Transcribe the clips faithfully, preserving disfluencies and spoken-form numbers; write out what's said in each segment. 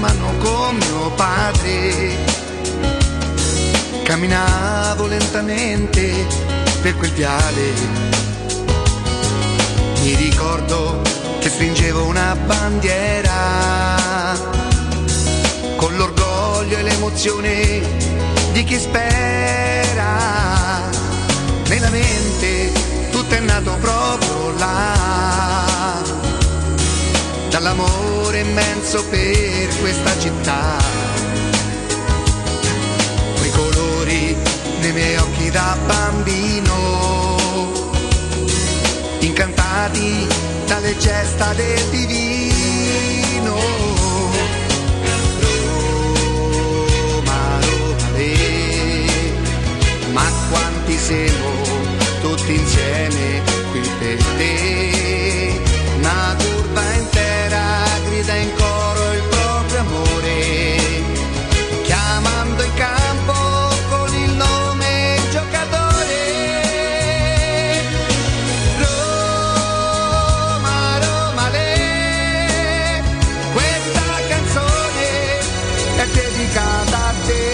mano con mio padre. Camminavo lentamente per quel viale. Mi ricordo che stringevo una bandiera con l'orgoglio e l'emozione di chi spera. Nella mente tutto è nato proprio là, dall'amore immenso per questa città. Quei colori nei miei occhi da bambino, incantati dalle gesta del divino. Roma, Roma, le, ma quanti siamo tutti insieme qui per te. Una curva intera grida in coro il proprio amore, chiamando in campo con il nome giocatore. Roma, Roma, le, questa canzone è dedicata a te.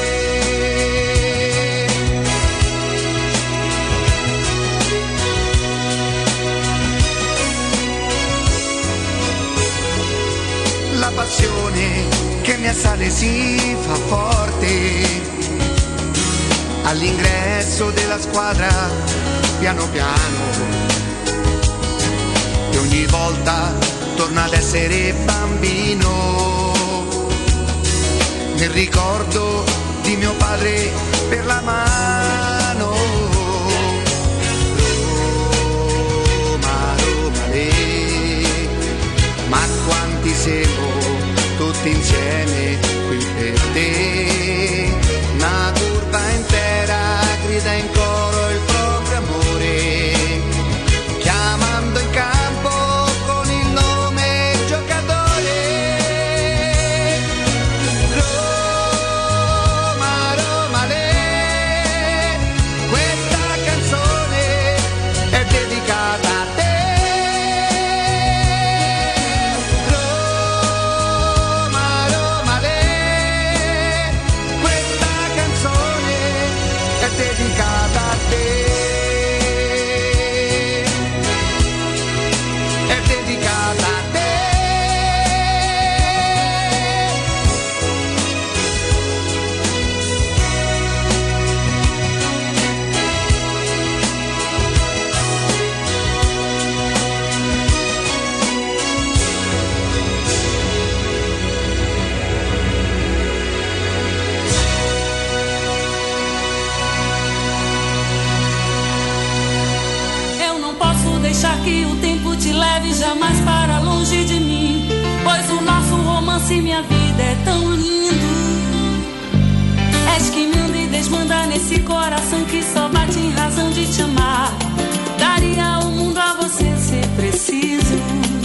La passione che mi assale si fa forte all'ingresso della squadra, piano piano, e ogni volta torna ad essere bambino nel ricordo di mio padre per la mano. Roma, Roma, le, ma quanti siamo tutti insieme qui per te. Una curva intera grida in coro il proprio amore, chiamando in campo con il nome giocatore. Roma, Roma, le, questa canzone è dedicata a te. Dedicata a te, è dedicata a te. Deixar que o tempo te leve jamais para longe de mim, pois o nosso romance e minha vida é tão lindo. És que manda e desmanda nesse coração que só bate em razão de te amar. Daria o mundo a você se preciso.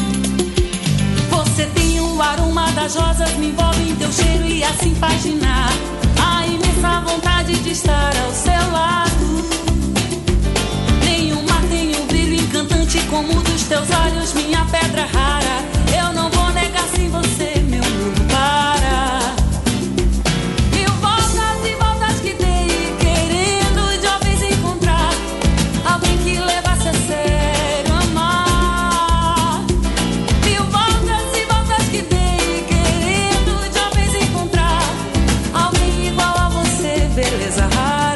Você tem o aroma das rosas, me envolve em teu cheiro e assim paginar a imensa vontade de estar ao seu lado. Encantante como o dos teus olhos, minha pedra rara. Eu não vou negar sem você, meu mundo para. Mil voltas e voltas que dei, querendo de uma vez encontrar alguém que levasse a sério amar. Mil voltas e voltas que dei, querendo de uma vez encontrar alguém igual a você, beleza rara.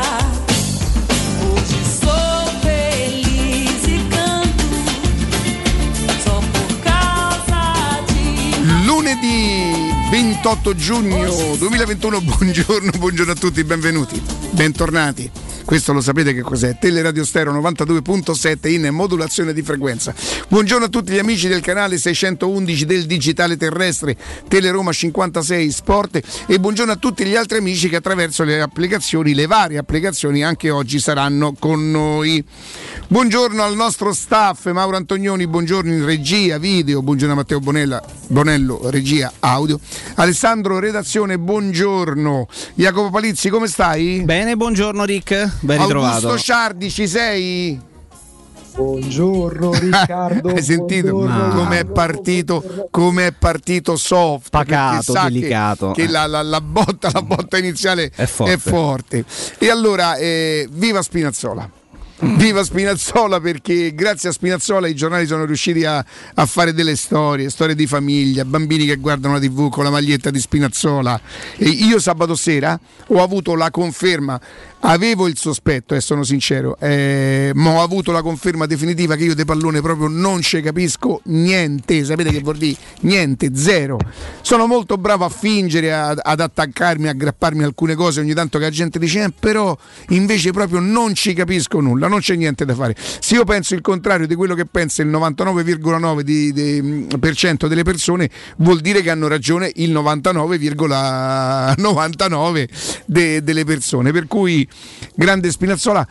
Lunedì ventotto giugno duemilaventuno, buongiorno, buongiorno a tutti, benvenuti, bentornati. Questo lo sapete che cos'è? Teleradio Stereo novantadue virgola sette in modulazione di frequenza. Buongiorno a tutti gli amici del canale seicentoundici del digitale terrestre, Teleroma cinquantasei Sport, e buongiorno a tutti gli altri amici che attraverso le applicazioni, le varie applicazioni, anche oggi saranno con noi. Buongiorno al nostro staff, Mauro Antonioni, buongiorno in regia video, buongiorno a Matteo Bonella, Bonello, regia audio, Alessandro redazione, buongiorno. Jacopo Palizzi, come stai? Bene, buongiorno Rick, ben ritrovato. Augusto Ciardi, ci sei? Buongiorno Riccardo. Hai sentito come è partito, come è partito soft, pacato, sa delicato. Che, che la, la, la, botta, la botta iniziale è forte. È forte. E allora, eh, viva Spinazzola! Viva Spinazzola, perché grazie a Spinazzola i giornali sono riusciti a, a fare delle storie, storie di famiglia, bambini che guardano la tivù con la maglietta di Spinazzola. E io sabato sera ho avuto la conferma, avevo il sospetto e eh, sono sincero, eh, ma ho avuto la conferma definitiva che io de pallone proprio non ci capisco niente. Sapete che vuol dire? Niente, zero. Sono molto bravo a fingere, a, ad attaccarmi, a aggrapparmi a alcune cose ogni tanto che la gente dice eh, però invece proprio non ci capisco nulla. Non c'è niente da fare. Se io penso il contrario di quello che pensa il novantanove virgola nove di, di, per cento delle persone, vuol dire che hanno ragione il novantanove virgola novantanove de, delle persone. Per cui grande Spinazzola.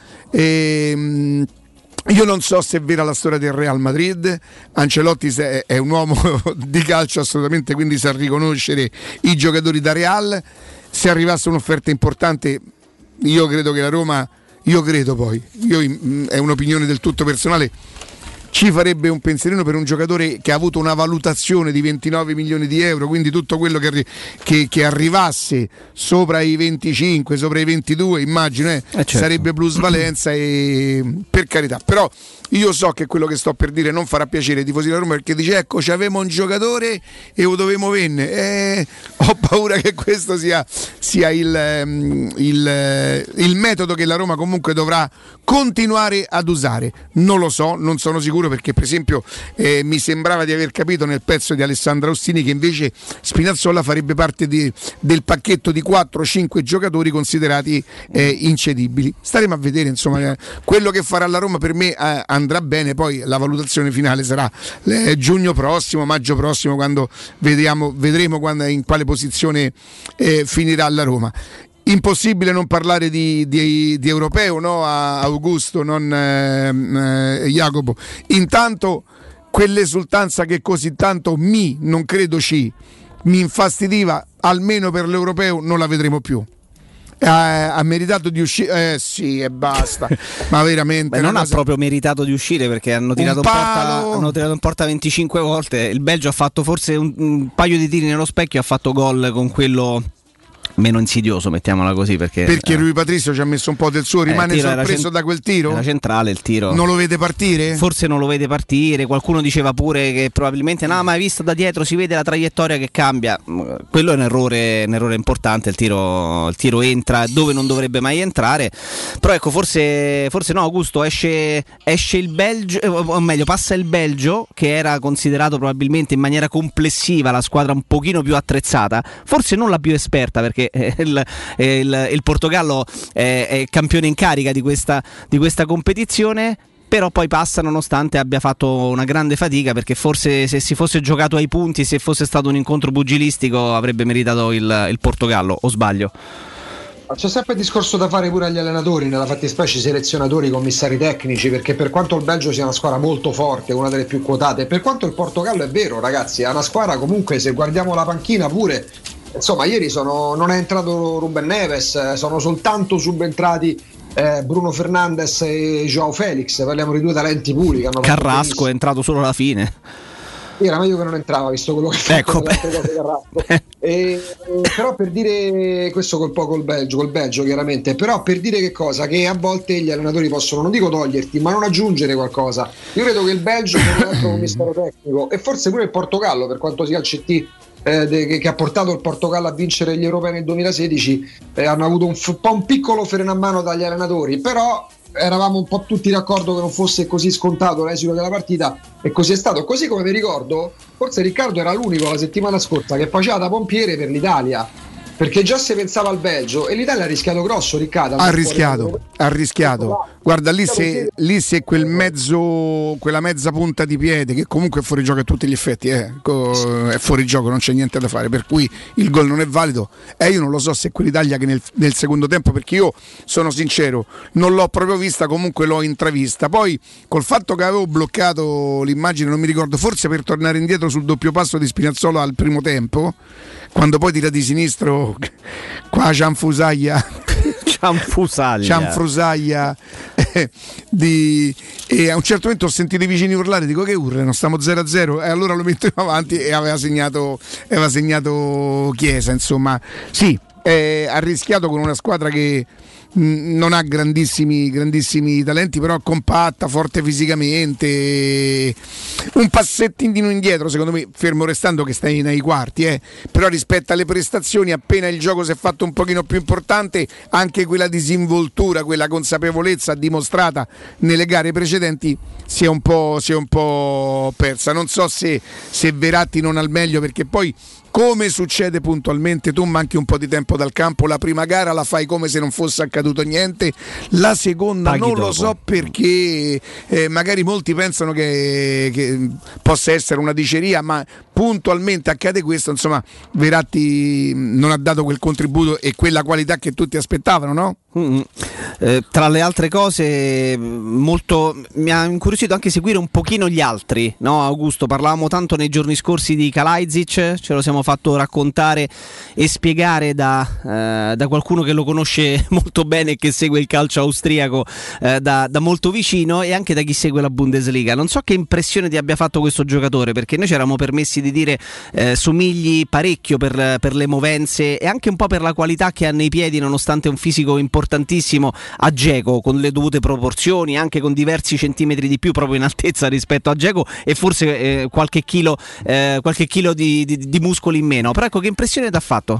ehm, Io non so se è vera la storia del Real Madrid. Ancelotti è un uomo di calcio assolutamente, quindi sa riconoscere i giocatori da Real. Se arrivasse un'offerta importante, io credo che la Roma Io credo poi, io, è un'opinione del tutto personale, ci farebbe un pensierino per un giocatore che ha avuto una valutazione di ventinove milioni di euro, quindi tutto quello che, che, che arrivasse sopra i venticinque, sopra i ventidue, immagino, eh, eh certo. sarebbe plusvalenza, e per carità. Però io so che quello che sto per dire non farà piacere ai tifosi della Roma, perché dice ecco c'avevamo un giocatore e lo dovevamo vendere. Eh, ho paura che questo sia, sia il, il, il metodo che la Roma comunque dovrà continuare ad usare. Non lo so, non sono sicuro, perché per esempio eh, mi sembrava di aver capito nel pezzo di Alessandra Ostini che invece Spinazzola farebbe parte di, del pacchetto di quattro cinque giocatori considerati eh, incedibili. Staremo a vedere, insomma, eh, quello che farà la Roma per me eh, andrà bene, poi la valutazione finale sarà eh, giugno prossimo, maggio prossimo, quando vediamo, vedremo quando, in quale posizione eh, finirà la Roma. Impossibile non parlare di, di, di europeo, no? A Augusto, non eh, eh, Jacopo. Intanto quell'esultanza che così tanto mi, non credo ci, mi infastidiva, almeno per l'europeo non la vedremo più. Ha, ha meritato di uscire, eh sì, e basta. Ma veramente Beh, non cosa... ha proprio meritato di uscire, perché hanno tirato, un in porta, hanno tirato in porta venticinque volte. Il Belgio ha fatto forse un, un paio di tiri nello specchio, ha fatto gol con quello meno insidioso, mettiamola così, perché perché eh, Rui Patricio ci ha messo un po' del suo, rimane eh, sorpreso cent- da quel tiro? Era centrale il tiro. Non lo vede partire? Forse non lo vede partire, qualcuno diceva pure che probabilmente no, ma hai visto da dietro, si vede la traiettoria che cambia. Quello è un errore, un errore importante, il tiro, il tiro entra dove non dovrebbe mai entrare. Però ecco, forse, forse no, Augusto, esce, esce il Belgio, o meglio passa il Belgio, che era considerato probabilmente in maniera complessiva la squadra un pochino più attrezzata, forse non la più esperta, perché il Il, il Portogallo è, è campione in carica di questa, di questa competizione, però poi passa nonostante abbia fatto una grande fatica, perché forse se si fosse giocato ai punti, se fosse stato un incontro pugilistico, avrebbe meritato il, il Portogallo, o sbaglio? C'è sempre il discorso da fare pure agli allenatori, nella fattispecie selezionatori, commissari tecnici, perché per quanto il Belgio sia una squadra molto forte, una delle più quotate, per quanto il Portogallo è vero, ragazzi, è una squadra comunque, se guardiamo la panchina pure, insomma, ieri sono, non è entrato Ruben Neves, sono soltanto subentrati eh, Bruno Fernandes e Joao Felix, parliamo di due talenti puri che hanno fatto Carrasco benissimo. È entrato solo alla fine. Era meglio che non entrava, visto quello che fa, ecco, altre cose Carrasco. e, eh, però per dire questo col po' col Belgio, col Belgio chiaramente, però per dire che cosa? Che a volte gli allenatori possono, non dico toglierti, ma non aggiungere qualcosa. Io credo che il Belgio con un altro commissario tecnico, e forse pure il Portogallo, per quanto sia il C T eh, de, che, che ha portato il Portogallo a vincere gli europei nel duemilasedici, eh, hanno avuto un, f- un po' un piccolo freno a mano dagli allenatori, però eravamo un po' tutti d'accordo che non fosse così scontato l'esito della partita, e così è stato. Così come vi ricordo, forse Riccardo era l'unico la settimana scorsa che faceva da pompiere per l'Italia, perché già si pensava al Belgio, e l'Italia ha rischiato grosso, Riccardo. Ha rischiato, ha rischiato. Guarda, lì se, lì se quel mezzo, quella mezza punta di piede, che comunque è fuori gioco a tutti gli effetti, eh, è fuori gioco, non c'è niente da fare, per cui il gol non è valido. E io non lo so se quell'Italia che nel, nel secondo tempo, perché io sono sincero, non l'ho proprio vista, comunque l'ho intravista. Poi col fatto che avevo bloccato l'immagine, non mi ricordo, forse per tornare indietro sul doppio passo di Spinazzola al primo tempo, quando poi tira di sinistro qua Cianfusaglia Cianfusaglia Cianfrusaglia eh, di, e a un certo momento ho sentito i vicini urlare, dico che urlano, stiamo zero a zero, e allora lo metto avanti e aveva segnato, aveva segnato Chiesa, insomma sì, eh, ha rischiato con una squadra che non ha grandissimi, grandissimi talenti, però compatta, forte fisicamente, un passettino indietro secondo me, fermo restando che stai nei quarti, eh. Però rispetto alle prestazioni, appena il gioco si è fatto un pochino più importante, anche quella disinvoltura, quella consapevolezza dimostrata nelle gare precedenti si è un po', si è un po' persa. Non so se, se Verratti non al meglio, perché poi, come succede puntualmente, tu manchi un po' di tempo dal campo, la prima gara la fai come se non fosse accaduto niente, la seconda Paghi non dopo. Lo so perché, eh, magari molti pensano che, che possa essere una diceria, ma puntualmente accade questo, insomma Verratti non ha dato quel contributo e quella qualità che tutti aspettavano, no? Mm-hmm. Eh, tra le altre cose, molto mi ha incuriosito anche seguire un pochino gli altri, no Augusto? Parlavamo tanto nei giorni scorsi di Kalajdzic, ce lo siamo fatto raccontare e spiegare da, eh, da qualcuno che lo conosce molto bene e che segue il calcio austriaco eh, da, da molto vicino, e anche da chi segue la Bundesliga. Non so che impressione ti abbia fatto questo giocatore, perché noi ci eravamo permessi di dire eh, somigli parecchio per, per le movenze e anche un po' per la qualità che ha nei piedi, nonostante un fisico importantissimo, a Dzeko, con le dovute proporzioni, anche con diversi centimetri di più proprio in altezza rispetto a Dzeko, e forse eh, qualche chilo eh, qualche chilo di, di, di muscoli in meno. Però ecco, che impressione ti ha fatto?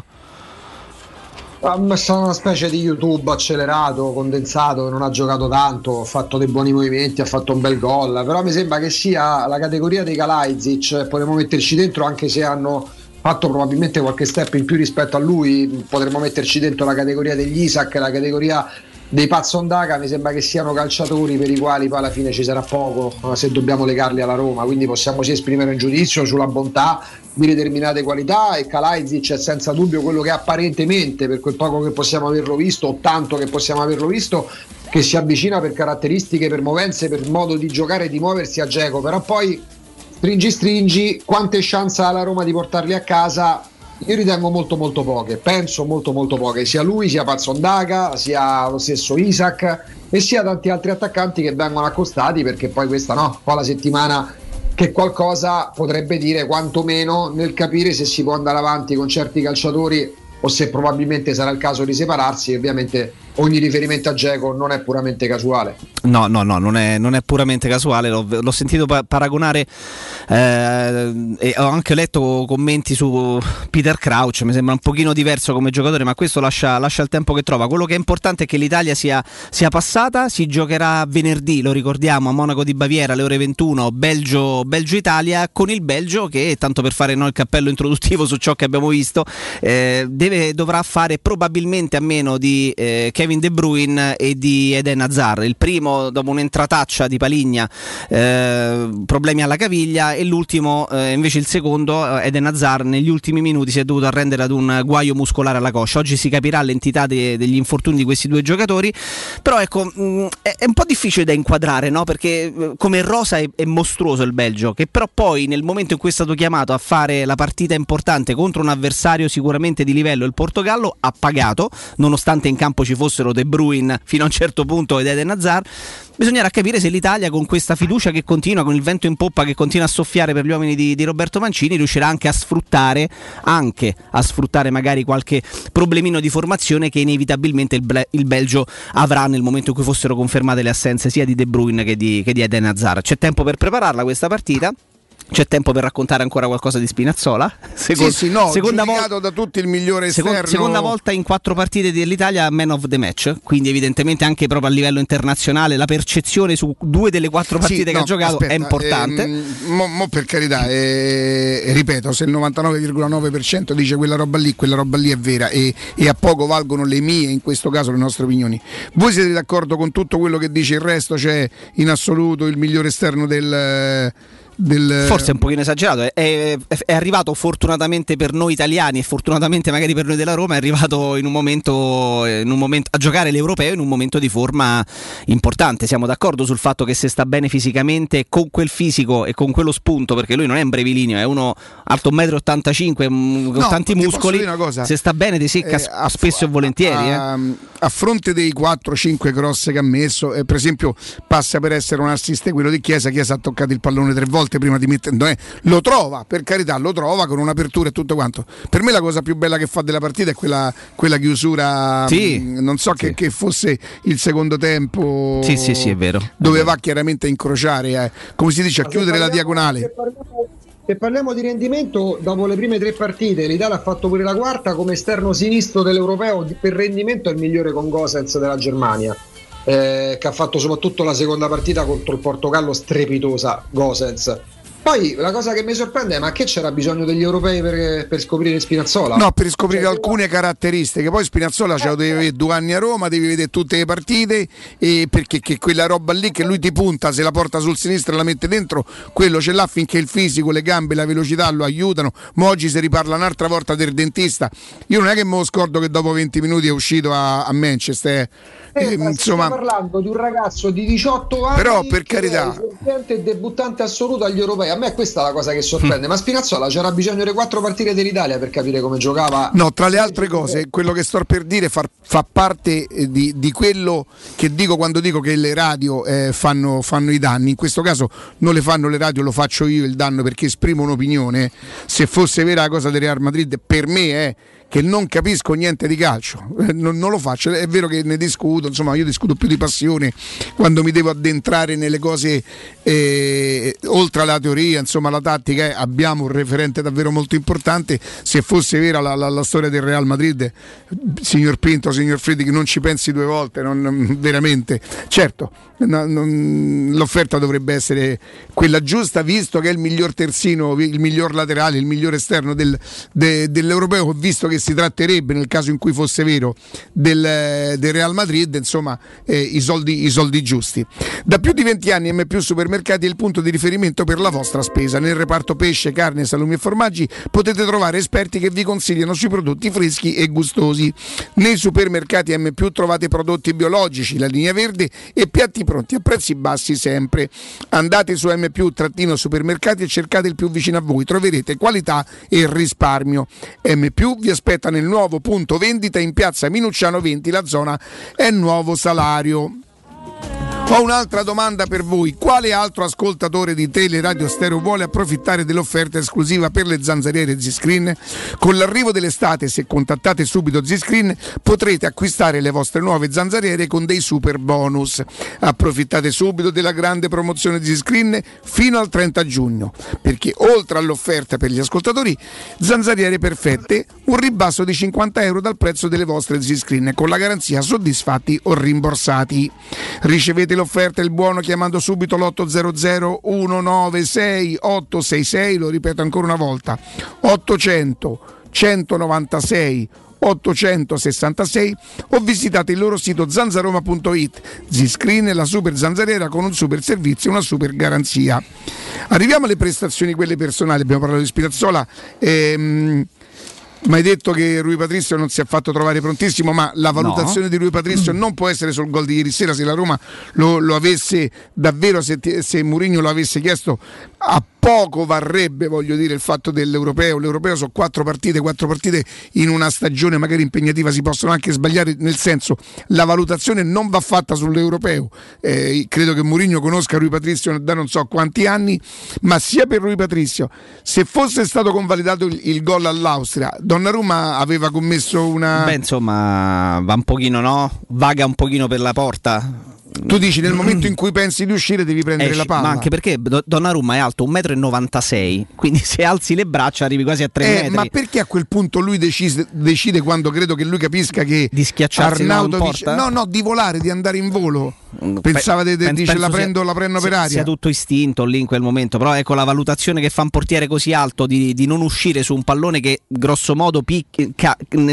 È stato una specie di YouTube accelerato, condensato, non ha giocato tanto, ha fatto dei buoni movimenti, ha fatto un bel gol, però mi sembra che sia la categoria dei Kalajdzic, potremmo metterci dentro, anche se hanno fatto probabilmente qualche step in più rispetto a lui, potremmo metterci dentro la categoria degli Isak, la categoria dei Pazzondaga. Mi sembra che siano calciatori per i quali poi alla fine ci sarà poco se dobbiamo legarli alla Roma, quindi possiamo sì esprimere un giudizio sulla bontà di determinate qualità, e Kalajdzic è senza dubbio quello che apparentemente, per quel poco che possiamo averlo visto o tanto che possiamo averlo visto, che si avvicina per caratteristiche, per movenze, per modo di giocare e di muoversi a Dzeko. Però poi stringi stringi, quante chance ha la Roma di portarli a casa? Io ritengo molto molto poche, penso molto molto poche, sia lui, sia Pazzondaga, sia lo stesso Isak e sia tanti altri attaccanti che vengono accostati, perché poi questa no, poi la settimana che qualcosa potrebbe dire, quantomeno nel capire se si può andare avanti con certi calciatori o se probabilmente sarà il caso di separarsi. Ovviamente ogni riferimento a Dzeko non è puramente casuale. No, no, no, non è, non è puramente casuale. L'ho, l'ho sentito pa- paragonare eh, e ho anche letto commenti su Peter Crouch. Mi sembra un pochino diverso come giocatore, ma questo lascia, lascia il tempo che trova. Quello che è importante è che l'Italia sia, sia passata. Si giocherà venerdì, lo ricordiamo, a Monaco di Baviera alle ore ventuno, Belgio, Belgio-Italia, con il Belgio che, tanto per fare no, il cappello introduttivo su ciò che abbiamo visto, eh, deve, dovrà fare probabilmente a meno di eh, Kevin De Bruyne e di Eden Hazard. Il primo dopo un'entrataccia di Paligna, eh, problemi alla caviglia, e l'ultimo eh, invece il secondo, Eden Hazard, negli ultimi minuti si è dovuto arrendere ad un guaio muscolare alla coscia. Oggi si capirà l'entità de- degli infortuni di questi due giocatori, però ecco mh, è, è un po' difficile da inquadrare, no? Perché mh, come rosa è, è mostruoso il Belgio, che però poi nel momento in cui è stato chiamato a fare la partita importante contro un avversario sicuramente di livello, il Portogallo, ha pagato, nonostante in campo ci fossero De Bruyne fino a un certo punto ed Eden Hazard. Bisognerà capire se l'Italia, con questa fiducia che continua, con il vento in poppa che continua a soffiare per gli uomini di, di Roberto Mancini, riuscirà anche a sfruttare anche a sfruttare magari qualche problemino di formazione che inevitabilmente il, Ble- il Belgio avrà nel momento in cui fossero confermate le assenze sia di De Bruyne che di, che di Eden Hazard. C'è tempo per prepararla questa partita. C'è tempo per raccontare ancora qualcosa di Spinazzola? Secondo, sì, sì, no, seconda volta da tutti il migliore esterno. Seconda, seconda volta in quattro partite dell'Italia man of the match, quindi evidentemente anche proprio a livello internazionale la percezione su due delle quattro partite sì, che no, ha giocato aspetta, è importante. Ehm, mo, mo per carità, eh, ripeto, se il novantanove virgola nove per cento dice quella roba lì, quella roba lì è vera, e, e a poco valgono le mie, in questo caso le nostre opinioni. Voi siete d'accordo con tutto quello che dice il resto? Cioè in assoluto il migliore esterno del... Del... Forse è un pochino esagerato, è, è, è arrivato fortunatamente per noi italiani e fortunatamente magari per noi della Roma, è arrivato in un momento, in un momento a giocare l'Europeo in un momento di forma importante. Siamo d'accordo sul fatto che se sta bene fisicamente, con quel fisico e con quello spunto, perché lui non è un brevilineo, è uno alto uno e ottantacinque metri con no, tanti muscoli, se sta bene ti secca eh, spesso ha, e volentieri ha, eh. a fronte dei quattro cinque cross che ha messo, eh, per esempio passa per essere un assist quello di Chiesa. Chiesa ha toccato il pallone tre volte prima di mettere, eh, lo trova, per carità, lo trova con un'apertura e tutto quanto. Per me la cosa più bella che fa della partita è quella, quella chiusura, sì, mh, non so sì. che, che fosse il secondo tempo, sì sì sì è vero, dove è vero. va chiaramente a incrociare, eh, come si dice, a Ma chiudere la parliamo, diagonale. Se parliamo, se parliamo di rendimento, dopo le prime tre partite l'Italia ha fatto pure la quarta come esterno sinistro dell'Europeo, per rendimento è il migliore con Gosens della Germania, eh, che ha fatto soprattutto la seconda partita contro il Portogallo strepitosa Gosens. Poi la cosa che mi sorprende è: ma che c'era bisogno degli europei per, per scoprire Spinazzola? No, per scoprire cioè, caratteristiche caratteristiche. Poi Spinazzola ce lo devi vedere due anni a Roma, devi vedere tutte le partite, e perché che quella roba lì che lui ti punta, se la porta sul sinistro e la mette dentro, quello ce l'ha finché il fisico, le gambe, la velocità lo aiutano. Ma oggi si riparla un'altra volta del dentista. Io non è che me lo scordo che dopo venti minuti è uscito a, a Manchester. Eh, Eh, insomma, stiamo parlando di un ragazzo di diciotto anni, però, per che carità, è esordiente e debuttante assoluto agli europei. A me questa è la cosa che sorprende. Mm. Ma Spinazzola c'era bisogno delle quattro partite dell'Italia per capire come giocava. No, tra le altre cose, quello che sto per dire fa, fa parte di, di quello che dico quando dico che le radio eh, fanno, fanno i danni. In questo caso non le fanno le radio, lo faccio io il danno, perché esprimo un'opinione. Se fosse vera la cosa del Real Madrid, per me è che non capisco niente di calcio, non, non lo faccio. È vero che ne discuto, insomma io discuto più di passione quando mi devo addentrare nelle cose, eh, oltre alla teoria, insomma la tattica. Eh, abbiamo un referente davvero molto importante. Se fosse vera la, la, la storia del Real Madrid, signor Pinto, signor Freddi, che non ci pensi due volte, non, veramente. Certo, no, non, l'offerta dovrebbe essere quella giusta, visto che è il miglior terzino, il miglior laterale, il miglior esterno del, de, dell'europeo, visto che si tratterebbe, nel caso in cui fosse vero, del, del Real Madrid, insomma, eh, i, soldi, i soldi giusti. Da più di venti anni M più Supermercati è il punto di riferimento per la vostra spesa. Nel reparto pesce, carne, salumi e formaggi potete trovare esperti che vi consigliano sui prodotti freschi e gustosi. Nei supermercati M più trovate prodotti biologici, la linea verde e piatti pronti a prezzi bassi sempre. Andate su M più supermercati e cercate il più vicino a voi, troverete qualità e risparmio. M più vi aspetta nel nuovo punto vendita in piazza Minucciano venti, la zona è Nuovo Salario. Ho un'altra domanda per voi: quale altro ascoltatore di Teleradio Stereo vuole approfittare dell'offerta esclusiva per le zanzariere Z-Screen? Con l'arrivo dell'estate, se contattate subito Z-Screen, potrete acquistare le vostre nuove zanzariere con dei super bonus. Approfittate subito della grande promozione di Z-Screen fino al trenta giugno, perché oltre all'offerta per gli ascoltatori, zanzariere perfette, un ribasso di cinquanta euro dal prezzo delle vostre Z-Screen con la garanzia soddisfatti o rimborsati. Ricevete l'offerta e il buono chiamando subito l'otto zero zero uno nove sei otto sei sei, lo ripeto ancora una volta, ottocento centonovantasei ottocentosessantasei, o visitate il loro sito zanzaroma punto it. Z-Screen è la super zanzariera con un super servizio e una super garanzia. Arriviamo alle prestazioni quelle personali. Abbiamo parlato di Spinazzola. ehm, Mi hai detto che Rui Patrizio non si è fatto trovare prontissimo, ma la valutazione no. di Rui Patrizio non può essere sul gol di ieri sera. Se la Roma lo, lo avesse davvero, se, se Mourinho lo avesse chiesto, a poco varrebbe, voglio dire, il fatto dell'europeo. L'europeo sono quattro partite, quattro partite in una stagione magari impegnativa, si possono anche sbagliare, nel senso, la valutazione non va fatta sull'europeo. Eh, credo che Mourinho conosca Rui Patrizio da non so quanti anni, ma sia per Rui Patrizio, se fosse stato convalidato il, il gol all'Austria, Donnarumma aveva commesso una... Beh, insomma, va un pochino, no? Vaga un pochino per la porta. Tu dici nel momento in cui pensi di uscire devi prendere Esci, la palla. Ma anche perché Donnarumma è alto un metro e novantasei, quindi se alzi le braccia arrivi quasi a tre eh, metri. Ma perché a quel punto lui decide, decide quando credo che lui capisca che di schiacciarsi Arnautovic, no no di volare, di andare in volo. Pensava di de, dice la prendo, sia, la prendo per aria. Sia tutto istinto lì in quel momento, però ecco la valutazione che fa un portiere così alto di, di non uscire su un pallone che grosso modo pic, ca,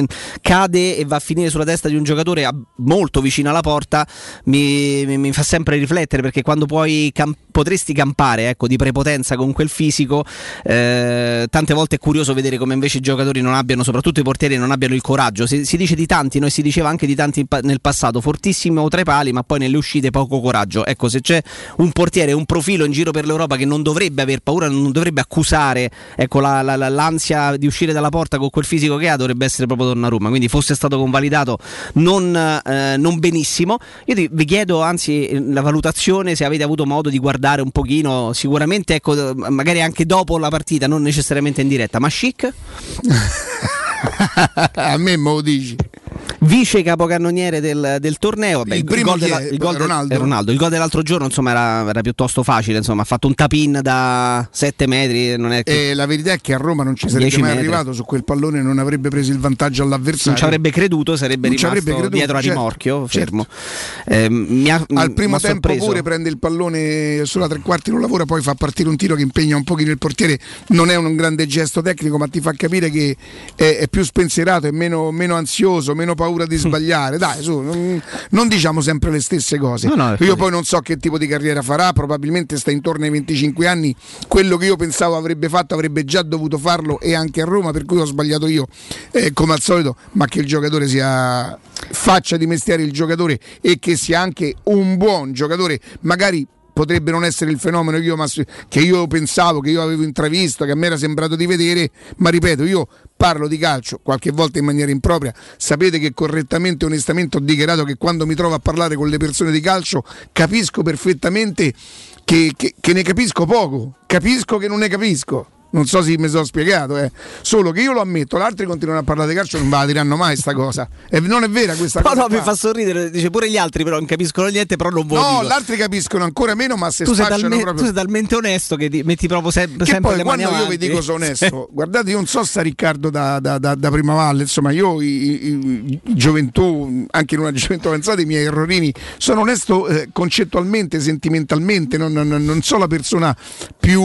cade e va a finire sulla testa di un giocatore molto vicino alla porta, mi, mi, mi fa sempre riflettere, perché quando puoi camp- potresti campare, ecco, di prepotenza con quel fisico. Eh, tante volte è curioso vedere come invece i giocatori non abbiano, soprattutto i portieri, non abbiano il coraggio. Si, si dice di tanti, noi si diceva anche di tanti nel passato, fortissimo tra i pali, ma poi nelle uscite poco coraggio. Ecco, se c'è un portiere, un profilo in giro per l'Europa che non dovrebbe aver paura, non dovrebbe accusare, ecco, la, la, la, l'ansia di uscire dalla porta con quel fisico che ha, dovrebbe essere proprio Donnarumma. Quindi fosse stato convalidato non, eh, non benissimo. Io ti, vi chiedo anzi la valutazione, se avete avuto modo di guardare un pochino, sicuramente, ecco, magari anche dopo la partita, non necessariamente in diretta, ma Schick? A me me lo dici. Vice capocannoniere del, del torneo. Beh, il, il primo gol della, il gol Ronaldo. Del, Ronaldo. Il gol dell'altro giorno, insomma, era, era piuttosto facile. Insomma, ha fatto un tap-in da sette metri. Non è che... E la verità è che a Roma non ci sarebbe mai metri. arrivato su quel pallone, non avrebbe preso il vantaggio all'avversario. Non ci avrebbe creduto, sarebbe non rimasto creduto, dietro certo, a rimorchio, fermo. Certo. Eh, mi ha, Al primo tempo sorpreso. pure prende il pallone sulla tre quarti, non lavora, poi fa partire un tiro che impegna un pochino il portiere. Non è un grande gesto tecnico, ma ti fa capire che è, è più spensierato, è meno, meno ansioso, meno paura di sbagliare. Dai, su, non, non diciamo sempre le stesse cose. No, no, io poi non so che tipo di carriera farà, probabilmente sta intorno ai venticinque anni. Quello che io pensavo avrebbe fatto avrebbe già dovuto farlo, e anche a Roma, per cui ho sbagliato io, eh, come al solito. Ma che il giocatore sia, faccia di mestiere il giocatore, e che sia anche un buon giocatore, magari potrebbe non essere il fenomeno che io, che io pensavo, che io avevo intravisto, che a me era sembrato di vedere, ma ripeto, io parlo di calcio qualche volta in maniera impropria. Sapete che correttamente e onestamente ho dichiarato che quando mi trovo a parlare con le persone di calcio capisco perfettamente che, che, che ne capisco poco, capisco che non ne capisco. Non so se mi sono spiegato, eh. Solo che io lo ammetto, gli altri continuano a parlare di calcio, non me la diranno mai sta cosa. E non è vera questa no, cosa. No, no, mi fa sorridere, dice pure gli altri però non capiscono niente, però non vuole. No, gli altri capiscono ancora meno, ma se tu sei, talme- proprio... tu sei talmente onesto che ti metti proprio sem- che sempre poi, le mani quando avanti. Io vi dico sono onesto, guardate, io non so sta Riccardo da, da, da, da Prima Valle, insomma, io i, i, i gioventù, anche in una gioventù avanzata, i miei errorini, sono onesto eh, concettualmente, sentimentalmente, non, non, non so la persona più...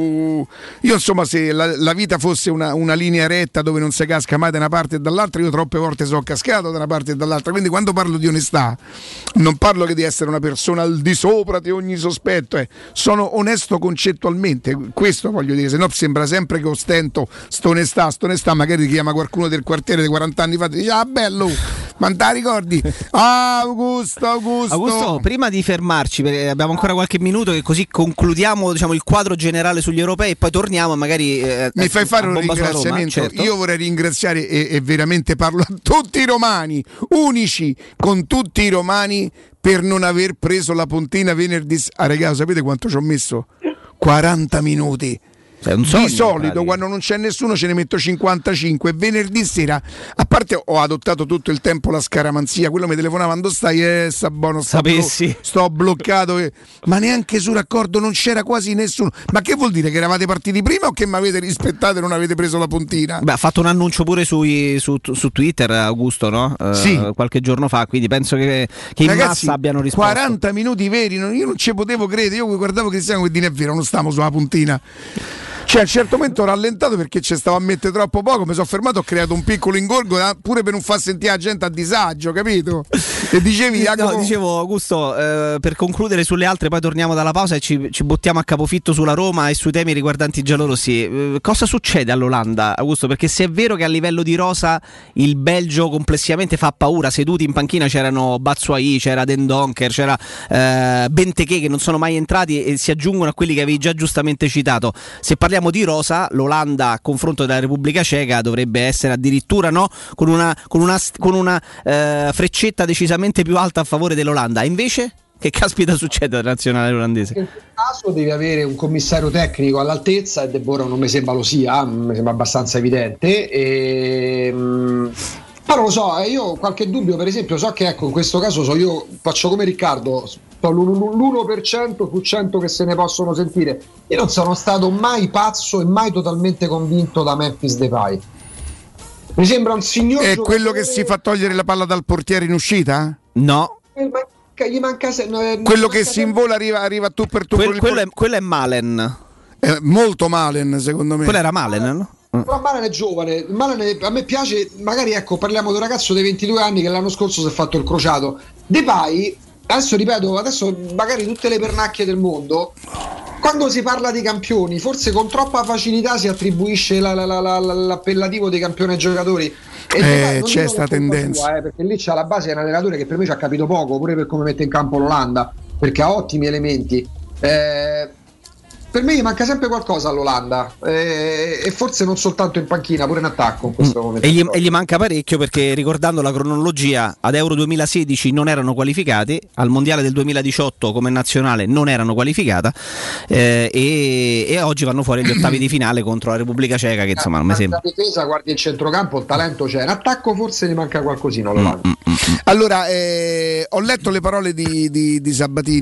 Io insomma, se la, la vita fosse una, una linea retta dove non si casca mai da una parte e dall'altra, io troppe volte sono cascato da una parte e dall'altra. Quindi quando parlo di onestà non parlo che di essere una persona al di sopra di ogni sospetto, eh. Sono onesto concettualmente, questo voglio dire, se no sembra sempre che ostento sto onestà, sto onestà, magari ti chiama qualcuno del quartiere di quaranta anni fa e ti dice ah bello, ma te ricordi? Ah, Augusto, Augusto. Augusto, prima di fermarci, perché abbiamo ancora qualche minuto, che così concludiamo, diciamo, il quadro generale sugli europei e poi torniamo magari eh, mi fai fare un ringraziamento. Certo. Io vorrei ringraziare e, e veramente parlo a tutti i romani, unici con tutti i romani, per non aver preso la puntina venerdì. Ah ragazzi, sapete quanto ci ho messo? quaranta minuti. Di solito pratica. Quando non c'è nessuno ce ne metto cinquantacinque. Venerdì sera, a parte ho adottato tutto il tempo la scaramanzia, quello mi telefonava quando stai, eh, sta buono, sto, blo- sto bloccato, eh. Ma neanche sul raccordo non c'era quasi nessuno. Ma che vuol dire, che eravate partiti prima o che mi avete rispettato e non avete preso la puntina? Beh, ha fatto un annuncio pure sui, su, su Twitter Augusto, no? Uh, sì. Qualche giorno fa, quindi penso che, che in Ragazzi, massa abbiano risposto. quaranta minuti veri, non, io non ci potevo credere, io guardavo Cristiano e dico è vero, non stiamo sulla puntina. Cioè a un certo momento ho rallentato perché ci stavo a mettere troppo poco, mi sono fermato, ho creato un piccolo ingorgo pure per non far sentire la gente a disagio, capito? E dicevi Jacopo... No, dicevo Augusto, eh, per concludere sulle altre, poi torniamo dalla pausa e ci, ci buttiamo a capofitto sulla Roma e sui temi riguardanti i giallorossi. Eh, cosa succede all'Olanda, Augusto? Perché se è vero che a livello di rosa il Belgio complessivamente fa paura, seduti in panchina c'erano Batshuayi, c'era Den Donker, c'era eh, Benteke, che non sono mai entrati e si aggiungono a quelli che avevi già giustamente citato. Se parliamo di rosa, l'Olanda a confronto della Repubblica Ceca dovrebbe essere addirittura, no, con una, con una, con una eh, freccetta decisamente più alta a favore dell'Olanda. E invece che caspita succede alla nazionale olandese? In questo caso devi avere un commissario tecnico all'altezza, e De Boer non mi sembra lo sia, mi sembra abbastanza evidente. E, mh, però non lo so, io ho qualche dubbio, per esempio so che ecco in questo caso so io faccio come Riccardo, l'uno per cento su cento che se ne possono sentire. Io non sono stato mai pazzo e mai totalmente convinto da Memphis Depay. Mi sembra un signor È giocatore... quello che si fa togliere la palla dal portiere in uscita? No. Gli manca se... quello che si invola arriva, arriva tu per tu. Quel, quello, è, quello è Malen. È molto Malen, secondo me. Quello era Malen, no? Però Malen è giovane, Malen è, a me piace, magari ecco parliamo di un ragazzo dei ventidue anni che l'anno scorso si è fatto il crociato. Depay adesso ripeto, adesso magari tutte le pernacchie del mondo, quando si parla di campioni, forse con troppa facilità si attribuisce la, la, la, la, l'appellativo dei campioni ai giocatori. E eh, non c'è sta tendenza. Sua, eh, perché lì c'è alla base è un allenatore che per me ci ha capito poco, pure per come mette in campo l'Olanda, perché ha ottimi elementi. Eh, per me gli manca sempre qualcosa all'Olanda, eh, e forse non soltanto in panchina, pure in attacco in questo momento. E gli, e gli manca parecchio, perché ricordando la cronologia, ad Euro duemilasedici non erano qualificati, al Mondiale del duemiladiciotto come nazionale non erano qualificata, eh, e, e oggi vanno fuori gli ottavi di finale contro la Repubblica Ceca, che insomma non mi sembra. La difesa, guardi il centrocampo, il talento c'è, in attacco forse gli manca qualcosina all'Olanda. Mm, mm, mm. Allora, eh, ho letto le parole di, di, di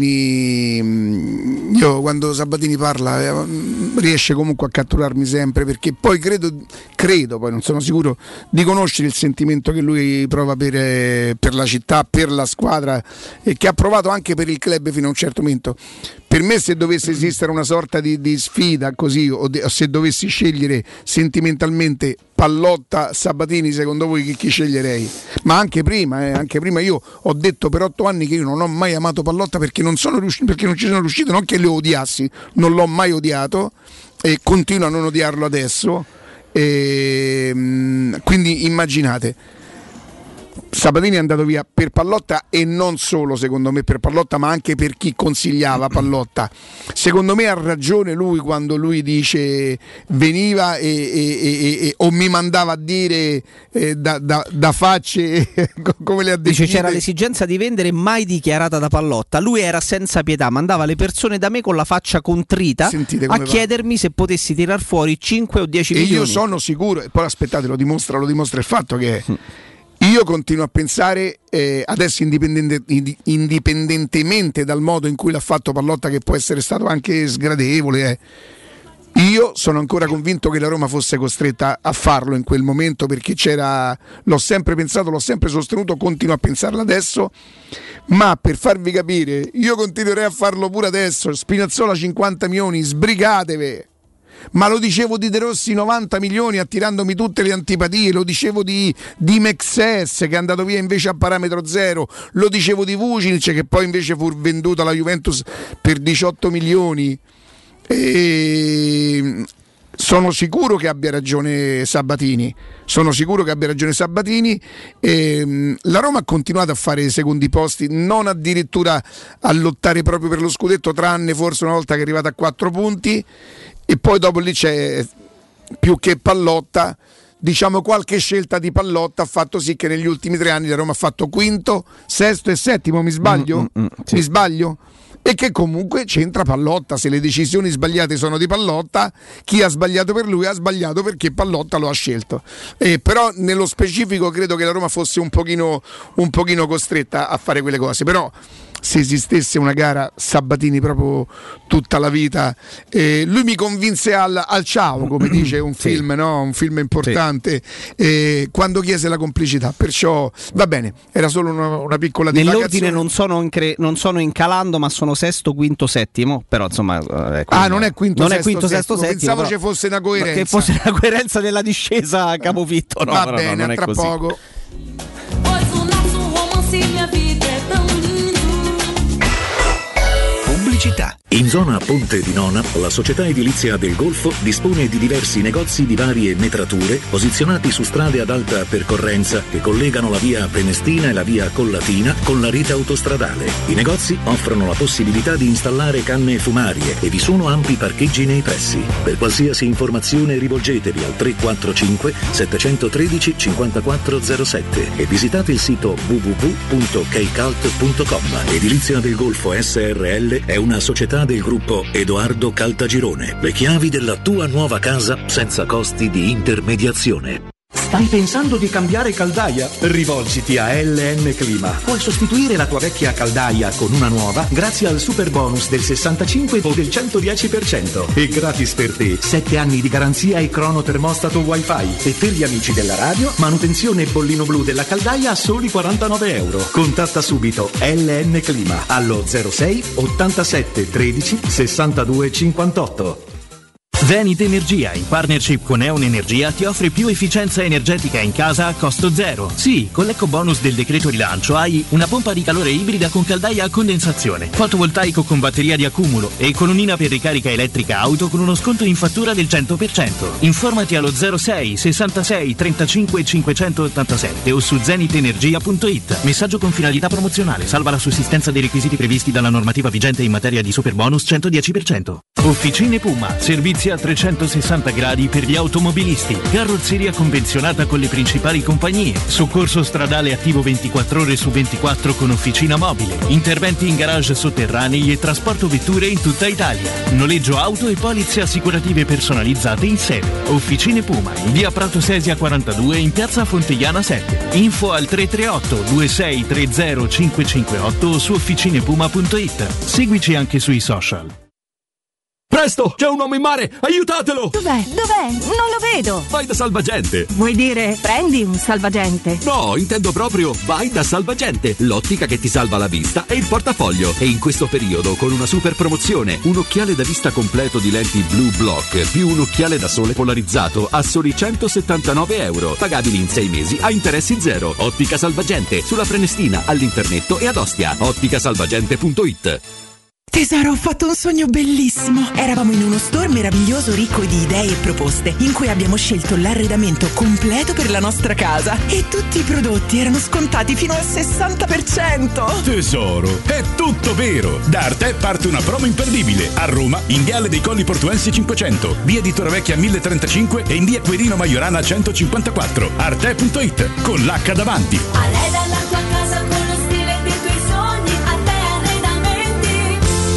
Sabatini. Io quando Sabatini parla riesce comunque a catturarmi sempre, perché poi credo, credo poi non sono sicuro di conoscere il sentimento che lui prova per, per la città, per la squadra, e che ha provato anche per il club fino a un certo momento. Per me, se dovesse esistere una sorta di, di sfida così, o, de, o se dovessi scegliere sentimentalmente Pallotta, Sabatini, secondo voi chi, chi sceglierei? Ma anche prima, eh, anche prima io ho detto per otto anni che io non ho mai amato Pallotta, perché non sono riuscito, perché non ci sono riuscito, non che lo odiassi, non l'ho mai odiato e continuo a non odiarlo adesso. E, quindi immaginate, Sabatini è andato via per Pallotta, e non solo secondo me per Pallotta, ma anche per chi consigliava Pallotta. Secondo me ha ragione lui quando lui dice veniva e, e, e, e o mi mandava a dire eh, da, da, da facce come le ha detto. Dice c'era l'esigenza di vendere mai dichiarata da Pallotta, lui era senza pietà, mandava le persone da me con la faccia contrita a chiedermi va. se potessi tirar fuori cinque o dieci milioni. E io sono sicuro, e poi aspettate, lo dimostra, lo dimostra il fatto che io continuo a pensare, eh, adesso indipendente, indipendentemente dal modo in cui l'ha fatto Pallotta, che può essere stato anche sgradevole, eh, io sono ancora convinto che la Roma fosse costretta a farlo in quel momento, perché c'era, l'ho sempre pensato, l'ho sempre sostenuto, continuo a pensarlo adesso, ma per farvi capire, io continuerei a farlo pure adesso. Spinazzola cinquanta milioni, sbrigatevi. Ma lo dicevo di De Rossi novanta milioni, attirandomi tutte le antipatie, lo dicevo di, di Mexes che è andato via invece a parametro zero, lo dicevo di Vucinic che poi invece fu venduto alla Juventus per diciotto milioni. E sono sicuro che abbia ragione Sabatini, sono sicuro che abbia ragione Sabatini. E la Roma ha continuato a fare i secondi posti, non addirittura a lottare proprio per lo scudetto, tranne forse una volta che è arrivata a quattro punti. E poi dopo lì c'è, più che Pallotta, diciamo qualche scelta di Pallotta ha fatto sì che negli ultimi tre anni la Roma ha fatto quinto, sesto e settimo, mi sbaglio? Mm, mm, mm, sì. Mi sbaglio? E che comunque c'entra Pallotta, se le decisioni sbagliate sono di Pallotta, chi ha sbagliato per lui ha sbagliato perché Pallotta lo ha scelto. Eh, però nello specifico credo che la Roma fosse un pochino, un pochino costretta a fare quelle cose, però se esistesse una gara Sabatini proprio tutta la vita, eh, lui mi convinse al, al ciao, come dice un sì. film, no? Un film importante, sì. eh, quando chiese la complicità, perciò va bene, era solo una, una piccola nell'ordine non sono, incre- non sono incalando, ma sono sesto, quinto, settimo, però insomma eh, ah non è quinto, non sesto, è quinto sesto, settimo, settimo, pensavo ci fosse una coerenza, che fosse una coerenza della discesa a capofitto, no, va no, bene, no, non a tra è così. poco. Pois o nosso romance minha vida é tão lindo. Pubblicità. In zona Ponte di Nona, la società edilizia del Golfo dispone di diversi negozi di varie metrature posizionati su strade ad alta percorrenza che collegano la via Prenestina e la via Collatina con la rete autostradale. I negozi offrono la possibilità di installare canne fumarie e vi sono ampi parcheggi nei pressi. Per qualsiasi informazione rivolgetevi al tre quattro cinque sette uno tre cinque zero sette e visitate il sito w w w punto keicalt punto com. Edilizia del Golfo S R L è una società del gruppo Edoardo Caltagirone. Le chiavi della tua nuova casa senza costi di intermediazione. Stai pensando di cambiare caldaia? Rivolgiti a L N Clima. Puoi sostituire la tua vecchia caldaia con una nuova grazie al super bonus del sessantacinque o del centodieci per cento. E gratis per te sette anni di garanzia e crono termostato wifi. E per gli amici della radio, manutenzione bollino blu della caldaia a soli quarantanove euro. Contatta subito L N Clima allo zero sei ottantasette tredici sessantadue cinquantotto. Zenith Energia, in partnership con Eon Energia, ti offre più efficienza energetica in casa a costo zero. Sì, con l'eco bonus del decreto rilancio hai una pompa di calore ibrida con caldaia a condensazione, fotovoltaico con batteria di accumulo e colonnina per ricarica elettrica auto con uno sconto in fattura del cento per cento. Informati allo zero sei sessantasei trentacinque cinquecentottantasette o su zenith energia punto it. Messaggio con finalità promozionale. Salva la sussistenza dei requisiti previsti dalla normativa vigente in materia di superbonus cento dieci per cento. Officine Puma, servizi a trecentosessanta gradi per gli automobilisti, carrozzeria convenzionata con le principali compagnie, soccorso stradale attivo ventiquattro ore su ventiquattro con officina mobile, interventi in garage sotterranei e trasporto vetture in tutta Italia, noleggio auto e polizze assicurative personalizzate in sede. Officine Puma, in via Prato Sesia quarantadue in piazza Fontegliana sette. Info al tre tre otto due sei tre zero cinque cinque otto o su officinepuma punto it. Seguici anche sui social. Presto, c'è un uomo in mare, aiutatelo! Dov'è? Dov'è? Non lo vedo! Vai da Salvagente! Vuoi dire prendi un salvagente? No, intendo proprio vai da Salvagente, l'ottica che ti salva la vista e il portafoglio. E in questo periodo con una super promozione, un occhiale da vista completo di lenti Blue Block più un occhiale da sole polarizzato a soli centosettantanove euro, pagabili in sei mesi a interessi zero. Ottica Salvagente, sulla Prenestina, all'Internetto e ad Ostia. ottica salvagente punto it. Tesoro, ho fatto un sogno bellissimo. Eravamo in uno store meraviglioso ricco di idee e proposte, in cui abbiamo scelto l'arredamento completo per la nostra casa e tutti i prodotti erano scontati fino al sessanta per cento. Tesoro, è tutto vero. Da Arte parte una promo imperdibile. A Roma, in Viale dei Colli Portuensi cinquecento, via di Torrevecchia mille trentacinque e in via Quirino Maiorana centocinquantaquattro. Arte punto it, con l'H davanti. Arreda la tua casa con lo stile dei tuoi sogni. Arte Arredamenti.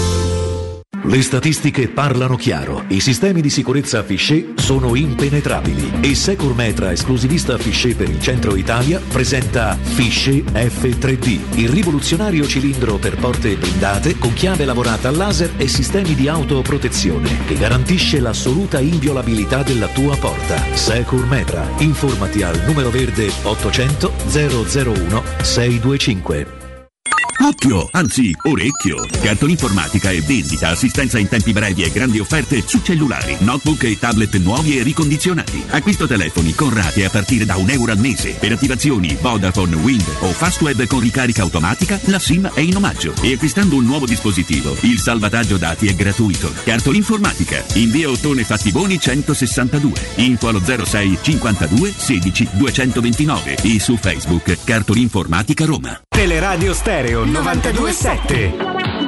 Le statistiche parlano chiaro. I sistemi di sicurezza Fichet sono impenetrabili e Securmetra, esclusivista Fichet per il centro Italia, presenta Fichet F tre D, il rivoluzionario cilindro per porte blindate con chiave lavorata a laser e sistemi di autoprotezione che garantisce l'assoluta inviolabilità della tua porta. Securmetra. Informati al numero verde ottocento zero zero uno sei due cinque. Occhio, anzi orecchio. Cartolinformatica e vendita, assistenza in tempi brevi e grandi offerte su cellulari, notebook e tablet nuovi e ricondizionati. Acquisto telefoni con rate a partire da un euro al mese. Per attivazioni Vodafone, Wind o Fastweb con ricarica automatica, la SIM è in omaggio. E acquistando un nuovo dispositivo, il salvataggio dati è gratuito. Cartolinformatica, in via Ottone Fattiboni centosessantadue. Info allo zero sei cinquantadue sedici duecentoventinove e su Facebook Cartolinformatica Roma. Teleradio Stereo novantadue sette.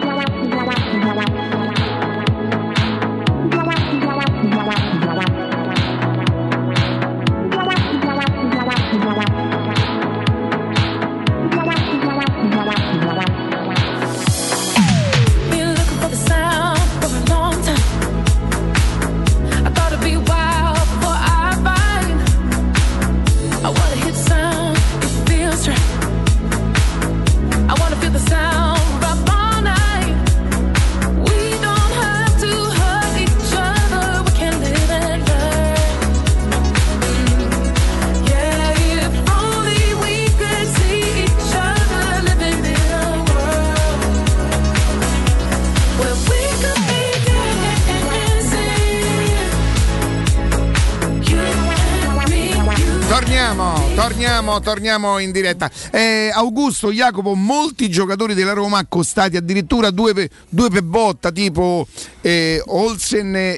Torniamo, torniamo in diretta. Eh, Augusto, Jacopo, molti giocatori della Roma accostati addirittura due per, due per botta, tipo eh, Olsen e,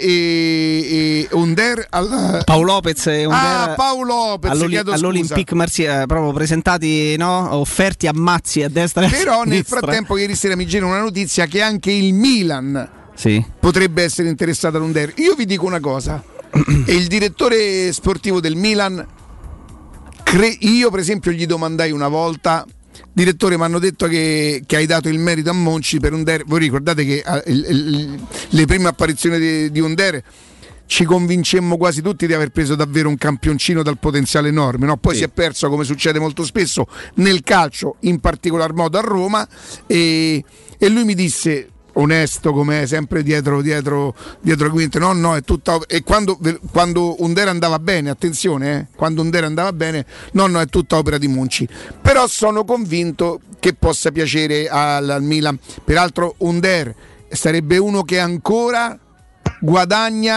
e Under. Al, Paolo Lopez e Under. Ah, Paolo Lopez, all'Oli- all'Olympique Marseille, proprio presentati, no? Offerti a mazzi a destra e a Però nel sinistra. frattempo ieri sera mi gira una notizia che anche il Milan sì. potrebbe essere interessato ad Under. Io vi dico una cosa, e il direttore sportivo del Milan, cre- io per esempio gli domandai una volta: direttore, mi hanno detto che, che hai dato il merito a Monchi per Under. Voi ricordate che eh, il, il, le prime apparizioni di, di Under ci convincemmo quasi tutti di aver preso davvero un campioncino dal potenziale enorme, no? Poi sì. si è perso, come succede molto spesso nel calcio, in particolar modo a Roma, e, e lui mi disse, onesto come sempre dietro dietro dietro quinte, no no è tutta, e quando, quando Under andava bene, attenzione eh, quando Under andava bene, no no è tutta opera di Monchi, però sono convinto che possa piacere al, al Milan. Peraltro Under sarebbe uno che ancora guadagna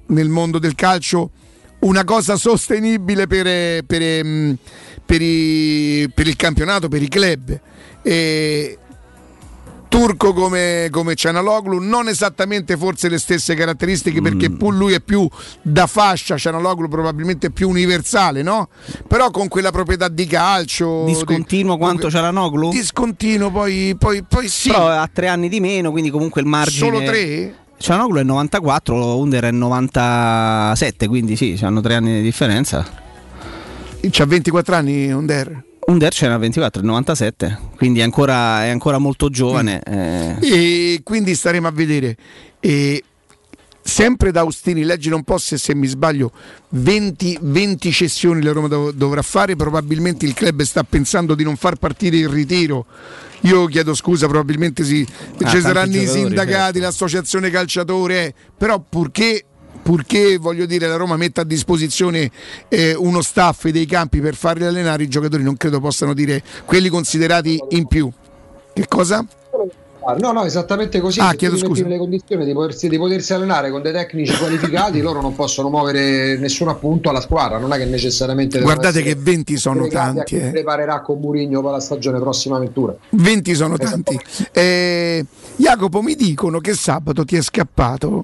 nel mondo del calcio una cosa sostenibile per, per, per, i, per il campionato, per i club. E Turco come, come Çalhanoğlu, non esattamente forse le stesse caratteristiche, perché mm. lui è più da fascia, Çalhanoğlu probabilmente più universale, no? Però con quella proprietà di calcio. Discontinuo di, quanto Çalhanoğlu? Discontinuo, poi, poi, poi sì. Però ha tre anni di meno, quindi comunque il margine. Solo tre? Çalhanoğlu è novantaquattro, Under è novantasette, quindi sì, hanno tre anni di differenza. C'ha ventiquattro anni Under? Under c'era ventiquattro, il novantasette, quindi è ancora, è ancora molto giovane. Mm. Eh. E quindi staremo a vedere. E sempre da Austini, leggere un po' se, se mi sbaglio, venti, venti cessioni la Roma dov- dovrà fare, probabilmente il club sta pensando di non far partire il ritiro. Io chiedo scusa, probabilmente sì, ah, ci saranno i sindacati, certo, l'associazione calciatore, però purché purché voglio dire la Roma metta a disposizione eh, uno staff dei campi per farli allenare, i giocatori non credo possano dire quelli considerati in più. Che cosa? No, no, esattamente così. Ah, se chiedo tu scusa. metti le condizioni di potersi, di potersi allenare con dei tecnici qualificati, loro non possono muovere nessun appunto alla squadra, non è che necessariamente. Guardate che venti sono tanti. Eh. Preparerà con Mourinho per la stagione prossima avventura. venti sono tanti. Eh, Jacopo, mi dicono che sabato ti è scappato.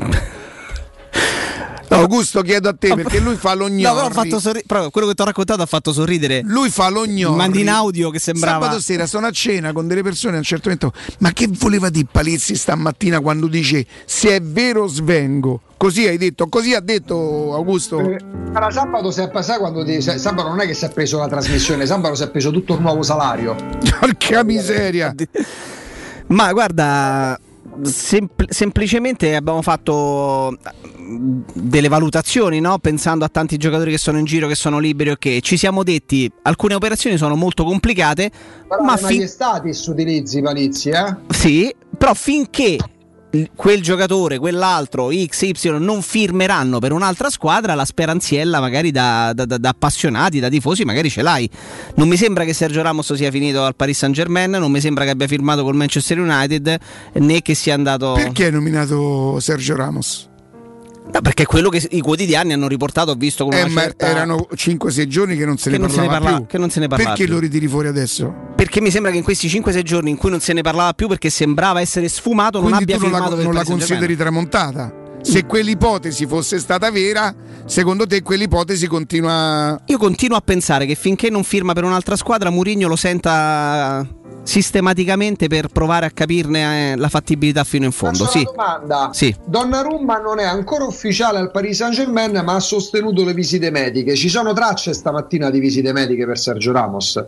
No, Augusto, chiedo a te perché lui fa l'ognorri. No, però ha fatto sorri- però quello che ti ho raccontato ha fatto sorridere. Lui fa l'ognorri. Mandi in audio che sembrava. Sabato sera sono a cena con delle persone a un certo momento. Ma che voleva dire Palizzi stamattina quando dice se è vero svengo? Così hai detto, così ha detto Augusto. Eh, allora, sabato si è passato quando ti, sabato non è che si è preso la trasmissione, sabato si è preso tutto il nuovo salario. Porca miseria. Ma guarda, Sempl- semplicemente abbiamo fatto delle valutazioni, no? Pensando a tanti giocatori che sono in giro, che sono liberi, ok. Ci siamo detti alcune operazioni sono molto complicate, però ma fin- fin- statis utilizzi Palizzi, eh? Sì, però finché quel giocatore, quell'altro, X Y non firmeranno per un'altra squadra, la speranziella magari da, da, da, da appassionati, da tifosi magari ce l'hai. Non mi sembra che Sergio Ramos sia finito al Paris Saint-Germain, non mi sembra che abbia firmato col Manchester United, né che sia andato. Perché hai nominato Sergio Ramos? No, perché quello che i quotidiani hanno riportato, ho visto con una eh, certa... ma erano cinque sei giorni che non se, che ne, non parlava se ne parla... più. Che non se ne parlava perché più. lo ritiri fuori adesso? Perché mi sembra che in questi cinque sei giorni in cui non se ne parlava più, perché sembrava essere sfumato, quindi non abbia tu non firmato la, per non la Paris consideri tramontata? Se quell'ipotesi fosse stata vera, secondo te quell'ipotesi continua? Io continuo a pensare che finché non firma per un'altra squadra Mourinho lo senta sistematicamente per provare a capirne la fattibilità fino in fondo. Faccio sì. una domanda. Sì. Donnarumma non è ancora ufficiale al Paris Saint-Germain, ma ha sostenuto le visite mediche. Ci sono tracce stamattina di visite mediche per Sergio Ramos?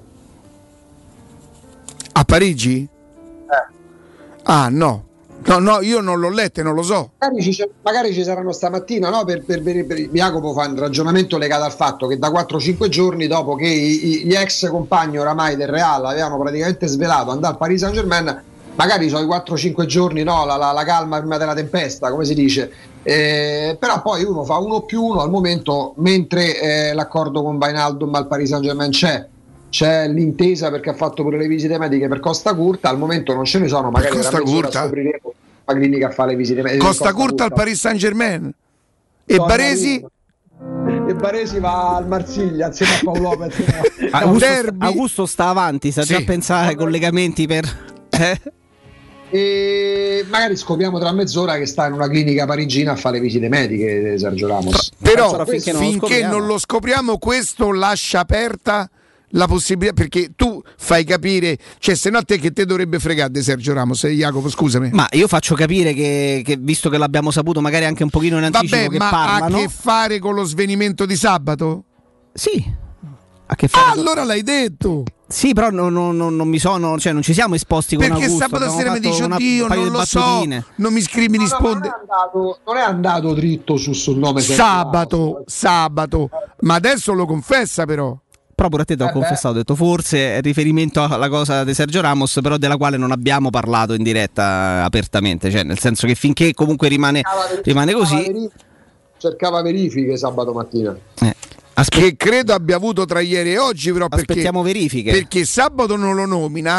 A Parigi? Eh. Ah no. No, no, io non l'ho letto e non lo so. Magari ci, magari ci saranno stamattina, no? Per, per, per, per Jacopo fa un ragionamento legato al fatto che da quattro cinque giorni dopo che i, i, gli ex compagni oramai del Real avevano praticamente svelato andare al Paris Saint-Germain, magari sono i quattro cinque giorni, no? La, la, la calma prima della tempesta, come si dice. Eh, però poi uno fa uno più uno al momento, mentre eh, l'accordo con Wijnaldum al Paris Saint-Germain c'è. C'è l'intesa perché ha fatto pure le visite mediche per Costa Curta, al momento non ce ne sono, magari Costa Curta scopriremo la clinica a fare le visite mediche. Costa, Costa Curta, Curta al Paris Saint-Germain e Donna Baresi Rima. E Baresi va al Marsiglia insieme a Paolo Lopez. Augusto, Augusto sta avanti, sta sì. già a pensare ai collegamenti per eh? E magari scopriamo tra mezz'ora che sta in una clinica parigina a fare le visite mediche Sergio Ramos. Però, però finché, non, finché lo non lo scopriamo, questo lascia aperta la possibilità, perché tu fai capire, cioè se no a te che te dovrebbe fregare di Sergio Ramos, eh, Jacopo, scusami. Ma io faccio capire che, che visto che l'abbiamo saputo magari anche un pochino in anticipo. Vabbè, che ma parlano, ha a che fare con lo svenimento di sabato? Sì. A che fare ah, con... allora l'hai detto. Sì, però non, non, non mi sono, cioè non ci siamo esposti con perché Augusto. Perché sabato sera mi dice una, oddio, non lo so, non mi scrivi, mi no, risponde. No, non, è andato, non è andato dritto su, sul nome sabato, sabato, ma adesso lo confessa però. Però pure a te ti ho eh confessato, ho detto forse è riferimento alla cosa di Sergio Ramos, però della quale non abbiamo parlato in diretta apertamente, cioè nel senso che finché comunque rimane, cercava, rimane così. Cercava verifiche, cercava verifiche sabato mattina. Eh. Aspe- che credo abbia avuto tra ieri e oggi, però perché, aspettiamo verifiche. Perché sabato non lo nomina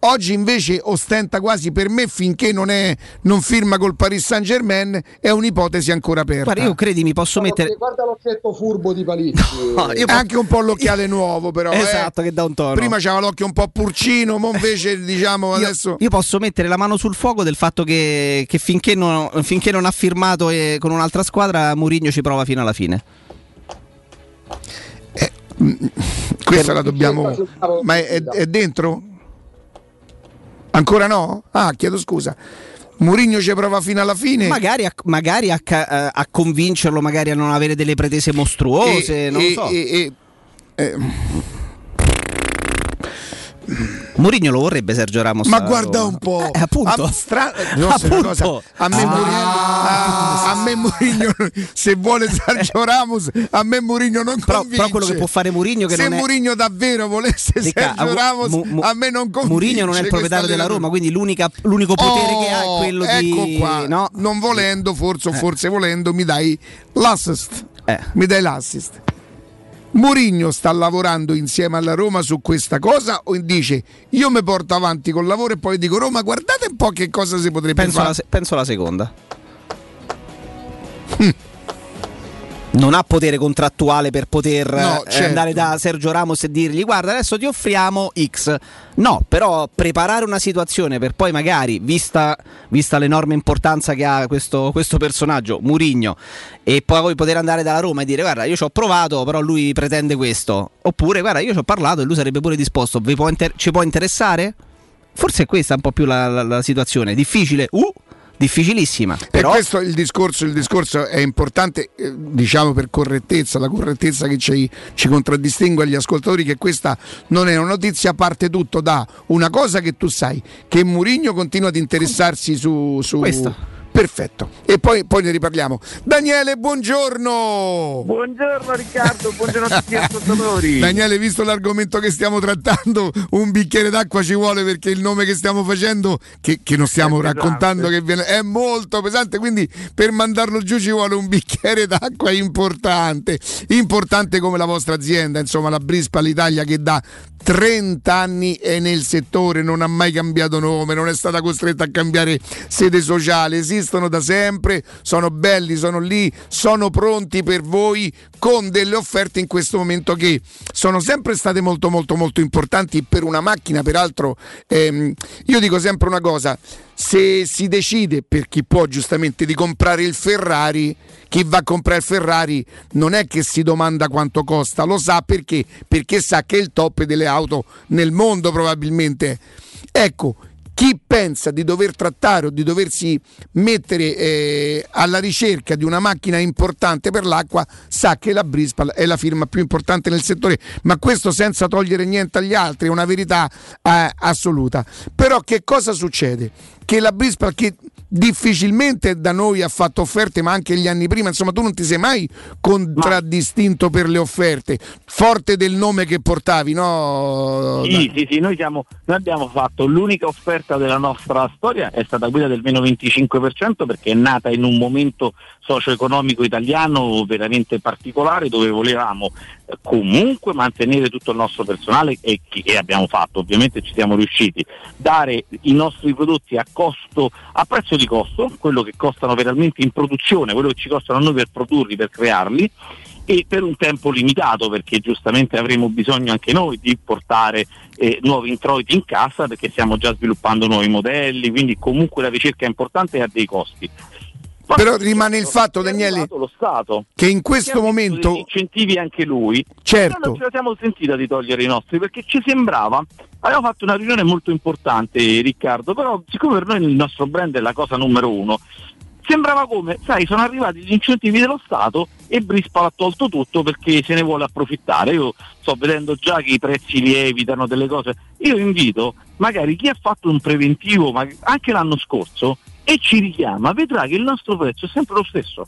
oggi invece ostenta quasi, per me finché non, è, non firma col Paris Saint-Germain è un'ipotesi ancora aperta. Guarda, io credi mi posso guarda, mettere guarda l'occhietto furbo di Palizzi. No, io anche un po' l'occhiale nuovo però esatto, eh. che dà un tono. Prima c'aveva l'occhio un po' purcino, ma invece diciamo io, adesso io posso mettere la mano sul fuoco del fatto che, che finché, non, finché non ha firmato e, con un'altra squadra Mourinho ci prova fino alla fine. eh, questa la dobbiamo, ma è, è, è dentro? Ancora no? Ah, chiedo scusa. Mourinho ci prova fino alla fine, magari, a, magari a, a, a convincerlo, magari a non avere delle pretese mostruose, e, non e, lo so. E, e, eh. Mourinho lo vorrebbe Sergio Ramos, ma guarda Roma. Un po', eh, appunto. A, stra- appunto. Cosa, a me, ah. Mourinho, a, a me Mourinho se vuole Sergio Ramos, a me Mourinho non però, convince. Però quello che può fare Mourinho, che se non è... Mourinho davvero volesse Dica, Sergio Ramos, mu, mu, a me non convince. Mourinho non è il proprietario della Roma, quindi l'unica, l'unico potere oh, che ha è quello ecco di qua. No? Non volendo, forse o eh. forse volendo, mi dai l'assist. Eh. Mi dai l'assist. Mourinho sta lavorando insieme alla Roma su questa cosa o dice io mi porto avanti col lavoro e poi dico Roma guardate un po' che cosa si potrebbe penso fare. La, penso la seconda. Hm. Non ha potere contrattuale per poter no, certo. andare da Sergio Ramos e dirgli guarda adesso ti offriamo X. No, però preparare una situazione per poi magari, vista, vista l'enorme importanza che ha questo, questo personaggio, Mourinho, e poi poter andare dalla Roma e dire guarda io ci ho provato però lui pretende questo, oppure guarda io ci ho parlato e lui sarebbe pure disposto, vi può inter- ci può interessare? Forse è questa un po' più la, la, la situazione, difficile, uh difficilissima, però... E questo il discorso, il discorso è importante, eh, diciamo per correttezza, la correttezza che ci, ci contraddistingue agli ascoltatori, che questa non è una notizia, parte tutto da una cosa che tu sai, che Mourinho continua ad interessarsi su... su... Questa. Perfetto, e poi, poi ne riparliamo. Daniele, buongiorno. Buongiorno Riccardo, buongiorno a tutti gli ascoltatori. Daniele, visto l'argomento che stiamo trattando, un bicchiere d'acqua ci vuole, perché il nome che stiamo facendo, che, che non stiamo è raccontando, che viene, è molto pesante, quindi per mandarlo giù ci vuole un bicchiere d'acqua importante, importante come la vostra azienda, insomma la Brispal Italia, che da trenta anni è nel settore, non ha mai cambiato nome, non è stata costretta a cambiare sede sociale, esistono da sempre, sono belli, sono lì, sono pronti per voi con delle offerte in questo momento che sono sempre state molto molto molto importanti per una macchina. Peraltro ehm, io dico sempre una cosa: se si decide, per chi può giustamente, di comprare il Ferrari, chi va a comprare il Ferrari non è che si domanda quanto costa, lo sa perché? Perché sa che è il top delle auto nel mondo probabilmente. Ecco, chi pensa di dover trattare o di doversi mettere eh, alla ricerca di una macchina importante per l'acqua sa che la Brispal è la firma più importante nel settore, ma questo senza togliere niente agli altri, è una verità eh, assoluta. Però che cosa succede? Che la Brispal, che difficilmente da noi ha fatto offerte, ma anche gli anni prima, insomma tu non ti sei mai contraddistinto per le offerte, forte del nome che portavi, no? Sì, sì, sì, noi, siamo, noi abbiamo fatto l'unica offerta della nostra storia, è stata quella del meno venticinque per cento, perché è nata in un momento socio-economico italiano veramente particolare, dove volevamo comunque mantenere tutto il nostro personale, e che abbiamo fatto, ovviamente ci siamo riusciti, dare i nostri prodotti a costo, a prezzo di costo, quello che costano veramente in produzione, quello che ci costano a noi per produrli, per crearli, e per un tempo limitato, perché giustamente avremo bisogno anche noi di portare eh, nuovi introiti in casa, perché stiamo già sviluppando nuovi modelli, quindi comunque la ricerca è importante e ha dei costi. Poi però rimane il fatto, Daniele, lo Stato, che in questo che momento degli incentivi anche lui, certo, non ce la siamo sentita di togliere i nostri, perché ci sembrava, abbiamo fatto una riunione molto importante, Riccardo, però siccome per noi il nostro brand è la cosa numero uno, sembrava come, sai, sono arrivati gli incentivi dello Stato e Brispal ha tolto tutto perché se ne vuole approfittare. Io sto vedendo già che i prezzi lievitano, delle cose. Io invito magari chi ha fatto un preventivo, ma anche l'anno scorso, e ci richiama, vedrà che il nostro prezzo è sempre lo stesso.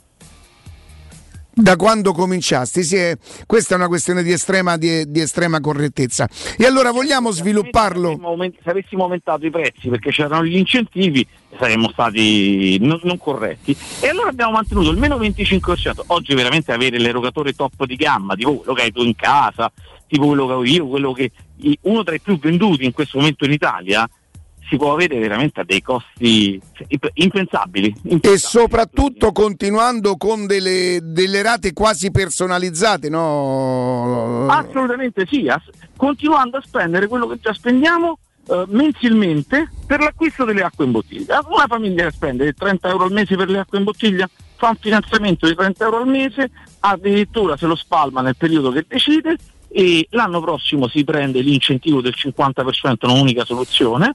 Da quando cominciasti, sì, è, questa è una questione di estrema, di, di estrema correttezza. E allora vogliamo svilupparlo? Se avessimo aumentato i prezzi perché c'erano gli incentivi, saremmo stati non, non corretti, e allora abbiamo mantenuto il meno venticinque per cento. Oggi veramente avere l'erogatore top di gamma, tipo quello che hai tu in casa, tipo quello che ho io, quello che uno tra i più venduti in questo momento in Italia, si può avere veramente a dei costi impensabili, impensabili. E soprattutto continuando con delle, delle rate quasi personalizzate, no? Assolutamente sì, ass- continuando a spendere quello che già spendiamo uh, mensilmente per l'acquisto delle acque in bottiglia. Una famiglia che spende trenta euro al mese per le acque in bottiglia fa un finanziamento di trenta euro al mese, addirittura se lo spalma nel periodo che decide, e l'anno prossimo si prende l'incentivo del cinquanta per cento, un'unica soluzione,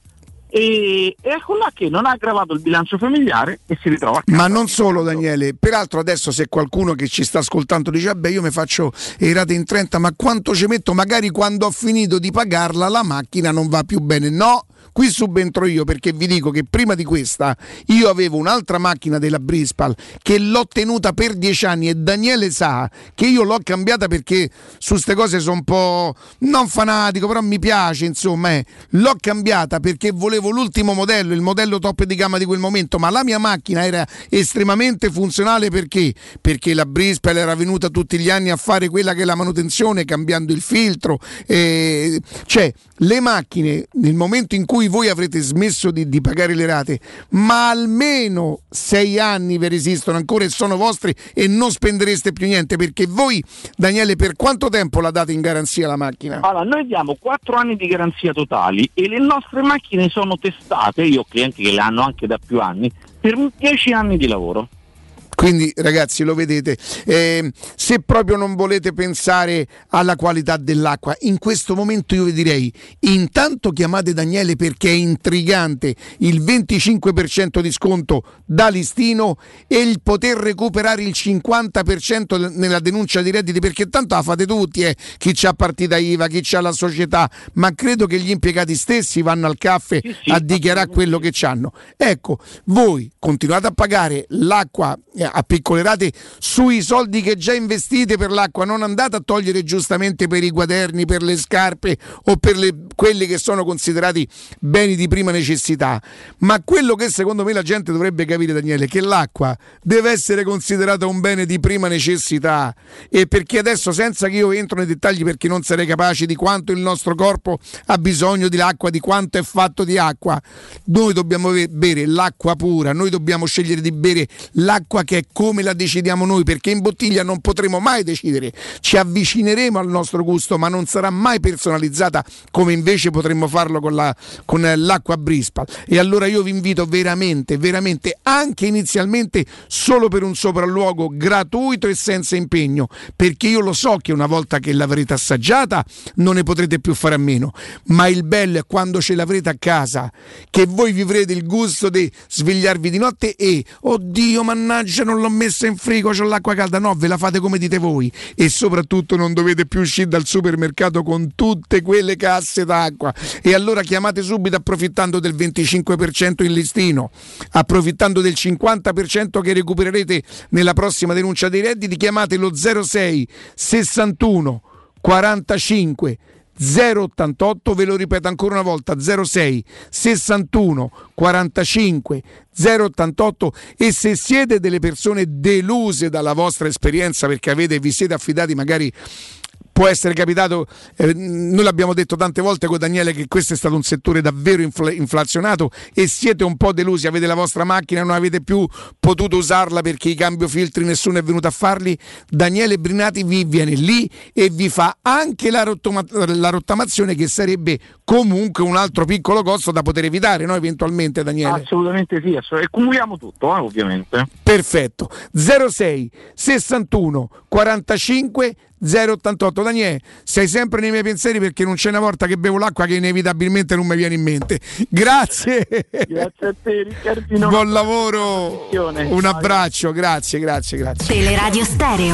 e ecco là che non ha aggravato il bilancio familiare e si ritrova a casa. Ma non solo, Daniele, peraltro adesso se qualcuno che ci sta ascoltando dice vabbè io mi faccio le rate in trenta, ma quanto ci metto? Magari quando ho finito di pagarla la macchina non va più bene. No, qui subentro io, perché vi dico che prima di questa io avevo un'altra macchina della Brispal che l'ho tenuta per dieci anni e Daniele sa che io l'ho cambiata perché su ste cose sono un po' non fanatico, però mi piace, insomma, eh. L'ho cambiata perché volevo l'ultimo modello, il modello top di gamma di quel momento, ma la mia macchina era estremamente funzionale perché? Perché la Brispal era venuta tutti gli anni a fare quella che è la manutenzione, cambiando il filtro, eh, cioè le macchine nel momento in cui voi avrete smesso di, di pagare le rate, ma almeno sei anni vi resistono ancora e sono vostri e non spendereste più niente, perché voi, Daniele, per quanto tempo la date in garanzia la macchina? Allora, noi diamo quattro anni di garanzia totali e le nostre macchine sono testate, io ho clienti che le hanno anche da più anni, per dieci anni di lavoro. Quindi ragazzi, lo vedete, eh, se proprio non volete pensare alla qualità dell'acqua, in questo momento io vi direi intanto chiamate Daniele, perché è intrigante il venticinque per cento di sconto da listino e il poter recuperare il cinquanta per cento nella denuncia di redditi, perché tanto la fate tutti, eh, chi c'ha partita I V A, chi c'ha la società, ma credo che gli impiegati stessi vanno al caffè sì, sì, a dichiarare quello che c'hanno. Ecco, voi continuate a pagare l'acqua a piccole rate sui soldi che già investite per l'acqua, non andate a togliere giustamente per i quaderni, per le scarpe o per le, quelli che sono considerati beni di prima necessità. Ma quello che secondo me la gente dovrebbe capire, Daniele, è che l'acqua deve essere considerata un bene di prima necessità, e perché adesso, senza che io entro nei dettagli perché non sarei capace di quanto il nostro corpo ha bisogno di l'acqua, di quanto è fatto di acqua, noi dobbiamo bere l'acqua pura, noi dobbiamo scegliere di bere l'acqua che è come la decidiamo noi, perché in bottiglia non potremo mai decidere, ci avvicineremo al nostro gusto ma non sarà mai personalizzata come invece potremmo farlo con, la, con l'acqua Brispal. E allora io vi invito veramente, veramente, anche inizialmente solo per un sopralluogo gratuito e senza impegno, perché io lo so che una volta che l'avrete assaggiata non ne potrete più fare a meno, ma il bello è quando ce l'avrete a casa, che voi vivrete il gusto di svegliarvi di notte e oddio mannaggia non l'ho messa in frigo, c'ho l'acqua calda. No, ve la fate come dite voi, e soprattutto non dovete più uscire dal supermercato con tutte quelle casse d'acqua. E allora chiamate subito, approfittando del venticinque per cento in listino, approfittando del cinquanta per cento che recupererete nella prossima denuncia dei redditi, chiamate lo zero sei sessantuno quarantacinque zero ottantotto, ve lo ripeto ancora una volta, zero sei sessantuno quarantacinque zero ottantotto. E se siete delle persone deluse dalla vostra esperienza perché avete, vi siete affidati, magari può essere capitato, eh, noi l'abbiamo detto tante volte con Daniele che questo è stato un settore davvero infl- inflazionato e siete un po' delusi, avete la vostra macchina e non avete più potuto usarla perché i cambio filtri nessuno è venuto a farli, Daniele Brinati vi viene lì e vi fa anche la, rottoma- la rottamazione, che sarebbe comunque un altro piccolo costo da poter evitare, no? Eventualmente, Daniele. Assolutamente sì, assolut- e cumuliamo tutto, eh, ovviamente. Perfetto. zero sei sessantuno quarantacinque zero ottantotto. Daniele, sei sempre nei miei pensieri, perché non c'è una volta che bevo l'acqua che inevitabilmente non mi viene in mente. Grazie. Grazie a te, Riccardino. Buon lavoro. Un abbraccio, grazie, grazie, grazie. Teleradio Stereo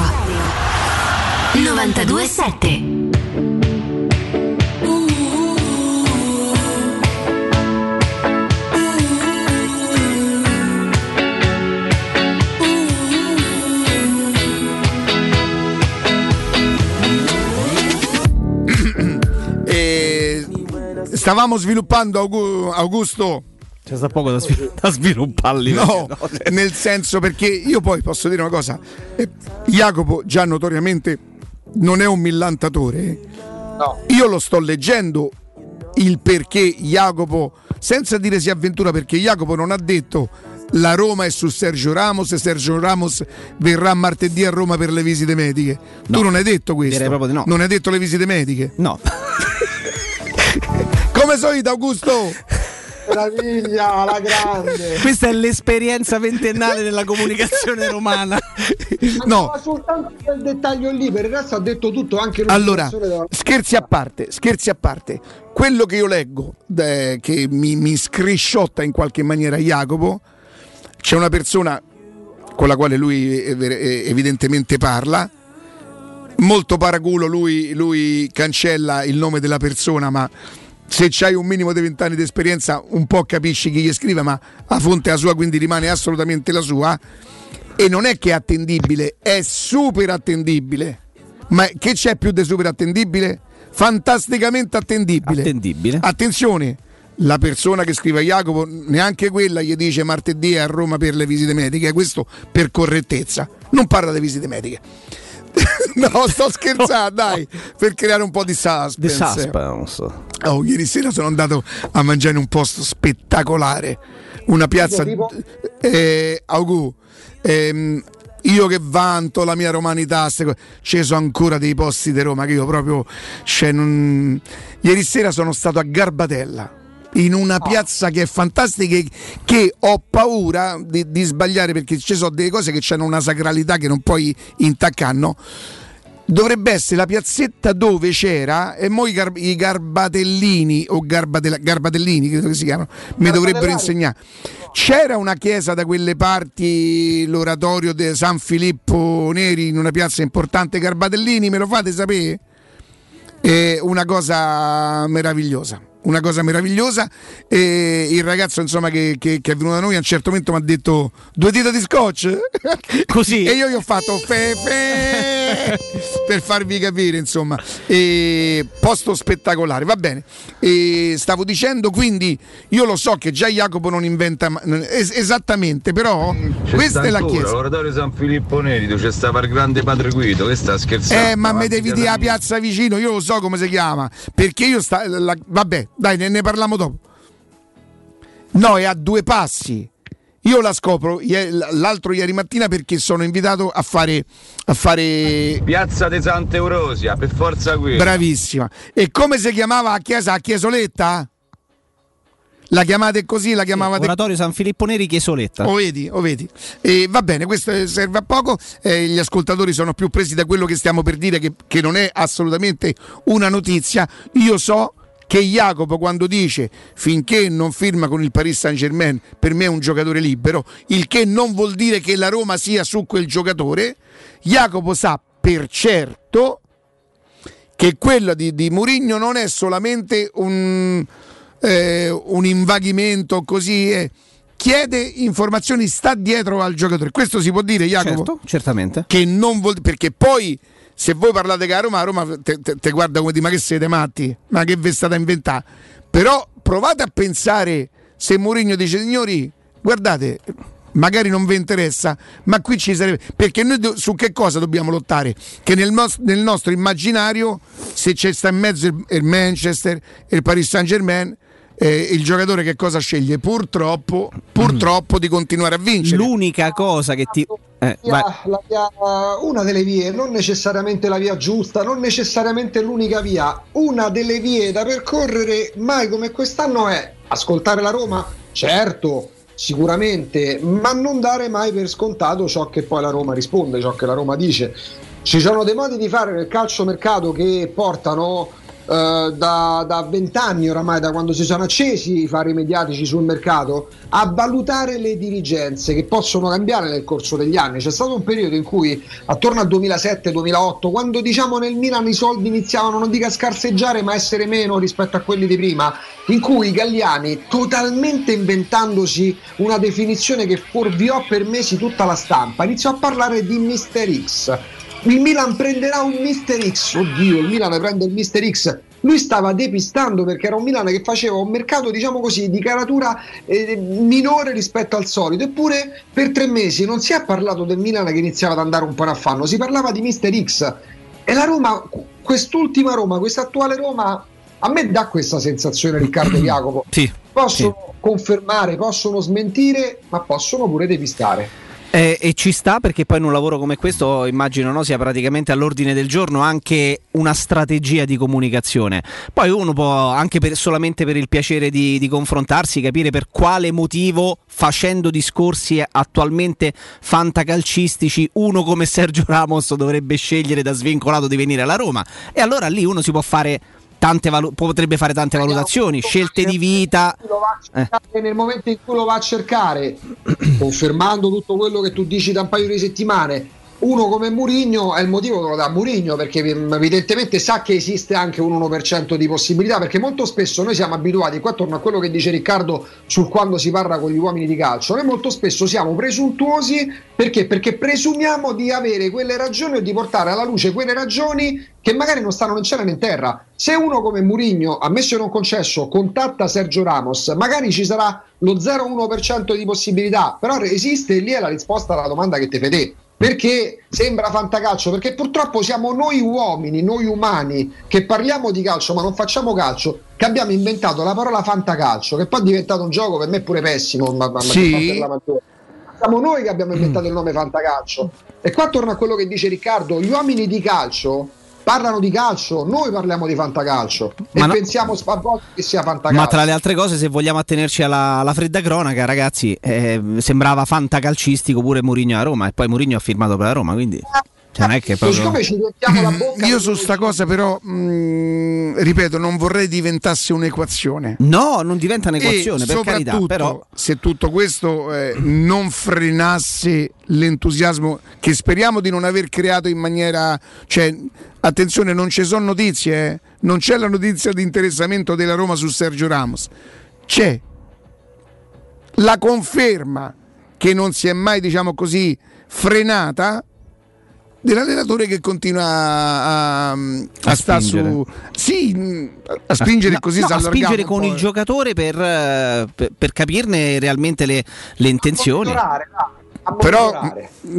novantadue sette. Stavamo sviluppando, Augusto, c'è sta poco da, svil- da svilupparli. No, no, nel senso, perché io poi posso dire una cosa, eh, Jacopo già notoriamente non è un millantatore, no. Io lo sto leggendo il perché Jacopo senza dire si avventura, perché Jacopo non ha detto la Roma è su Sergio Ramos e Sergio Ramos verrà martedì a Roma per le visite mediche. No, tu non hai detto questo? Direi proprio di no. Non hai detto le visite mediche? No. Come solito, Augusto? Meraviglia, la grande. Questa è l'esperienza ventennale della comunicazione romana. No, ma soltanto quel dettaglio lì, per il resto ha detto tutto, anche allora, della... scherzi a parte, scherzi a parte. Quello che io leggo, eh, che mi, mi scrisciotta in qualche maniera Jacopo, c'è una persona con la quale lui evidentemente parla, molto paraculo, lui, lui cancella il nome della persona, ma se c'hai un minimo di vent'anni di esperienza un po' capisci chi gli scrive, ma la fonte è la sua, quindi rimane assolutamente la sua. E non è che è attendibile, è super attendibile. Ma che c'è più di super attendibile? Fantasticamente attendibile. Attendibile. Attenzione, la persona che scrive a Jacopo, neanche quella gli dice martedì è a Roma per le visite mediche, questo per correttezza. Non parla di visite mediche. No, sto scherzando, dai, per creare un po' di suspense. Di suspense. Oh, ieri sera sono andato a mangiare in un posto spettacolare, una piazza eh, Augu, ehm, io che vanto la mia romanità, ci sono ancora dei posti di Roma che io proprio, cioè, non... ieri sera sono stato a Garbatella, in una piazza che è fantastica, che, che ho paura di, di sbagliare, perché ci sono delle cose che hanno una sacralità che non puoi intaccare. Dovrebbe essere la piazzetta dove c'era, e mo i, gar, i Garbatellini o Garbatella, Garbatellini credo che si chiamano, mi dovrebbero insegnare. C'era una chiesa da quelle parti, l'oratorio di San Filippo Neri, in una piazza importante. Garbatellini, me lo fate sapere? È una cosa meravigliosa. Una cosa meravigliosa. E il ragazzo, insomma, che, che, che è venuto da noi a un certo momento mi ha detto due dita di scotch così, e io gli ho fatto fe, fe, per farvi capire, insomma. E posto spettacolare, va bene. E stavo dicendo, quindi io lo so che già Jacopo non inventa es- esattamente, però c'è questa è la ancora, chiesa. l'oratorio San Filippo Neri, c'è stava il grande Padre Guido, che sta scherzando. Eh, ma me devi dire la piazza vicino, io lo so come si chiama, perché io sta, la, vabbè, dai, ne, ne parliamo dopo. No, è a due passi. Io la scopro l'altro ieri mattina perché sono invitato a fare a fare Piazza de Santa Eurosia, per forza qui. Bravissima. E come si chiamava a chiesa? A Chiesoletta? La chiamate così, la chiamavate Oratorio San Filippo Neri, Chiesoletta. O vedi, o vedi. E va bene, questo serve a poco. Eh, gli ascoltatori sono più presi da quello che stiamo per dire, che, che non è assolutamente una notizia. Io so che Jacopo, quando dice finché non firma con il Paris Saint-Germain, per me è un giocatore libero, il che non vuol dire che la Roma sia su quel giocatore. Jacopo sa per certo che quello di, di Mourinho non è solamente un, eh, un invaghimento così, eh. Chiede informazioni, sta dietro al giocatore. Questo si può dire, Jacopo? Certo, certamente. Che non vuol, perché poi se voi parlate che a Roma, a Roma te, te, te guarda come di ma che siete matti, ma che vi è stata inventata. Però provate a pensare, se Mourinho dice signori, guardate, magari non vi interessa, ma qui ci sarebbe, perché noi do, su che cosa dobbiamo lottare? Che nel, nos, nel nostro immaginario, se c'è sta in mezzo il, il Manchester e il Paris Saint-Germain, Eh, il giocatore che cosa sceglie? Purtroppo, purtroppo di continuare a vincere. L'unica cosa che ti eh, la, la via, una delle vie, non necessariamente la via giusta, non necessariamente l'unica via, una delle vie da percorrere mai come quest'anno è ascoltare la Roma, certo, sicuramente, ma non dare mai per scontato ciò che poi la Roma risponde, ciò che la Roma dice. Ci sono dei modi di fare nel calciomercato che portano Uh, da vent'anni oramai, da quando si sono accesi i fari mediatici sul mercato, a valutare le dirigenze che possono cambiare nel corso degli anni. C'è stato un periodo in cui attorno al duemilasette duemilaotto, quando diciamo nel Milan i soldi iniziavano, non dico a scarseggiare, ma a essere meno rispetto a quelli di prima, in cui Galliani, totalmente inventandosi una definizione che fuorviò per mesi tutta la stampa, iniziò a parlare di mister X. Il Milan prenderà un mister X, oddio, il Milan prende il mister X. Lui stava depistando, perché era un Milan che faceva un mercato, diciamo così, di caratura eh, minore rispetto al solito. Eppure per tre mesi non si è parlato del Milan che iniziava ad andare un po' in affanno, si parlava di mister X. E la Roma, quest'ultima Roma, questa attuale Roma, a me dà questa sensazione, Riccardo Jacopo. Sì. possono sì. confermare, possono smentire, ma possono pure depistare. Eh, e ci sta, perché poi in un lavoro come questo immagino, no, sia praticamente all'ordine del giorno anche una strategia di comunicazione. Poi uno può anche per, solamente per il piacere di, di confrontarsi, capire per quale motivo, facendo discorsi attualmente fantacalcistici, uno come Sergio Ramos dovrebbe scegliere da svincolato di venire alla Roma, e allora lì uno si può fare tante valu- potrebbe fare tante valutazioni, scelte di vita. Eh. Nel momento in cui lo va a cercare, confermando tutto quello che tu dici da un paio di settimane, uno come Mourinho, è il motivo che lo dà Mourinho, perché evidentemente sa che esiste anche un uno per cento di possibilità, perché molto spesso noi siamo abituati, qua torno a quello che dice Riccardo sul quando si parla con gli uomini di calcio, noi molto spesso siamo presuntuosi, perché? Perché presumiamo di avere quelle ragioni o di portare alla luce quelle ragioni che magari non stanno né in cielo né in terra. Se uno come Mourinho, ammesso e non concesso, contatta Sergio Ramos, magari ci sarà lo zero virgola uno per cento di possibilità, però esiste, e lì è la risposta alla domanda che te fai te. Perché sembra fantacalcio? Perché purtroppo siamo noi uomini, noi umani, che parliamo di calcio ma non facciamo calcio, che abbiamo inventato la parola fantacalcio, che poi è diventato un gioco per me pure pessimo, ma, ma sì. ma siamo noi che abbiamo inventato mm. il nome fantacalcio. E qua torno a quello che dice Riccardo, gli uomini di calcio parlano di calcio, noi parliamo di fantacalcio ma e no, pensiamo a volte che sia fantacalcio. Ma tra le altre cose, se vogliamo attenerci alla, alla fredda cronaca, ragazzi, eh, sembrava fantacalcistico pure Mourinho a Roma, e poi Mourinho ha firmato per la Roma, quindi cioè, non è che proprio... ci la bocca. Io su sta cosa però mh, ripeto, non vorrei diventasse un'equazione. No, non diventa un'equazione, e per carità, però se tutto questo eh, non frenasse l'entusiasmo che speriamo di non aver creato in maniera, cioè attenzione, non ci sono notizie, eh? Non c'è la notizia di interessamento della Roma su Sergio Ramos, c'è la conferma che non si è mai, diciamo così, frenata dell'allenatore che continua a, a, a, a stare su sì, a spingere no, così no, a spingere con il giocatore per, per, per capirne realmente le, le intenzioni. Però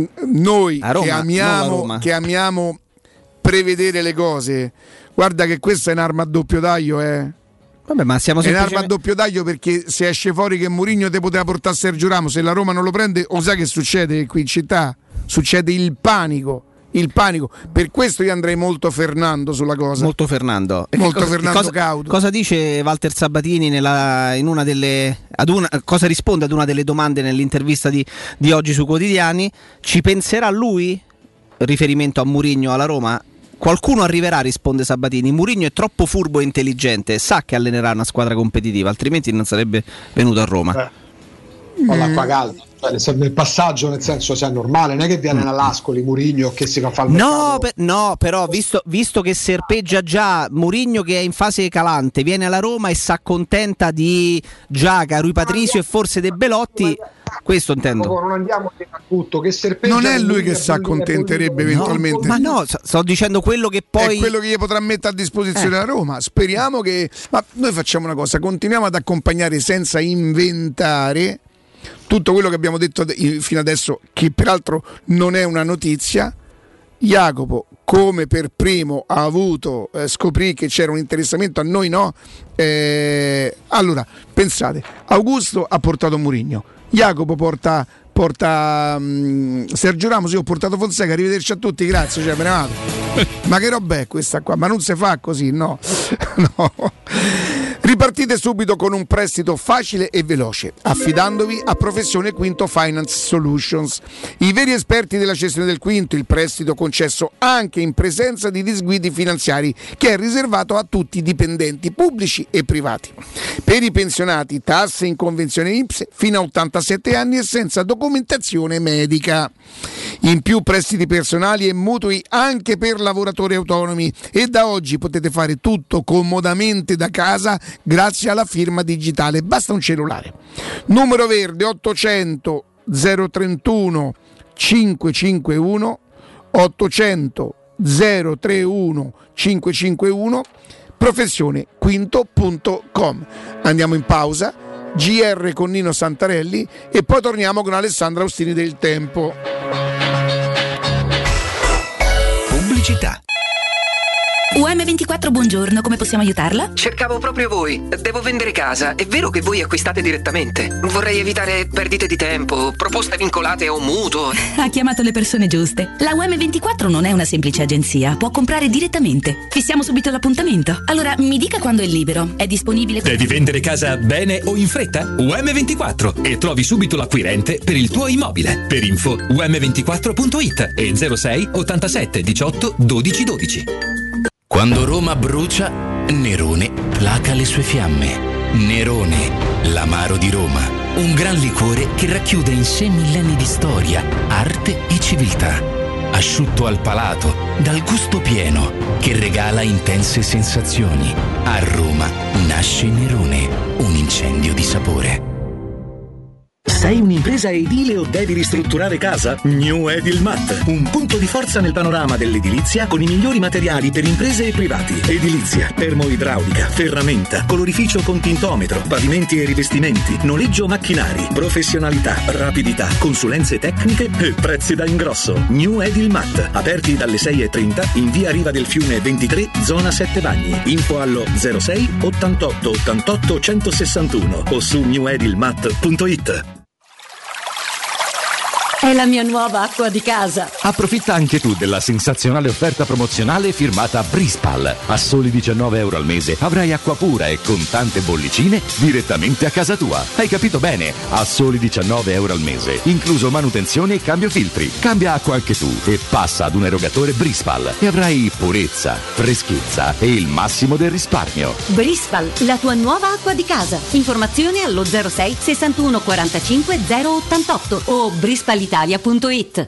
noi Roma, che amiamo che amiamo prevedere le cose, guarda che questa è un'arma a doppio taglio, eh. Vabbè, ma siamo è un'arma a doppio taglio, perché se esce fuori che Mourinho te poteva portare Sergio Ramos e la Roma non lo prende, o sai che succede qui in città? Succede il panico. Il panico, per questo io andrei molto Fernando sulla cosa. Molto Fernando. Molto cosa, Fernando cosa, cauto. Cosa dice Walter Sabatini nella, in una delle ad una, cosa risponde ad una delle domande nell'intervista di, di oggi su Quotidiani? Ci penserà lui? Riferimento a Mourinho alla Roma? Qualcuno arriverà, risponde Sabatini. Mourinho è troppo furbo e intelligente, sa che allenerà una squadra competitiva, altrimenti non sarebbe venuto a Roma. Eh. Con mm. l'acqua calda, cioè, nel passaggio, nel senso, sia normale, non è che viene mm. all'Ascoli Mourinho che si fa fare il no, per, no, però visto, visto che serpeggia già Mourinho, che è in fase calante, viene alla Roma e si accontenta di Giaca, Rui Patricio e forse De Belotti, questo intendo. Non andiamo a tutto, che serpeggia non è lui che si accontenterebbe eventualmente. No, ma no, sto dicendo quello che poi è quello che gli potrà mettere a disposizione eh. la Roma. Speriamo che, ma noi facciamo una cosa, continuiamo ad accompagnare senza inventare tutto quello che abbiamo detto fino adesso, che peraltro non è una notizia. Jacopo, come per primo, ha avuto eh, scoprì che c'era un interessamento, a noi no. Eh, allora, pensate, Augusto ha portato Mourinho, Jacopo porta, porta um, Sergio Ramos, io ho portato Fonseca, arrivederci a tutti, grazie, cioè me ne vado. Ma che roba è questa qua? Ma non si fa così, no? No. Ripartite subito con un prestito facile e veloce, affidandovi a Professione Quinto Finance Solutions, i veri esperti della gestione del quinto, il prestito concesso anche in presenza di disguidi finanziari, che è riservato a tutti i dipendenti pubblici e privati. Per i pensionati, tasse in convenzione I N P S fino a ottantasette anni e senza documentazione medica. In più prestiti personali e mutui anche per lavoratori autonomi, e da oggi potete fare tutto comodamente da casa grazie alla firma digitale, basta un cellulare. Numero verde ottocento zero trentuno cinquecentocinquantuno, ottocento zero trentuno cinquecentocinquantuno, professione quinto punto com. Andiamo in pausa, G R con Nino Santarelli e poi torniamo con Alessandra Austini del Tempo. Pubblicità. U M ventiquattro, buongiorno, come possiamo aiutarla? Cercavo proprio voi. Devo vendere casa. È vero che voi acquistate direttamente? Vorrei evitare perdite di tempo, proposte vincolate o mutuo. Ha chiamato le persone giuste. La U M ventiquattro non è una semplice agenzia, può comprare direttamente. Fissiamo subito l'appuntamento. Allora, mi dica quando è libero. È disponibile... Devi vendere casa bene o in fretta? U M ventiquattro e trovi subito l'acquirente per il tuo immobile. Per info u m ventiquattro punto it e zero sei ottantasette diciotto dodici dodici. Quando Roma brucia, Nerone placa le sue fiamme. Nerone, l'amaro di Roma. Un gran liquore che racchiude in sé millenni di storia, arte e civiltà. Asciutto al palato, dal gusto pieno, che regala intense sensazioni. A Roma nasce Nerone, un incendio di sapore. Sei un'impresa edile o devi ristrutturare casa? New Edilmat, un punto di forza nel panorama dell'edilizia con i migliori materiali per imprese e privati. Edilizia, termoidraulica, ferramenta, colorificio con tintometro, pavimenti e rivestimenti, noleggio macchinari, professionalità, rapidità, consulenze tecniche e prezzi da ingrosso. New Edilmat, aperti dalle sei e trenta in via Riva del Fiume ventitré, zona Sette Bagni. Info allo zero sei ottantotto ottantotto centosessantuno o su new edilmat punto it. È la mia nuova acqua di casa. Approfitta anche tu della sensazionale offerta promozionale firmata Brispal. A soli diciannove euro al mese avrai acqua pura e con tante bollicine direttamente a casa tua. Hai capito bene? A soli diciannove euro al mese, incluso manutenzione e cambio filtri. Cambia acqua anche tu e passa ad un erogatore Brispal e avrai purezza, freschezza e il massimo del risparmio. Brispal, la tua nuova acqua di casa. Informazioni allo zero sei sessantuno quarantacinque zero ottantotto o brispal italia punto it.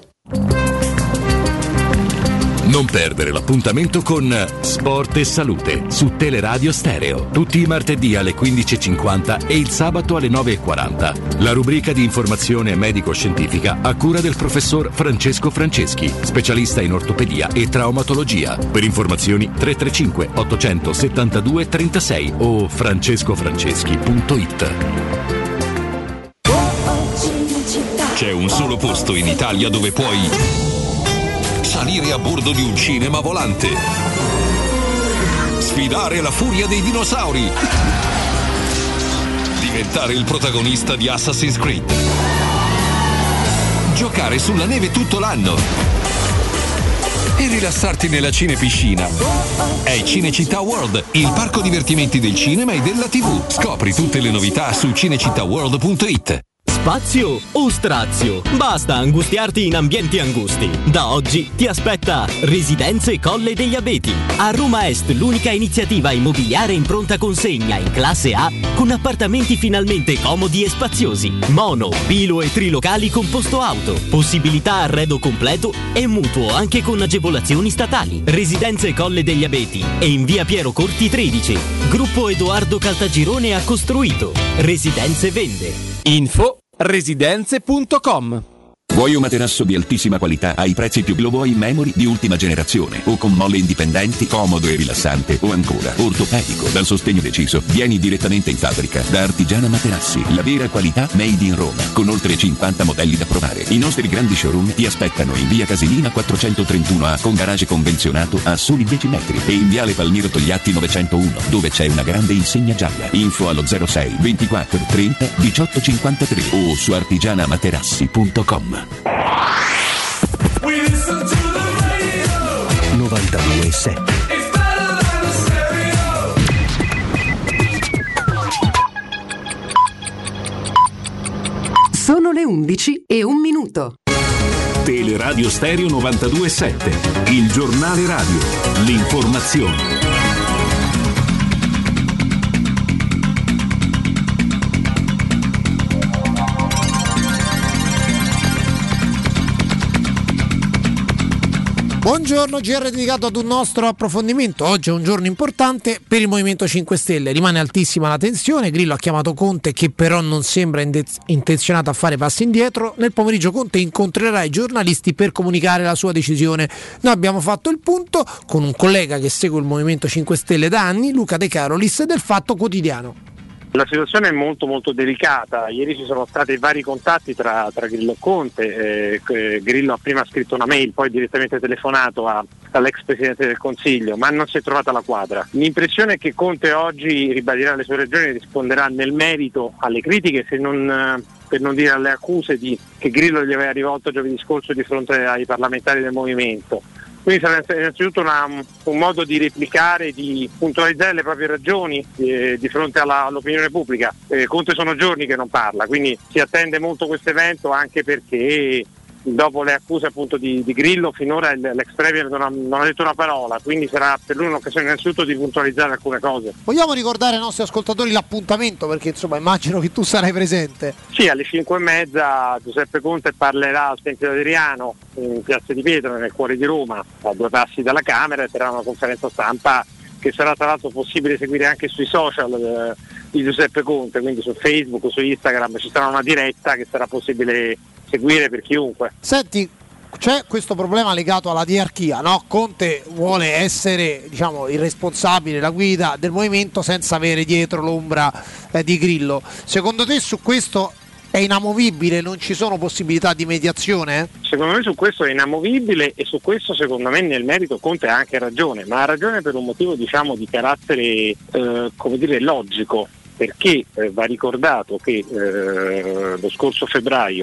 Non perdere l'appuntamento con Sport e Salute su Teleradio Stereo. Tutti i martedì alle quindici e cinquanta e il sabato alle nove e quaranta. La rubrica di informazione medico-scientifica a cura del professor Francesco Franceschi, specialista in ortopedia e traumatologia. Per informazioni tre tre cinque ottocentosettantadue trentasei o francescofranceschi punto it. C'è un solo posto in Italia dove puoi salire a bordo di un cinema volante, sfidare la furia dei dinosauri, diventare il protagonista di Assassin's Creed, giocare sulla neve tutto l'anno e rilassarti nella cinepiscina. È Cinecittà World, il parco divertimenti del cinema e della tivù. Scopri tutte le novità su cinecittà world punto it. Spazio o strazio? Basta angustiarti in ambienti angusti. Da oggi ti aspetta Residenze Colle degli Abeti. A Roma Est l'unica iniziativa immobiliare in pronta consegna in classe A con appartamenti finalmente comodi e spaziosi. Mono, bilo e trilocali con posto auto. Possibilità arredo completo e mutuo anche con agevolazioni statali. Residenze Colle degli Abeti e in via Piero Corti tredici. Gruppo Edoardo Caltagirone ha costruito. Residenze vende. Info residenze punto com. Vuoi un materasso di altissima qualità ai prezzi più lo vuoi in memory di ultima generazione o con molle indipendenti, comodo e rilassante o ancora ortopedico dal sostegno deciso? Vieni direttamente in fabbrica da Artigiana Materassi, la vera qualità made in Roma con oltre cinquanta modelli da provare. I nostri grandi showroom ti aspettano in via Casilina quattrocentotrentuno A con garage convenzionato a soli dieci metri e in viale Palmiro Togliatti novecentouno dove c'è una grande insegna gialla. Info allo zero sei ventiquattro trenta diciotto cinquantatré o su artigianamaterassi punto com. novantadue sette. Sono le undici e un minuto. Teleradio Stereo novantadue sette, il giornale radio, l'informazione. Buongiorno, G R dedicato ad un nostro approfondimento. Oggi è un giorno importante per il Movimento cinque Stelle. Rimane altissima la tensione. Grillo ha chiamato Conte, che però non sembra intenzionato a fare passi indietro. Nel pomeriggio Conte incontrerà i giornalisti per comunicare la sua decisione. Noi abbiamo fatto il punto con un collega che segue il Movimento cinque Stelle da anni, Luca De Carolis, del Fatto Quotidiano. La situazione è molto molto delicata, ieri ci sono stati vari contatti tra, tra Grillo e Conte, eh, Grillo ha prima scritto una mail, poi direttamente telefonato a, all'ex Presidente del Consiglio, ma non si è trovata la quadra. L'impressione è che Conte oggi ribadirà le sue ragioni e risponderà nel merito alle critiche, se non, per non dire alle accuse di, che Grillo gli aveva rivolto giovedì scorso di fronte ai parlamentari del Movimento. Quindi sarà innanzitutto una, un modo di replicare, di puntualizzare le proprie ragioni eh, di fronte alla, all'opinione pubblica. Eh, Conte sono giorni che non parla, quindi si attende molto questo evento, anche perché dopo le accuse appunto di, di Grillo finora il, l'ex Premier non ha, non ha detto una parola, quindi sarà per lui un'occasione innanzitutto di puntualizzare alcune cose. Vogliamo ricordare ai nostri ascoltatori l'appuntamento, perché insomma immagino che tu sarai presente. Sì, alle cinque e mezza Giuseppe Conte parlerà al Tempio Adriano in Piazza di Pietro, nel cuore di Roma, a due passi dalla Camera, e terrà una conferenza stampa che sarà tra l'altro possibile seguire anche sui social eh, di Giuseppe Conte, quindi su Facebook o su Instagram ci sarà una diretta che sarà possibile seguire per chiunque. Senti, c'è questo problema legato alla diarchia, no? Conte vuole essere, diciamo, il responsabile, la guida del movimento senza avere dietro l'ombra eh, di Grillo. Secondo te su questo è inamovibile, non ci sono possibilità di mediazione? Secondo me su questo è inamovibile, e su questo secondo me nel merito Conte ha anche ragione, ma ha ragione per un motivo, diciamo, di carattere eh, come dire logico. Perché eh, va ricordato che eh, lo scorso febbraio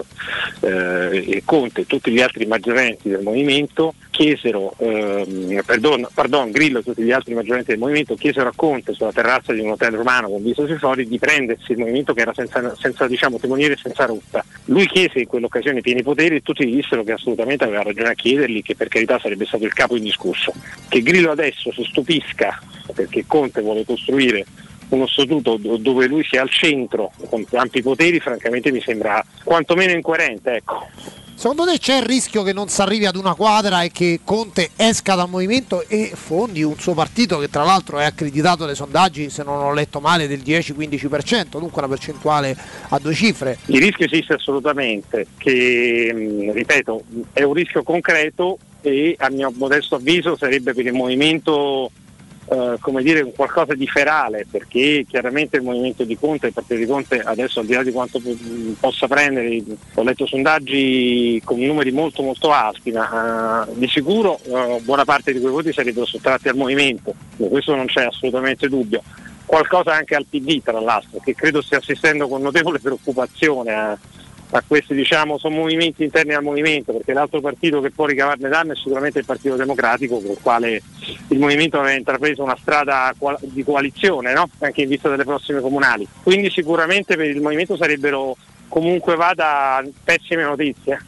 eh, Conte e tutti gli altri maggiorenti del movimento chiesero, eh, perdon, pardon, Grillo e tutti gli altri maggiorenti del movimento chiesero a Conte sulla terrazza di un hotel romano con vista sui fori di prendersi il movimento, che era senza, senza diciamo, timoniere e senza rotta. Lui chiese in quell'occasione pieni poteri e tutti gli dissero che assolutamente aveva ragione a chiederli, che per carità sarebbe stato il capo indiscusso. Che Grillo adesso si stupisca perché Conte vuole costruire uno statuto dove lui sia al centro con ampi poteri, francamente mi sembra quantomeno incoerente, ecco. Secondo te c'è il rischio che non si arrivi ad una quadra e che Conte esca dal movimento e fondi un suo partito che tra l'altro è accreditato dai sondaggi, se non ho letto male, del dieci quindici per cento, dunque una percentuale a due cifre? Il rischio esiste assolutamente, che ripeto è un rischio concreto e a mio modesto avviso sarebbe per il movimento Uh, come dire un qualcosa di ferale, perché chiaramente il movimento di Conte, il partito di Conte adesso, al di là di quanto p- possa prendere, ho letto sondaggi con numeri molto molto alti, ma uh, di sicuro uh, buona parte di quei voti sarebbero sottratti al movimento, e questo non c'è assolutamente dubbio. Qualcosa anche al P D tra l'altro, che credo stia assistendo con notevole preoccupazione a a questi, diciamo, sono movimenti interni al movimento, perché l'altro partito che può ricavarne danno è sicuramente il Partito Democratico, con il quale il movimento aveva intrapreso una strada di coalizione, no? Anche in vista delle prossime comunali. Quindi sicuramente per il movimento sarebbero comunque vada pessime notizie.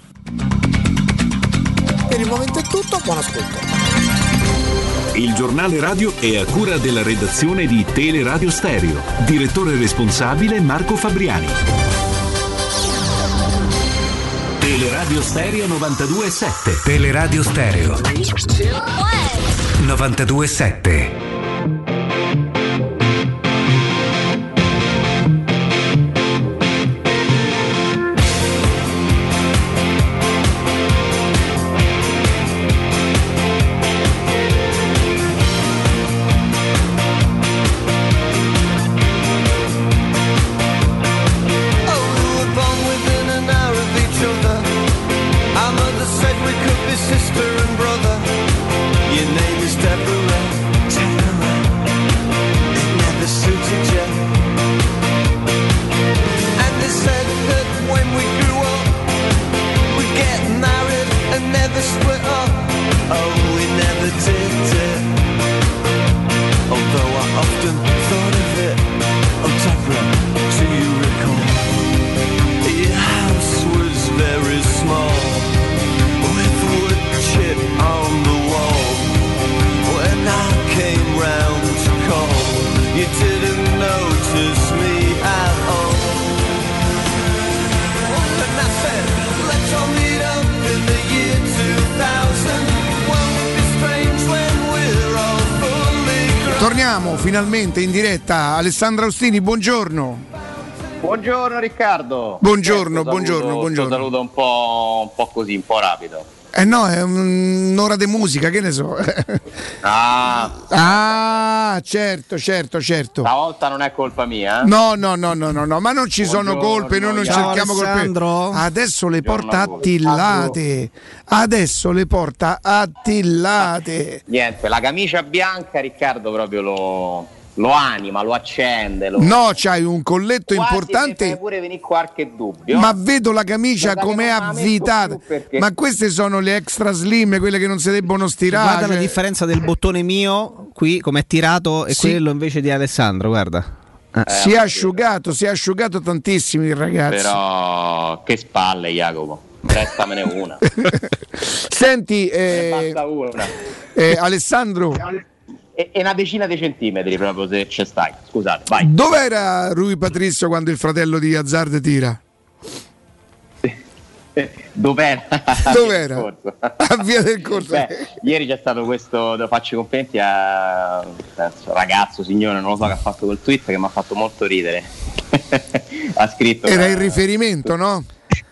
Per il momento è tutto, buon ascolto. Il giornale radio è a cura della redazione di Teleradio Stereo. Direttore responsabile Marco Fabriani. Teleradio Stereo novantadue virgola sette. Teleradio Stereo novantadue virgola sette. Torniamo finalmente in diretta. Alessandra Austini, buongiorno. Buongiorno Riccardo. Buongiorno, certo, buongiorno, saluto, buongiorno. Saluto un po', un po' così, un po' rapido. Eh no, è un'ora di musica, che ne so. Ah, ah, certo, certo, certo. Stavolta non è colpa mia. Eh? No, no, no, no, no, no, ma non ci Buongiorno, sono colpe, noi non ciao, cerchiamo Alessandro. colpe. Adesso le Buongiorno porta a voi. attillate. Adesso le porta attillate. Niente, la camicia bianca, Riccardo, proprio lo, lo anima, lo accende. Lo... No, c'hai un colletto Quasi importante. mi fai pure venire qualche dubbio. Ma vedo la camicia Ma com'è non la metto avvitata. più perché- Ma queste sono le extra slim, quelle che non si debbono stirare. Guarda la cioè- differenza del bottone mio qui come è tirato e Sì. quello invece di Alessandro, guarda. Eh. Si è asciugato, si è asciugato tantissimo il ragazzo. Però che spalle, Jacopo. Restamene una. Senti, Ne eh, basta una. eh, Alessandro, E, e una decina di centimetri proprio se ci stai. Scusate, vai. dov'era Rui Patrizio quando il fratello di Hazard tira? Dov'era? Dov'era? Via del Corso. A Via del Corso. Beh, ieri c'è stato questo, devo faccio i complimenti a penso, ragazzo, signore, non lo so, che ha fatto quel tweet che mi ha fatto molto ridere. Ha scritto Era eh, il riferimento, no?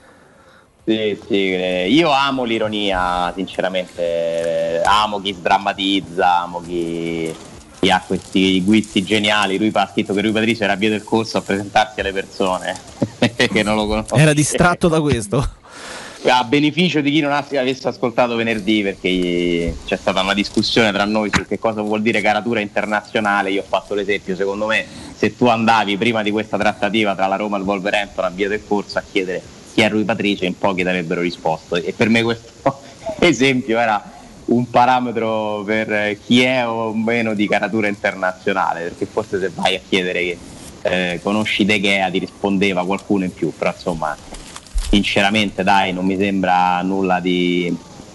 Sì, sì, eh, io amo l'ironia, sinceramente, eh, amo chi sdrammatizza, amo chi, chi ha questi guizzi geniali. Lui ha scritto che Rui Patrizio era a Via del Corso a presentarsi alle persone che non lo conoscono. Era distratto da questo. A beneficio di chi non avesse ascoltato venerdì, perché c'è stata una discussione tra noi su che cosa vuol dire caratura internazionale. Io ho fatto l'esempio, secondo me se tu andavi prima di questa trattativa tra la Roma e il Wolverhampton a Via del Corso a chiedere chi è Rui Patrizio, in pochi ti avrebbero risposto, e per me questo esempio era un parametro per chi è o meno di caratura internazionale, perché forse se vai a chiedere che eh, conosci De Gea ti rispondeva qualcuno in più, però insomma sinceramente dai, non mi sembra nulla di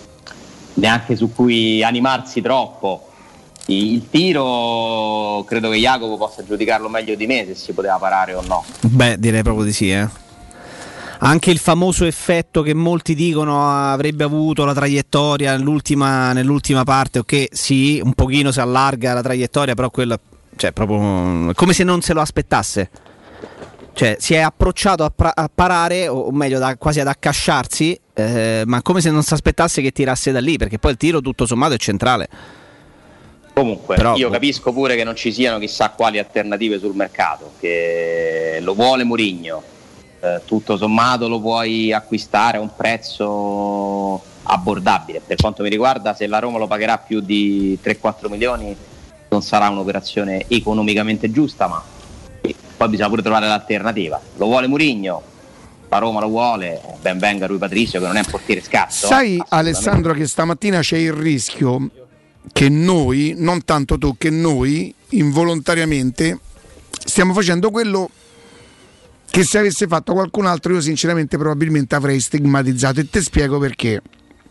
neanche su cui animarsi troppo. Il tiro credo che Jacopo possa giudicarlo meglio di me se si poteva parare o no. Beh, direi proprio di sì, eh. Anche il famoso effetto che molti dicono avrebbe avuto la traiettoria nell'ultima, nell'ultima parte, ok, sì, un pochino si allarga la traiettoria, però quello, cioè, proprio come se non se lo aspettasse. Cioè, si è approcciato a, pra- a parare, o meglio, da, quasi ad accasciarsi, eh, ma come se non si aspettasse che tirasse da lì, perché poi il tiro tutto sommato è centrale. Comunque, Però, io boh. capisco pure che non ci siano chissà quali alternative sul mercato, che lo vuole Mourinho, eh, tutto sommato lo puoi acquistare a un prezzo abbordabile. Per quanto mi riguarda, se la Roma lo pagherà più di tre quattro milioni non sarà un'operazione economicamente giusta, ma poi bisogna pure trovare l'alternativa. Lo vuole Mourinho, la Roma lo vuole, ben venga Rui Patrizio che non è un portiere scarso. Sai Alessandro che stamattina c'è il rischio che noi, non tanto tu, che noi involontariamente stiamo facendo quello che se avesse fatto qualcun altro io sinceramente probabilmente avrei stigmatizzato, e te spiego perché.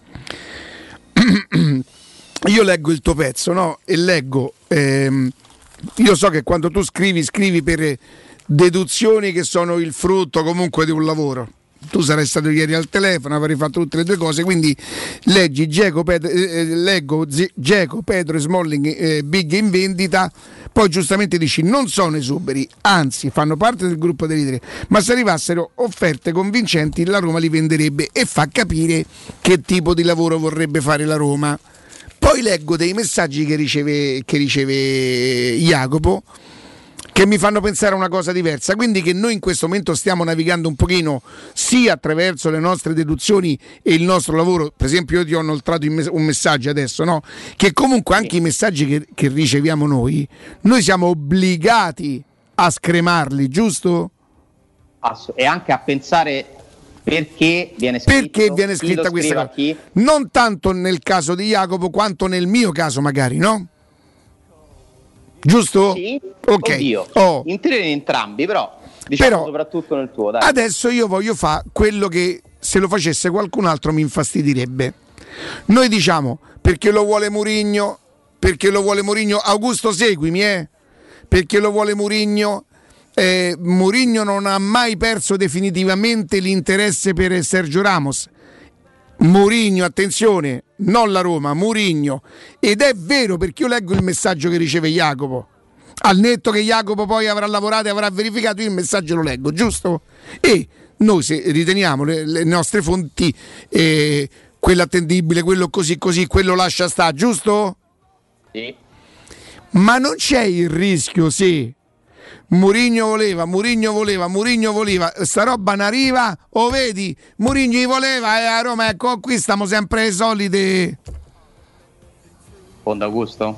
Io leggo il tuo pezzo, no? E leggo ehm, io so che quando tu scrivi scrivi per deduzioni che sono il frutto comunque di un lavoro. Tu sarai stato ieri al telefono, avrei fatto tutte le due cose, quindi leggi Dzeko, Pedro, eh, leggo Dzeko, Pedro e Smalling eh, big in vendita, poi giustamente dici non sono esuberi, anzi fanno parte del gruppo dei leader, ma se arrivassero offerte convincenti la Roma li venderebbe, e fa capire che tipo di lavoro vorrebbe fare la Roma. Poi leggo dei messaggi che riceve, che riceve Jacopo, che mi fanno pensare a una cosa diversa, quindi che noi in questo momento stiamo navigando un pochino sia attraverso le nostre deduzioni e il nostro lavoro. Per esempio io ti ho inoltrato un messaggio adesso, no? Che comunque anche i messaggi che, che riceviamo noi, noi siamo obbligati a scremarli, giusto? Ass- e anche a pensare perché viene scritto, perché viene chi scritta lo questa scrive a cosa, chi? non tanto nel caso di Jacopo quanto nel mio caso magari, no? Giusto? Sì, ok. Oddio. Oh. In teoria in entrambi, però diciamo Però, soprattutto nel tuo, dai. Adesso io voglio fare quello che se lo facesse qualcun altro mi infastidirebbe. Noi diciamo perché lo vuole Mourinho, perché lo vuole Mourinho, Augusto seguimi, eh? Perché lo vuole Mourinho. Eh, Mourinho non ha mai perso definitivamente l'interesse per Sergio Ramos. Mourinho, attenzione, non la Roma, Mourinho. Ed è vero, perché io leggo il messaggio che riceve Jacopo. Al netto che Jacopo poi avrà lavorato e avrà verificato, io il messaggio lo leggo, giusto? E noi se riteniamo le, le nostre fonti eh, quello attendibile, quello così così, quello lascia sta, giusto? Sì. Ma non c'è il rischio, sì. Mourinho voleva, Mourinho voleva, Mourinho voleva, sta roba ne arriva, o vedi, Mourinho gli voleva e a Roma, ecco, qui stiamo sempre ai soliti. Fondo Augusto?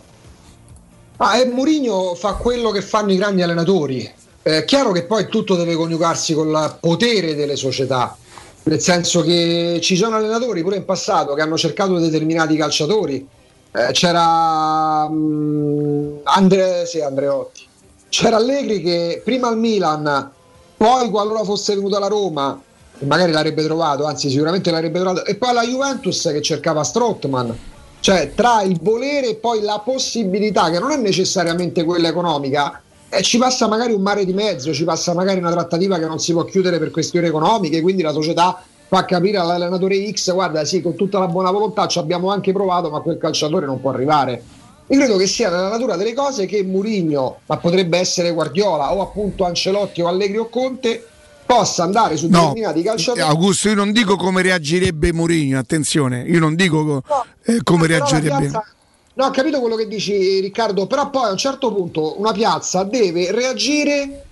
Ah, e Mourinho fa quello che fanno i grandi allenatori. È chiaro che poi tutto deve coniugarsi con il potere delle società, nel senso che ci sono allenatori pure in passato che hanno cercato determinati calciatori. Eh, c'era um, Andre, sì, Andreotti, c'era Allegri che prima al Milan, poi qualora fosse venuto alla Roma magari l'avrebbe trovato, anzi sicuramente l'avrebbe trovato, e poi alla Juventus che cercava Strootman. Cioè tra il volere e poi la possibilità, che non è necessariamente quella economica, eh, ci passa magari un mare di mezzo, ci passa magari una trattativa che non si può chiudere per questioni economiche, quindi la società fa capire all'allenatore X: guarda, sì, con tutta la buona volontà ci abbiamo anche provato, ma quel calciatore non può arrivare. Io credo che sia nella natura delle cose che Mourinho, ma potrebbe essere Guardiola o appunto Ancelotti o Allegri o Conte, possa andare su determinati no, calciatori. Augusto, io non dico come reagirebbe Mourinho, attenzione, io non dico no, eh, come reagirebbe. Piazza, no, ho capito quello che dici, Riccardo, però poi a un certo punto una piazza deve reagire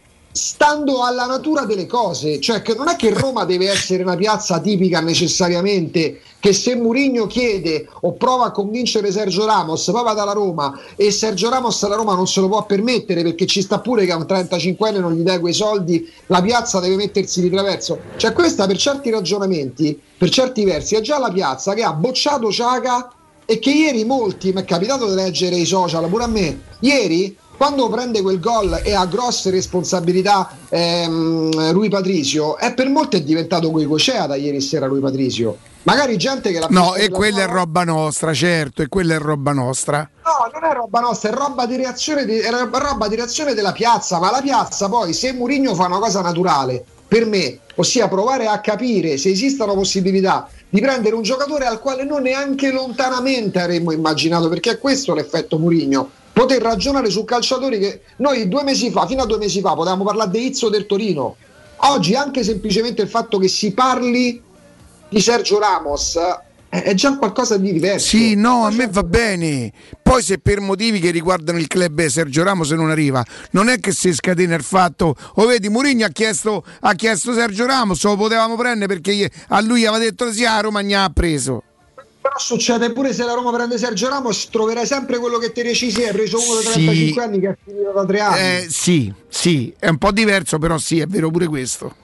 stando alla natura delle cose, cioè che non è che Roma deve essere una piazza tipica necessariamente, che se Mourinho chiede o prova a convincere Sergio Ramos poi va dalla Roma e Sergio Ramos alla Roma non se lo può permettere perché ci sta pure che a un trentacinquenne non gli dai quei soldi, la piazza deve mettersi di traverso. Cioè questa per certi ragionamenti, per certi versi è già la piazza che ha bocciato Xhaka e che ieri molti, mi è capitato di leggere i social, pure a me, ieri quando prende quel gol e ha grosse responsabilità ehm, Rui Patricio, è per molti è diventato Goicoechea da ieri sera Rui Patricio. Magari gente che la no, e quella è roba nostra, certo, e quella è roba nostra. No, non è roba nostra, è roba di reazione di, è roba di reazione della piazza, ma la piazza poi, se Mourinho fa una cosa naturale, per me, ossia provare a capire se esistano possibilità di prendere un giocatore al quale non neanche lontanamente avremmo immaginato, perché è questo l'effetto Mourinho. Poter ragionare su calciatori che noi due mesi fa, fino a due mesi fa, potevamo parlare di Izzo del Torino. Oggi anche semplicemente il fatto che si parli di Sergio Ramos è già qualcosa di diverso. Sì, no, a me va bene. Poi se per motivi che riguardano il club eh, Sergio Ramos non arriva, non è che si scatena il fatto, o vedi Mourinho ha chiesto, ha chiesto Sergio Ramos, lo potevamo prendere perché a lui aveva detto sì, a Roma ne ha preso. Però succede pure se la Roma prende Sergio Ramos, troverai sempre quello che ti recisi, hai preso uno dei trentacinque sì, anni che è finito da tre anni. Eh, sì, sì, è un po' diverso, però sì, è vero pure questo.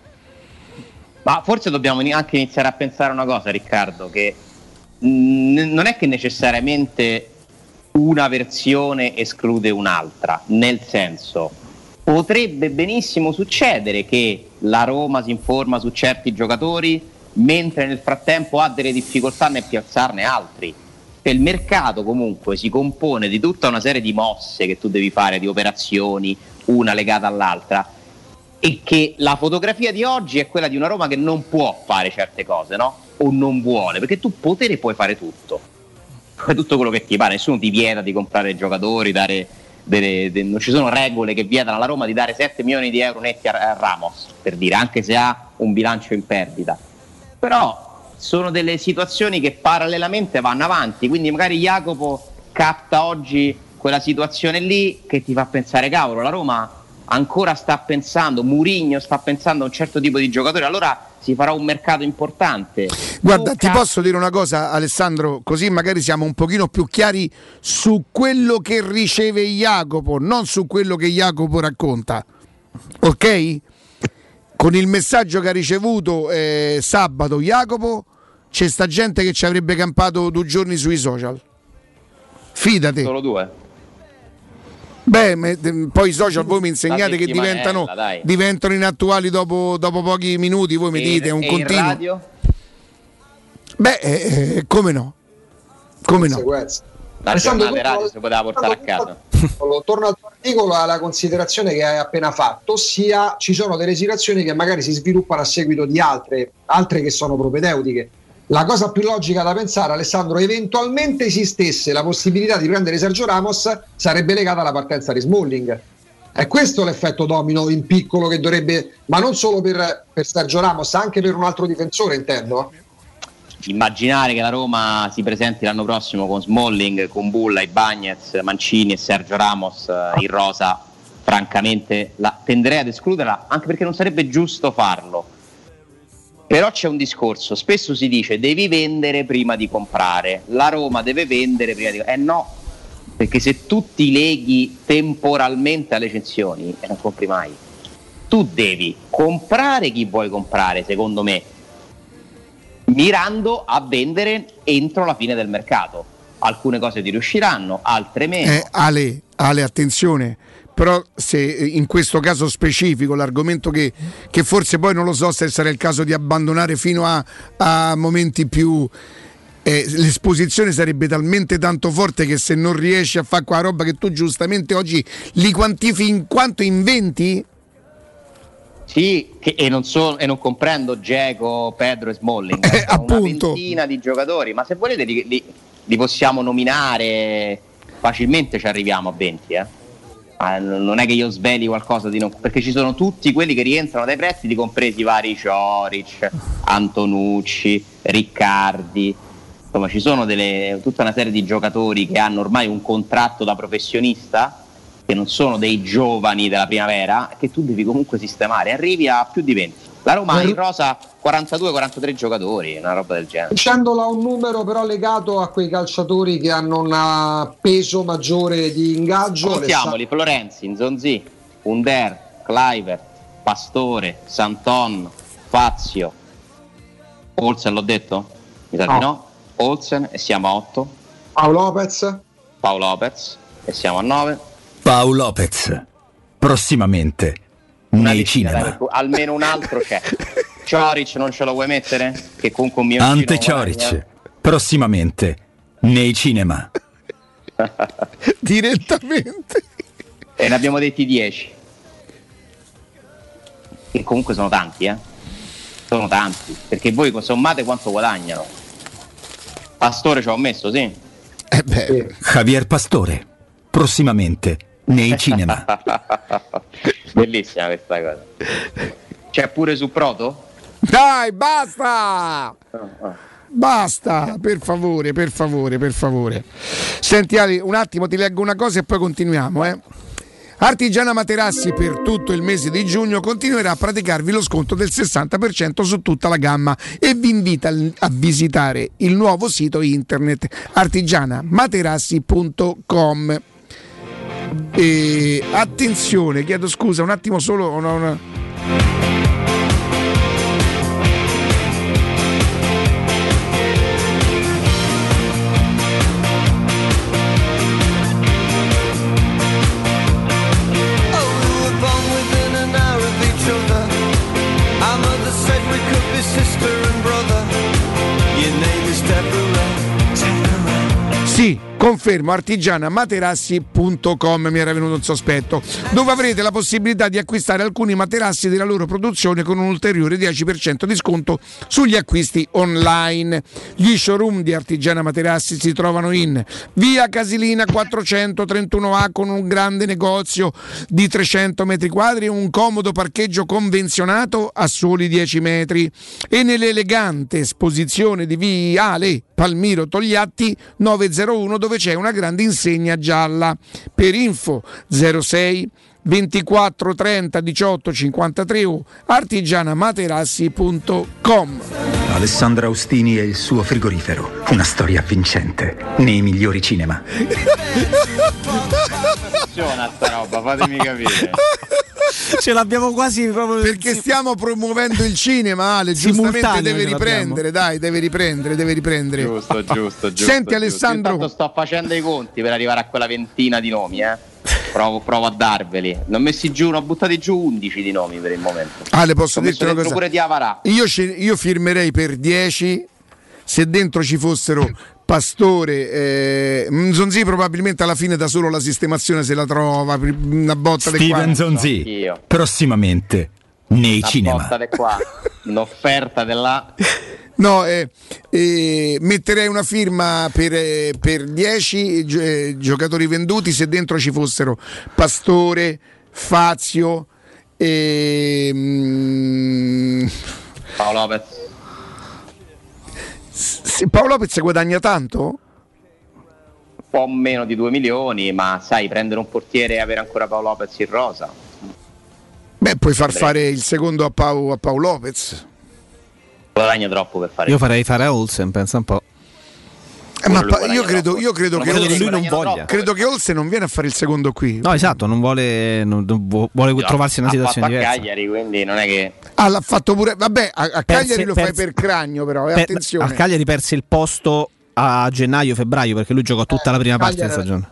Ma forse dobbiamo anche iniziare a pensare una cosa, Riccardo, che mh, non è che necessariamente una versione esclude un'altra, nel senso, potrebbe benissimo succedere che la Roma si informa su certi giocatori mentre nel frattempo ha delle difficoltà nel piazzarne altri. Il mercato comunque si compone di tutta una serie di mosse che tu devi fare, di operazioni, una legata all'altra, e che la fotografia di oggi è quella di una Roma che non può fare certe cose, no? O non vuole, perché tu potere puoi fare tutto, fai tutto quello che ti pare, nessuno ti vieta di comprare giocatori, dare delle, de, non ci sono regole che vietano alla Roma di dare sette milioni di euro netti a, a Ramos, per dire, anche se ha un bilancio in perdita. Però sono delle situazioni che parallelamente vanno avanti, quindi magari Jacopo capta oggi quella situazione lì che ti fa pensare, cavolo, la Roma ancora sta pensando, Mourinho sta pensando a un certo tipo di giocatore, allora si farà un mercato importante. Guarda, ti posso dire una cosa, Alessandro, così magari siamo un pochino più chiari su quello che riceve Jacopo, non su quello che Jacopo racconta, ok? Con il messaggio che ha ricevuto eh, sabato Jacopo, c'è sta gente che ci avrebbe campato due giorni sui social. Fidati. Solo due. Beh, me, poi i social voi mi insegnate che diventano, diventano inattuali dopo, dopo pochi minuti, voi mi dite, è un continuo. Radio? Beh, eh, come no? Come no? La giornata radio si poteva portare a casa. Torno al tuo articolo, alla considerazione che hai appena fatto, ossia ci sono delle situazioni che magari si sviluppano a seguito di altre, altre che sono propedeutiche. La cosa più logica da pensare, Alessandro, eventualmente esistesse la possibilità di prendere Sergio Ramos, sarebbe legata alla partenza di Smalling. È questo l'effetto domino in piccolo che dovrebbe, ma non solo per, per Sergio Ramos, anche per un altro difensore, intendo. immaginare che la Roma si presenti l'anno prossimo con Smalling, con Bulla, Ibañez, Mancini e Sergio Ramos in rosa, francamente la, tenderei ad escluderla, anche perché non sarebbe giusto farlo. Però c'è un discorso, spesso si dice devi vendere prima di comprare, la Roma deve vendere prima di comprare. Eh no, perché se tu ti leghi temporalmente alle cessioni e non compri mai, tu devi comprare chi vuoi comprare, secondo me, mirando a vendere entro la fine del mercato. Alcune cose ti riusciranno, altre meno. Eh, Ale, Ale, attenzione, però se in questo caso specifico l'argomento che, che forse poi non lo so se sarà il caso di abbandonare fino a, a momenti più... Eh, l'esposizione sarebbe talmente tanto forte che se non riesci a fare quella roba che tu giustamente oggi li quantifichi in quanto in venti? Sì, che, e, non so, e non comprendo Dzeko, Pedro e Smalling, eh, una ventina di giocatori, ma se volete li, li, li possiamo nominare, facilmente ci arriviamo a venti, eh. Ma non è che io sveli qualcosa di non, perché ci sono tutti quelli che rientrano dai prestiti, compresi vari Cioric, Antonucci, Riccardi, insomma ci sono delle, tutta una serie di giocatori che hanno ormai un contratto da professionista, che non sono dei giovani della primavera, che tu devi comunque sistemare, arrivi a più di venti. La Roma ha in rosa quarantadue quarantatré giocatori, una roba del genere. Dicendola un numero però legato a quei calciatori che hanno un peso maggiore di ingaggio. Contiamoli: Florenzi, Nzonzi, Under, Kluivert, Pastore, Santon, Fazio, Olsen, l'ho detto? Mi sa di no. Olsen, e siamo a otto. Paolo Lopez. Paolo Lopez, e siamo a nove. Paolo Lopez, prossimamente nei cinema. Dai, almeno un altro c'è. Cioric non ce lo vuoi mettere? Che comunque un mio Ante Cioric, prossimamente nei cinema. Direttamente. E ne abbiamo detti dieci. Che comunque sono tanti, eh? Sono tanti. Perché voi sommate quanto guadagnano. Pastore ci ho messo, sì. Eh beh. Javier Pastore, prossimamente nei cinema. Bellissima questa cosa. C'è pure su Proto? Dai, basta! Basta, per favore, per favore, per favore. Senti Ali, un attimo ti leggo una cosa e poi continuiamo, eh. Artigiana Materassi per tutto il mese di giugno continuerà a praticarvi lo sconto del sessanta per cento su tutta la gamma e vi invita a visitare il nuovo sito internet artigiana materassi punto com. E attenzione, chiedo scusa un attimo solo una, una... Sì, confermo, artigiana materassi punto com, mi era venuto un sospetto, dove avrete la possibilità di acquistare alcuni materassi della loro produzione con un ulteriore dieci per cento di sconto sugli acquisti online. Gli showroom di Artigiana Materassi si trovano in via Casilina quattrocentotrentuno A con un grande negozio di trecento metri quadri e un comodo parcheggio convenzionato a soli dieci metri, e nell'elegante esposizione di viale Palmiro Togliatti novecentouno, dove c'è una grande insegna gialla. Per info zero sei ventiquattro trenta diciotto cinquantatré o artigiana materassi punto com. Alessandra Austini e il suo frigorifero, una storia vincente nei migliori cinema. Funziona sta roba, fatemi capire. Ce l'abbiamo quasi proprio perché stiamo promuovendo il cinema, Ale, giustamente deve riprendere, dai, deve riprendere, deve riprendere. Giusto, giusto, giusto. Senti Alessandro, giusto. Sto facendo i conti per arrivare a quella ventina di nomi, eh. Provo, provo a darveli. Ne ho messi giù, ne ho buttati giù undici di nomi per il momento. Ale, posso ho dirti una cosa? Pure di Avarà. Io, io firmerei per dieci se dentro ci fossero Pastore, eh, Nzonzi probabilmente alla fine da solo la sistemazione se la trova, una botta di qua. Steven Nzonzi, prossimamente nei una cinema. Una botta di qua, un'offerta della... No, eh, eh, metterei una firma per, eh, per dieci eh, giocatori venduti se dentro ci fossero Pastore, Fazio, eh, Paolo Lopez. Se Paolo Lopez guadagna tanto? Un po' meno di due milioni, ma sai, prendere un portiere e avere ancora Paolo Lopez in rosa. Beh, puoi far fare il secondo a Paolo, a Paolo Lopez. Guadagna troppo per fare. Io farei fare a Olsen, pensa un po'. Eh, ma pa- io credo, io credo che, credo che lui non voglia. Credo che Olsen non viene a fare il secondo qui. No, esatto, non vuole, non, vuole no, trovarsi in una situazione ha fatto diversa. A Cagliari, quindi non è che. Ah, l'ha fatto pure. Vabbè, a, a Cagliari perse, lo perse, fai per Cragno, però. Eh, per, attenzione. A Cagliari perse il posto a gennaio-febbraio perché lui giocò tutta eh, la prima parte della stagione.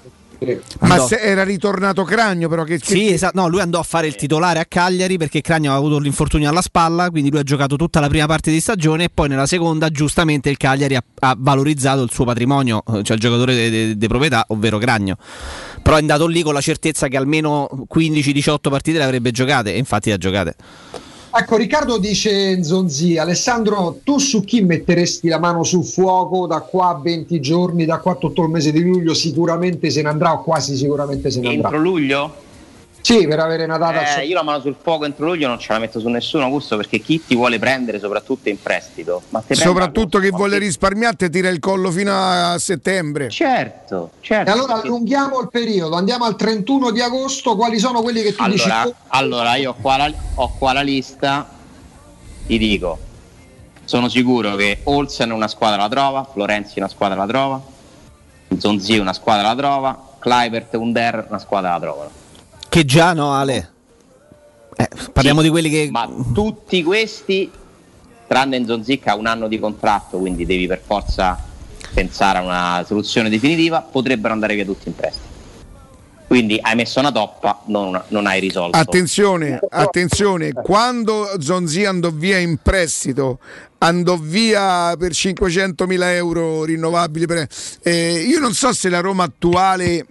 Ma andò. Se era ritornato Cragno, però che, che... Sì, esatto. No, lui andò a fare il titolare a Cagliari perché Cragno aveva avuto l'infortunio alla spalla, quindi lui ha giocato tutta la prima parte di stagione e poi nella seconda giustamente il Cagliari ha, ha valorizzato il suo patrimonio, cioè il giocatore di proprietà, ovvero Cragno. Però è andato lì con la certezza che almeno quindici diciotto partite le avrebbe giocate e infatti le ha giocate. Ecco, Riccardo dice Nzonzi, Alessandro, tu su chi metteresti la mano sul fuoco da qua a venti giorni, da qua a tutto il mese di luglio? Sicuramente se ne andrà o quasi sicuramente se ne andrà. Entro luglio? Sì, per avere una data. Eh, io la mano sul fuoco entro luglio non ce la metto su nessuno, Augusto, perché chi ti vuole prendere soprattutto in prestito? Ma te soprattutto chi vuole risparmiare te tira il collo fino a settembre. Certo, certo. E allora allunghiamo il periodo, andiamo al trentuno di agosto, quali sono quelli che tu allora, dici? Allora, io ho qua, la, ho qua la lista, ti dico, sono sicuro che Olsen una squadra la trova, Florenzi una squadra la trova, Nzonzi una squadra la trova, Kluivert e Under una squadra la trovano. Che già no, Ale. Eh, parliamo sì, di quelli che. Ma tutti questi, tranne Nzonzi che ha un anno di contratto, quindi devi per forza pensare a una soluzione definitiva, potrebbero andare via tutti in prestito. Quindi hai messo una toppa, non, non hai risolto. Attenzione, attenzione, quando Nzonzi andò via in prestito, andò via per cinquecentomila euro rinnovabili. Per, eh, io non so se la Roma attuale.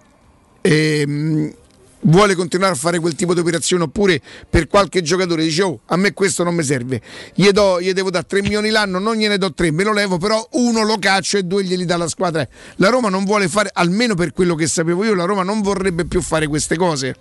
Eh, vuole continuare a fare quel tipo di operazione oppure per qualche giocatore dice oh a me questo non mi serve, gli, do, gli devo dare tre milioni l'anno, non gliene do tre, me lo levo, però uno lo caccio e due glieli dà la squadra. La Roma non vuole fare, almeno per quello che sapevo io, la Roma non vorrebbe più fare queste cose.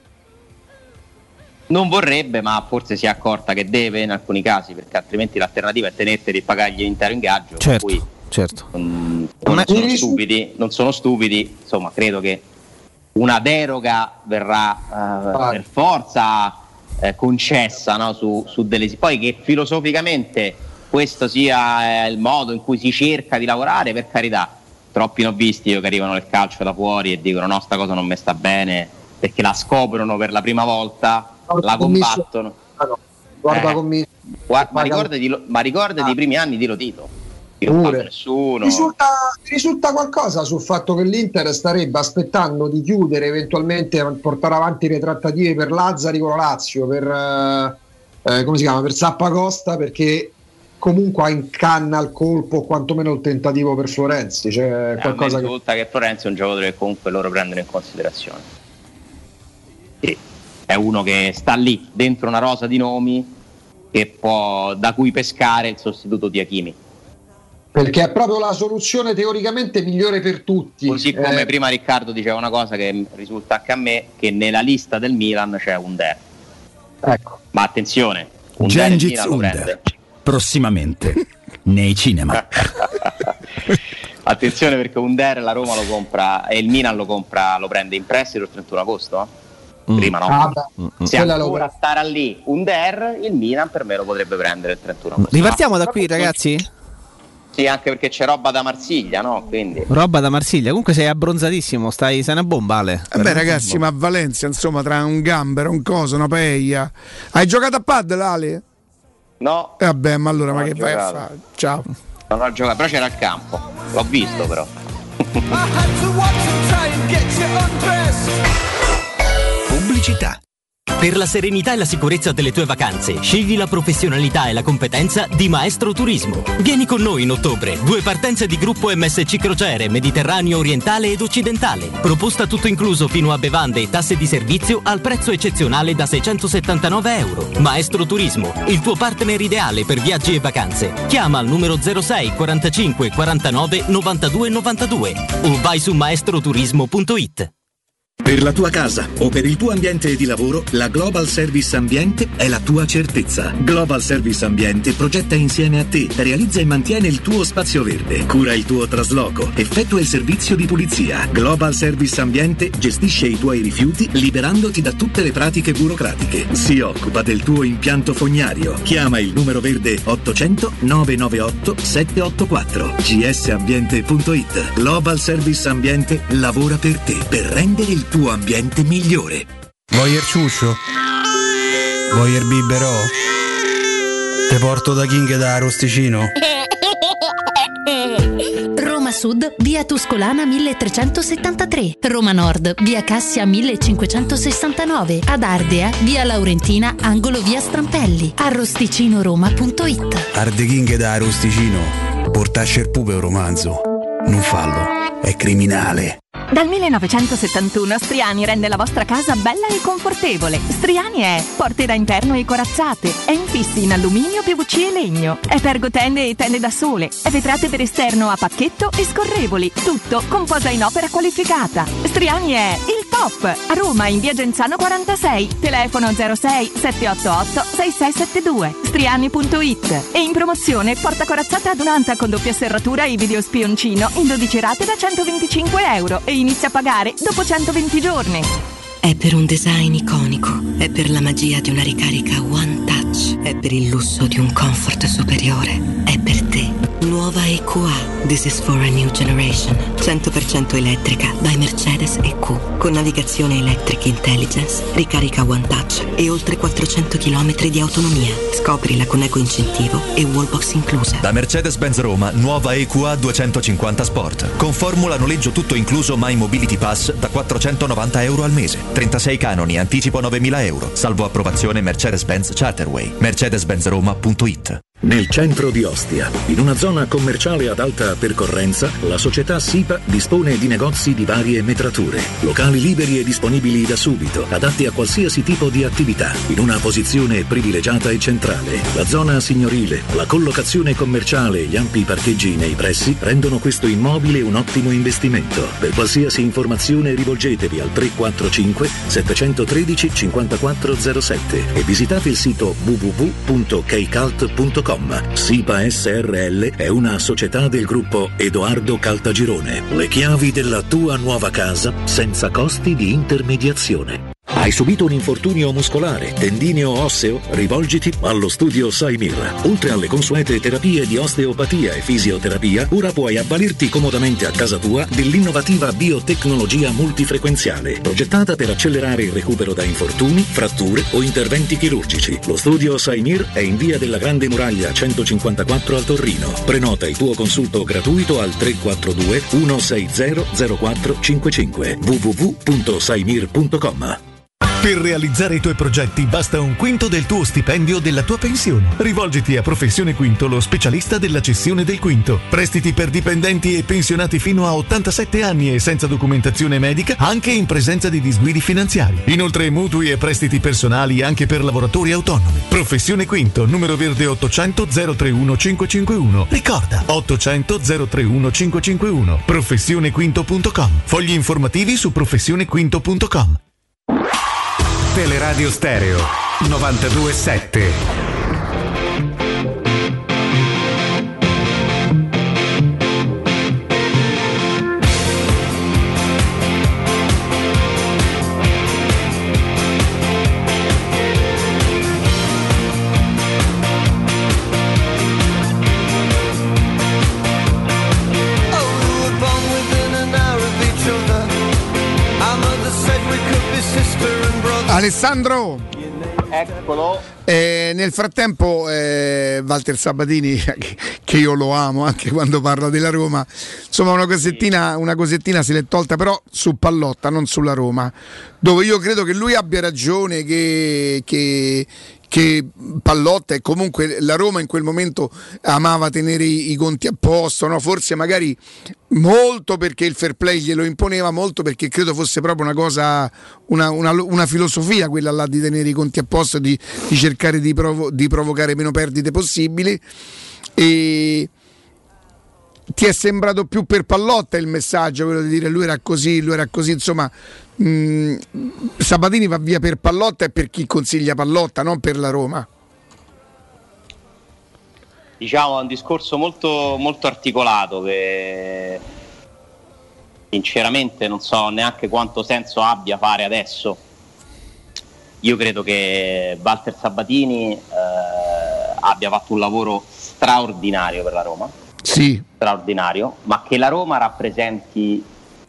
Non vorrebbe, ma forse si è accorta che deve in alcuni casi, perché altrimenti l'alternativa è tenerteli e pagargli l'intero ingaggio. Certo, cui, certo. Um, non sono stupidi, non sono stupidi, insomma credo che una deroga verrà uh, per forza eh, concessa, no? su, su delle, poi che filosoficamente questo sia eh, il modo in cui si cerca di lavorare, per carità, troppi ne ho visti io che arrivano nel calcio da fuori e dicono no, sta cosa non mi sta bene, perché la scoprono per la prima volta, guarda, la combattono. Ah, no. Guarda, eh, guarda, ma ricordati, ma ricordati ah. i primi anni di Lotito. Pure. Nessuno. Risulta, risulta qualcosa sul fatto che l'Inter starebbe aspettando di chiudere, eventualmente portare avanti le trattative per Lazzari con la Lazio, per eh, come si chiama, per Zappacosta, perché comunque ha in canna il colpo o quantomeno il tentativo per Florenzi. Cioè, eh, qualcosa a me risulta che... che Florenzi è un giocatore che comunque loro prendono in considerazione. Sì. È uno che sta lì dentro una rosa di nomi che può, da cui pescare il sostituto di Hakimi. Perché è proprio la soluzione teoricamente migliore per tutti. Così come eh. prima Riccardo diceva una cosa che risulta anche a me, che nella lista del Milan c'è Under. Ecco. Ma attenzione, Under Cengiz Under prossimamente nei cinema. Attenzione, perché Under la Roma lo compra e il Milan lo compra, lo prende in prestito il trentuno agosto. Mm. Prima no. Ah, se ancora lo... starà lì Under, il Milan per me lo potrebbe prendere il trentuno agosto. Ripartiamo da qui, ragazzi? Sì, anche perché c'è roba da Marsiglia, no? Quindi. Roba da Marsiglia, comunque sei abbronzatissimo, stai, sei una bomba, Ale. Eh beh, ragazzi, ma a Valencia, insomma, tra un gambero, un coso, una paella. Hai giocato a padel, Ale? No. E eh vabbè, ma allora, non ma che vai a fare? Ciao. Non ho giocato, però c'era il campo. L'ho visto, però. Pubblicità. Per la serenità e la sicurezza delle tue vacanze, scegli la professionalità e la competenza di Maestro Turismo. Vieni con noi in ottobre, due partenze di gruppo M S C Crociere, Mediterraneo orientale ed occidentale. Proposta tutto incluso fino a bevande e tasse di servizio al prezzo eccezionale da seicentosettantanove euro. Maestro Turismo, il tuo partner ideale per viaggi e vacanze. Chiama al numero zero sei quarantacinque quarantanove novantadue novantadue o vai su maestroturismo punto it. Per la tua casa o per il tuo ambiente di lavoro, la Global Service Ambiente è la tua certezza. Global Service Ambiente progetta insieme a te, realizza e mantiene il tuo spazio verde, cura il tuo trasloco, effettua il servizio di pulizia. Global Service Ambiente gestisce i tuoi rifiuti liberandoti da tutte le pratiche burocratiche. Si occupa del tuo impianto fognario. Chiama il numero verde ottocento nove nove otto sette otto quattro g s ambiente punto i t. Global Service Ambiente lavora per te, per rendere il tuo ambiente migliore. Voyer ciuscio? Voyer biberò? Te porto da King da Arosticino? Roma Sud, via Tuscolana milletrecentosettantatré. Roma Nord, via Cassia millecinquecentosessantanove. Ad Ardea, via Laurentina, angolo via Strampelli. arrosticinoroma punto i t. Arde King da Arosticino. Portasce il pupe un romanzo. Non fallo, è criminale. Dal millenovecentosettantuno Striani rende la vostra casa bella e confortevole. Striani è porte da interno e corazzate, è infissi in alluminio, P V C e legno, è pergotende e tende da sole, è vetrate per esterno a pacchetto e scorrevoli, tutto con posa in opera qualificata. Striani è il top! A Roma in via Genzano quarantasei, telefono zero sei sette otto otto sei sei sette due, striani punto i t. E in promozione porta corazzata adunata con doppia serratura e video spioncino in dodici rate da centoventicinque euro e inizia a pagare dopo centoventi giorni. È per un design iconico, è per la magia di una ricarica One Touch, è per il lusso di un comfort superiore, è per te. Nuova E Q A, This is for a new generation, cento per cento elettrica by Mercedes E Q, con navigazione Electric Intelligence, ricarica One Touch e oltre quattrocento chilometri di autonomia. Scoprila con eco incentivo e wallbox inclusa. Da Mercedes-Benz Roma, nuova E Q A duecentocinquanta Sport, con formula noleggio tutto incluso My Mobility Pass da quattrocentonovanta euro al mese, trentasei canoni, anticipo novemila euro, salvo approvazione Mercedes-Benz Charterway. mercedes benz roma punto i t. Nel centro di Ostia, in una zona commerciale ad alta percorrenza, la società SIPA dispone di negozi di varie metrature, locali liberi e disponibili da subito, adatti a qualsiasi tipo di attività, in una posizione privilegiata e centrale. La zona signorile, la collocazione commerciale e gli ampi parcheggi nei pressi rendono questo immobile un ottimo investimento. Per qualsiasi informazione rivolgetevi al tre quattro cinque sette uno tre cinque zero sette e visitate il sito w w w punto keycult punto com. SIPA S R L è una società del gruppo Edoardo Caltagirone. Le chiavi della tua nuova casa senza costi di intermediazione. Hai subito un infortunio muscolare, tendineo o osseo? Rivolgiti allo studio Saimir. Oltre alle consuete terapie di osteopatia e fisioterapia, ora puoi avvalerti comodamente a casa tua dell'innovativa biotecnologia multifrequenziale, progettata per accelerare il recupero da infortuni, fratture o interventi chirurgici. Lo studio Saimir è in via della Grande Muraglia centocinquantaquattro a Torino. Prenota il tuo consulto gratuito al tre quattro due uno sei zero zero quattro cinque cinque w w w punto saimir punto com. Per realizzare i tuoi progetti basta un quinto del tuo stipendio o della tua pensione. Rivolgiti a Professione Quinto, lo specialista della cessione del quinto. Prestiti per dipendenti e pensionati fino a ottantasette anni e senza documentazione medica, anche in presenza di disguidi finanziari. Inoltre mutui e prestiti personali anche per lavoratori autonomi. Professione Quinto, numero verde ottocento zero trentuno cinquecentocinquantuno. Ricorda, ottocento zero trentuno cinquecentocinquantuno. professionequinto punto com. Fogli informativi su professionequinto punto com. Teleradio Stereo novantadue sette. Alessandro, eccolo. Eh, nel frattempo eh, Walter Sabatini, che io lo amo anche quando parla della Roma, insomma una cosettina, una cosettina se l'è tolta, però su Pallotta, non sulla Roma, dove io credo che lui abbia ragione, che, che, che Pallotta e comunque la Roma in quel momento amava tenere i, i conti a posto, no? Forse magari molto perché il fair play glielo imponeva, molto perché credo fosse proprio una cosa, una, una, una filosofia quella là di tenere i conti a posto, di, di cercare di, provo- di provocare meno perdite possibili, e ti è sembrato più per Pallotta il messaggio, quello di dire lui era così, lui era così, insomma mh, Sabatini va via per Pallotta e per chi consiglia Pallotta, non per la Roma. Diciamo è un discorso molto, molto articolato che sinceramente non so neanche quanto senso abbia fare adesso. Io credo che Walter Sabatini eh, abbia fatto un lavoro straordinario per la Roma, sì, straordinario, ma che la Roma rappresenti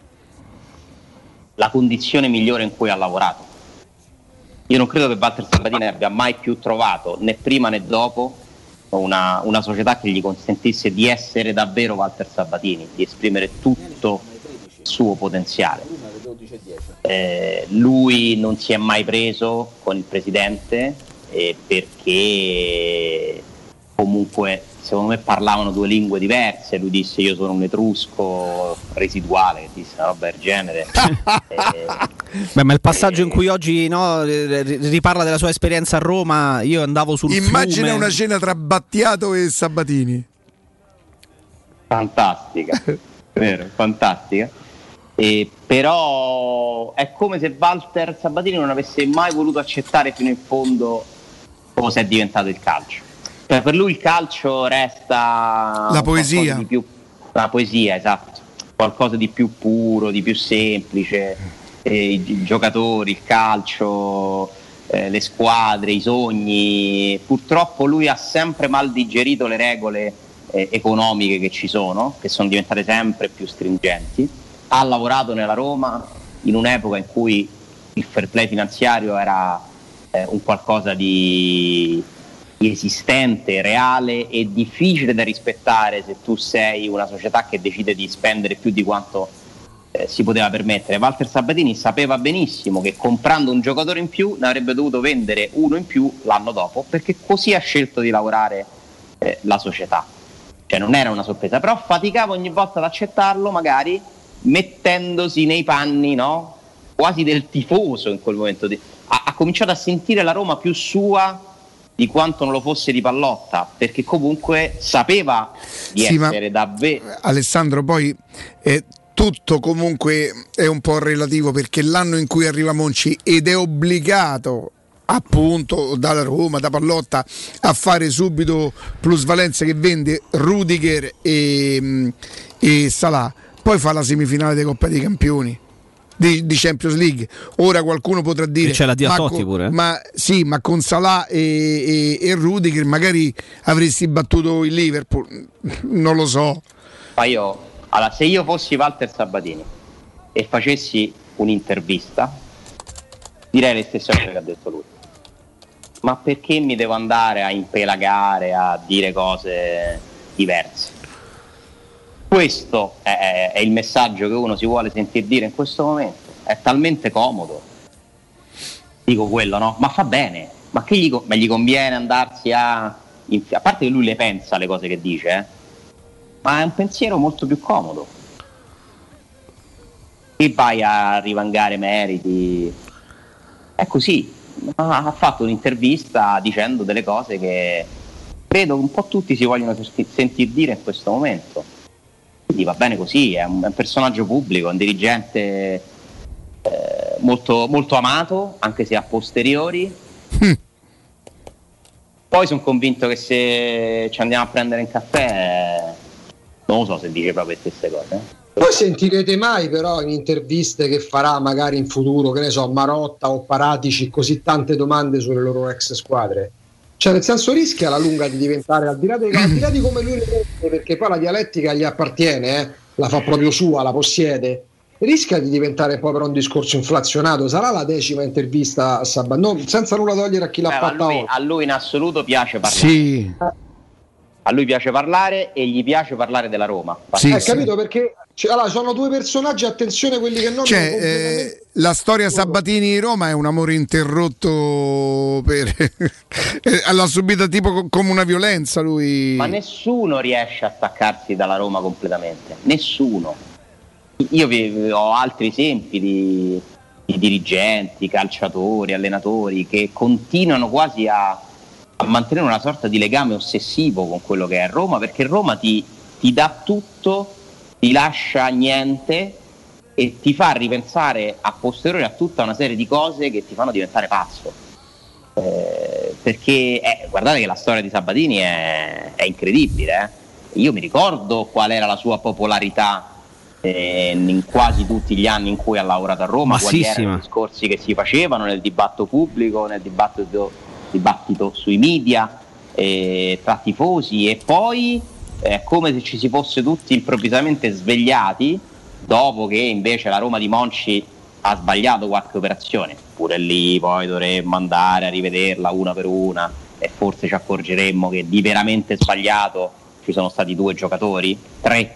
la condizione migliore in cui ha lavorato. Io non credo che Walter Sabatini abbia mai più trovato, né prima né dopo, una, una società che gli consentisse di essere davvero Walter Sabatini, di esprimere tutto il suo potenziale. Eh, lui non si è mai preso con il presidente eh, perché comunque secondo me parlavano due lingue diverse. Lui disse io sono un etrusco residuale, che disse una roba del genere. eh, Beh, ma il passaggio eh, in cui oggi no, riparla della sua esperienza a Roma, io andavo sul immagina fiume. una scena tra Battiato e Sabatini, fantastica. Vero, fantastica. Eh, però è come se Walter Sabatini non avesse mai voluto accettare fino in fondo cosa è diventato il calcio. Cioè, per lui il calcio resta la poesia, di più, la poesia, esatto, qualcosa di più puro, di più semplice. Eh, i, i giocatori, il calcio, eh, le squadre, i sogni. Purtroppo lui ha sempre mal digerito le regole eh, economiche che ci sono, che sono diventate sempre più stringenti. Ha lavorato nella Roma in un'epoca in cui il fair play finanziario era eh, un qualcosa di, di esistente, reale e difficile da rispettare se tu sei una società che decide di spendere più di quanto eh, si poteva permettere. Walter Sabatini sapeva benissimo che comprando un giocatore in più ne avrebbe dovuto vendere uno in più l'anno dopo, perché così ha scelto di lavorare eh, la società. Cioè non era una sorpresa, però faticava ogni volta ad accettarlo, magari mettendosi nei panni, no? Quasi del tifoso in quel momento. Di... Ha, ha cominciato a sentire la Roma più sua di quanto non lo fosse di Pallotta, perché comunque sapeva di sì, essere davvero. Alessandro, poi eh, tutto comunque è un po' relativo, perché l'anno in cui arriva Monci ed è obbligato appunto dalla Roma, da Pallotta, a fare subito plusvalenza, che vende Rudiger e, e Salah, poi fa la semifinale di Coppa dei Campioni, di, di Champions League. Ora qualcuno potrà dire che c'è la ma, Totti con, pure. ma sì, ma con Salah e, e, e Rudiger magari avresti battuto il Liverpool, non lo so. Ma io, allora, se io fossi Walter Sabatini e facessi un'intervista, direi le stesse cose che ha detto lui. Ma perché mi devo andare a impelagare, a dire cose diverse? Questo è, è il messaggio che uno si vuole sentir dire in questo momento. È talmente comodo, dico quello, no? Ma fa bene, ma che gli, ma gli conviene andarsi a... a parte che lui le pensa le cose che dice, eh? Ma è un pensiero molto più comodo. E vai a rivangare meriti, è così. Ha fatto un'intervista dicendo delle cose che credo un po' tutti si vogliono sentir dire in questo momento. Quindi va bene così, è un, è un personaggio pubblico, un dirigente eh, molto, molto amato, anche se a posteriori. Mm. Poi sono convinto che se ci andiamo a prendere un caffè, non lo so se dice proprio le stesse cose. Eh. Voi sentirete mai però in interviste che farà magari in futuro, che ne so, Marotta o Paratici, così tante domande sulle loro ex squadre? Cioè, nel senso, rischia alla lunga di diventare, al di là di, al di, là di come lui ne mette, perché poi la dialettica gli appartiene, eh, la fa proprio sua, la possiede, rischia di diventare poi però un discorso inflazionato. Sarà la decima intervista a Sabatini, senza nulla togliere a chi l'ha Beh, fatta a lui, oggi. a lui in assoluto piace parlare. Sì. A lui piace parlare e gli piace parlare della Roma. Sì, eh, sì. capito, perché cioè, allora, sono due personaggi, attenzione quelli che non... Cioè, eh, la storia Sabatini-Roma è un amore interrotto per... l'ha subita tipo come una violenza lui. Ma nessuno riesce a staccarsi dalla Roma completamente, nessuno. Io vi, ho altri esempi di, di dirigenti, calciatori, allenatori che continuano quasi a, a mantenere una sorta di legame ossessivo con quello che è Roma, perché Roma ti, ti dà tutto, ti lascia niente e ti fa ripensare a posteriori a tutta una serie di cose che ti fanno diventare pazzo. Eh, perché eh, guardate che la storia di Sabatini è, è incredibile. Eh. Io mi ricordo qual era la sua popolarità eh, in quasi tutti gli anni in cui ha lavorato a Roma, quali erano i discorsi che si facevano nel dibattito pubblico, nel dibattito, dibattito sui media, eh, tra tifosi, e poi è eh, come se ci si fosse tutti improvvisamente svegliati dopo che invece la Roma di Monci ha sbagliato qualche operazione. Pure lì poi dovremmo andare a rivederla una per una e forse ci accorgeremmo che di veramente sbagliato ci sono stati due giocatori, tre,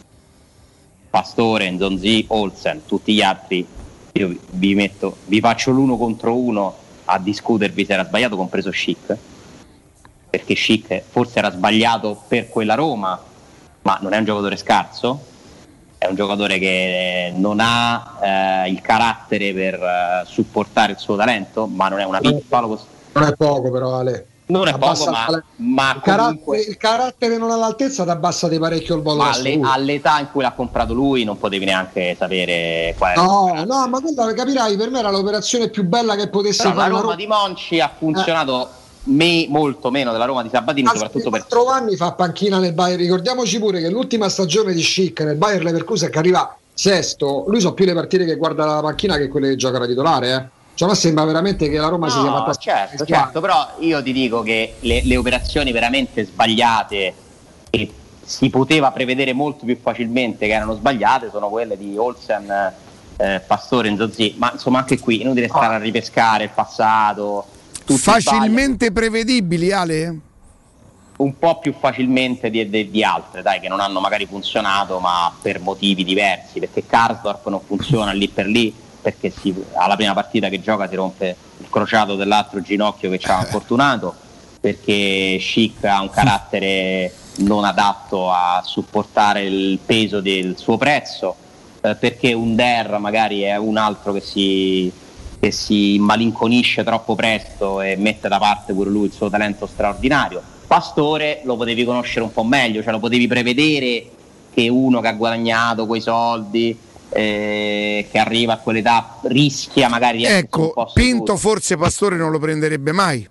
Pastore, Nzonzi, Olsen. Tutti gli altri io vi metto, vi faccio l'uno contro uno a discutervi se era sbagliato, compreso Schick, perché Schick forse era sbagliato per quella Roma, ma non è un giocatore scarso, è un giocatore che non ha eh, il carattere per uh, supportare il suo talento, ma non è una pippa. Non è poco però, Ale. Non è poco, ma, ma il, comunque... carattere, il carattere non all'altezza ti abbassa di parecchio il valore. Ma alle, all'età in cui l'ha comprato lui non potevi neanche sapere qual era. No, no, ma quella capirai, per me era l'operazione più bella che potesse però fare la Roma, Roma di Monci ha funzionato eh. me, molto meno della Roma di Sabatini, ma soprattutto per quattro anni fa panchina nel Bayern. Ricordiamoci pure che l'ultima stagione di Schick nel Bayern Leverkusen, che arriva sesto, lui so più le partite che guarda la panchina che quelle che gioca da titolare, eh. Cioè, ma sembra veramente che la Roma no, si sia fatta. Certo, certo, però io ti dico che le, le operazioni veramente sbagliate e si poteva prevedere molto più facilmente che erano sbagliate sono quelle di Olsen, eh, Pastore, Nzonzi, ma insomma anche qui inutile stare a ripescare il passato. Facilmente prevedibili, Ale? Un po' più facilmente di, di, di altre, dai, che non hanno magari funzionato, ma per motivi diversi, perché Karsdorp non funziona lì per lì, perché si, alla prima partita che gioca si rompe il crociato dell'altro ginocchio che ci ha infortunato, perché Schick ha un carattere non adatto a supportare il peso del suo prezzo, eh, perché Under magari è un altro che si, che si malinconisce troppo presto e mette da parte pure lui il suo talento straordinario. Pastore lo potevi conoscere un po' meglio, cioè lo potevi prevedere che uno che ha guadagnato quei soldi, Eh, che arriva a quell'età rischia magari di essere ecco, un po' Pinto forse Pastore non lo prenderebbe mai.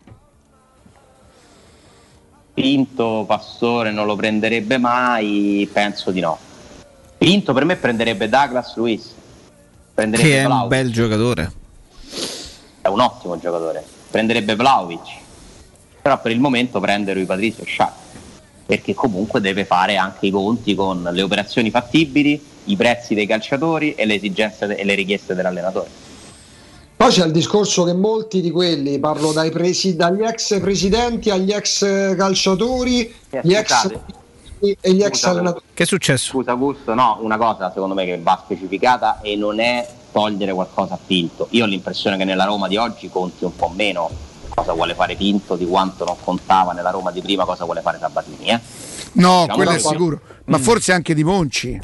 Pinto Pastore non lo prenderebbe mai, penso di no. Pinto per me prenderebbe Douglas Luiz, prenderebbe che è Vlahovic. Un bel giocatore, è un ottimo giocatore, prenderebbe Vlahovic, però per il momento prende Rui Patricio e Sciacca, perché comunque deve fare anche i conti con le operazioni fattibili, i prezzi dei calciatori e le esigenze de- e le richieste dell'allenatore. Poi c'è il discorso che molti di quelli, parlo dai presi- dagli ex presidenti agli ex calciatori, gli ex e gli ex allenatori. Che è successo? Scusa Augusto, no, una cosa secondo me che va specificata e non è togliere qualcosa a Pinto. Io ho l'impressione che nella Roma di oggi conti un po' meno cosa vuole fare Pinto di quanto non contava nella Roma di prima cosa vuole fare Sabatini, eh? No, diciamo quello è sicuro, ma mm. forse anche di Monci.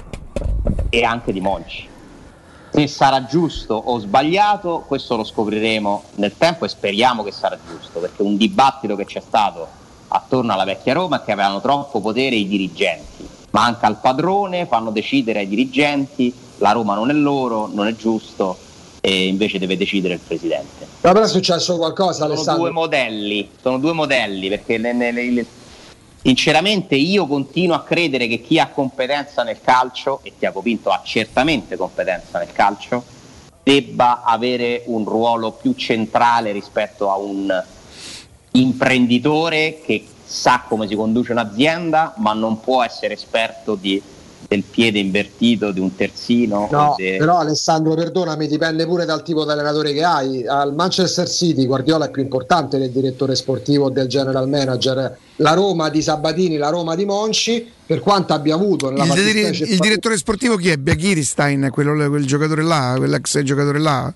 E anche di Monci. Se sarà giusto o sbagliato, questo lo scopriremo nel tempo e speriamo che sarà giusto, perché un dibattito che c'è stato attorno alla vecchia Roma è che avevano troppo potere i dirigenti, manca il padrone, fanno decidere ai dirigenti, la Roma non è loro, non è giusto, e invece deve decidere il presidente. Ma però è successo qualcosa, sono Alessandro? Due modelli, sono due modelli, perché ne, ne, ne, sinceramente io continuo a credere che chi ha competenza nel calcio, e Tiago Pinto ha certamente competenza nel calcio, debba avere un ruolo più centrale rispetto a un imprenditore che sa come si conduce un'azienda, ma non può essere esperto di, del piede invertito di un terzino. No, de... però Alessandro, perdonami, dipende pure dal tipo di allenatore che hai. Al Manchester City Guardiola è più importante del direttore sportivo o del general manager. La Roma di Sabatini, la Roma di Monci, per quanto abbia avuto nella il, dir- il direttore sportivo chi è? Biaghiristain, quello, quel giocatore là, quell'ex giocatore là.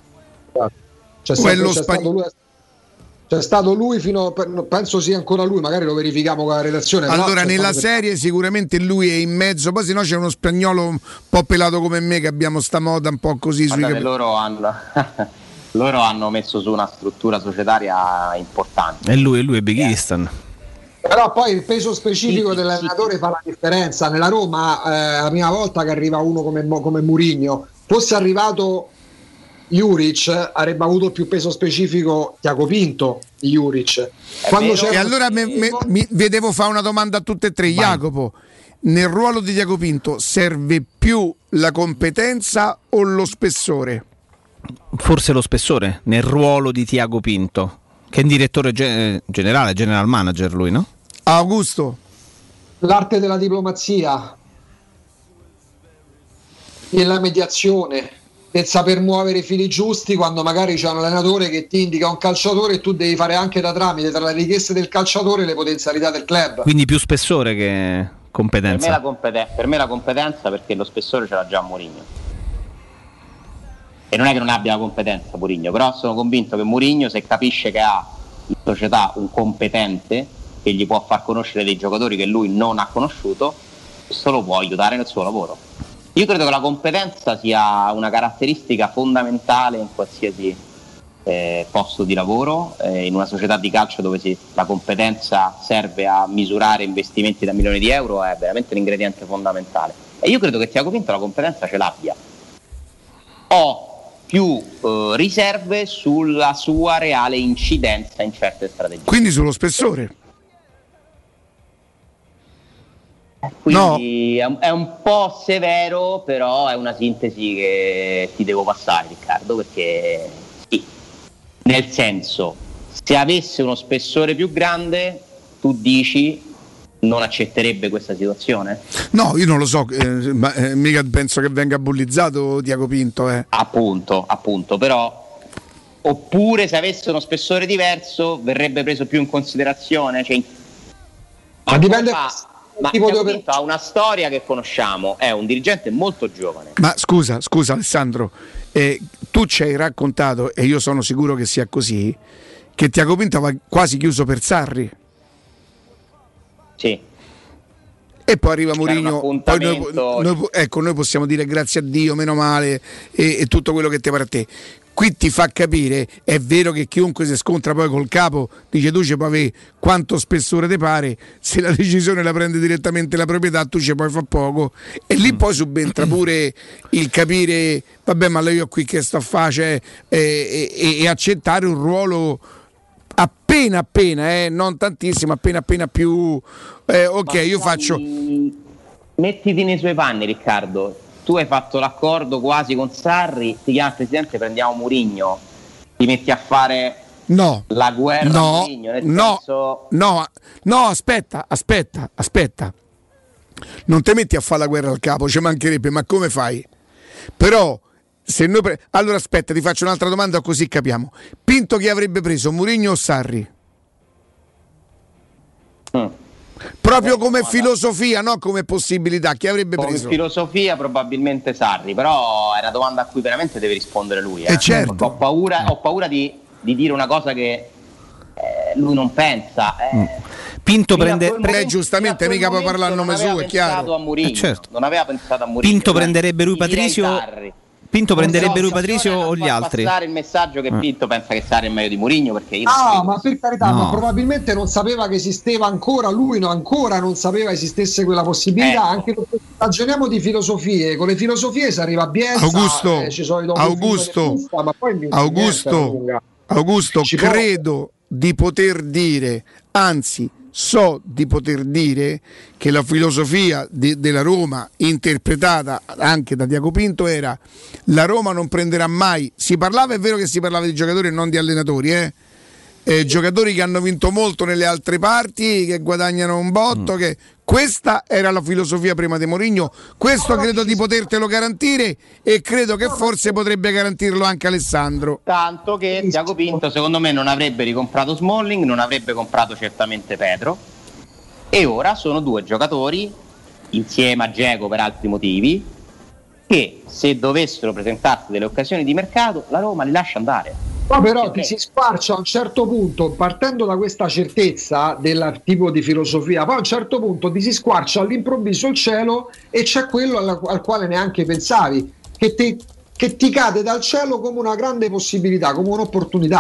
C'è, stato, c'è, stato lui, c'è stato lui fino, penso sia ancora lui, magari lo verifichiamo con la redazione. Allora nella serie per... sicuramente lui è in mezzo, poi se no c'è uno spagnolo un po' pelato come me che abbiamo sta moda un po' così. Guardate, sui loro hanno loro hanno messo su una struttura societaria importante. E lui, lui è Bigistan. Però poi il peso specifico sì, dell'allenatore sì. fa la differenza. Nella Roma eh, la prima volta che arriva uno come, come Mourinho, fosse arrivato Juric avrebbe avuto più peso specifico Tiago Pinto di Juric. E allora me, me, mi vedevo fare una domanda a tutte e tre. Vai. Jacopo, nel ruolo di Tiago Pinto serve più la competenza o lo spessore? Forse lo spessore nel ruolo di Tiago Pinto, che è un direttore ge- generale, general manager lui, no? Augusto. L'arte della diplomazia e la mediazione, del saper muovere i fili giusti quando magari c'è un allenatore che ti indica un calciatore e tu devi fare anche da tramite tra le richieste del calciatore e le potenzialità del club. Quindi più spessore che competenza. Per me la, competen- per me la competenza, perché lo spessore ce l'ha già Mourinho. E non è che non abbia la competenza Mourinho, però sono convinto che Mourinho, se capisce che ha in società un competente che gli può far conoscere dei giocatori che lui non ha conosciuto, questo lo può aiutare nel suo lavoro. Io credo che la competenza sia una caratteristica fondamentale in qualsiasi eh, posto di lavoro, eh, in una società di calcio dove si, la competenza serve a misurare investimenti da milioni di euro, è veramente un ingrediente fondamentale. E io credo che Tiago Pinto la competenza ce l'abbia. Ho più eh, riserve sulla sua reale incidenza in certe strategie. Quindi sullo spessore? Quindi no. è un po' severo, però è una sintesi che ti devo passare, Riccardo, perché sì, nel senso, se avesse uno spessore più grande, tu dici non accetterebbe questa situazione? No, io non lo so, eh, ma eh, mica penso che venga bullizzato Tiago Pinto. Eh. Appunto, appunto, però oppure se avesse uno spessore diverso verrebbe preso più in considerazione, cioè, ma dipende. Fa, Ma Tiago Pinto ha una storia che conosciamo, è un dirigente molto giovane. Ma scusa, scusa Alessandro, eh, tu ci hai raccontato, e io sono sicuro che sia così, che Tiago Pinto aveva quasi chiuso per Sarri. Sì. E poi arriva Mourinho, poi noi, noi, ecco, noi possiamo dire grazie a Dio, meno male, e, e tutto quello che ti pare a te. Qui ti fa capire, è vero che chiunque si scontra poi col capo dice tu ci puoi avere quanto spessore ti pare, se la decisione la prende direttamente la proprietà tu ci puoi fare poco, e lì poi subentra pure il capire vabbè ma io qui che sto a fare, cioè, e, e, e accettare un ruolo appena appena, eh, non tantissimo, appena appena più eh, ok, ma io faccio mettiti nei suoi panni, Riccardo. Tu hai fatto l'accordo quasi con Sarri, ti chiama il presidente, prendiamo Mourinho, ti metti a fare no, la guerra no, a Mourinho, nel no, senso... no, no, aspetta, aspetta, aspetta, non ti metti a fare la guerra al capo, ci mancherebbe, ma come fai? Però se noi pre... allora aspetta, ti faccio un'altra domanda così capiamo. Pinto chi avrebbe preso, Mourinho o Sarri? Mm. Proprio come filosofia, no come possibilità, chi avrebbe come preso? Filosofia probabilmente Sarri, però è una domanda a cui veramente deve rispondere lui. Eh. Eh certo. Ho paura, ho paura di, di dire una cosa che eh, lui non pensa. Eh. Pinto prende, pre- giustamente mica può parlare a nome suo, è chiaro. A Mourinho, eh certo. Non aveva pensato a Mourinho. Pinto prenderebbe lui Patrizio. Pinto prenderebbe lui Patrizio o gli altri? Passare il messaggio che Pinto pensa che Sarri è meglio di Mourinho, perché io ah, ma per carità, no. ma probabilmente non sapeva che esisteva ancora, lui no, ancora non sapeva esistesse quella possibilità, eh. Anche perché ragioniamo di filosofie, con le filosofie si arriva a Bielsa, Augusto, eh, ci sono i Augusto, Fusta, ma poi Augusto, Augusto ci credo può... di poter dire, anzi so di poter dire che la filosofia de- della Roma interpretata anche da Tiago Pinto era la Roma non prenderà mai, si parlava, è vero che si parlava di giocatori e non di allenatori, eh? Eh, giocatori che hanno vinto molto nelle altre parti, che guadagnano un botto, mm. che questa era la filosofia prima di Mourinho, questo credo di potertelo garantire e credo che forse potrebbe garantirlo anche Alessandro. Tanto che Tiago Pinto secondo me non avrebbe ricomprato Smalling, non avrebbe comprato certamente Pedro, e ora sono due giocatori insieme a Dzeko per altri motivi che se dovessero presentarsi delle occasioni di mercato la Roma li lascia andare. No, però ti si squarcia a un certo punto, partendo da questa certezza del tipo di filosofia, poi a un certo punto ti si squarcia all'improvviso il cielo e c'è quello al, al quale neanche pensavi, che ti, che ti cade dal cielo come una grande possibilità, come un'opportunità.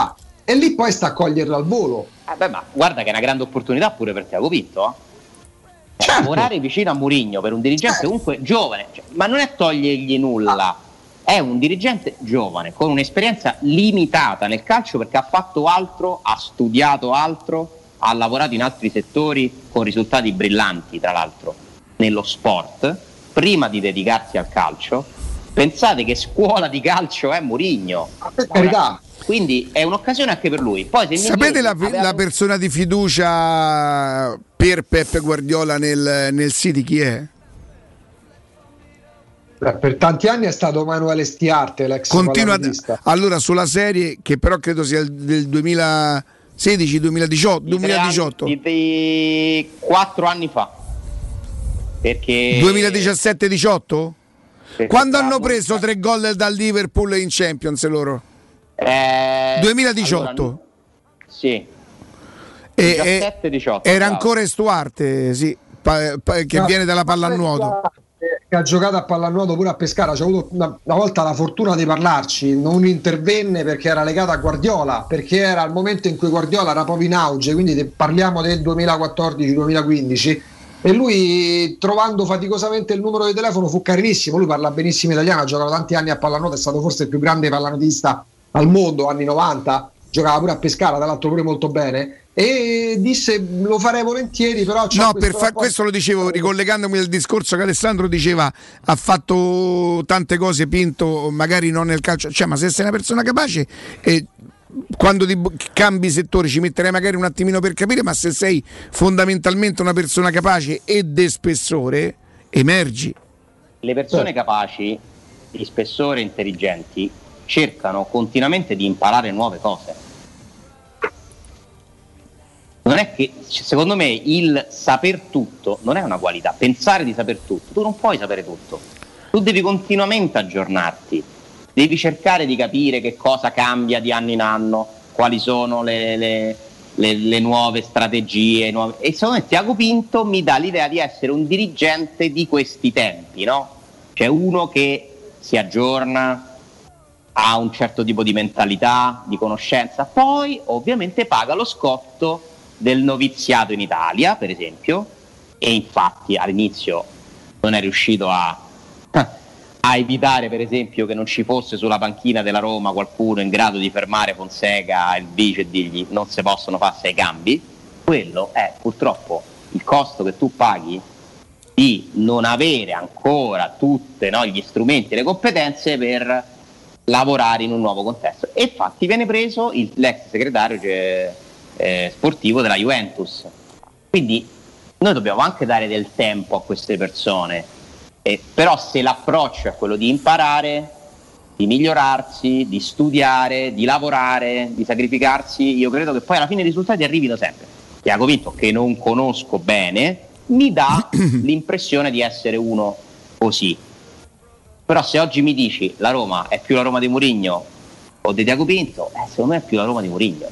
e lì poi sta a coglierla al volo. Eh beh, ma guarda che è una grande opportunità pure per Tiago Pinto, eh? Certo. Lavorare vicino a Mourinho per un dirigente certo. comunque giovane, cioè, ma non è togliergli nulla, è un dirigente giovane con un'esperienza limitata nel calcio perché ha fatto altro, ha studiato altro, ha lavorato in altri settori con risultati brillanti, tra l'altro, nello sport, prima di dedicarsi al calcio. Pensate che scuola di calcio è Mourinho. Per carità. Quindi è un'occasione anche per lui. Poi, se sapete la, aveva... la persona di fiducia per Peppe Guardiola nel, nel City chi è? Per tanti anni è stato Manuele Stiarte, l'ex Continua ad... Allora sulla serie, che però credo sia del duemilasedici duemiladiciotto duemiladiciotto Di, di quattro anni fa. Perché duemiladiciassette diciotto Quando hanno preso tre gol dal Liverpool in Champions loro? Eh, duemiladiciotto allora, sì. diciassette diciotto Era bravo. Ancora Stuarte, sì, pa, pa, che no, viene dalla pallanuoto. Che ha giocato a pallanuoto pure a Pescara. C'è avuto una, una volta la fortuna di parlarci. Non intervenne perché era legato a Guardiola, perché era il momento in cui Guardiola era proprio in auge, quindi parliamo del duemilaquattordici duemilaquindici. E lui, trovando faticosamente il numero di telefono, fu carinissimo. Lui parla benissimo italiano, ha giocato tanti anni a pallanuoto, è stato forse il più grande pallanotista al mondo, anni novanta, giocava pure a Pescara, tra l'altro pure molto bene, e disse lo farei volentieri, però no, per far questo lo dicevo ricollegandomi al discorso che Alessandro diceva, ha fatto tante cose Pinto, magari non nel calcio, cioè, ma se sei una persona capace eh, quando ti cambi settore ci metterei magari un attimino per capire, ma se sei fondamentalmente una persona capace e de spessore emergi. Le persone eh. capaci di spessore, intelligenti, cercano continuamente di imparare nuove cose. Non è che, secondo me, il saper tutto non è una qualità. Pensare di saper tutto, tu non puoi sapere tutto, tu devi continuamente aggiornarti, devi cercare di capire che cosa cambia di anno in anno, quali sono le, le, le, le nuove strategie nuove. E secondo me Tiago Pinto mi dà l'idea di essere un dirigente di questi tempi, no? Cioè uno che si aggiorna, ha un certo tipo di mentalità, di conoscenza, poi ovviamente paga lo scotto del noviziato in Italia, per esempio, e infatti all'inizio non è riuscito a, a evitare, per esempio, che non ci fosse sulla panchina della Roma qualcuno in grado di fermare Fonseca e il vice e dirgli non si possono fare sei cambi. Quello è purtroppo il costo che tu paghi di non avere ancora tutti, no, gli strumenti e le competenze per lavorare in un nuovo contesto. E infatti viene preso il, l'ex segretario cioè, eh, sportivo della Juventus. Quindi noi dobbiamo anche dare del tempo a queste persone, eh, però se l'approccio è quello di imparare, di migliorarsi, di studiare, di lavorare, di sacrificarsi, io credo che poi alla fine i risultati arrivino sempre. Tiago Pinto, che non conosco bene, mi dà l'impressione di essere uno così. Però se oggi mi dici la Roma è più la Roma di Mourinho o di Tiago Pinto, eh, secondo me è più la Roma di Mourinho.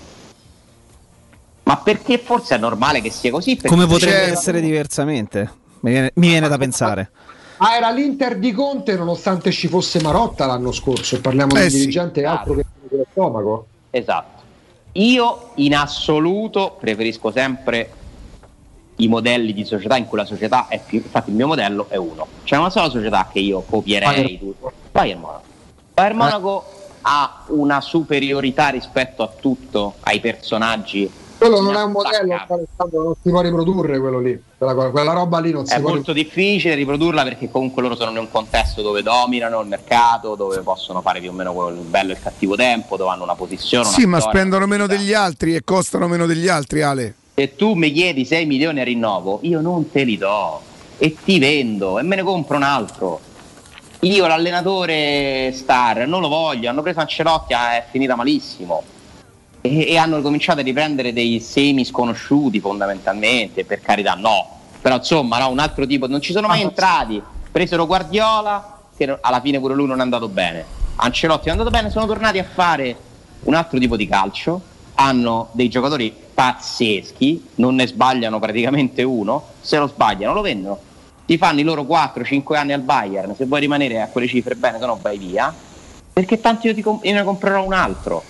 Ma perché forse è normale che sia così? Come potrebbe essere diversamente? Mi viene, mi viene da pensare. Ah, era l'Inter di Conte nonostante ci fosse Marotta l'anno scorso, e parliamo eh di un sì. dirigente altro che quello stomaco. Esatto. Io in assoluto preferisco sempre i modelli di società in cui la società è più, infatti il mio modello è uno, c'è una sola società che io copierei tutto. Bayern Monaco. Bayern Monaco eh. ha una superiorità rispetto a tutto, ai personaggi. Quello non è un modello, non si può riprodurre quello lì, quella, quella roba lì non si è può molto riprodurre. Difficile riprodurla perché comunque loro sono in un contesto dove dominano il mercato, dove possono fare più o meno il bello e il cattivo tempo, dove hanno una posizione, una sì, ma storia, spendono meno degli altri e costano meno degli altri, Ale. Se tu mi chiedi sei milioni a rinnovo, io non te li do e ti vendo e me ne compro un altro. Io l'allenatore star non lo voglio, hanno preso Ancelotti, è finita malissimo e, e hanno cominciato a riprendere dei semi sconosciuti fondamentalmente, per carità no, però insomma no, un altro tipo, non ci sono mai entrati, presero Guardiola che alla fine pure lui non è andato bene, Ancelotti è andato bene, sono tornati a fare un altro tipo di calcio, hanno dei giocatori pazzeschi, non ne sbagliano praticamente uno, se lo sbagliano lo vendono, ti fanno i loro quattro cinque anni al Bayern, se vuoi rimanere a quelle cifre bene, se no vai via, perché tanto io, ti comp- io ne comprerò un altro.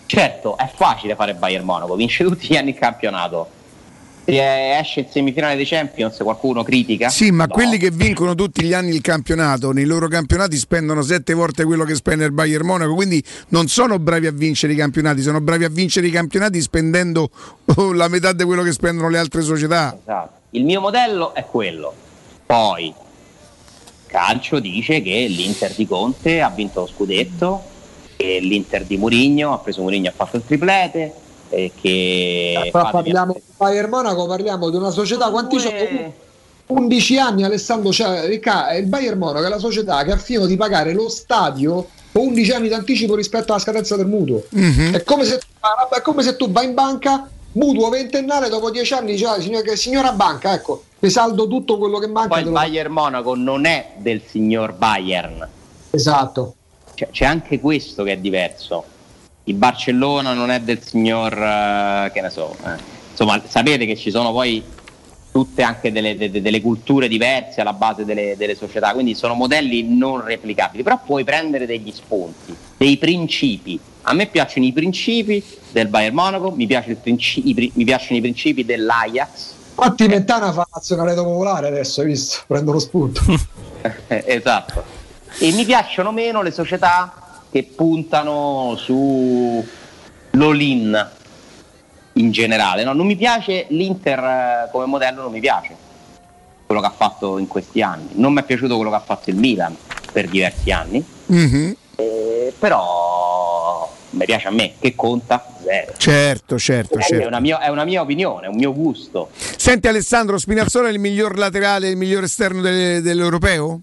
Certo, è facile fare Bayern Monaco, vince tutti gli anni il campionato. Se esce in semifinale dei Champions qualcuno critica? Sì, ma no. Quelli che vincono tutti gli anni il campionato, nei loro campionati spendono sette volte quello che spende il Bayern Monaco, quindi non sono bravi a vincere i campionati, sono bravi a vincere i campionati spendendo oh, la metà di quello che spendono le altre società. Esatto. Il mio modello è quello. Poi calcio dice che l'Inter di Conte ha vinto lo scudetto, che l'Inter di Mourinho ha preso Mourinho, ha fatto il triplete, e che Però parliamo di Bayern Monaco, parliamo di una società, quanti sono? undici anni Alessandro, cioè, il Bayern Monaco è la società che ha finito di pagare lo stadio con undici anni d'anticipo rispetto alla scadenza del mutuo. Mm-hmm. È come se è come se tu vai in banca, mutuo ventennale, dopo dieci anni dici, ah, signora, signora banca, ecco, ti saldo tutto quello che manca. Poi il Bayern Monaco non è del signor Bayern. Esatto. C'è, c'è anche questo che è diverso. Il Barcellona non è del signor uh, che ne so, eh. Insomma, sapete che ci sono poi tutte anche delle, de, delle culture diverse alla base delle, delle società, quindi sono modelli non replicabili, però puoi prendere degli spunti, dei principi. A me piacciono i principi del Bayern Monaco, mi, piace il principi, mi piacciono i principi dell'Ajax. Infatti Mentana fa nazionale popolare adesso, hai visto? Prendo lo spunto. Esatto. E mi piacciono meno le società che puntano su l'all-in in generale, no? Non mi piace l'Inter come modello, non mi piace quello che ha fatto in questi anni, non mi è piaciuto quello che ha fatto il Milan per diversi anni, mm-hmm. eh, però mi piace a me, che conta? Zero. Certo, certo, è, certo. È una, mia, è una mia opinione, è un mio gusto. Senti Alessandro, Spinazzola è il miglior laterale, il miglior esterno de- dell'europeo?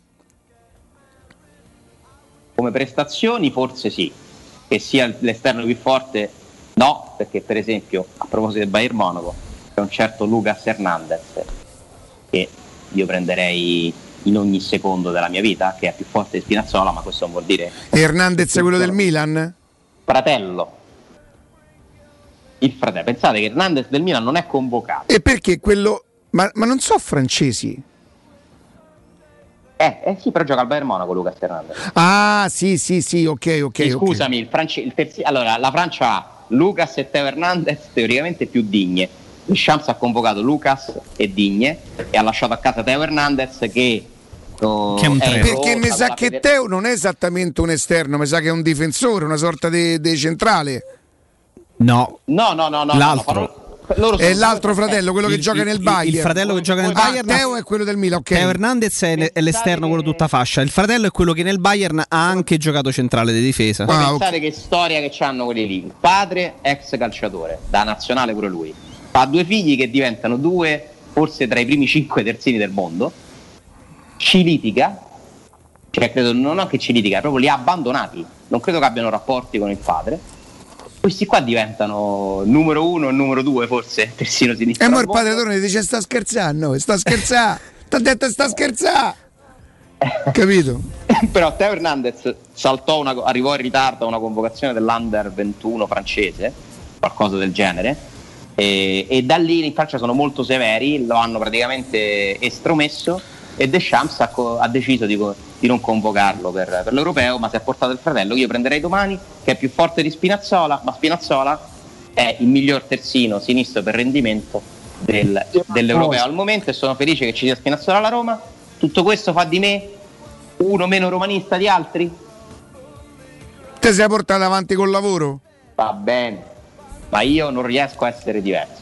Come prestazioni forse sì, che sia l'esterno più forte no, perché per esempio a proposito del Bayern Monaco c'è un certo Lucas Hernandez che io prenderei in ogni secondo della mia vita, che è più forte di Spinazzola, ma questo non vuol dire... Hernandez è quello del Milan? Fratello, il fratello, pensate che Hernandez del Milan non è convocato. E perché quello... ma, ma non so francesi? Eh, eh sì, però gioca al Bayern Monaco Lucas Hernandez. Ah, sì, sì, sì, ok, ok. Sì, scusami, okay. il France, il terzi, allora la Francia ha Lucas e Teo Hernandez teoricamente più Digne. Deschamps ha convocato Lucas e Digne e ha lasciato a casa Teo Hernandez che, oh, che è un tre. Perché mi sa che Teo non è esattamente un esterno, mi sa che è un difensore, una sorta di centrale. No, no, no, no, no l'altro. No, Loro è l'altro fratello, quello il, che gioca il, nel Bayern. Il fratello che gioca nel Bayern. Ah, Teo è quello del Milan, ok. Teo Hernandez è, è l'esterno, quello tutta fascia. Il fratello è quello che nel Bayern ha anche giocato centrale di difesa. Ah, pensate okay. Che storia che hanno quelli lì. Il padre ex calciatore, da nazionale pure lui. Ha due figli che diventano due, forse tra i primi cinque terzini del mondo. Ci litiga. Cioè credo, non è che ci litiga, proprio li ha abbandonati. Non credo che abbiano rapporti con il padre. Questi qua diventano numero uno e numero due forse terzino sinistro. E mo il padre torna e dice sta scherzando, sta scherzando, ti ha detto sta scherzando. Capito? Però Teo Hernandez saltò una, arrivò in ritardo a una convocazione dell'Under ventuno francese, qualcosa del genere, e, e da lì in Francia sono molto severi, lo hanno praticamente estromesso e Deschamps ha, ha deciso di, di non convocarlo per, per l'Europeo, ma si è portato il fratello. Io prenderei domani, che è più forte di Spinazzola, ma Spinazzola è il miglior terzino sinistro per rendimento del, dell'Europeo al momento, e sono felice che ci sia Spinazzola alla Roma. Tutto questo fa di me uno meno romanista di altri? Te sei portato avanti col lavoro? Va bene, ma io non riesco a essere diverso.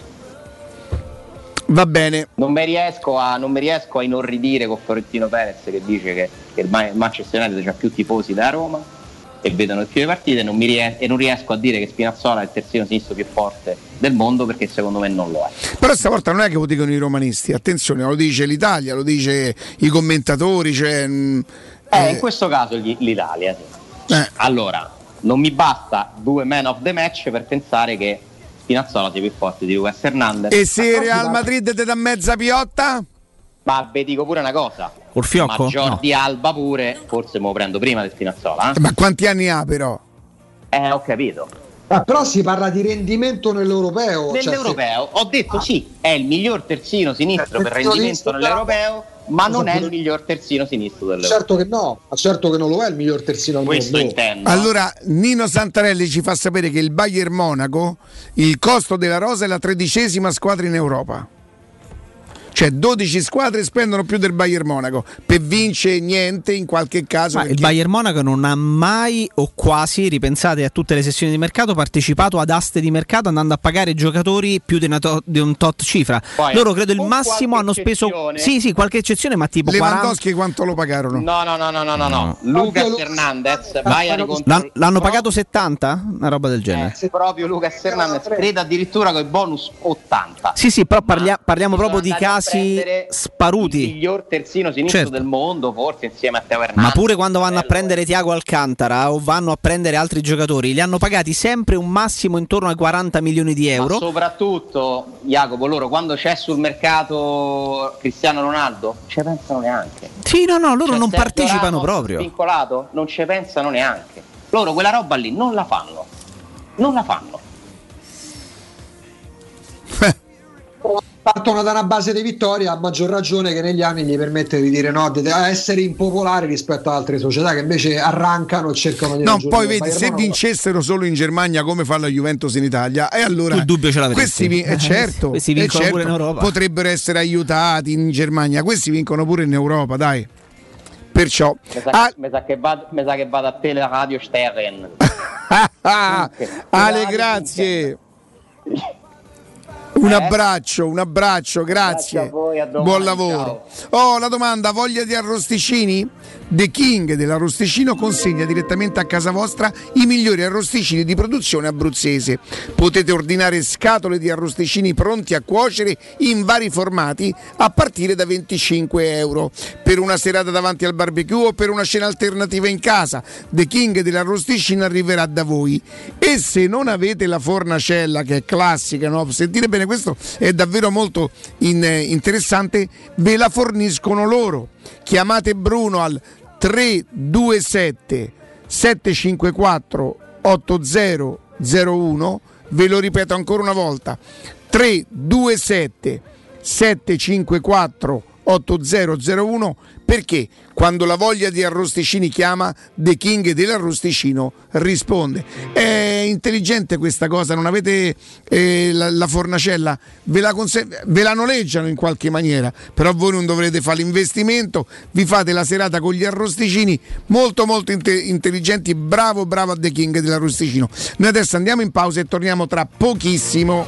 Va bene. Non mi riesco a, non mi riesco a inorridire con Florentino Perez che dice che, che il Manchester United ha più tifosi da Roma e vedono più le partite, non mi ries- e non riesco a dire che Spinazzola è il terzino sinistro più forte del mondo, perché secondo me non lo è. Però stavolta non è che lo dicono i romanisti, attenzione, lo dice l'Italia, lo dice i commentatori, cioè, mh, eh, eh. in questo caso gli, l'Italia sì. eh. Allora, non mi basta due man of the match per pensare che Spinazzola sia più forte di Lucas Hernandez. E se Real Madrid ti dà mezza piotta? Ma vi dico pure una cosa, col fiocco? Ma Jordi no. Alba pure, forse me lo prendo prima del Spinazzola. Eh? Ma quanti anni ha però? Eh, ho capito. Ah, però si parla di rendimento nell'europeo. Nell'europeo, cioè, se... ho detto sì, è il miglior terzino sinistro eh, per rendimento nell'europeo, ma non è il miglior terzino sinistro dell'europeo. Certo che no, ma certo che non lo è il miglior terzino al Questo mondo. intendo. Allora Nino Santarelli ci fa sapere che il Bayern Monaco, il costo della rosa è la tredicesima squadra in Europa. Cioè dodici squadre spendono più del Bayern Monaco per vincere niente in qualche caso. Ma perché... il Bayern Monaco non ha mai o quasi, ripensate a tutte le sessioni di mercato, partecipato ad aste di mercato andando a pagare giocatori più di, una to- di un tot cifra. Poi, loro credo il massimo hanno speso sì sì qualche eccezione, ma tipo Lewandowski quaranta... quanto lo pagarono? No no no no no no, no. Lucas Hernandez vai a ricontrollare. L'hanno, l'hanno pagato settanta? Una roba del genere. Eh, proprio Lucas Hernandez credo addirittura con i bonus ottanta. Sì sì, però parlia- parliamo proprio di casi sparuti. Il miglior terzino sinistro certo. del mondo, forse insieme a Teo Hernandez. Ma pure quando vanno a prendere Thiago Alcantara o vanno a prendere altri giocatori, li hanno pagati sempre un massimo intorno ai quaranta milioni di euro. Ma soprattutto, Jacopo, loro quando c'è sul mercato Cristiano Ronaldo, non ci pensano neanche. Sì, no, no, loro cioè, non Sergio partecipano Ramos proprio. Vincolato, non ci pensano neanche. Loro quella roba lì non la fanno. Non la fanno. Partono da una base di vittoria, a maggior ragione che negli anni gli permette di dire no, di essere impopolari rispetto ad altre società che invece arrancano e cercano di no, poi vedi, se vincessero solo in Germania come fa la Juventus in Italia, e allora il dubbio ce questi vi- eh, certo, questi eh, vincono certo, pure in Europa. Potrebbero essere aiutati in Germania, questi vincono pure in Europa, dai. Perciò mi sa, ah, mi sa che vado mi sa che vado a Tele Radio Stern. Ale, grazie. Un abbraccio, un abbraccio, grazie. A voi, a domani, buon lavoro. Ciao. Oh, la domanda, voglia di arrosticini? The King dell'arrosticino consegna direttamente a casa vostra i migliori arrosticini di produzione abruzzese. Potete ordinare scatole di arrosticini pronti a cuocere in vari formati a partire da venticinque euro per una serata davanti al barbecue o per una cena alternativa in casa. The King dell'arrosticino arriverà da voi. E se non avete la fornacella, che è classica, no? Sentite bene, questo è davvero molto in, eh, interessante, ve la forniscono loro. Chiamate Bruno al tre due sette sette cinque quattro otto zero zero uno, ve lo ripeto ancora una volta, tre due sette sette cinque quattro otto zero zero uno, perché quando la voglia di arrosticini chiama, The King dell'arrosticino risponde. È intelligente questa cosa, non avete eh, la, la fornacella, ve la, conse- ve la noleggiano in qualche maniera, però voi non dovrete fare l'investimento, vi fate la serata con gli arrosticini molto molto inte- intelligenti. Bravo bravo a The King dell'arrosticino. Noi adesso andiamo in pausa e torniamo tra pochissimo.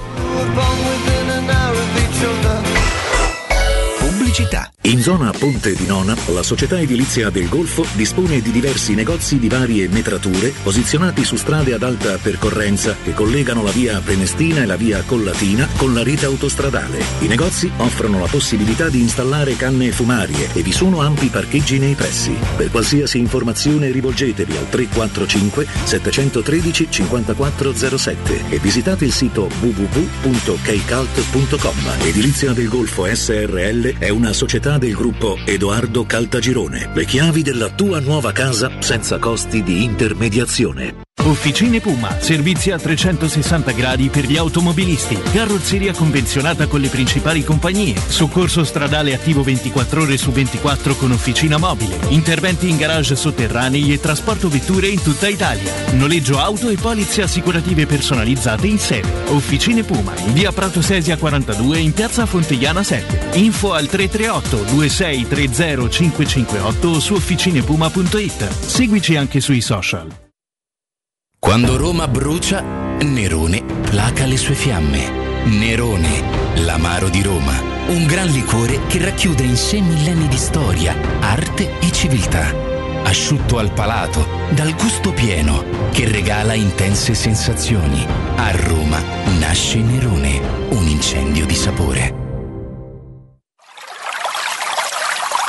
Pubblicità. In zona Ponte di Nona, la società edilizia del Golfo dispone di diversi negozi di varie metrature posizionati su strade ad alta percorrenza che collegano la via Prenestina e la via Collatina con la rete autostradale. I negozi offrono la possibilità di installare canne fumarie e vi sono ampi parcheggi nei pressi. Per qualsiasi informazione rivolgetevi al tre quattro cinque sette uno tre cinque quattro zero sette e visitate il sito w w w punto keicalt punto com. Edilizia del Golfo S R L è una società del gruppo Edoardo Caltagirone. Le chiavi della tua nuova casa senza costi di intermediazione. Officine Puma, servizi a trecentosessanta gradi per gli automobilisti, carrozzeria convenzionata con le principali compagnie, soccorso stradale attivo ventiquattro ore su ventiquattro con officina mobile, interventi in garage sotterranei e trasporto vetture in tutta Italia, noleggio auto e polizze assicurative personalizzate in sede. Officine Puma, in via Prato Sesia quarantadue in piazza Fontegliana sette. Info al tre tre otto due sei tre zero cinque cinque otto o su officinepuma punto it. Seguici anche sui social. Quando Roma brucia, Nerone placa le sue fiamme. Nerone, l'amaro di Roma. Un gran liquore che racchiude in sé millenni di storia, arte e civiltà. Asciutto al palato, dal gusto pieno, che regala intense sensazioni. A Roma nasce Nerone, un incendio di sapore.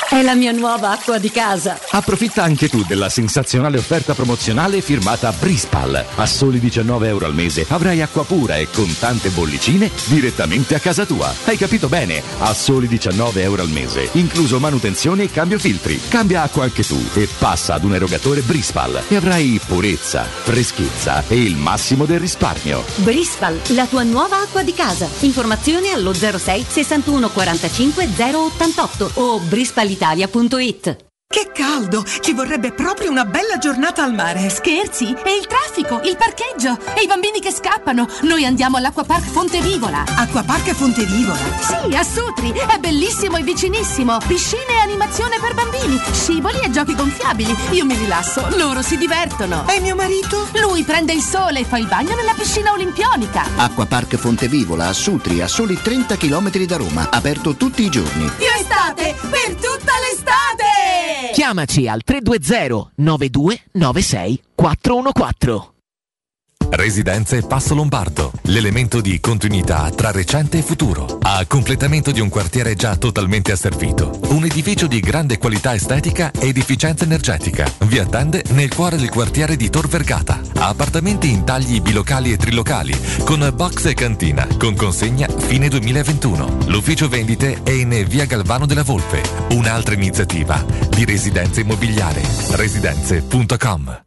È la mia nuova acqua di casa. Approfitta anche tu della sensazionale offerta promozionale firmata Brispal. A soli diciannove euro al mese avrai acqua pura e con tante bollicine direttamente a casa tua. Hai capito bene? A soli diciannove euro al mese, incluso manutenzione e cambio filtri. Cambia acqua anche tu e passa ad un erogatore Brispal e avrai purezza, freschezza e il massimo del risparmio. Brispal, la tua nuova acqua di casa. Informazioni allo zero sei sessantuno quarantacinque zero ottantotto o brispalitalia punto it. Che caldo! Ci vorrebbe proprio una bella giornata al mare. Scherzi? E il traffico, il parcheggio e i bambini che scappano. Noi andiamo all'Acquapark Fontevivola. Acquapark Fontevivola? Sì, a Sutri. È bellissimo e vicinissimo. Piscine e animazione per bambini, scivoli e giochi gonfiabili. Io mi rilasso, loro si divertono. E mio marito? Lui prende il sole e fa il bagno nella piscina olimpionica. Acquapark Fontevivola a Sutri, a soli trenta chilometri da Roma. Aperto tutti i giorni. Più estate per tutta l'estate! Chiamaci al tre due zero nove due nove sei quattro uno quattro. Residenze Passo Lombardo, l'elemento di continuità tra recente e futuro. A completamento di un quartiere già totalmente asservito. Un edificio di grande qualità estetica ed efficienza energetica. Vi attende nel cuore del quartiere di Tor Vergata. Appartamenti in tagli bilocali e trilocali, con box e cantina, con consegna fine duemilaventuno. L'ufficio vendite è in via Galvano della Volpe. Un'altra iniziativa di Residenze Immobiliare. Residenze punto com.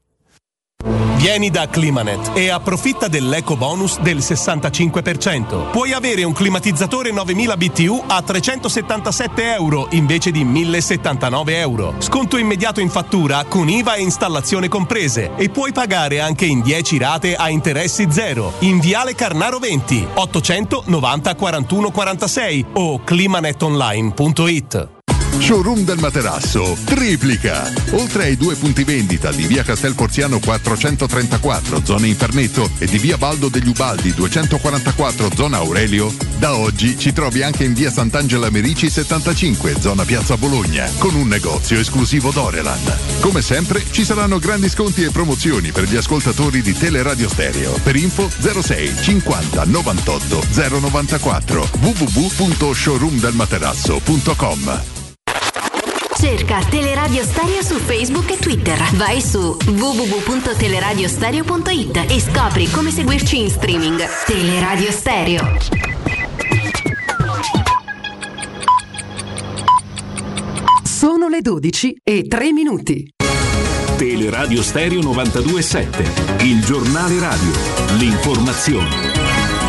Vieni da Climanet e approfitta dell'eco bonus del sessantacinque per cento. Puoi avere un climatizzatore novemila B T U a trecentosettantasette euro invece di millesettantanove euro. Sconto immediato in fattura con I V A e installazione comprese e puoi pagare anche in dieci rate a interessi zero. In Viale Carnaro venti, ottocentonovanta quarantuno quarantasei o climanetonline punto it. Showroom del Materasso triplica. Oltre ai due punti vendita di via Castel Porziano quattrocentotrentaquattro, zona Infernetto, e di via Baldo degli Ubaldi duecentoquarantaquattro, zona Aurelio, da oggi ci trovi anche in via Sant'Angela Merici settantacinque, zona Piazza Bologna, con un negozio esclusivo Dorelan. Come sempre ci saranno grandi sconti e promozioni per gli ascoltatori di Teleradio Stereo. Per info zero sei cinquanta novantotto zero novantaquattro w w w punto showroom del materasso punto com. Cerca Teleradio Stereo su Facebook e Twitter. Vai su w w w punto teleradiostereo punto it e scopri come seguirci in streaming. Teleradio Stereo. Sono le dodici e tre minuti. Teleradio Stereo novantadue sette, il giornale radio, l'informazione.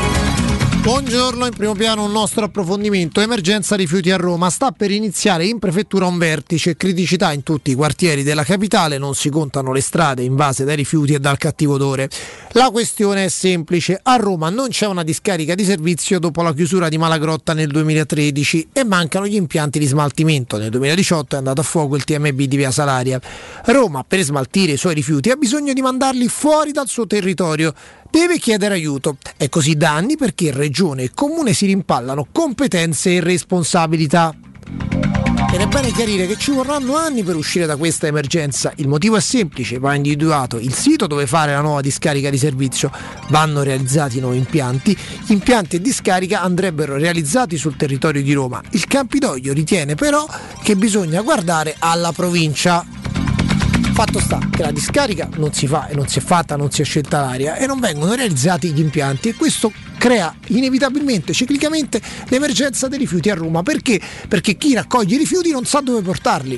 Buongiorno, in primo piano un nostro approfondimento. Emergenza rifiuti a Roma. Sta per iniziare in prefettura un vertice. Criticità in tutti i quartieri della capitale, non si contano le strade invase dai rifiuti e dal cattivo odore. La questione è semplice. A Roma non c'è una discarica di servizio dopo la chiusura di Malagrotta nel duemilatredici e mancano gli impianti di smaltimento. Nel duemiladiciotto è andato a fuoco il T M B di Via Salaria. Roma, per smaltire i suoi rifiuti, ha bisogno di mandarli fuori dal suo territorio. Deve chiedere aiuto. È così da anni perché Regione e Comune si rimpallano competenze e responsabilità. Ed è bene chiarire che ci vorranno anni per uscire da questa emergenza. Il motivo è semplice: va individuato il sito dove fare la nuova discarica di servizio, vanno realizzati nuovi impianti, impianti e discarica andrebbero realizzati sul territorio di Roma. Il Campidoglio ritiene però che bisogna guardare alla provincia. Fatto sta che la discarica non si fa e non si è fatta, non si è scelta l'area e non vengono realizzati gli impianti, e questo crea inevitabilmente, ciclicamente, l'emergenza dei rifiuti a Roma. Perché? Perché chi raccoglie i rifiuti non sa dove portarli.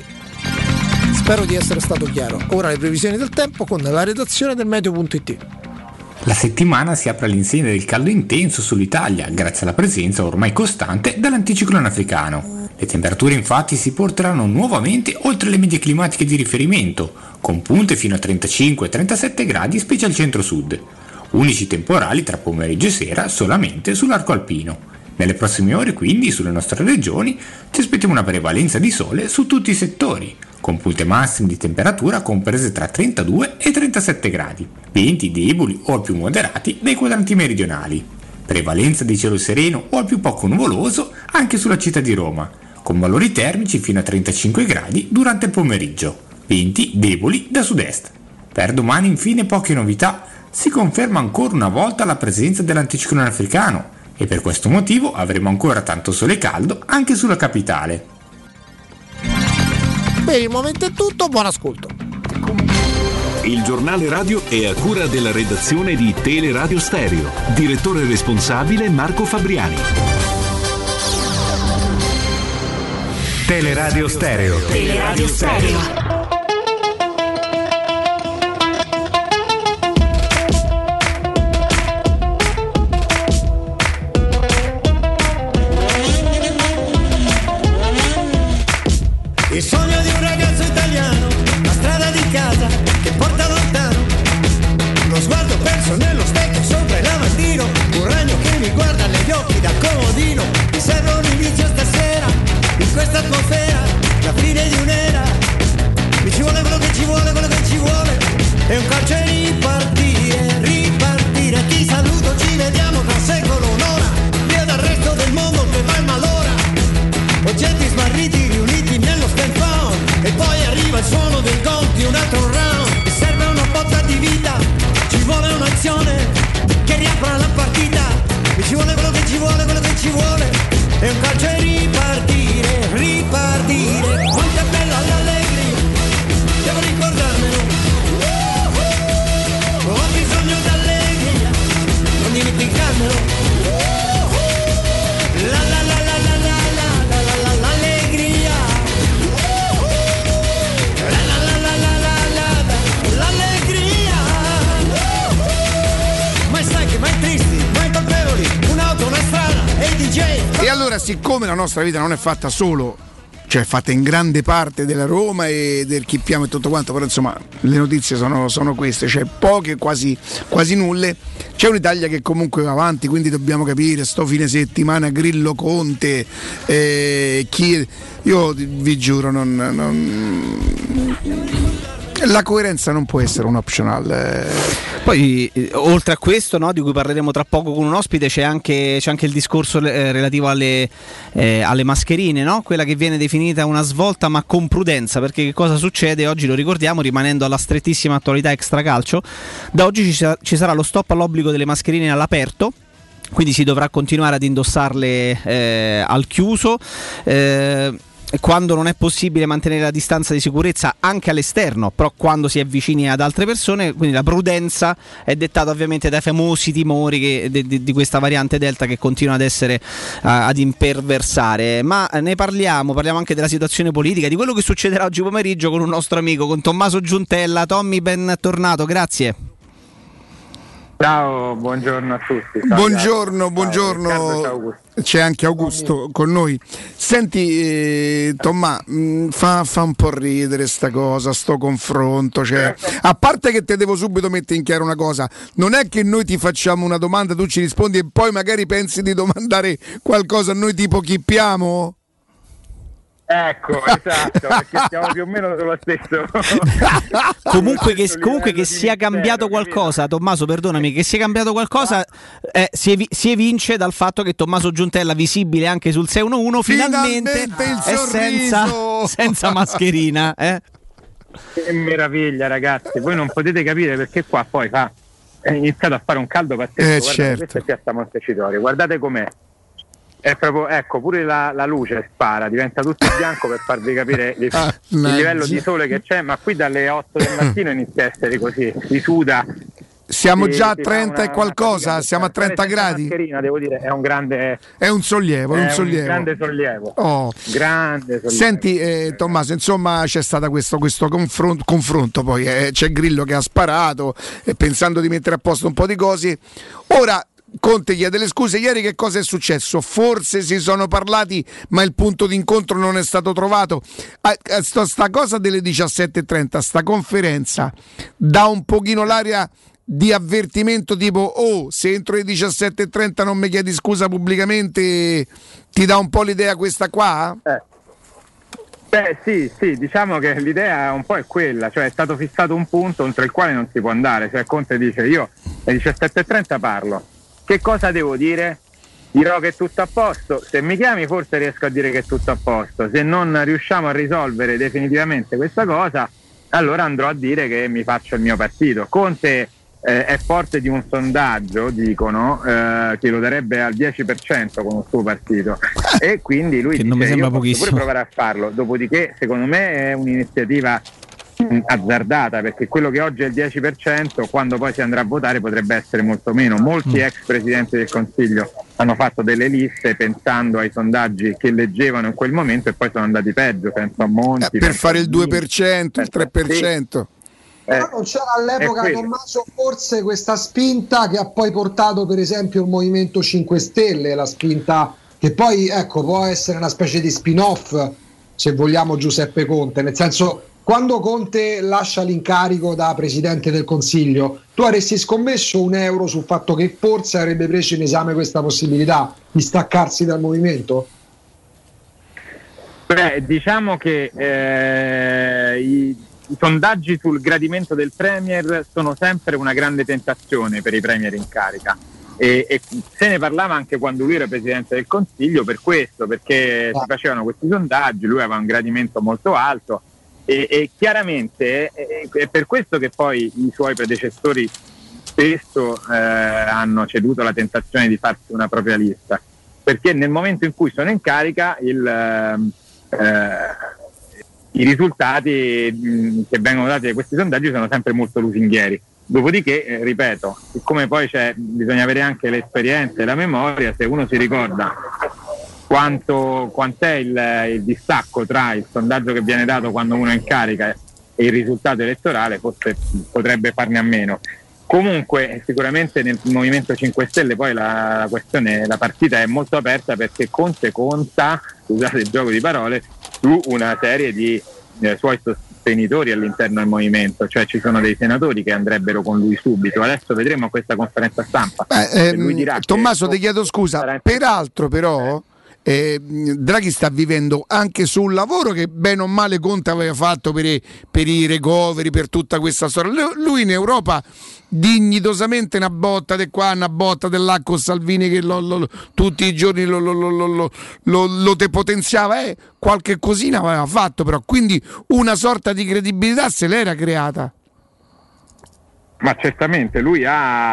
Spero di essere stato chiaro. Ora le previsioni del tempo con la redazione del meteo punto it. La settimana si apre all'insegna del caldo intenso sull'Italia, grazie alla presenza ormai costante dell'anticiclone africano. Le temperature infatti si porteranno nuovamente oltre le medie climatiche di riferimento, con punte fino a trentacinque trentasette gradi specie al centro-sud. Unici temporali tra pomeriggio e sera solamente sull'arco alpino. Nelle prossime ore quindi sulle nostre regioni ci aspettiamo una prevalenza di sole su tutti i settori, con punte massime di temperatura comprese tra trentadue e trentasette gradi, venti deboli o al più moderati nei quadranti meridionali. Prevalenza di cielo sereno o al più poco nuvoloso anche sulla città di Roma, con valori termici fino a trentacinque gradi durante il pomeriggio, venti deboli da sud-est. Per domani infine poche novità, si conferma ancora una volta la presenza dell'anticiclone africano e per questo motivo avremo ancora tanto sole e caldo anche sulla capitale. Per il momento è tutto, buon ascolto. Il giornale radio è a cura della redazione di Teleradio Stereo. Direttore responsabile Marco Fabriani. Teleradio Stereo. Teleradio Stereo. Il sogno di un ragazzo italiano, la strada di casa che porta lontano, lo sguardo perso nello specchio sopra il lavandino, un ragno che mi guarda negli occhi da comodino, mi serve un indizio stasera, in questa atmosfera, la fine di un'era, mi ci vuole quello che ci vuole, quello che ci vuole, è un calcio e ripartire, ripartire, ti saluto, ci vediamo tra un secolo, un'ora, via dal resto del mondo che va in malora, oggetti smarriti riuniti nello stand phone e poi arriva il suono del gong di un altro round, mi serve una botta di vita, ci vuole un'azione che riapra la partita, mi ci vuole quello che ci vuole, quello che ci vuole, è un calcio e ripartire, ripartire, quanto è bella l'allegria, devo ricordarmelo, ho bisogno d'allegria, non dimenticarmelo, la la la la la la la la la l'allegria, la la la la la la la l'allegria, mai stanchi, mai tristi, mai colpevoli, un'auto, una strada e il D J. E allora, siccome la nostra vita non è fatta solo, cioè è fatta in grande parte della Roma e del Chippiamo e tutto quanto, però insomma le notizie sono, sono queste, cioè poche, quasi, quasi nulle. C'è un'Italia che comunque va avanti, quindi dobbiamo capire sto fine settimana Grillo Conte, eh, chi, io vi giuro non, non, la coerenza non può essere un optional. Eh. Poi eh, oltre a questo, no, di cui parleremo tra poco con un ospite, c'è anche, c'è anche il discorso eh, relativo alle, eh, alle mascherine, no? Quella che viene definita una svolta ma con prudenza, perché che cosa succede? Oggi lo ricordiamo, rimanendo alla strettissima attualità extracalcio, da oggi ci, sa- ci sarà lo stop all'obbligo delle mascherine all'aperto, quindi si dovrà continuare ad indossarle eh, al chiuso, eh, quando non è possibile mantenere la distanza di sicurezza anche all'esterno, però quando si è vicini ad altre persone, quindi la prudenza è dettata ovviamente dai famosi timori che, de, de, di questa variante Delta che continua ad essere uh, ad imperversare. Ma ne parliamo, parliamo anche della situazione politica, di quello che succederà oggi pomeriggio con un nostro amico, con Tommaso Giuntella. Tommy, ben tornato, grazie. Ciao, buongiorno a tutti. Ciao, buongiorno, ciao, buongiorno. Riccardo, c'è anche Augusto con noi. Senti, eh, Tomma, mh, fa, fa un po' ridere sta cosa, sto confronto. Cioè, a parte che te devo subito mettere in chiaro una cosa, non è che noi ti facciamo una domanda, tu ci rispondi e poi magari pensi di domandare qualcosa a noi tipo Chippiamo? Ecco, esatto, perché siamo più o meno sullo stesso. comunque che, comunque che sia cambiato qualcosa, Tommaso, perdonami, che sia cambiato qualcosa eh, si, evi- si evince dal fatto che Tommaso Giuntella, visibile anche sul sei uno uno, finalmente, finalmente è senza, senza mascherina. Eh? Che meraviglia, ragazzi, voi non potete capire perché qua poi fa è iniziato a fare un caldo pazzesco. Eh, guardate, certo. Questa è Piazza Montecitorio, guardate com'è. È proprio, ecco, pure la, la luce spara, diventa tutto bianco per farvi capire il, ah, il livello di sole che c'è, ma qui dalle otto del mattino inizia a essere così, si suda. Siamo si, già a si trenta una, e qualcosa, siamo a trenta gradi. Devo dire, è un grande è un sollievo, è un, sollievo. un grande sollievo. Oh. Grande sollievo. Senti eh, Tommaso, insomma c'è stato questo, questo confronto, confronto poi eh, c'è Grillo che ha sparato eh, pensando di mettere a posto un po' di cose. Ora Conte chiede le scuse. Ieri che cosa è successo? Forse si sono parlati ma il punto d'incontro non è stato trovato. Ah, sta, sta cosa delle diciassette e trenta, sta conferenza dà un pochino l'aria di avvertimento tipo oh, se entro le diciassette e trenta non mi chiedi scusa pubblicamente, ti dà un po' l'idea questa qua? Eh. Beh sì, sì, diciamo che l'idea un po' è quella, cioè è stato fissato un punto oltre il quale non si può andare, cioè Conte dice io alle diciassette e trenta parlo. Che cosa devo dire? Dirò che è tutto a posto, se mi chiami forse riesco a dire che è tutto a posto, se non riusciamo a risolvere definitivamente questa cosa allora andrò a dire che mi faccio il mio partito. Conte eh, è forte di un sondaggio, dicono, eh, che lo darebbe al dieci per cento con il suo partito, e quindi lui che dice non mi sembra io posso pochissimo. pure provare a farlo, dopodiché secondo me è un'iniziativa azzardata, perché quello che oggi è il dieci per cento quando poi si andrà a votare potrebbe essere molto meno. Molti ex presidenti del Consiglio hanno fatto delle liste pensando ai sondaggi che leggevano in quel momento e poi sono andati peggio, penso a Monti, eh, per fare il due per cento, il tre per cento. Però non c'era all'epoca, Tommaso, forse questa spinta che ha poi portato per esempio il Movimento cinque Stelle, la spinta che poi ecco può essere una specie di spin-off, se vogliamo, Giuseppe Conte, nel senso, quando Conte lascia l'incarico da Presidente del Consiglio, tu avresti scommesso un euro sul fatto che forse avrebbe preso in esame questa possibilità di staccarsi dal movimento? Beh, diciamo che eh, i, i sondaggi sul gradimento del Premier sono sempre una grande tentazione per i Premier in carica. E, e se ne parlava anche quando lui era Presidente del Consiglio per questo, perché si facevano questi sondaggi, lui aveva un gradimento molto alto. E, e chiaramente è, è per questo che poi i suoi predecessori spesso eh, hanno ceduto alla tentazione di farsi una propria lista, perché nel momento in cui sono in carica il, eh, i risultati mh, che vengono dati da questi sondaggi sono sempre molto lusinghieri. Dopodiché, eh, ripeto, siccome poi c'è, bisogna avere anche l'esperienza e la memoria, se uno si ricorda quanto quant'è il, il distacco tra il sondaggio che viene dato quando uno è in carica e il risultato elettorale, forse potrebbe farne a meno. Comunque sicuramente nel Movimento cinque Stelle poi la, la questione, la partita è molto aperta, perché Conte conta, scusate il gioco di parole, su una serie di eh, suoi sostenitori all'interno del movimento, cioè ci sono dei senatori che andrebbero con lui subito. Adesso vedremo a questa conferenza stampa. Beh, ehm, lui dirà Tommaso, che ti chiedo scusa, peraltro però Eh, Draghi sta vivendo anche sul lavoro che bene o male Conte aveva fatto per i, per i recovery, per tutta questa storia. Lui in Europa dignitosamente una botta di qua, una botta di là con Salvini che lo, lo, tutti i giorni lo, lo, lo, lo, lo, lo depotenziava, eh, qualche cosina aveva fatto, però quindi una sorta di credibilità se l'era creata. Ma certamente lui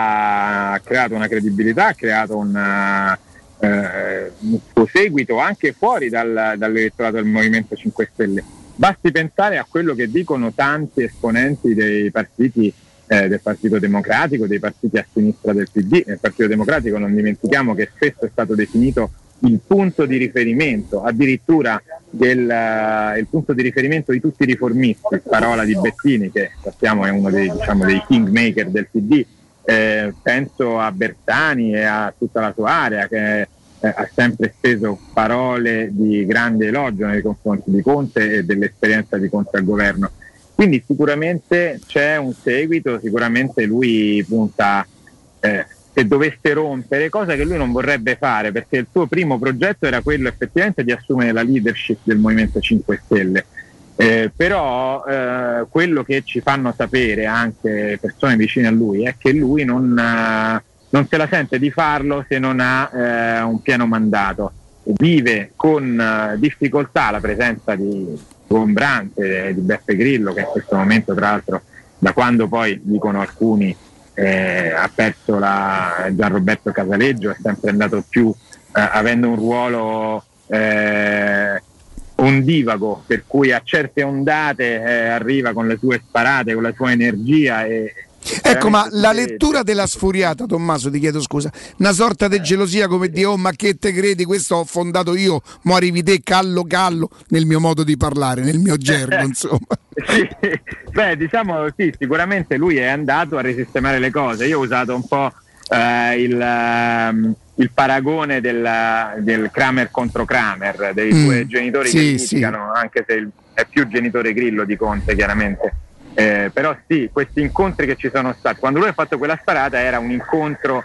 ha creato una credibilità, ha creato una Eh, un suo seguito anche fuori dal, dall'elettorato del Movimento cinque Stelle. Basti pensare a quello che dicono tanti esponenti dei partiti, eh, del Partito Democratico, dei partiti a sinistra del P D. Nel Partito Democratico non dimentichiamo che spesso è stato definito il punto di riferimento, addirittura del, uh, il punto di riferimento di tutti i riformisti, parola di Bettini, che sappiamo è uno dei, diciamo, dei kingmaker del P D. Eh, penso a Bersani e a tutta la sua area, che eh, ha sempre speso parole di grande elogio nei confronti di Conte e dell'esperienza di Conte al governo. Quindi sicuramente c'è un seguito, sicuramente lui punta, eh, se dovesse rompere, cosa che lui non vorrebbe fare, perché il suo primo progetto era quello effettivamente di assumere la leadership del Movimento cinque Stelle. Eh, però eh, quello che ci fanno sapere anche persone vicine a lui è che lui non, eh, non se la sente di farlo se non ha eh, un pieno mandato. Vive con eh, difficoltà la presenza di Gombrante, di Beppe Grillo, che in questo momento tra l'altro, da quando poi dicono alcuni eh, ha perso la Gianroberto Casaleggio, è sempre andato più eh, avendo un ruolo eh, ondivago, per cui a certe ondate eh, arriva con le sue sparate, con la sua energia. E ecco, ma la lettura della sfuriata, Tommaso, ti chiedo scusa, una sorta di gelosia, come dire, oh ma che te credi, questo ho fondato io, mo arrivi te callo callo, nel mio modo di parlare, nel mio gergo, insomma. Sì, beh, diciamo sì, sicuramente lui è andato a risistemare le cose. Io ho usato un po' eh, il... Um, il paragone del, del Kramer contro Kramer, dei mm, due genitori sì, che litigano, sì. Anche se è più genitore Grillo di Conte chiaramente, eh, però sì, questi incontri che ci sono stati, quando lui ha fatto quella sparata era un incontro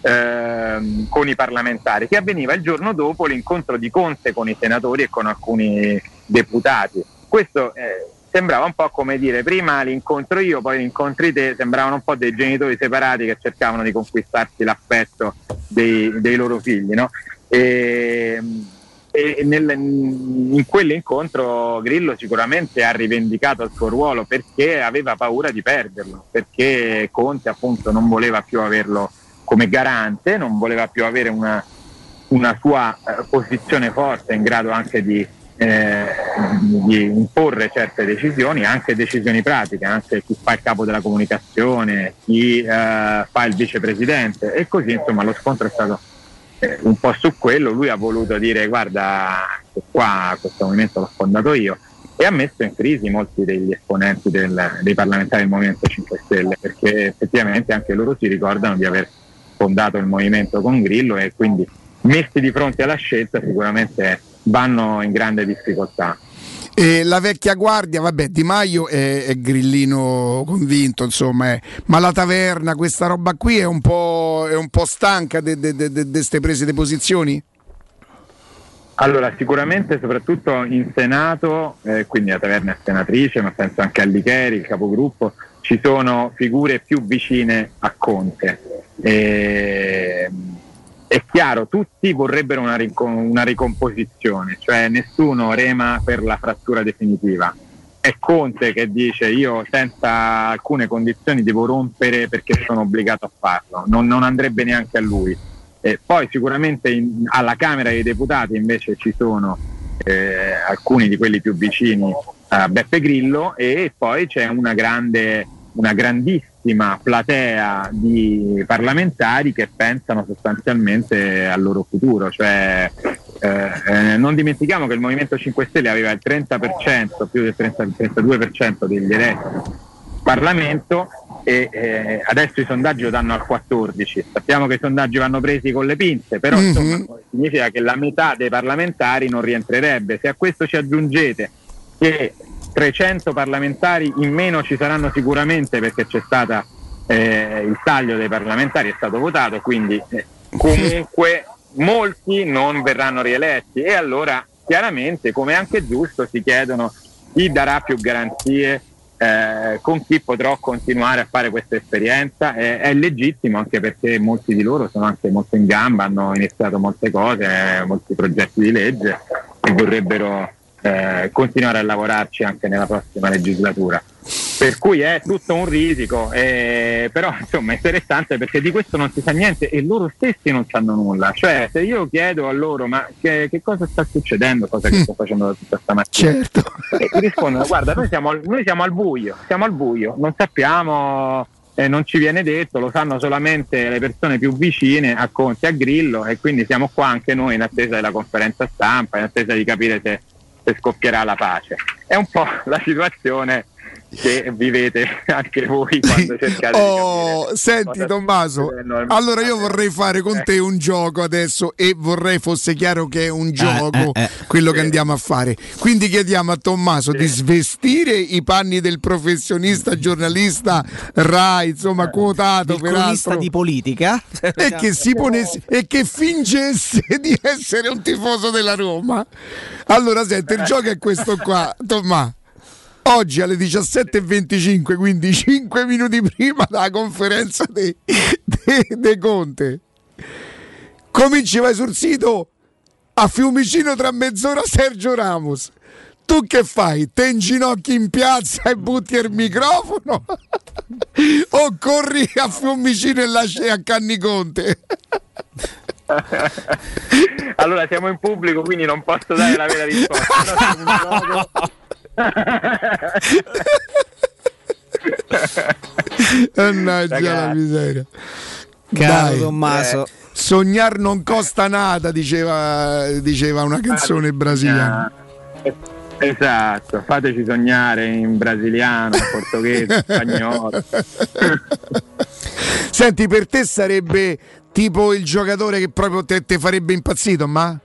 eh, con i parlamentari, che avveniva il giorno dopo l'incontro di Conte con i senatori e con alcuni deputati. Questo eh, sembrava un po' come dire, prima l'incontro io, poi l'incontri te, sembravano un po' dei genitori separati che cercavano di conquistarsi l'affetto dei, dei loro figli, no? E e nel, in quell'incontro Grillo sicuramente ha rivendicato il suo ruolo perché aveva paura di perderlo, perché Conte appunto non voleva più averlo come garante, non voleva più avere una, una sua eh, posizione forte in grado anche di, eh, di imporre certe decisioni, anche decisioni pratiche, anche chi fa il capo della comunicazione, chi eh, fa il vicepresidente, e così insomma lo scontro è stato un po' su quello. Lui ha voluto dire guarda, qua questo movimento l'ho fondato io, e ha messo in crisi molti degli esponenti del, dei parlamentari del Movimento cinque Stelle, perché effettivamente anche loro si ricordano di aver fondato il movimento con Grillo, e quindi messi di fronte alla scelta sicuramente vanno in grande difficoltà. E la vecchia guardia, vabbè, Di Maio è, è grillino convinto, insomma, è. Ma la taverna, questa roba qui è un po', è un po' stanca di queste prese di posizioni? Allora, sicuramente soprattutto in Senato, eh, quindi la taverna è senatrice, ma penso anche a Licheri, il capogruppo, ci sono figure più vicine a Conte. E... È chiaro, tutti vorrebbero una, ricom- una ricomposizione, cioè nessuno rema per la frattura definitiva. È Conte che dice io senza alcune condizioni devo rompere perché sono obbligato a farlo, non, non andrebbe neanche a lui. E poi sicuramente in, alla Camera dei Deputati invece ci sono eh, alcuni di quelli più vicini a Beppe Grillo, e poi c'è una grande, una grandissima platea di parlamentari che pensano sostanzialmente al loro futuro, cioè eh, eh, non dimentichiamo che il Movimento cinque Stelle aveva il trenta per cento, più del trenta, trentadue per cento degli eletti in Parlamento, e eh, adesso i sondaggi lo danno al quattordici per cento. Sappiamo che i sondaggi vanno presi con le pinze, però mm-hmm. insomma, significa che la metà dei parlamentari non rientrerebbe. Se a questo ci aggiungete che trecento parlamentari in meno ci saranno sicuramente, perché c'è stata eh, il taglio dei parlamentari, è stato votato, quindi eh, comunque molti non verranno rieletti, e allora chiaramente, come anche giusto, si chiedono chi darà più garanzie, eh, con chi potrò continuare a fare questa esperienza. È, è legittimo, anche perché molti di loro sono anche molto in gamba, hanno iniziato molte cose, eh, molti progetti di legge, e vorrebbero Eh, continuare a lavorarci anche nella prossima legislatura, per cui è tutto un risico, eh, però insomma è interessante perché di questo non si sa niente e loro stessi non sanno nulla. Cioè, se io chiedo a loro ma che, che cosa sta succedendo, cosa che sto facendo da tutta stamattina, certo. E ti rispondono guarda, noi siamo, noi siamo al buio, siamo al buio, non sappiamo, eh, non ci viene detto, lo sanno solamente le persone più vicine a Conte e a Grillo, e quindi siamo qua anche noi in attesa della conferenza stampa, in attesa di capire se se scoppierà la pace. È un po' la situazione che vivete anche voi quando cercate oh, di capire. Senti Tommaso, allora io vorrei fare con te un gioco adesso, e vorrei fosse chiaro che è un gioco eh, eh, eh. quello sì. che andiamo a fare. Quindi chiediamo a Tommaso sì. di svestire i panni del professionista giornalista Rai, insomma quotato, peraltro di politica, e che si ponesse e che fingesse di essere un tifoso della Roma. Allora senti, il gioco è questo qua, Tommaso. Oggi alle diciassette e venticinque, quindi cinque minuti prima della conferenza di Conte, cominci, vai sul sito, a Fiumicino tra mezz'ora Sergio Ramos. Tu che fai? Te inginocchi in piazza e butti il microfono? O corri a Fiumicino e lasci a Canni Conte? Allora siamo in pubblico, quindi non posso dare la vera risposta. Mannaggia la miseria. Caro Dai. Tommaso, eh, sognar non costa nada, diceva, diceva una canzone brasiliana. Esatto, fateci sognare in brasiliano, in portoghese, in spagnolo. Senti, per te sarebbe tipo il giocatore che proprio te, te farebbe impazzito, ma?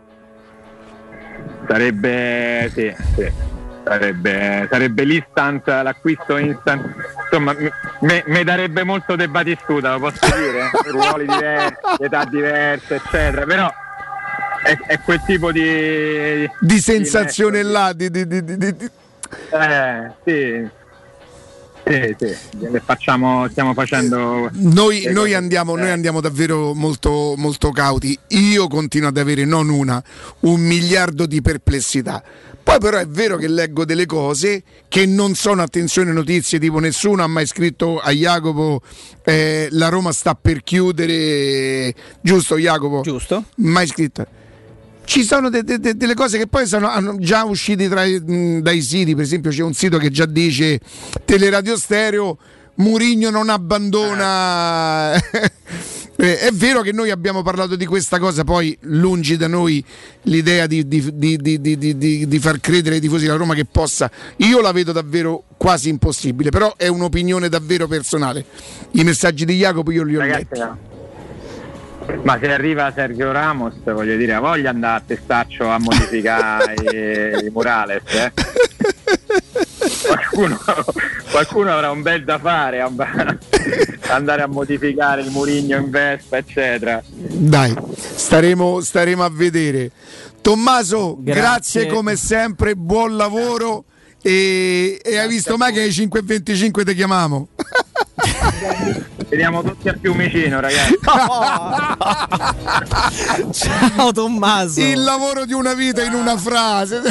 Sarebbe, sì, sì. Sarebbe, sarebbe l'instant, l'acquisto instant, insomma mi darebbe molto De Batistuta, lo posso dire, ruoli diversi, età diverse eccetera, però è, è quel tipo di di sensazione di là di, di, di, di, di. Eh, sì. Sì, sì, le facciamo, stiamo facendo. Noi, noi, andiamo, noi andiamo davvero molto, molto cauti. Io continuo ad avere non una, un miliardo di perplessità. Poi però è vero che leggo delle cose che non sono, attenzione, notizie, tipo nessuno ha mai scritto a Jacopo eh, la Roma sta per chiudere, giusto Jacopo? Giusto. Mai scritto. Ci sono de- de- de- delle cose che poi sono hanno già usciti tra i, mh, dai siti, per esempio c'è un sito che già dice Teleradio Stereo, Mourinho non abbandona. È vero che noi abbiamo parlato di questa cosa, poi lungi da noi l'idea di, di, di, di, di, di, di far credere ai tifosi della Roma che possa, io la vedo davvero quasi impossibile, però è un'opinione davvero personale. I messaggi di Jacopo io li ho Ragazzi, letti. no. Ma se arriva Sergio Ramos, voglio dire, ha voglia andare a testaccio a modificare i, i Murales, eh? Qualcuno, qualcuno avrà un bel da fare a andare a modificare il Mourinho in Vespa, eccetera. Dai, staremo, staremo a vedere. Tommaso, grazie, grazie come sempre, buon lavoro e, e hai visto mai che ai cinque e venticinque ti chiamiamo? Vediamo tutti a Fiumicino, ragazzi. Ciao Tommaso. Il lavoro di una vita in una frase.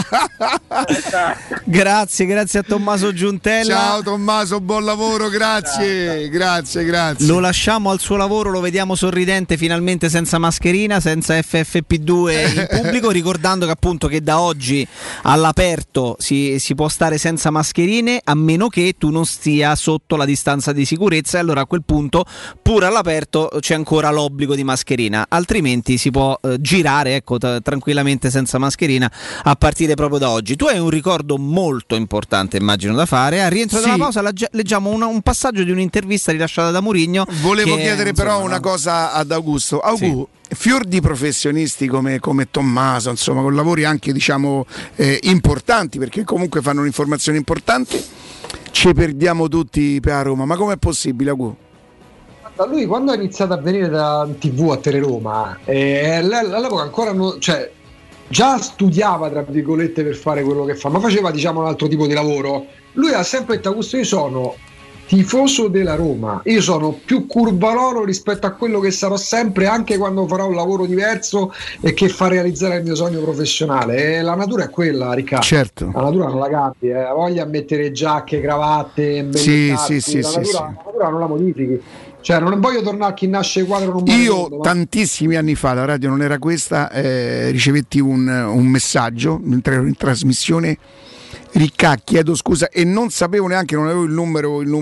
Grazie, grazie a Tommaso Giuntella. Ciao Tommaso, buon lavoro, grazie, ciao, grazie, grazie. Lo lasciamo al suo lavoro, lo vediamo sorridente finalmente senza mascherina, senza F F P due in pubblico, ricordando che appunto che da oggi all'aperto si, si può stare senza mascherine a meno che tu non stia sotto la distanza di sicurezza, e allora a quel punto pure all'aperto c'è ancora l'obbligo di mascherina, altrimenti si può eh, girare ecco, t- tranquillamente senza mascherina a partire proprio da oggi. Tu hai un ricordo molto importante, immagino, da fare. A rientro sì. dalla pausa legge- leggiamo una, un passaggio di un'intervista rilasciata da Mourinho. Volevo che, chiedere insomma, però una cosa ad Augusto. Augusto, sì. Fior di professionisti come, come Tommaso, insomma, con lavori anche diciamo eh, importanti, perché comunque fanno un'informazione importante, ci perdiamo tutti per Roma. Ma com'è possibile, Augusto? Lui quando ha iniziato a venire da tivù a Teleroma, eh, all'epoca ancora non, cioè, già studiava tra virgolette per fare quello che fa, ma faceva diciamo un altro tipo di lavoro. Lui ha sempre detto: Augusto, io sono tifoso della Roma, io sono più curvaloro rispetto a quello che sarò sempre, anche quando farò un lavoro diverso e che fa realizzare il mio sogno professionale. E la natura è quella, Riccardo. Certo. La natura non la cambi, eh. La voglia di mettere giacche, cravatte, sì, sì, sì, la, sì, natura, sì. la natura non la modifichi. Cioè, non voglio tornare a chi nasce quadro non io mondo, tantissimi ma... anni fa, la radio non era questa, eh, ricevetti un, un messaggio mentre ero in trasmissione: Ricca, chiedo scusa, e non sapevo neanche, non avevo il numero, il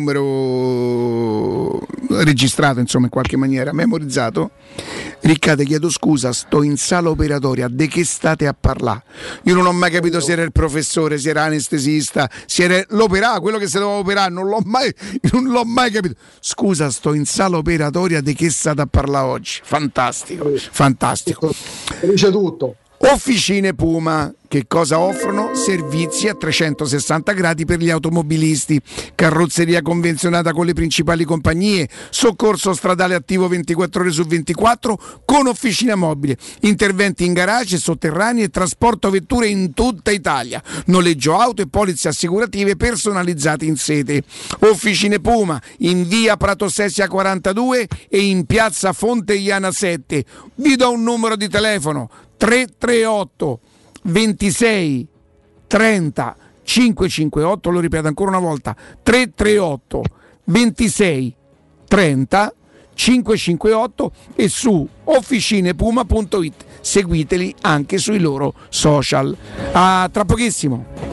numero registrato, insomma, in qualche maniera memorizzato. Ricca, ti chiedo scusa, sto in sala operatoria, di che state a parlare? Io non ho mai capito se era il professore, se era anestesista, se era l'operato, quello che si doveva operare, non l'ho mai, non l'ho mai capito. Scusa, sto in sala operatoria, di che state a parlare oggi? Fantastico, fantastico. Dice tutto. Officine Puma, che cosa offrono? Servizi a trecentosessanta gradi per gli automobilisti, carrozzeria convenzionata con le principali compagnie, soccorso stradale attivo ventiquattro ore su ventiquattro con officina mobile, interventi in garage, sotterranei e trasporto vetture in tutta Italia, noleggio auto e polizze assicurative personalizzate in sede. Officine Puma in via Prato Sessia quarantadue e in piazza Fonteiana sette. Vi do un numero di telefono: tre tre otto ventisei trenta cinquecentocinquantotto, lo ripeto ancora una volta: tre tre otto ventisei trenta cinquecentocinquantotto, e su officinepuma punto it. Seguiteli anche sui loro social. A tra pochissimo.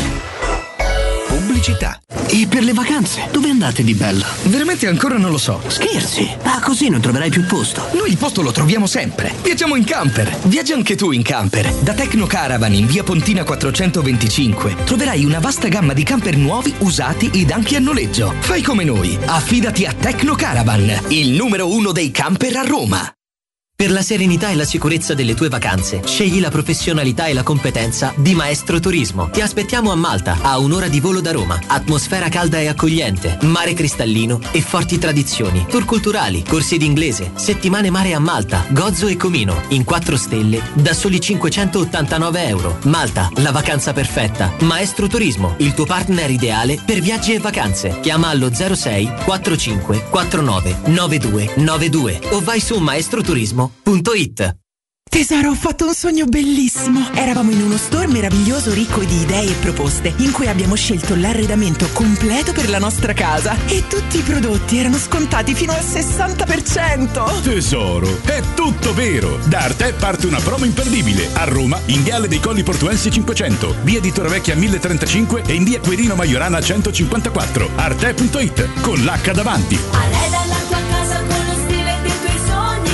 Pubblicità. E per le vacanze, dove andate di bello? Veramente ancora non lo so. Scherzi? Ah, così non troverai più posto. Noi il posto lo troviamo sempre. Viaggiamo in camper. Viaggia anche tu in camper. Da Tecno Caravan in via Pontina quattrocentoventicinque troverai una vasta gamma di camper nuovi, usati ed anche a noleggio. Fai come noi. Affidati a Tecno Caravan, il numero uno dei camper a Roma. Per la serenità e la sicurezza delle tue vacanze, scegli la professionalità e la competenza di Maestro Turismo. Ti aspettiamo a Malta, a un'ora di volo da Roma. Atmosfera calda e accogliente, mare cristallino e forti tradizioni. Tour culturali, corsi d'inglese, settimane mare a Malta, Gozo e Comino, in quattro stelle, da soli cinquecentottantanove euro. Malta, la vacanza perfetta. Maestro Turismo, il tuo partner ideale per viaggi e vacanze. Chiama allo zero sei quarantacinque quarantanove novantadue novantadue o vai su maestroturismo punto it. Tesoro, ho fatto un sogno bellissimo. Eravamo in uno store meraviglioso ricco di idee e proposte, in cui abbiamo scelto l'arredamento completo per la nostra casa e tutti i prodotti erano scontati fino al sessanta per cento. Tesoro, è tutto vero. Da Arte parte una promo imperdibile. A Roma, in Viale dei Colli Portuensi cinquecento, via di Torrevecchia mille trentacinque e in via Quirino Maiorana centocinquantaquattro. Arte punto it con l'H davanti. Arreda la tua casa con lo stile dei tuoi sogni.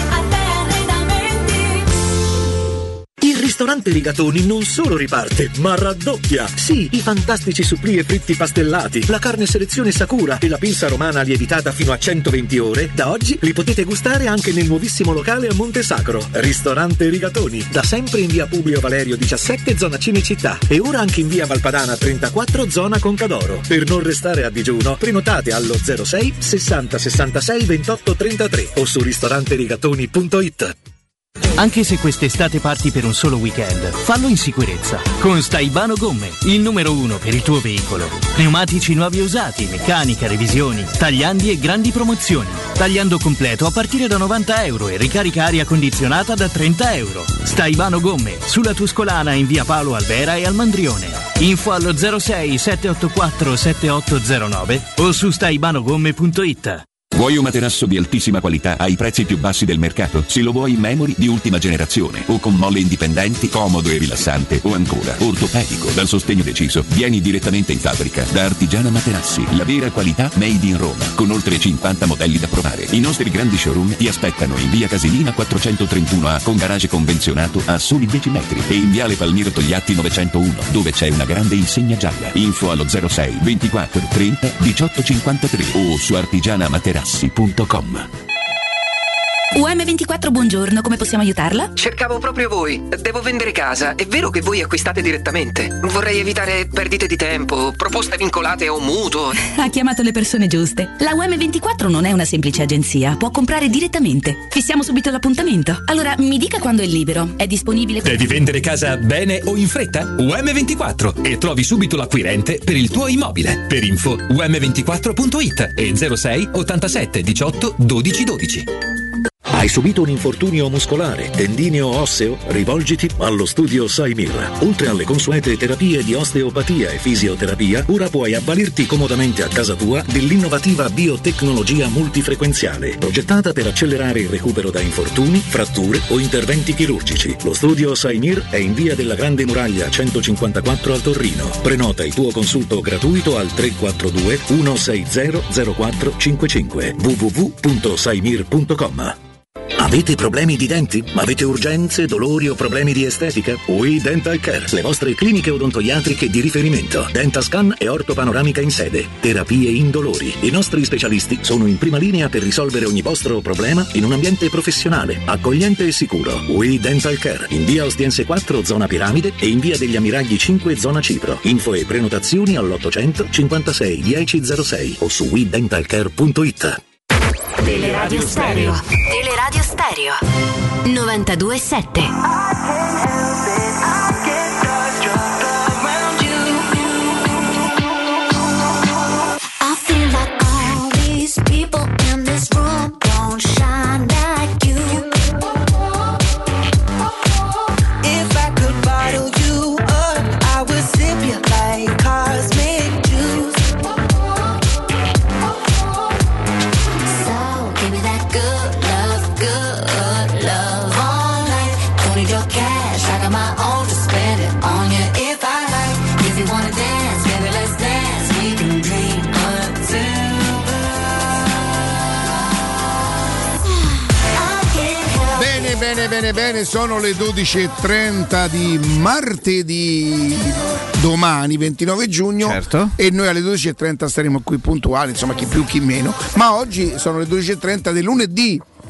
Il ristorante Rigatoni non solo riparte, ma raddoppia. Sì, i fantastici supplì e fritti pastellati, la carne selezione Sakura e la pinza romana lievitata fino a centoventi ore, da oggi li potete gustare anche nel nuovissimo locale a Monte Sacro. Ristorante Rigatoni, da sempre in via Publio Valerio diciassette, zona Cinecittà, e ora anche in via Valpadana trentaquattro, zona Concadoro. Per non restare a digiuno, prenotate allo zero sei sessanta sessantasei ventotto trentatré o su ristoranterigatoni punto it. Anche se quest'estate parti per un solo weekend, fallo in sicurezza. Con Staibano Gomme, il numero uno per il tuo veicolo. Pneumatici nuovi e usati, meccanica, revisioni, tagliandi e grandi promozioni. Tagliando completo a partire da novanta euro e ricarica aria condizionata da trenta euro. Staibano Gomme, sulla Tuscolana in via Paolo Albera e al Mandrione. Info allo zero sei sette otto quattro sette otto zero nove o su staibanogomme punto it. Vuoi un materasso di altissima qualità ai prezzi più bassi del mercato? Se lo vuoi in memory di ultima generazione o con molle indipendenti, comodo e rilassante, o ancora ortopedico dal sostegno deciso, vieni direttamente in fabbrica da Artigiana Materassi, la vera qualità made in Roma, con oltre cinquanta modelli da provare. I nostri grandi showroom ti aspettano in via Casilina quattrocentotrentuno A con garage convenzionato a soli dieci metri e in viale Palmiro Togliatti novecentouno, dove c'è una grande insegna gialla. Info allo zero sei ventiquattro trenta diciotto cinquantatré o su artigiana materassi punto com. U M ventiquattro, buongiorno, come possiamo aiutarla? Cercavo proprio voi. Devo vendere casa. È vero che voi acquistate direttamente? Vorrei evitare perdite di tempo, proposte vincolate o mutuo. Ha chiamato le persone giuste. La U M ventiquattro non è una semplice agenzia, può comprare direttamente. Fissiamo subito l'appuntamento. Allora, mi dica quando è libero. È disponibile? Devi vendere casa bene o in fretta? U M ventiquattro e trovi subito l'acquirente per il tuo immobile. Per info u m ventiquattro punto it e zero sei ottantasette diciotto dodici dodici. Hai subito un infortunio muscolare, tendineo o osseo? Rivolgiti allo studio Saimir. Oltre alle consuete terapie di osteopatia e fisioterapia, ora puoi avvalerti comodamente a casa tua dell'innovativa biotecnologia multifrequenziale, progettata per accelerare il recupero da infortuni, fratture o interventi chirurgici. Lo studio Saimir è in via della Grande Muraglia centocinquantaquattro al Torrino. Prenota il tuo consulto gratuito al tre quattro due uno sei zero zero quattro cinque cinque w w w punto saimir punto com. Avete problemi di denti? Avete urgenze, dolori o problemi di estetica? We Dental Care, le vostre cliniche odontoiatriche di riferimento. Dentascan e ortopanoramica in sede. Terapie indolori. I nostri specialisti sono in prima linea per risolvere ogni vostro problema in un ambiente professionale, accogliente e sicuro. We Dental Care, in via Ostiense quattro, zona Piramide, e in via degli Ammiragli cinque, zona Cipro. Info e prenotazioni all'ottocento cinquantasei dieci zero sei o su we dental care punto it. Teleradio Stereo. Teleradio Stereo. novantadue sette. I feel like all these people in this room don't shine like you. If I could bottle you up, I would sip you like cosmic juice. So give me that good love, good love all night. Don't need your cash, I got my own to spend it on you if I like. If you wanna dance, baby, let's dance. We can dream until Bene, bene, bene, bene, sono le dodici e trenta di martedì, domani ventinove giugno, certo. E noi alle dodici e trenta staremo qui puntuali, insomma chi più chi meno, ma oggi sono le dodici e trenta del lunedì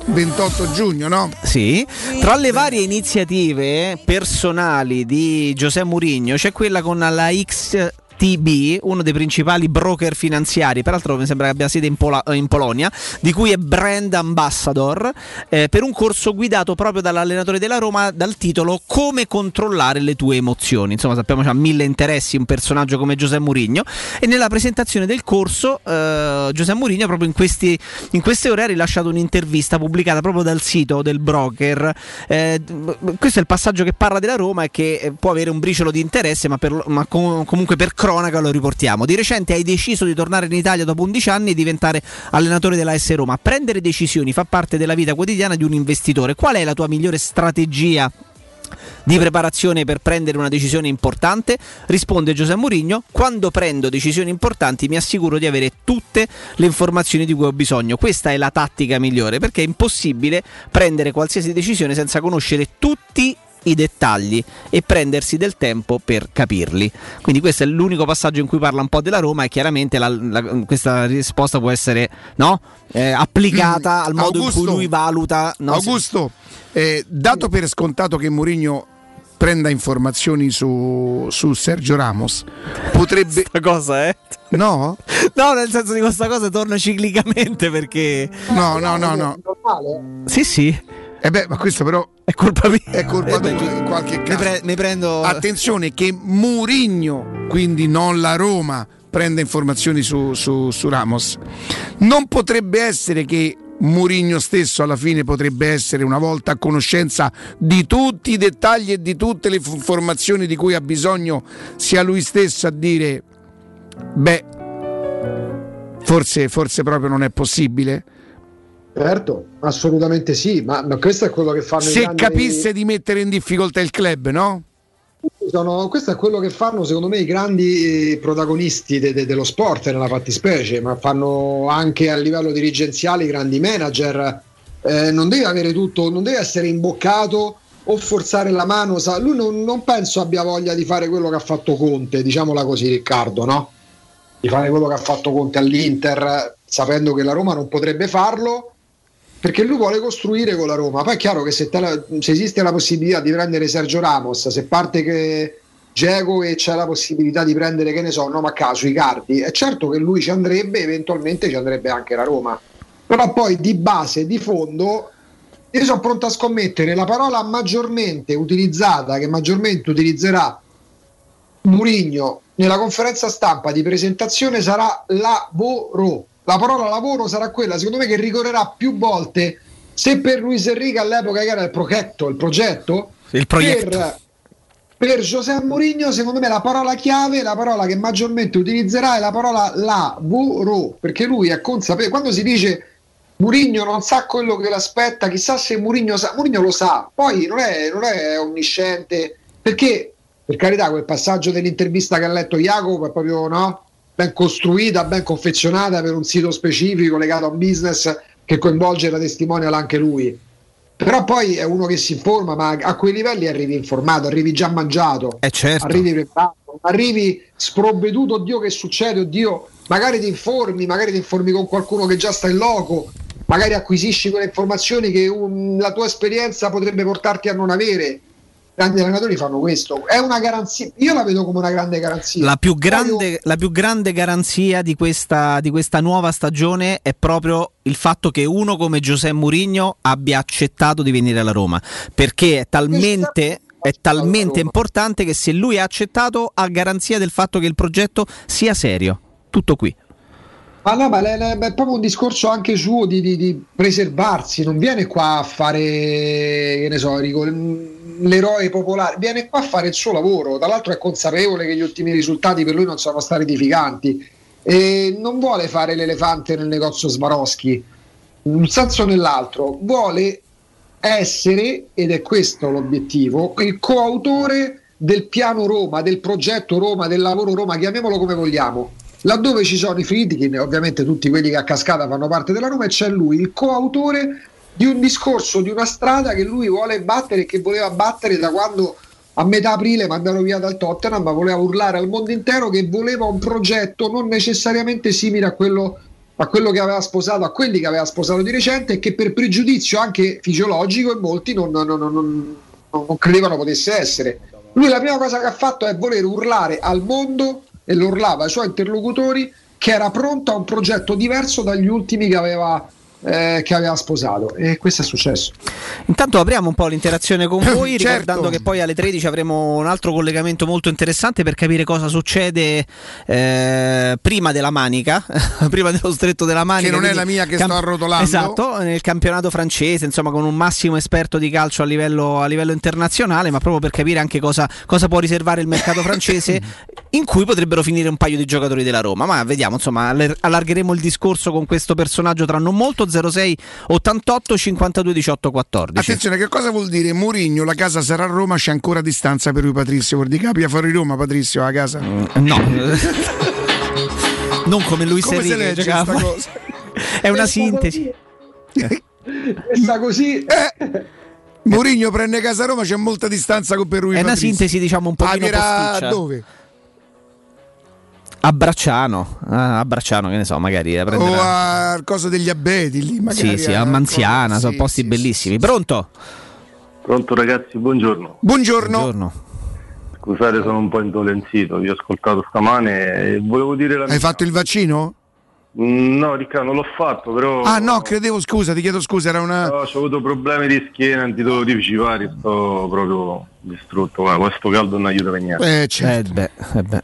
ventotto giugno, no? Sì, tra le varie iniziative personali di José Mourinho c'è quella con la X T B, uno dei principali broker finanziari, peraltro mi sembra che abbia sede in, Pola- in Polonia, di cui è brand ambassador, eh, per un corso guidato proprio dall'allenatore della Roma dal titolo Come controllare le tue emozioni. Insomma, sappiamo che ha mille interessi un personaggio come José Mourinho, e nella presentazione del corso eh, José Mourinho proprio in, questi, in queste ore ha rilasciato un'intervista pubblicata proprio dal sito del broker. Eh, questo è il passaggio che parla della Roma e che può avere un briciolo di interesse, ma, per, ma com- comunque per cronaca lo riportiamo. Di recente hai deciso di tornare in Italia dopo undici anni e diventare allenatore della S Roma. Prendere decisioni fa parte della vita quotidiana di un investitore. Qual è la tua migliore strategia di preparazione per prendere una decisione importante? Risponde José Mourinho: quando prendo decisioni importanti mi assicuro di avere tutte le informazioni di cui ho bisogno. Questa è la tattica migliore, perché è impossibile prendere qualsiasi decisione senza conoscere tutti i dettagli e prendersi del tempo per capirli. Quindi questo è l'unico passaggio in cui parla un po' della Roma, e chiaramente la, la, questa risposta può essere, no, eh, applicata mm, al modo Augusto, in cui lui valuta, no, Augusto, eh, dato per scontato che Mourinho prenda informazioni su, su Sergio Ramos, potrebbe questa cosa eh? No? No, nel senso di questa cosa torna ciclicamente, perché no no no no sì sì Eh beh, ma questo però è colpa mia. È colpa eh tua in qualche caso. Mi, pre- mi prendo. Attenzione che Mourinho, quindi non la Roma, prenda informazioni su, su, su Ramos. Non potrebbe essere che Mourinho stesso alla fine potrebbe essere, una volta a conoscenza di tutti i dettagli e di tutte le informazioni di cui ha bisogno, sia lui stesso a dire: beh, forse, forse proprio non è possibile. Certo, assolutamente sì, ma, ma questo è quello che fanno se i grandi... capisse di mettere in difficoltà il club, no? Sono, questo è quello che fanno secondo me i grandi protagonisti de, de, dello sport nella fattispecie, ma fanno anche a livello dirigenziale i grandi manager. Eh, non deve avere tutto, non deve essere imboccato o forzare la mano, sa, lui non, non penso abbia voglia di fare quello che ha fatto Conte, diciamola così, Riccardo, no? Di fare quello che ha fatto Conte all'Inter, sapendo che la Roma non potrebbe farlo, perché lui vuole costruire con la Roma. Poi è chiaro che se, te la, se esiste la possibilità di prendere Sergio Ramos, se parte che Dzeko e c'è la possibilità di prendere, che ne so, no, ma a caso Icardi, è certo che lui ci andrebbe, eventualmente ci andrebbe anche la Roma. Però poi di base, di fondo, io sono pronto a scommettere la parola maggiormente utilizzata, che maggiormente utilizzerà Mourinho nella conferenza stampa di presentazione, sarà lavoro. La parola lavoro sarà quella, secondo me, che ricorrerà più volte, se per Luis Enrique all'epoca che era il progetto, il progetto, il progetto. Per, per José Mourinho, secondo me la parola chiave, la parola che maggiormente utilizzerà è la parola lavoro, perché lui è consapevole. Quando si dice Mourinho non sa quello che l'aspetta, chissà se Mourinho sa, Mourinho lo sa, poi non è, non è onnisciente, perché per carità quel passaggio dell'intervista che ha letto Jacopo è proprio, no? Ben costruita, ben confezionata per un sito specifico legato a un business che coinvolge la testimonial anche lui. Però poi è uno che si informa, ma a quei livelli arrivi informato, arrivi già mangiato, eh certo. arrivi preparato, arrivi sprovveduto, oddio che succede, oddio, magari ti informi, magari ti informi con qualcuno che già sta in loco, magari acquisisci quelle informazioni che un, la tua esperienza potrebbe portarti a non avere. Grandi allenatori fanno questo, è una garanzia, io la vedo come una grande garanzia. La più grande, io... la più grande garanzia di questa, di questa nuova stagione è proprio il fatto che uno come José Mourinho abbia accettato di venire alla Roma, perché è talmente, è talmente importante che se lui ha accettato ha garanzia del fatto che il progetto sia serio. Tutto qui. Ma no, ma è proprio un discorso anche suo di, di, di preservarsi, non viene qua a fare, che ne so, l'eroe popolare, viene qua a fare il suo lavoro. Tra l'altro è consapevole che gli ultimi risultati per lui non sono stati edificanti e non vuole fare l'elefante nel negozio Swarovski, in un senso o nell'altro, vuole essere, ed è questo l'obiettivo, il coautore del piano Roma, del progetto Roma, del lavoro Roma, chiamiamolo come vogliamo. Laddove ci sono i Friedkin, ovviamente tutti quelli che a cascata fanno parte della Roma, e c'è lui, il coautore di un discorso, di una strada che lui vuole battere e che voleva battere da quando a metà aprile mandarono via dal Tottenham, ma voleva urlare al mondo intero che voleva un progetto non necessariamente simile a quello a quello che aveva sposato, a quelli che aveva sposato di recente, e che per pregiudizio anche fisiologico in molti non, non, non, non, non credevano potesse essere. Lui la prima cosa che ha fatto è voler urlare al mondo, e lo urlava ai suoi interlocutori, che era pronto a un progetto diverso dagli ultimi che aveva Eh, che aveva sposato, e questo è successo. Intanto apriamo un po' l'interazione con voi, certo. ricordando che poi alle tredici avremo un altro collegamento molto interessante per capire cosa succede eh, prima della Manica, prima dello stretto della Manica, che non è la mia che camp- sto arrotolando. Esatto, nel campionato francese, insomma, con un massimo esperto di calcio a livello, a livello internazionale, ma proprio per capire anche cosa, cosa può riservare il mercato francese, in cui potrebbero finire un paio di giocatori della Roma. Ma vediamo, insomma, allargheremo il discorso con questo personaggio tra non molto. zero sei ottantotto cinquantadue diciotto quattordici. Attenzione, che cosa vuol dire Mourinho? La casa sarà a Roma, c'è ancora distanza per lui Patrizio. Vuol dire che abbia fuori Roma Patrizio la casa? Mm, no. Non come lui come se legge questa cosa. È una sintesi. Questa così eh. Mourinho prende casa a Roma, c'è molta distanza per lui. È una sintesi, diciamo, un po' posticcia. Dove? A Bracciano, ah, a Bracciano, che ne so, magari o al coso degli Abeti lì, magari. Sì, sì, a Manziana, sono sì, posti sì, bellissimi. Sì, Pronto? Pronto ragazzi, buongiorno. Buongiorno. Buongiorno. Scusate, sono un po' intolenzito, vi ho ascoltato stamane e volevo dire la mia... Hai fatto il vaccino? No, Riccardo, non l'ho fatto, però... Ah no, credevo, scusa, ti chiedo scusa, era una... No, ho avuto problemi di schiena, antidolorifici vari, sto proprio distrutto, guarda, questo caldo non aiuta per niente. Eh, certo. eh, beh, eh beh.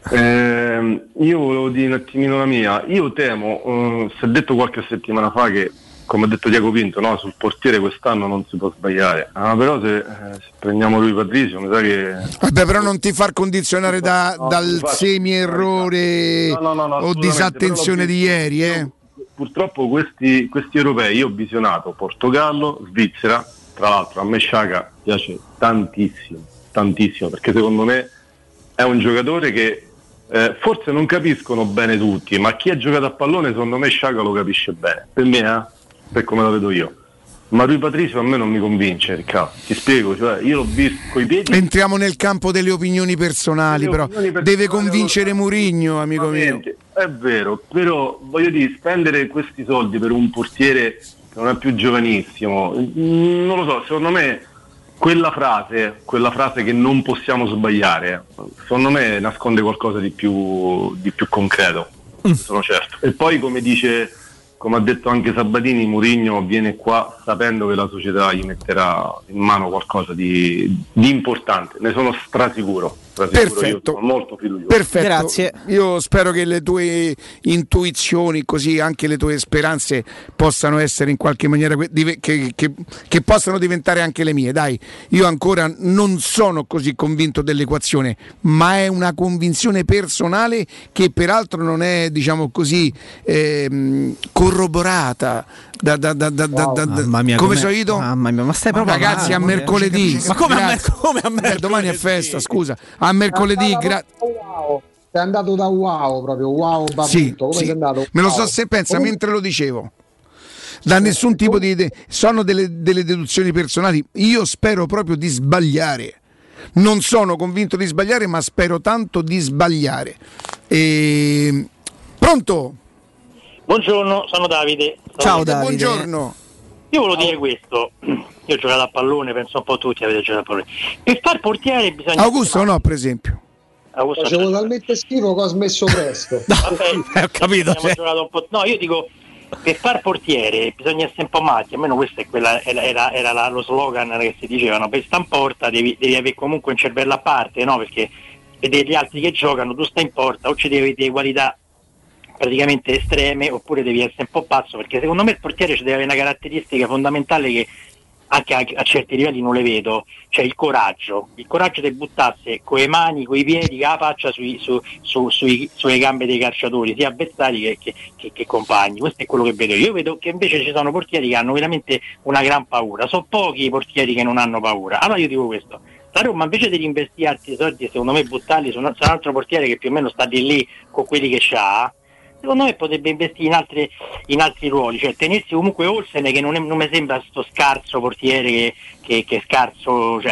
Eh, io volevo dire un attimino la mia, io temo, uh, si è detto qualche settimana fa che, come ha detto Diego Pinto, no, sul portiere quest'anno non si può sbagliare, ah, però se, eh, se prendiamo lui Patrizio, mi sa che... Vabbè, però non ti far condizionare da, no, dal semi-errore no, no, no, no, o disattenzione di ieri, eh? Purtroppo questi, questi europei, io ho visionato Portogallo, Svizzera, tra l'altro a me Sciaga piace tantissimo, tantissimo, perché secondo me è un giocatore che eh, forse non capiscono bene tutti, ma chi ha giocato a pallone secondo me Sciaga lo capisce bene, per me eh? Per come la vedo io. Ma Rui Patrizio a me non mi convince, Riccardo, ti spiego, cioè io l'ho visto coi piedi. Entriamo nel campo delle opinioni personali, delle però opinioni personali, deve convincere Mourinho, amico mio. È vero, però voglio dire, spendere questi soldi per un portiere che non è più giovanissimo, non lo so, secondo me quella frase, quella frase che non possiamo sbagliare, secondo me nasconde qualcosa di più, di più concreto, mm. sono certo. E poi come dice, come ha detto anche Sabatini, Mourinho viene qua sapendo che la società gli metterà in mano qualcosa di, di importante, ne sono strasicuro. Perfetto, io sono molto fiducioso. Perfetto. Grazie. Io spero che le tue intuizioni, così anche le tue speranze, possano essere in qualche maniera che, che, che possano diventare anche le mie. Dai, io ancora non sono così convinto dell'equazione, ma è una convinzione personale che peraltro non è, diciamo così, ehm, corroborata. Da, da, da, da, wow. da, da, mamma mia, come, come sono io? Mamma mia, ma stai proprio ragazzi, male, a mercoledì. Ma come a, mer- come a mercoledì? Eh, domani è festa, scusa. A mercoledì, gra- wow. Sei andato da wow, proprio wow. Sì, come sì. sei andato? Me lo wow. so se pensa come... mentre lo dicevo. Da nessun tipo di de- sono delle, delle deduzioni personali. Io spero proprio di sbagliare. Non sono convinto di sbagliare, ma spero tanto di sbagliare. E... Pronto? Buongiorno, sono Davide. Ciao Davide. Buongiorno. Io volevo dire questo. Io ho giocato a pallone, penso un po' tutti avete giocato a pallone. Per far portiere bisogna... Augusto no, per esempio. Augusto facevo talmente schifo che ho smesso presto. Vabbè, ho capito. Cioè... giocato un po'... No, io dico, per far portiere bisogna essere un po' matti, almeno questo è quella, era, era, era la, lo slogan che si dicevano, per sta in porta devi, devi avere comunque un cervello a parte, no? Perché vedere gli altri che giocano, tu stai in porta, o ci devi avere delle qualità praticamente estreme, oppure devi essere un po' pazzo, perché secondo me il portiere ci deve avere una caratteristica fondamentale che anche a, a certi livelli non le vedo, cioè il coraggio, il coraggio di buttarsi con le mani, con i piedi, con la faccia sui, su, su, sui, sulle gambe dei calciatori, sia avversari che, che, che, che compagni. Questo è quello che vedo io. Io vedo che invece ci sono portieri che hanno veramente una gran paura, sono pochi i portieri che non hanno paura. Allora io dico questo, la Roma invece di investire altri soldi, secondo me buttarli su un, su un altro portiere che più o meno sta di lì con quelli che c'ha, secondo me potrebbe investire in altri, in altri ruoli, cioè tenersi comunque Olsen, che non, è, non mi sembra sto scarso portiere che, che, che è scarso, cioè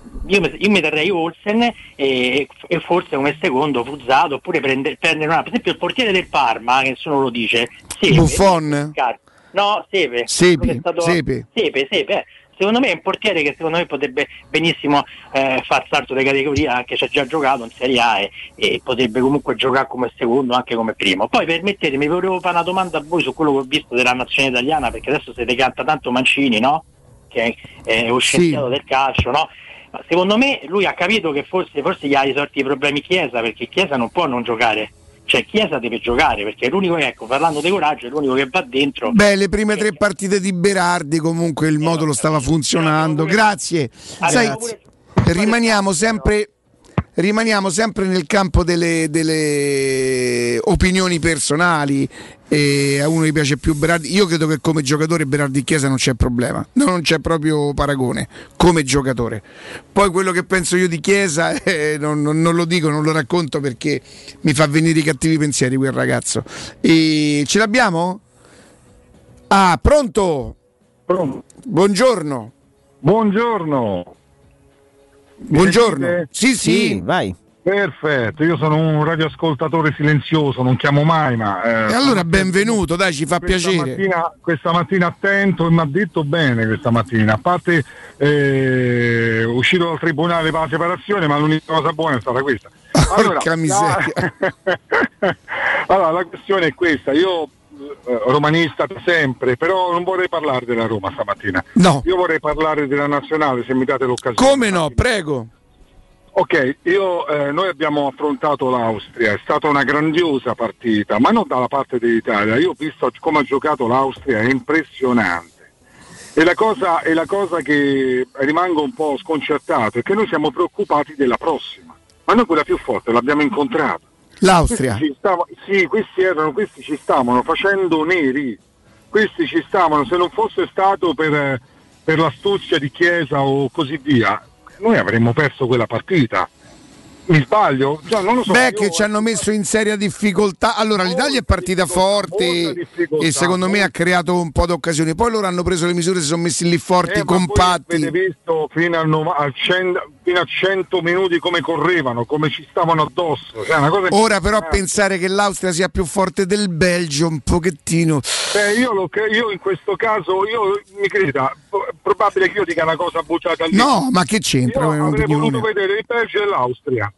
io, io mi terrei Olsen e, e forse come secondo Fuzzato, oppure prendere, prendere una, per esempio il portiere del Parma, che nessuno lo dice, Sepe. Buffon? No, Sepe. Sepe, stato, Sepe. Sepe, Sepe, eh. Secondo me è un portiere che secondo me potrebbe benissimo eh, far salto di categoria, anche se ha già giocato in Serie A e, e potrebbe comunque giocare come secondo, anche come primo. Poi permettetemi, volevo fare una domanda a voi su quello che ho visto della nazionale italiana, perché adesso si decanta tanto Mancini, no? Che è, è scienziato sì. del calcio, no? Ma secondo me lui ha capito che forse, forse gli ha risolti i problemi Chiesa, perché Chiesa non può non giocare. Cioè Chiesa deve giocare, perché è l'unico che, ecco, parlando di coraggio, è l'unico che va dentro. Beh, le prime tre partite di Berardi comunque il modulo stava funzionando. Grazie. Sai, rimaniamo sempre rimaniamo sempre nel campo delle, delle opinioni personali. E a uno gli piace più Berardi. Io credo che come giocatore Berardi Chiesa non c'è problema, no, non c'è proprio paragone come giocatore. Poi quello che penso io di Chiesa eh, non, non, non lo dico, non lo racconto perché mi fa venire i cattivi pensieri quel ragazzo. E ce l'abbiamo? Ah, pronto? Pronto. Buongiorno. Buongiorno. Buongiorno. Sì, sì, sì, vai. Perfetto, io sono un radioascoltatore silenzioso, non chiamo mai, ma... Eh, e allora benvenuto, dai, ci fa questa piacere. Mattina, questa mattina attento e mi ha detto bene questa mattina, a parte eh, uscito dal tribunale per la separazione, ma l'unica cosa buona è stata questa. Allora, Porca miseria. La... allora, la questione è questa, io eh, romanista da sempre, però non vorrei parlare della Roma stamattina. No. Io vorrei parlare della Nazionale, se mi date l'occasione. Come no, prego. Ok, io, eh, noi abbiamo affrontato l'Austria, è stata una grandiosa partita, ma non dalla parte dell'Italia. Io ho visto come ha giocato l'Austria, è impressionante. E la cosa, e la cosa che rimango un po' sconcertato è che noi siamo preoccupati della prossima, ma noi quella più forte l'abbiamo incontrata. L'Austria? Questi ci stava, sì, questi erano, questi ci stavano facendo neri, questi ci stavano, se non fosse stato per, per l'astuzia di Chiesa o così via, noi avremmo perso quella partita. Mi sbaglio? Cioè, non lo so. Beh, che ci hanno messo in seria difficoltà. Allora, l'Italia è partita forte e secondo me ha creato un po' di occasioni. Poi loro hanno preso le misure, si sono messi lì forti, eh, compatti. Avete visto fino, al no- al cento, fino a cento minuti come correvano, come ci stavano addosso. Cioè, una cosa ora però pensare che l'Austria sia più forte del Belgio un pochettino. Beh, io, lo, io in questo caso, io mi creda, probabile che io dica una cosa buttata. No, ma che c'entra? Io avrei voluto vedere il Belgio e l'Austria.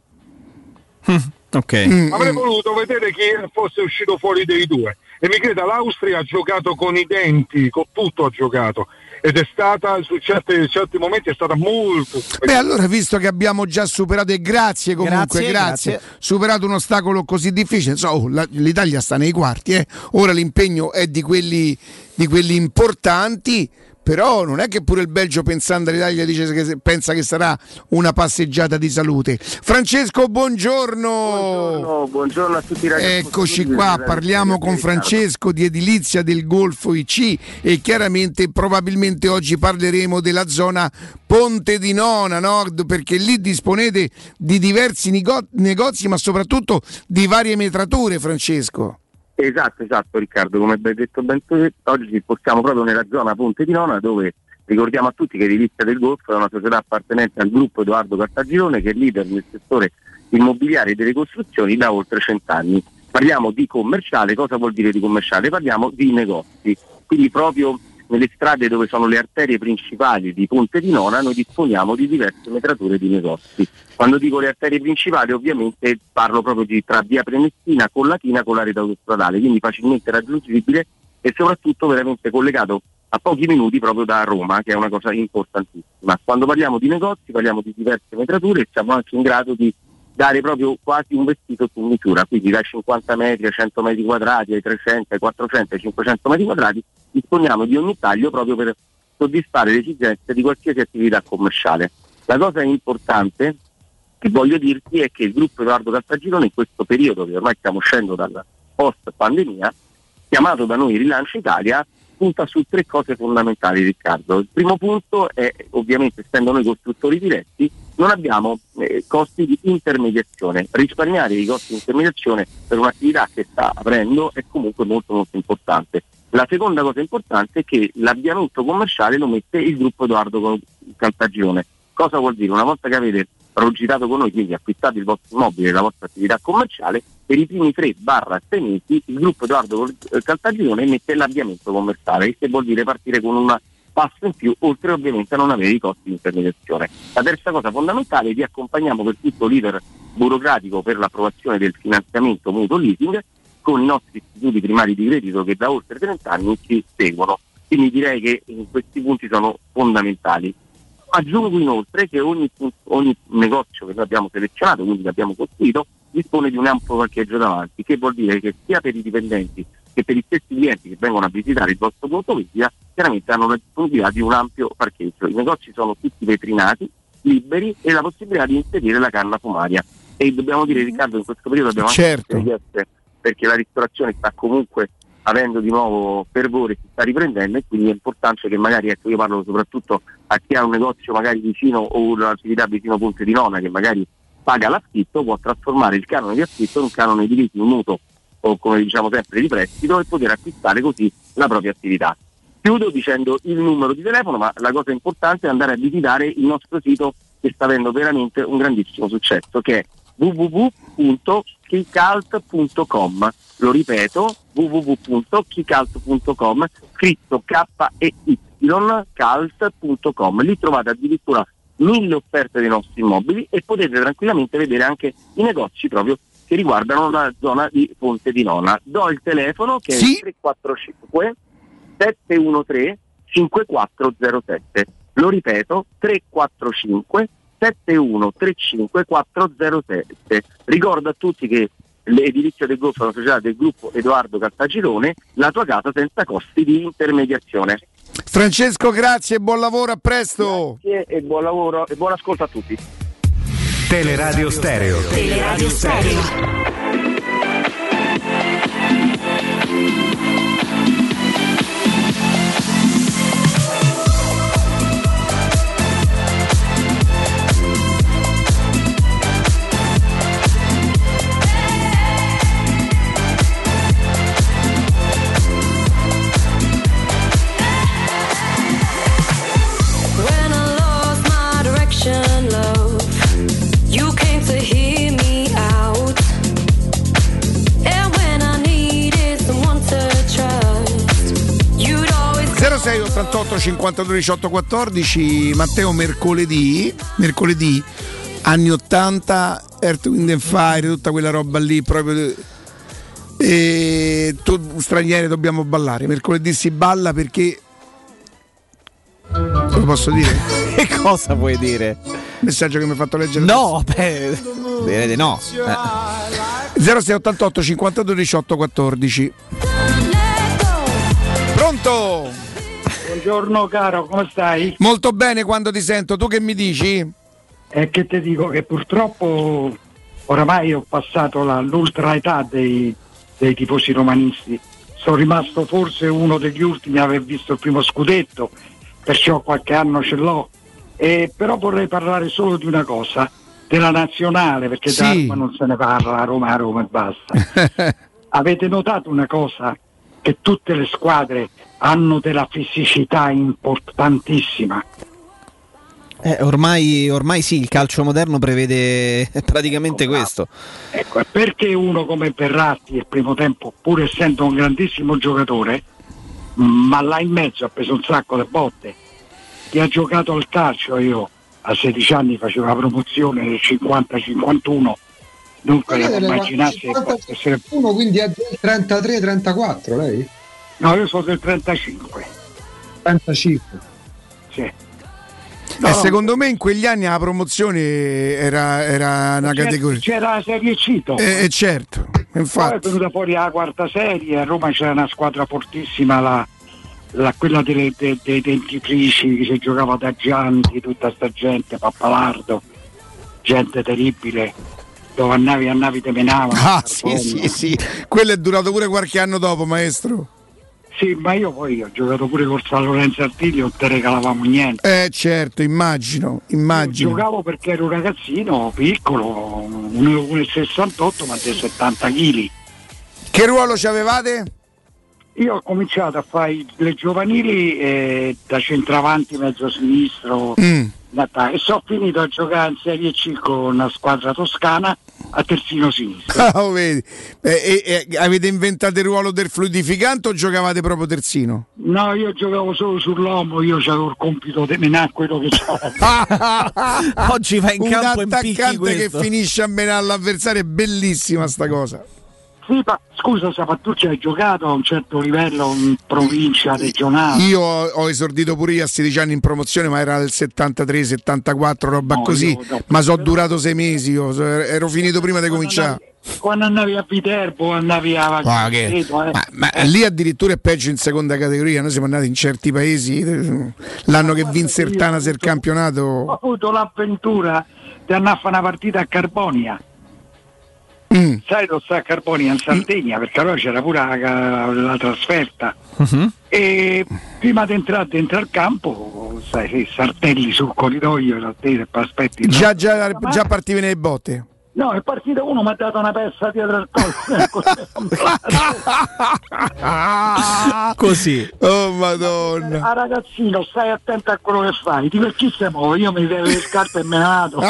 Okay. Mm, avrei voluto vedere chi fosse uscito fuori dei due e mi creda, l'Austria ha giocato con i denti, con tutto ha giocato ed è stata su certi, certi momenti è stata molto. Beh, allora visto che abbiamo già superato e grazie comunque grazie, grazie, grazie. superato un ostacolo così difficile, so, oh, la, l'Italia sta nei quarti, eh. Ora l'impegno è di quelli, di quelli importanti. Però non è che pure il Belgio, pensando all'Italia, dice che pensa che sarà una passeggiata di salute. Francesco, buongiorno. Buongiorno, buongiorno a tutti i ragazzi. Eccoci qua, parliamo con Francesco di Edilizia del Golfo I C e chiaramente probabilmente oggi parleremo della zona Ponte di Nona, no? Perché lì disponete di diversi negozi, ma soprattutto di varie metrature, Francesco. Esatto, esatto Riccardo, come hai detto ben tu, oggi ci spostiamo proprio nella zona Ponte di Nona, dove ricordiamo a tutti che Edilizia del Golfo è una società appartenente al gruppo Edoardo Cartagirone, che è leader nel settore immobiliare e delle costruzioni da oltre cent'anni. Parliamo di commerciale, cosa vuol dire di commerciale? Parliamo di negozi, quindi proprio nelle strade dove sono le arterie principali di Ponte di Nona noi disponiamo di diverse metrature di negozi. Quando dico le arterie principali ovviamente parlo proprio di tra via Prenestina, Collatina, con la rete autostradale, quindi facilmente raggiungibile e soprattutto veramente collegato a pochi minuti proprio da Roma, che è una cosa importantissima. Quando parliamo di negozi parliamo di diverse metrature e siamo anche in grado di dare proprio quasi un vestito su misura, quindi dai cinquanta metri ai cento metri quadrati, ai trecento, ai quattrocento, ai cinquecento metri quadrati disponiamo di ogni taglio proprio per soddisfare le esigenze di qualsiasi attività commerciale. La cosa importante che voglio dirti è che il gruppo Edoardo Cartagirone in questo periodo, che ormai stiamo uscendo dalla post pandemia, chiamato da noi Rilancio Italia, punta su tre cose fondamentali, Riccardo. Il primo punto è, ovviamente, essendo noi costruttori diretti, non abbiamo eh, costi di intermediazione. Risparmiare i costi di intermediazione per un'attività che sta aprendo è comunque molto molto importante. La seconda cosa importante è che l'avviamento commerciale lo mette il gruppo Edoardo Cartagirone. Cosa vuol dire? Una volta che avete progitato con noi, quindi acquistate il vostro immobile e la vostra attività commerciale, per i primi tre barra sei mesi il gruppo Edoardo Caltagirone mette l'avviamento commerciale, che vuol dire partire con un passo in più, oltre ovviamente a non avere i costi di intermediazione. La terza cosa fondamentale: vi accompagniamo per tutto l'iter burocratico per l'approvazione del finanziamento mutuo leasing con i nostri istituti primari di credito che da oltre trenta anni ci seguono. Quindi direi che questi punti sono fondamentali. Aggiungo inoltre che ogni, ogni negozio che noi abbiamo selezionato, quindi che abbiamo costruito, dispone di un ampio parcheggio davanti, che vuol dire che sia per i dipendenti che per i stessi clienti che vengono a visitare il vostro punto vendita chiaramente hanno la disponibilità di un ampio parcheggio. I negozi sono tutti vetrinati, liberi, e la possibilità di inserire la canna fumaria. E dobbiamo dire, Riccardo, in questo periodo abbiamo certo. anche richieste, perché la ristorazione sta comunque avendo di nuovo fervore, si sta riprendendo, e quindi è importante che magari, ecco, io parlo soprattutto a chi ha un negozio magari vicino o un'attività vicino Ponte di Nona, che magari paga l'affitto, può trasformare il canone di affitto in un canone di leasing, mutuo o, come diciamo sempre, di prestito, e poter acquistare così la propria attività. Chiudo dicendo il numero di telefono, ma la cosa importante è andare a visitare il nostro sito, che sta avendo veramente un grandissimo successo, che è w w w punto kicalt punto com. Lo ripeto, w w w punto kicalt punto com, scritto K E Y, calt punto com. Lì trovate addirittura mille offerte dei nostri immobili e potete tranquillamente vedere anche i negozi proprio che riguardano la zona di Ponte di Nona. Do il telefono, che sì. È tre quattro cinque sette uno tre cinque quattro zero sette. Lo ripeto, tre quattro cinque sette uno tre cinque quattro zero sette. Ricordo a tutti che l'edilizia del Golfo è una società del gruppo Edoardo Caltagirone, la tua casa senza costi di intermediazione. Francesco, grazie e buon lavoro, a presto. Grazie e buon lavoro e buon ascolto a tutti. Teleradio Stereo. Teleradio Stereo. sei ottantotto cinquantadue diciotto quattordici. Matteo, mercoledì mercoledì anni ottanta, Earth, Wind and Fire, tutta quella roba lì proprio, e tu, stranieri, dobbiamo ballare. Mercoledì si balla perché, lo posso dire? Che cosa puoi dire? Messaggio che mi ha fatto leggere. No, beh, direi di no. Eh. zero sei ottantotto cinquantadue diciotto quattordici. Pronto? Buongiorno caro, come stai? Molto bene, quando ti sento. Tu che mi dici? È che ti dico che purtroppo oramai ho passato la, l'ultra età dei, dei tifosi romanisti. Sono rimasto forse uno degli ultimi a aver visto il primo scudetto, perciò qualche anno ce l'ho. E però vorrei parlare solo di una cosa, della nazionale, perché sì. Da Roma non se ne parla, Roma a Roma e basta. Avete notato una cosa? Che tutte le squadre hanno della fisicità importantissima. Eh, ormai, ormai sì, il calcio moderno prevede praticamente ecco, questo. Ecco, perché uno come Verratti il primo tempo, pur essendo un grandissimo giocatore, ma là in mezzo ha preso un sacco di botte. Chi ha giocato al calcio, io a sedici anni facevo la promozione del cinquanta cinquantuno, dunque immaginassi essere uno, quindi è del trentatré trentaquattro lei? No, io sono del trentacinque. trentacinque Sì. No, eh, secondo me in quegli anni la promozione era, era una c'era, categoria. C'era la serie C. Eh, certo, infatti. Poi è venuta fuori la quarta serie, a Roma c'era una squadra fortissima, la, la, quella delle, de, dei dentifrici, che si giocava da Gianti, tutta sta gente, Pappalardo, gente terribile, dove andavi andavi te menava. Ah sì sì sì, quello è durato pure qualche anno dopo, maestro. Sì, ma io poi ho giocato pure col San Lorenzo Artiglio, non te regalavamo niente. Eh certo, immagino, immagino. Io giocavo perché ero un ragazzino piccolo, uno virgola sessantotto ma dei settanta chili. Che ruolo ci avevate? io ho cominciato a fare le giovanili eh, da centravanti, mezzo sinistro, mm. e sono finito a giocare in Serie C con una squadra toscana a terzino sinistro. Oh, vedi. Eh, eh, eh, avete inventato il ruolo del fluidificante o giocavate proprio terzino? No, io giocavo solo sull'uomo, io avevo il compito di menare quello che c'era. Oggi va in un campo in attaccante che finisce a menare l'avversario, è bellissima sta cosa. Sì, ma scusa Sapattucci, hai giocato a un certo livello in provincia, regionale? Io ho, ho esordito pure io a sedici anni in promozione, ma era del settantatré settantaquattro, roba no, così, io, no, ma sono durato sei mesi, io ero finito prima di cominciare. Quando andavi a Viterbo, andavi a ah, che, eh. ma, ma eh. lì addirittura è peggio in seconda categoria. Noi siamo andati in certi paesi l'anno che vinse il Tanas il campionato. Ho avuto l'avventura di andare a fare una partita a Carbonia. Mm. Sai, lo sta a Carbonia in Sardegna, mm. perché allora c'era pure la, la trasferta. Uh-huh. E prima di entrare dentro al campo, sai, sartelli sul corridoio, e aspetti. Già, no? già, già partivi nelle botte. No, è partito uno, mi ha dato una pezza dietro al collo. Così. Oh madonna. Ah, ragazzino, stai attento a quello che fai. Di per chi si muove? Io mi devo le scarpe e me nato.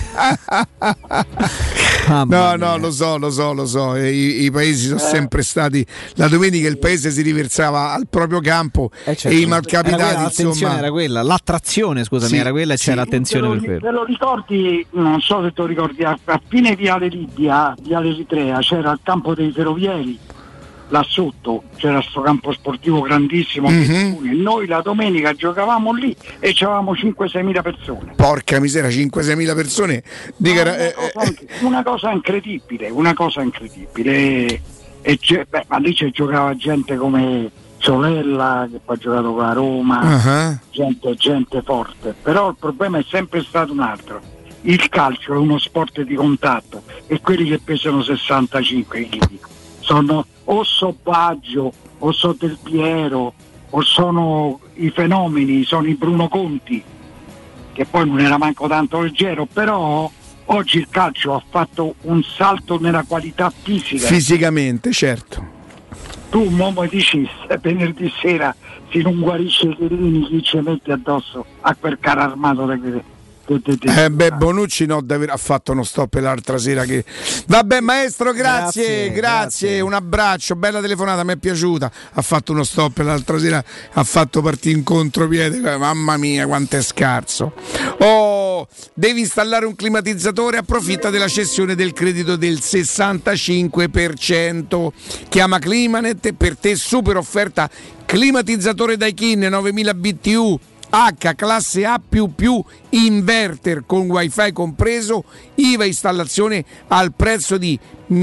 No, no, lo so, lo so, lo so. I, i paesi sono eh. sempre stati. La domenica il paese si riversava al proprio campo eh certo. e i malcapitati. L'attenzione era quella, l'attrazione, scusami, sì, era quella e sì. c'era attenzione per quello. Te lo ricordi? Non so se te lo ricordi. A, a fine Viale Libia, Viale Eritrea, c'era il campo dei ferrovieri. Là sotto c'era questo campo sportivo grandissimo mm-hmm. e noi la domenica giocavamo lì e c'avevamo cinque sei mila persone. Porca misera, cinque sei mila persone. Dica, no, una, cosa, eh, una cosa incredibile, una cosa incredibile. E beh, ma lì ci giocava gente come Solella che poi ha giocato con la Roma, uh-huh. gente, gente forte. Però il problema è sempre stato un altro. Il calcio è uno sport di contatto e quelli che pesano sessantacinque chili sono o so Baggio o so Del Piero o sono i fenomeni, sono i Bruno Conti, che poi non era manco tanto leggero, però oggi il calcio ha fatto un salto nella qualità fisica. Fisicamente, certo. Tu mo mi dici venerdì sera se non guarisce i Chiellini, chi ci mette addosso a quel carro armato da quelli. Eh beh, Bonucci no, ha fatto uno stop l'altra sera che... Vabbè maestro, grazie, grazie, grazie, grazie, un abbraccio, bella telefonata, mi è piaciuta. Ha fatto uno stop l'altra sera, ha fatto partire in contropiede, mamma mia quanto è scarso. Oh, devi installare un climatizzatore, approfitta della cessione del credito del sessantacinque per cento. Chiama Climanet, per te super offerta climatizzatore Daikin novemila B T U H classe A più più inverter con wifi compreso, I V A installazione al prezzo di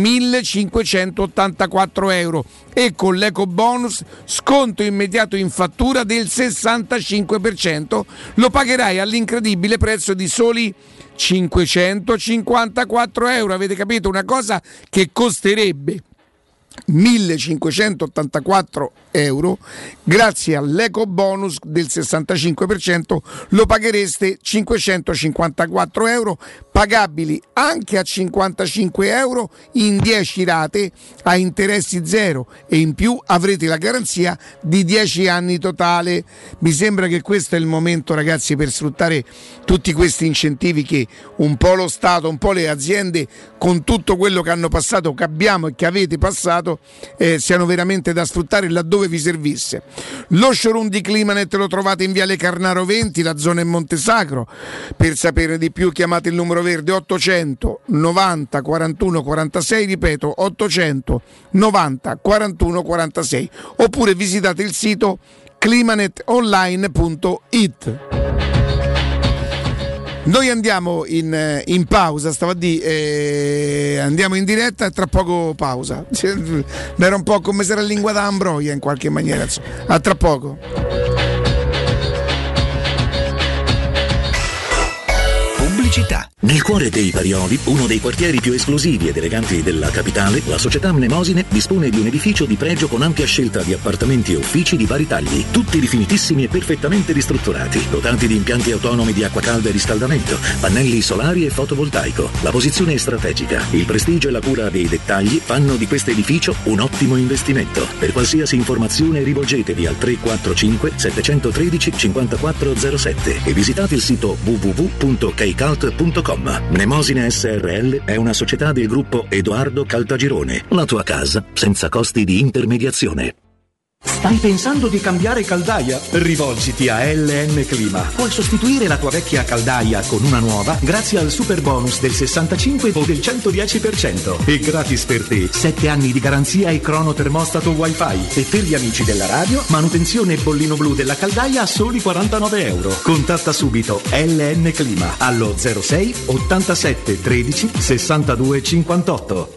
millecinquecentottantaquattro euro e con l'eco bonus sconto immediato in fattura del sessantacinque per cento, lo pagherai all'incredibile prezzo di soli cinquecentocinquantaquattro euro. Avete capito? Una cosa che costerebbe millecinquecentottantaquattro euro, grazie all'eco bonus del sessantacinque per cento lo paghereste cinquecentocinquantaquattro euro, pagabili anche a cinquantacinque euro in dieci rate a interessi zero, e in più avrete la garanzia di dieci anni totale. Mi sembra che questo è il momento, ragazzi, per sfruttare tutti questi incentivi che un po' lo Stato, un po' le aziende, con tutto quello che hanno passato, che abbiamo e che avete passato, Eh, siano veramente da sfruttare laddove vi servisse. Lo showroom di Climanet lo trovate in Viale Carnaro venti, la zona è Montesacro. Per sapere di più chiamate il numero verde ottocento novanta quarantuno quarantasei, ripeto ottocento novanta quarantuno quarantasei, oppure visitate il sito climanet online punto it. Noi andiamo in, in pausa, stavo a dire, eh, andiamo in diretta e tra poco pausa. Era un po' come se era lingua da Ambroia in qualche maniera. A tra poco. pubblicità. Nel cuore dei Parioli, uno dei quartieri più esclusivi ed eleganti della capitale, la società Mnemosine dispone di un edificio di pregio con ampia scelta di appartamenti e uffici di vari tagli, tutti rifinitissimi e perfettamente ristrutturati, dotati di impianti autonomi di acqua calda e riscaldamento, pannelli solari e fotovoltaico. La posizione è strategica, il prestigio e la cura dei dettagli fanno di questo edificio un ottimo investimento. Per qualsiasi informazione rivolgetevi al tre quattro cinque sette uno tre cinque quattro zero sette e visitate il sito w w w punto keicalt punto com. Mnemosine S R L è una società del gruppo Edoardo Caltagirone. La tua casa senza costi di intermediazione. Stai pensando di cambiare caldaia? Rivolgiti a L N Clima. Puoi sostituire la tua vecchia caldaia con una nuova grazie al super bonus del sessantacinque o del centodieci per cento. E gratis per te sette anni di garanzia e crono termostato wifi. E per gli amici della radio, manutenzione e bollino blu della caldaia a soli quarantanove euro. Contatta subito L N Clima allo zero sei ottantasette tredici sessantadue cinquantotto.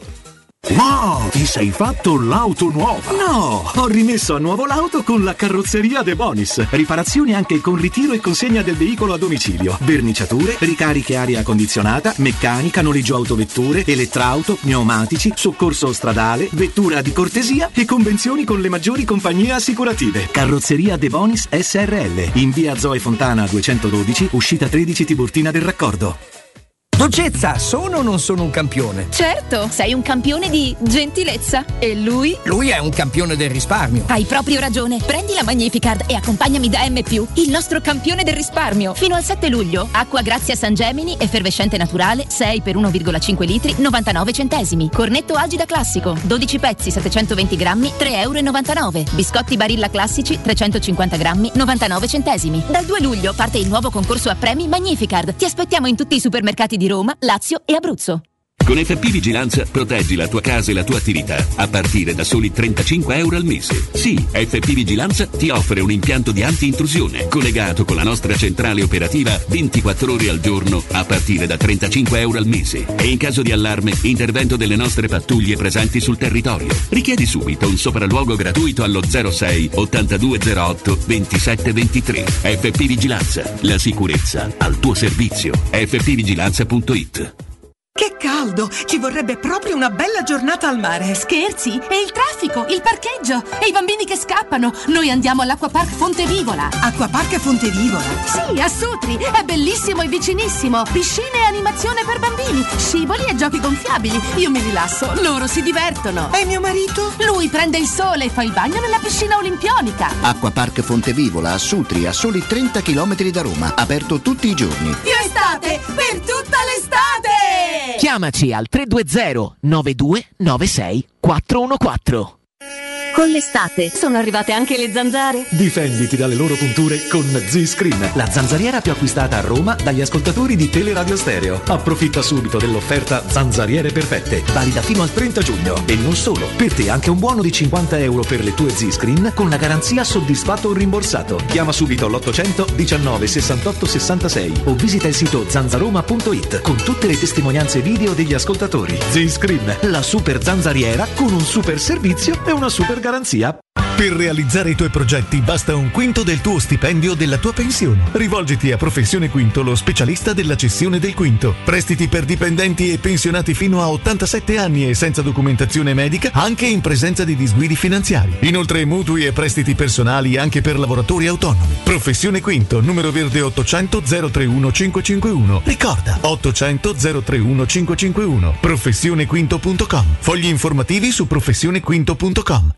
Wow, ti sei fatto l'auto nuova? No, ho rimesso a nuovo l'auto con la carrozzeria De Bonis. Riparazioni anche con ritiro e consegna del veicolo a domicilio. Verniciature, ricariche aria condizionata, meccanica, noleggio autovetture, elettrauto, pneumatici, soccorso stradale, vettura di cortesia e convenzioni con le maggiori compagnie assicurative. Carrozzeria De Bonis S R L, in via Zoe Fontana duecentododici, uscita tredici Tiburtina del Raccordo. Dolcezza, sono o non sono un campione? Certo, sei un campione di gentilezza. E lui? Lui è un campione del risparmio. Hai proprio ragione. Prendi la Magnificard e accompagnami da M più, il nostro campione del risparmio. Fino al sette luglio, acqua Grazia San Gemini, effervescente naturale, sei per uno virgola cinque litri, novantanove centesimi. Cornetto Agida classico, dodici pezzi, settecentoventi grammi, tre e novantanove euro. Biscotti Barilla classici, trecentocinquanta grammi, novantanove centesimi. Dal due luglio parte il nuovo concorso a premi Magnificard. Ti aspettiamo in tutti i supermercati di Roma, Lazio e Abruzzo. Con F P Vigilanza proteggi la tua casa e la tua attività a partire da soli trentacinque euro al mese. Sì, F P Vigilanza ti offre un impianto di anti-intrusione collegato con la nostra centrale operativa ventiquattro ore al giorno a partire da trentacinque euro al mese. E in caso di allarme, intervento delle nostre pattuglie presenti sul territorio. Richiedi subito un sopralluogo gratuito allo zero sei ottantadue zero otto ventisette ventitré. F P Vigilanza, la sicurezza al tuo servizio. f p vigilanza punto it. Che caldo! Ci vorrebbe proprio una bella giornata al mare. Scherzi? E il traffico, il parcheggio e i bambini che scappano. Noi andiamo all'Acquapark Fontevivola. Acquapark Fontevivola? Sì, a Sutri. È bellissimo e vicinissimo. Piscine e animazione per bambini, scivoli e giochi gonfiabili. Io mi rilasso, loro si divertono. E mio marito? Lui prende il sole e fa il bagno nella piscina olimpionica. Acquapark Fontevivola a Sutri, a soli trenta chilometri da Roma. Aperto tutti i giorni. Più estate per tutta l'estate! Chiamaci al tre due zero nove due nove sei quattro uno quattro. Con l'estate sono arrivate anche le zanzare. Difenditi dalle loro punture con Z-Screen, la zanzariera più acquistata a Roma dagli ascoltatori di Teleradio Stereo. Approfitta subito dell'offerta Zanzariere Perfette, valida fino al trenta giugno. E non solo, per te anche un buono di cinquanta euro per le tue Z-Screen con la garanzia soddisfatto o rimborsato. Chiama subito l'ottocento diciannove sessantotto sessantasei o visita il sito zanzaroma punto it con tutte le testimonianze video degli ascoltatori. Z-Screen, la super zanzariera con un super servizio e una super garanzia. Per realizzare i tuoi progetti basta un quinto del tuo stipendio o della tua pensione. Rivolgiti a Professione Quinto, lo specialista della cessione del quinto. Prestiti per dipendenti e pensionati fino a ottantasette anni e senza documentazione medica, anche in presenza di disguidi finanziari. Inoltre mutui e prestiti personali anche per lavoratori autonomi. Professione Quinto, numero verde ottocento zero trentuno cinquecentocinquantuno. Ricorda, ottocento zero trentuno cinquecentocinquantuno. professione quinto punto com. Fogli informativi su professione quinto punto com.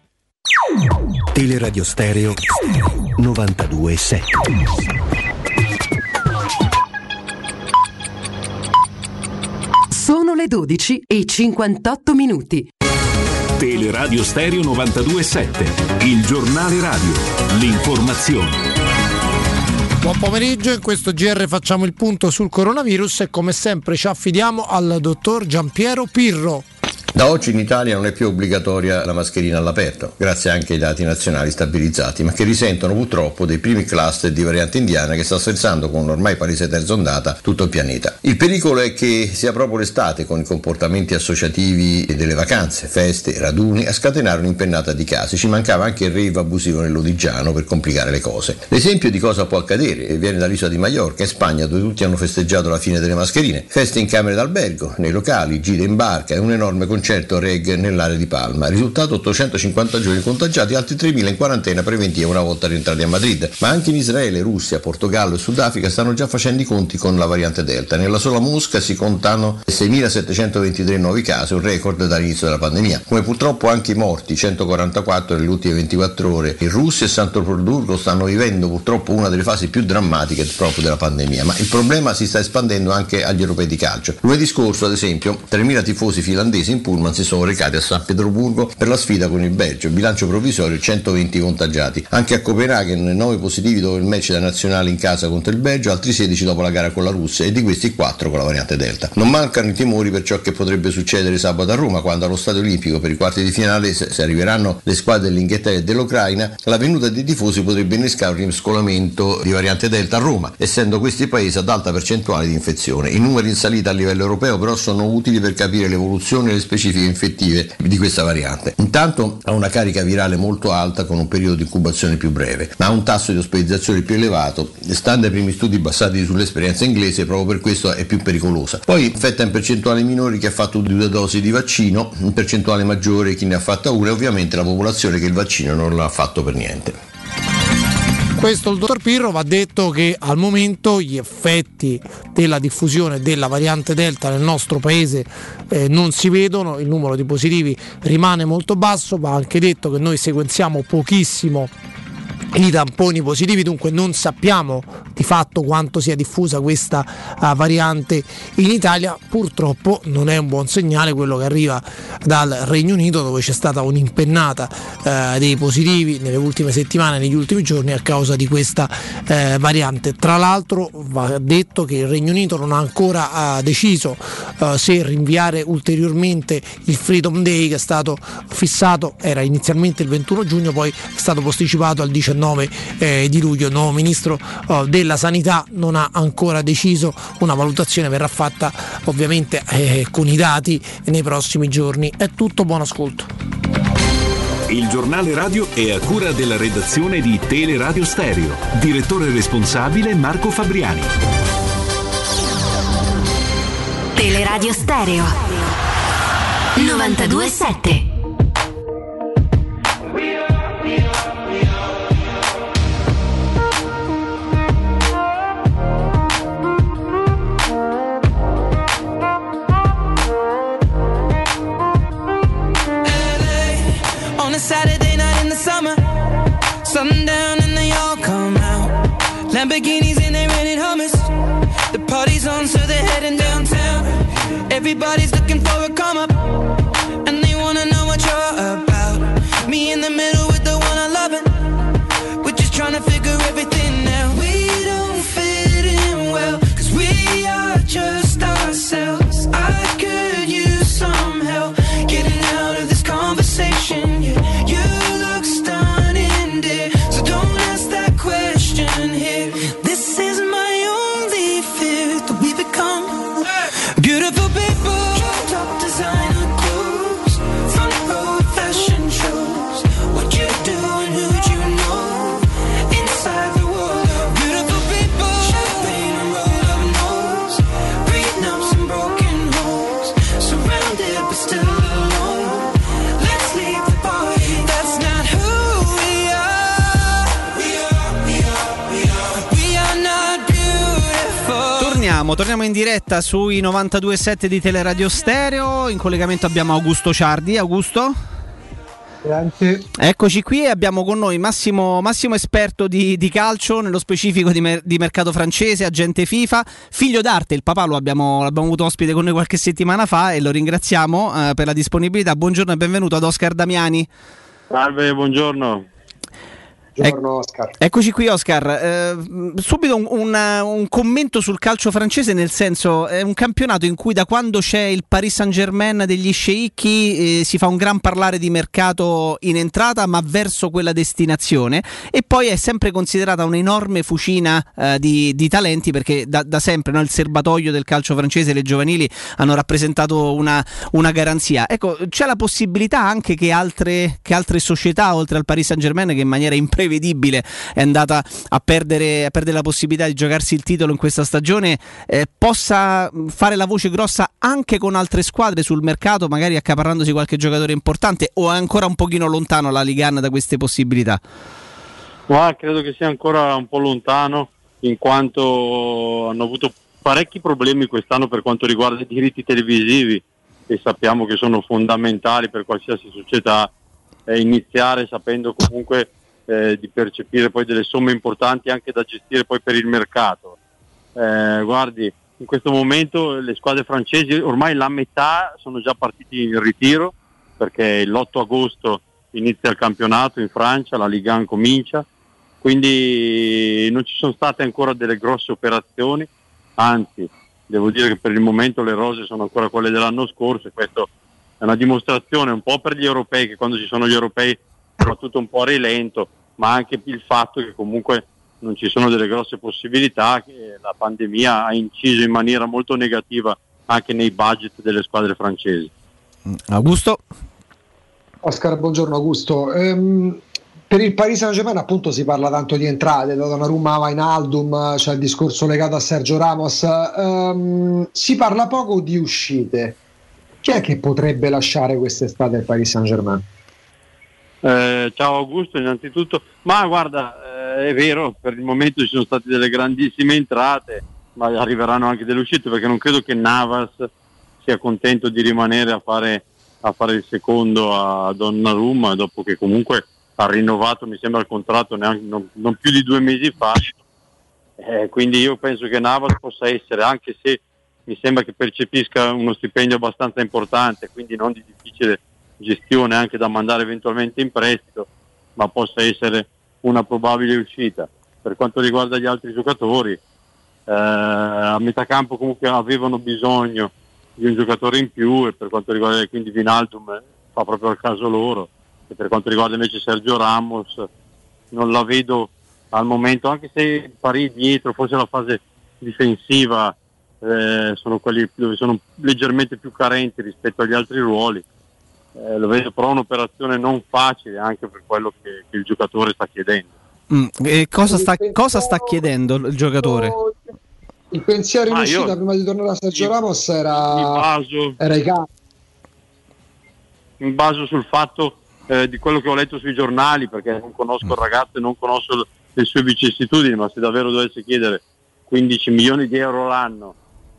Teleradio Stereo novantadue sette. Sono le dodici e cinquantotto minuti. Teleradio Stereo novantadue sette, il giornale radio, l'informazione. Buon pomeriggio, in questo G R facciamo il punto sul coronavirus e come sempre ci affidiamo al dottor Giampiero Pirro. Da oggi in Italia non è più obbligatoria la mascherina all'aperto, grazie anche ai dati nazionali stabilizzati, ma che risentono purtroppo dei primi cluster di variante indiana che sta sferzando con ormai palese terza ondata tutto il pianeta. Il pericolo è che sia proprio l'estate, con i comportamenti associativi delle vacanze, feste, raduni, a scatenare un'impennata di casi. Ci mancava anche il rave abusivo nell'Odigiano per complicare le cose. L'esempio di cosa può accadere viene dall'isola di Maiorca, in Spagna, dove tutti hanno festeggiato la fine delle mascherine, feste in camere d'albergo, nei locali, gite in barca e un enorme concerto reg nell'area di Palma. Risultato ottocentocinquanta giorni contagiati, altri tremila in quarantena preventiva una volta rientrati a Madrid. Ma anche in Israele, Russia, Portogallo e Sudafrica stanno già facendo i conti con la variante Delta. Nella sola Mosca si contano seimilasettecentoventitré nuovi casi, un record dall'inizio della pandemia. Come purtroppo anche i morti, centoquarantaquattro nelle ultime ventiquattro ore. In Russia e San Pietroburgo stanno vivendo purtroppo una delle fasi più drammatiche proprio della pandemia. Ma il problema si sta espandendo anche agli europei di calcio. Lunedì scorso, ad esempio, tremila tifosi finlandesi in pullman si sono recati a San Pietroburgo per la sfida con il Belgio. Bilancio provvisorio centoventi contagiati. Anche a Copenaghen nove positivi dopo il match da nazionale in casa contro il Belgio, altri sedici dopo la gara con la Russia e di questi quattro con la variante Delta. Non mancano i timori per ciò che potrebbe succedere sabato a Roma, quando allo Stadio Olimpico per i quarti di finale, se, se arriveranno le squadre dell'Inghilterra e dell'Ucraina, la venuta dei tifosi potrebbe innescare un rimescolamento di variante Delta a Roma, essendo questi paesi ad alta percentuale di infezione. I numeri in salita a livello europeo però sono utili per capire l'evoluzione e le specifiche infettive di questa variante. Intanto ha una carica virale molto alta con un periodo di incubazione più breve, ma ha un tasso di ospedalizzazione più elevato, stando ai primi studi basati sull'esperienza inglese, proprio per questo è più pericolosa. Poi infetta in percentuali minori chi ha fatto due dosi di vaccino, in percentuale maggiore chi ne ha fatta una e ovviamente la popolazione che il vaccino non l'ha fatto per niente. Questo il dottor Pirro. Va detto che al momento gli effetti della diffusione della variante Delta nel nostro paese eh, non si vedono, il numero di positivi rimane molto basso, va anche detto che noi sequenziamo pochissimo i tamponi positivi, dunque non sappiamo di fatto quanto sia diffusa questa uh, variante in Italia. Purtroppo non è un buon segnale quello che arriva dal Regno Unito, dove c'è stata un'impennata uh, dei positivi nelle ultime settimane, negli ultimi giorni, a causa di questa uh, variante. Tra l'altro va detto che il Regno Unito non ha ancora uh, deciso uh, se rinviare ulteriormente il Freedom Day, che è stato fissato, era inizialmente il ventuno giugno, poi è stato posticipato al diciannove eh, di luglio. Il nuovo ministro oh, della sanità non ha ancora deciso, una valutazione verrà fatta ovviamente eh, con i dati nei prossimi giorni. È tutto, buon ascolto. Il giornale radio è a cura della redazione di Teleradio Stereo. Direttore responsabile Marco Fabriani. Teleradio Stereo novantadue sette. Saturday night in the summer, sundown and they all come out. Lamborghinis and they rented Hummers. The party's on, so they're heading downtown. Everybody's looking for a come up, and they wanna know what you're about. Me in the middle with the one I love it. We're just trying to figure everything out. We don't fit in well, cause we are just ourselves. I could use some help getting out of this conversation. Yeah. You look stunning, dear, so don't ask that question here. This is my only fear, that we become beautiful people. Top designer clothes, front row fashion shows. What you do and who'd you know? Inside the world of beautiful people. Champagne and roll up nose, prenups and broken homes. Surrounded but still alone. Let's leave the party. That's not who we are. We are, we are, we are. We are not beautiful. Torniamo, torniamo in diretta sui novantadue sette di Teleradio Stereo. In collegamento abbiamo Augusto Ciardi. Augusto? Grazie. Eccoci qui, e abbiamo con noi Massimo, Massimo esperto di, di calcio, nello specifico di, mer- di mercato francese, agente FIFA, figlio d'arte. Il papà lo abbiamo, l'abbiamo avuto ospite con noi qualche settimana fa e lo ringraziamo eh, per la disponibilità. Buongiorno e benvenuto ad Oscar Damiani. Salve, buongiorno. Buongiorno Oscar. Eccoci qui Oscar, eh, subito un, un, un commento sul calcio francese, nel senso è un campionato in cui da quando c'è il Paris Saint-Germain degli sceicchi eh, si fa un gran parlare di mercato in entrata ma verso quella destinazione, e poi è sempre considerata un'enorme fucina eh, di, di talenti, perché da, da sempre, no, il serbatoio del calcio francese, le giovanili hanno rappresentato una, una garanzia. Ecco, c'è la possibilità anche che altre, che altre società oltre al Paris Saint-Germain, che in maniera imprevedibile è andata a perdere, a perdere la possibilità di giocarsi il titolo in questa stagione, eh, possa fare la voce grossa anche con altre squadre sul mercato, magari accaparrandosi qualche giocatore importante, o è ancora un pochino lontano la Ligue uno da queste possibilità? Ma credo che sia ancora un po' lontano, in quanto hanno avuto parecchi problemi quest'anno per quanto riguarda i diritti televisivi, e sappiamo che sono fondamentali per qualsiasi società, eh, iniziare sapendo comunque eh, di percepire poi delle somme importanti anche da gestire poi per il mercato. Eh, guardi, in questo momento le squadre francesi ormai la metà sono già partiti in ritiro, perché l'otto agosto inizia il campionato in Francia, la Ligue uno comincia, quindi non ci sono state ancora delle grosse operazioni, anzi devo dire che per il momento le rose sono ancora quelle dell'anno scorso, e questo è una dimostrazione un po' per gli europei, che quando ci sono gli europei va tutto un po' a rilento, ma anche il fatto che comunque non ci sono delle grosse possibilità, che la pandemia ha inciso in maniera molto negativa anche nei budget delle squadre francesi. Augusto? Oscar, buongiorno Augusto. Ehm, per il Paris Saint-Germain appunto si parla tanto di entrate, da Donnarumma, Wijnaldum, c'è il discorso legato a Sergio Ramos, ehm, si parla poco di uscite. Chi è che potrebbe lasciare quest'estate il Paris Saint-Germain? Eh, ciao Augusto, innanzitutto, ma guarda, eh, è vero, per il momento ci sono state delle grandissime entrate, ma arriveranno anche delle uscite, perché non credo che Navas sia contento di rimanere a fare, a fare il secondo a Donnarumma, dopo che comunque ha rinnovato, mi sembra, il contratto neanche, non, non più di due mesi fa, eh, quindi io penso che Navas possa essere, anche se mi sembra che percepisca uno stipendio abbastanza importante, quindi non di difficile gestione, anche da mandare eventualmente in prestito, ma possa essere una probabile uscita. Per quanto riguarda gli altri giocatori, eh, a metà campo comunque avevano bisogno di un giocatore in più, e per quanto riguarda quindi Wijnaldum fa proprio al caso loro, e per quanto riguarda invece Sergio Ramos non la vedo al momento, anche se Paris dietro, forse la fase difensiva eh, sono quelli dove sono leggermente più carenti rispetto agli altri ruoli. Eh, lo vedo però un'operazione non facile, anche per quello che, che il giocatore sta chiedendo. Mm, e cosa, sta, cosa sta chiedendo il giocatore? Il pensiero in Ma uscita io, prima di tornare a Sergio io, Ramos era, mi baso, era i campi. Mi baso sul fatto eh, di quello che ho letto sui giornali, perché non conosco il ragazzo e non conosco le sue vicissitudini, ma se davvero dovesse chiedere quindici milioni di euro l'anno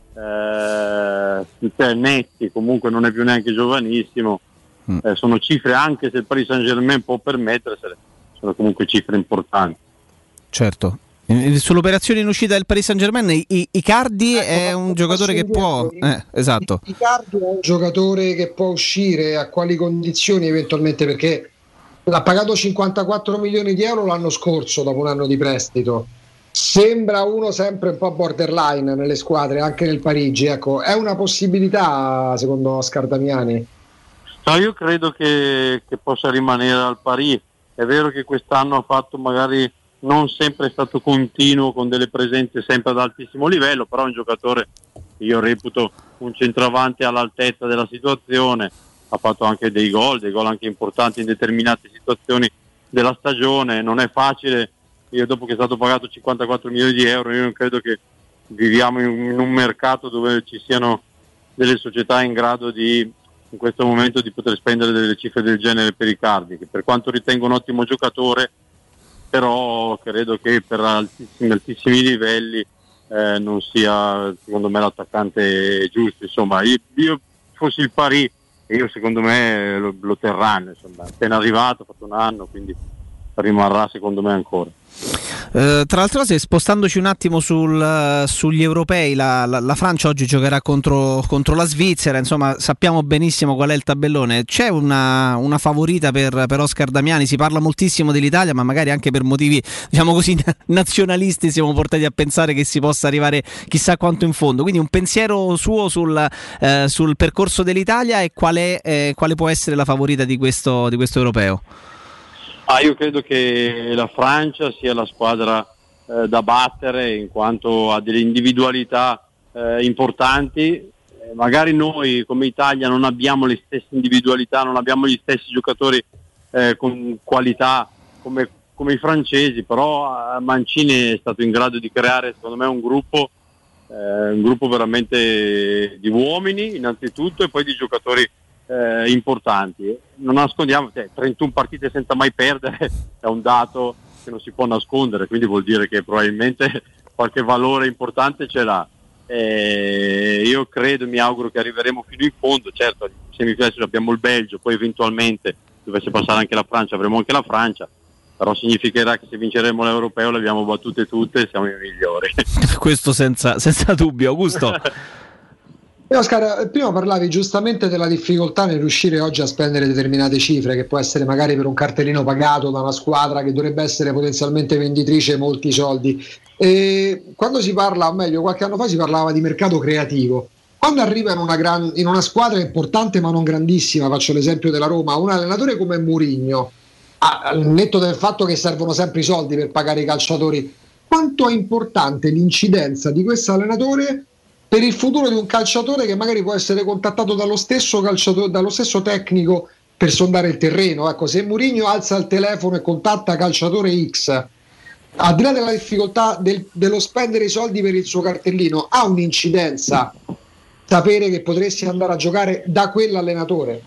eh, cioè netti, comunque non è più neanche giovanissimo, eh, sono cifre, anche se il Paris Saint-Germain può permettersele, sono comunque cifre importanti. Certo. Sull'operazione in uscita del Paris Saint-Germain, I- Icardi ecco, è un giocatore che può eh, esatto. Icardi è un giocatore che può uscire, a quali condizioni eventualmente, perché l'ha pagato cinquantaquattro milioni di euro l'anno scorso dopo un anno di prestito. Sembra uno sempre un po' borderline nelle squadre, anche nel Parigi, ecco, è una possibilità secondo Oscar Damiani? No, io credo che, che possa rimanere al Paris. È vero che quest'anno ha fatto magari non sempre è stato continuo con delle presenze sempre ad altissimo livello, però è un giocatore che io reputo un centravanti all'altezza della situazione, ha fatto anche dei gol, dei gol anche importanti in determinate situazioni della stagione. Non è facile, io dopo che è stato pagato cinquantaquattro milioni di euro, io non credo che viviamo in un mercato dove ci siano delle società in grado di, in questo momento, di poter spendere delle cifre del genere per Icardi, che per quanto ritengo un ottimo giocatore, però credo che per altissimi, altissimi livelli eh, non sia, secondo me, l'attaccante giusto. Insomma, io, io fossi il Paris, e io secondo me lo, lo terranno, insomma, appena arrivato, ha fatto un anno, quindi rimarrà secondo me ancora. Uh, tra l'altro, se spostandoci un attimo sul, uh, sugli europei, la, la, la Francia oggi giocherà contro, contro la Svizzera, insomma sappiamo benissimo qual è il tabellone. C'è una, una favorita per, per Oscar Damiani? Si parla moltissimo dell'Italia, ma magari anche per motivi, diciamo così, nazionalisti siamo portati a pensare che si possa arrivare chissà quanto in fondo. Quindi un pensiero suo sul, uh, sul percorso dell'Italia e qual è, eh, quale può essere la favorita di questo, di questo europeo? Ah, io credo che la Francia sia la squadra eh, da battere, in quanto ha delle individualità eh, importanti. Eh, magari noi come Italia non abbiamo le stesse individualità, non abbiamo gli stessi giocatori eh, con qualità come, come i francesi, però eh, Mancini è stato in grado di creare secondo me un gruppo, eh, un gruppo veramente di uomini innanzitutto e poi di giocatori Eh, importanti. Non nascondiamo, cioè, trentuno partite senza mai perdere è un dato che non si può nascondere, quindi vuol dire che probabilmente qualche valore importante ce l'ha. Eh, io credo, mi auguro che arriveremo fino in fondo. Certo, in semifinale abbiamo il Belgio, poi eventualmente dovesse passare anche la Francia, avremo anche la Francia, però significherà che se vinceremo l'Europeo le abbiamo battute tutte e siamo i migliori. Questo senza, senza dubbio. Augusto? E Oscar, prima parlavi giustamente della difficoltà nel riuscire oggi a spendere determinate cifre, che può essere magari per un cartellino pagato da una squadra che dovrebbe essere potenzialmente venditrice molti soldi. E quando si parla, o meglio qualche anno fa si parlava di mercato creativo. Quando arriva in una, gran, in una squadra importante ma non grandissima, faccio l'esempio della Roma, un allenatore come Mourinho, al netto del fatto che servono sempre i soldi per pagare i calciatori, quanto è importante l'incidenza di questo allenatore per il futuro di un calciatore che magari può essere contattato dallo stesso calciatore, dallo stesso tecnico per sondare il terreno? Ecco, se Mourinho alza il telefono e contatta calciatore X, al di là della difficoltà del, dello spendere i soldi per il suo cartellino, ha un'incidenza sapere che potresti andare a giocare da quell'allenatore?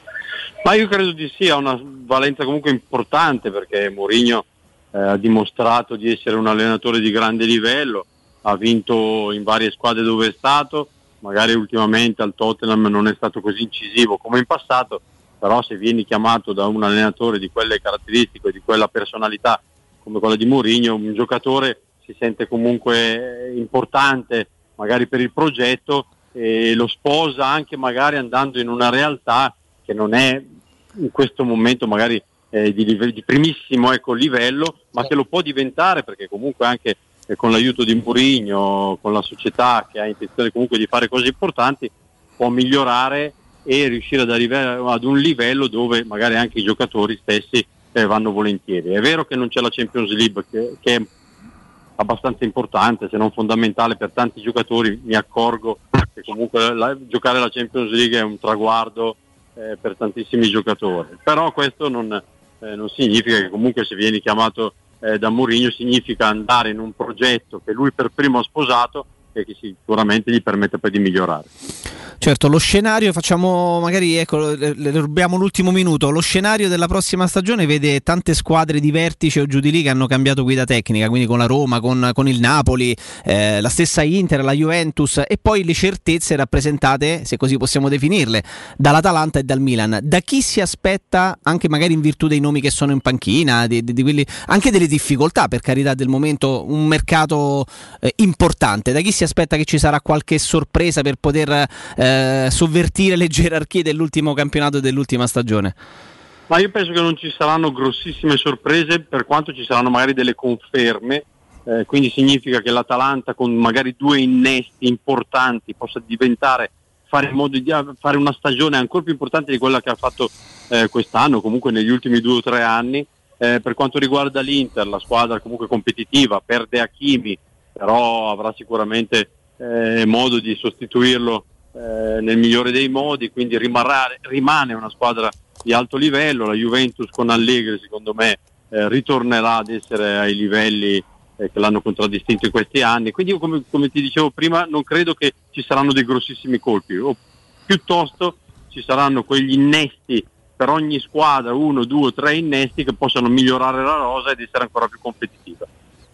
Ma io credo di sì, ha una valenza comunque importante, perché Mourinho eh, ha dimostrato di essere un allenatore di grande livello, ha vinto in varie squadre dove è stato, magari ultimamente al Tottenham non è stato così incisivo come in passato, però se vieni chiamato da un allenatore di quelle caratteristiche, di quella personalità come quella di Mourinho, un giocatore si sente comunque importante magari per il progetto e lo sposa anche magari andando in una realtà che non è in questo momento magari eh, di, live- di primissimo ecco, livello, ma che lo può diventare, perché comunque anche e con l'aiuto di Mourinho, con la società che ha intenzione comunque di fare cose importanti, può migliorare e riuscire ad arrivare ad un livello dove magari anche i giocatori stessi eh, vanno volentieri. È vero che non c'è la Champions League, che, che è abbastanza importante, se non fondamentale per tanti giocatori. Mi accorgo che comunque la, giocare la Champions League è un traguardo eh, per tantissimi giocatori, però questo non, eh, non significa che comunque se vieni chiamato Eh, da Mourinho significa andare in un progetto che lui per primo ha sposato e che sicuramente gli permette poi di migliorare. Certo, lo scenario, facciamo magari, ecco, le, le rubiamo l'ultimo minuto, lo scenario della prossima stagione vede tante squadre di vertice o giù di lì che hanno cambiato guida tecnica, quindi con la Roma, con, con il Napoli, eh, la stessa Inter, la Juventus, e poi le certezze rappresentate, se così possiamo definirle, dall'Atalanta e dal Milan. Da chi si aspetta, anche magari in virtù dei nomi che sono in panchina, di, di, di quelli, anche delle difficoltà per carità del momento, un mercato eh, importante, da chi si aspetta che ci sarà qualche sorpresa per poter eh, sovvertire le gerarchie dell'ultimo campionato e dell'ultima stagione? Ma io penso che non ci saranno grossissime sorprese, per quanto ci saranno magari delle conferme, eh, quindi significa che l'Atalanta con magari due innesti importanti possa diventare, fare in modo di fare una stagione ancora più importante di quella che ha fatto eh, quest'anno, comunque negli ultimi due o tre anni. Eh, per quanto riguarda l'Inter, la squadra comunque competitiva, perde Hakimi, però avrà sicuramente eh, modo di sostituirlo Eh, nel migliore dei modi, quindi rimarrà, rimane una squadra di alto livello. La Juventus con Allegri secondo me eh, ritornerà ad essere ai livelli eh, che l'hanno contraddistinto in questi anni, quindi io come, come ti dicevo prima non credo che ci saranno dei grossissimi colpi, o piuttosto ci saranno quegli innesti per ogni squadra, uno, due, tre innesti che possano migliorare la rosa ed essere ancora più competitiva.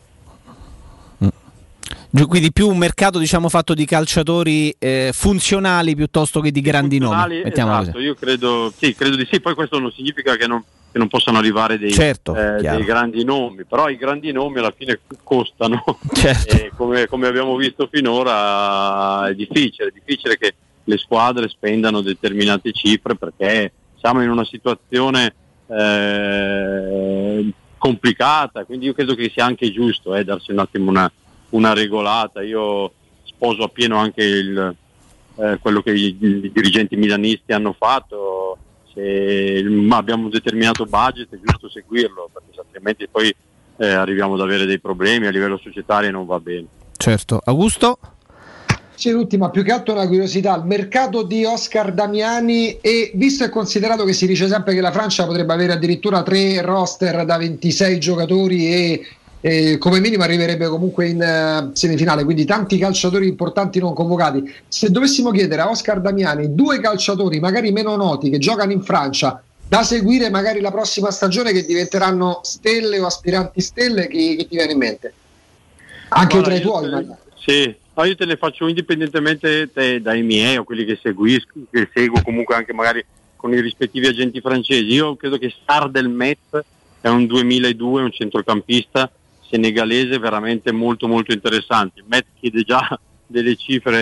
Quindi più un mercato, diciamo, fatto di calciatori eh, funzionali piuttosto che di grandi nomi. Esatto, io credo, sì, credo di sì. Poi questo non significa che non, che non possano arrivare dei, certo, eh, dei grandi nomi, però i grandi nomi alla fine costano, certo. E come, come abbiamo visto finora è difficile, è difficile che le squadre spendano determinate cifre, perché siamo in una situazione eh, complicata, quindi io credo che sia anche giusto eh, darsi un attimo una, una regolata. Io sposo appieno anche il, eh, quello che i, i dirigenti milanisti hanno fatto. Se abbiamo un determinato budget è giusto seguirlo, perché altrimenti poi eh, arriviamo ad avere dei problemi a livello societario e non va bene. Certo. Augusto? C'è l'ultima, più che altro una curiosità, il mercato di Oscar Damiani, e visto e considerato che si dice sempre che la Francia potrebbe avere addirittura tre roster da ventisei giocatori e, e come minimo arriverebbe comunque in uh, semifinale, quindi tanti calciatori importanti non convocati, se dovessimo chiedere a Oscar Damiani due calciatori magari meno noti che giocano in Francia da seguire magari la prossima stagione, che diventeranno stelle o aspiranti stelle, chi, chi ti viene in mente? Anche Guarda, tra i tuoi te, magari. Sì, ma io te ne faccio indipendentemente te, dai miei o quelli che seguisco, che seguo comunque anche magari con i rispettivi agenti francesi. Io credo che Star del Metz è un duemiladue, un centrocampista senegalese veramente molto molto interessante. Metz chiede già delle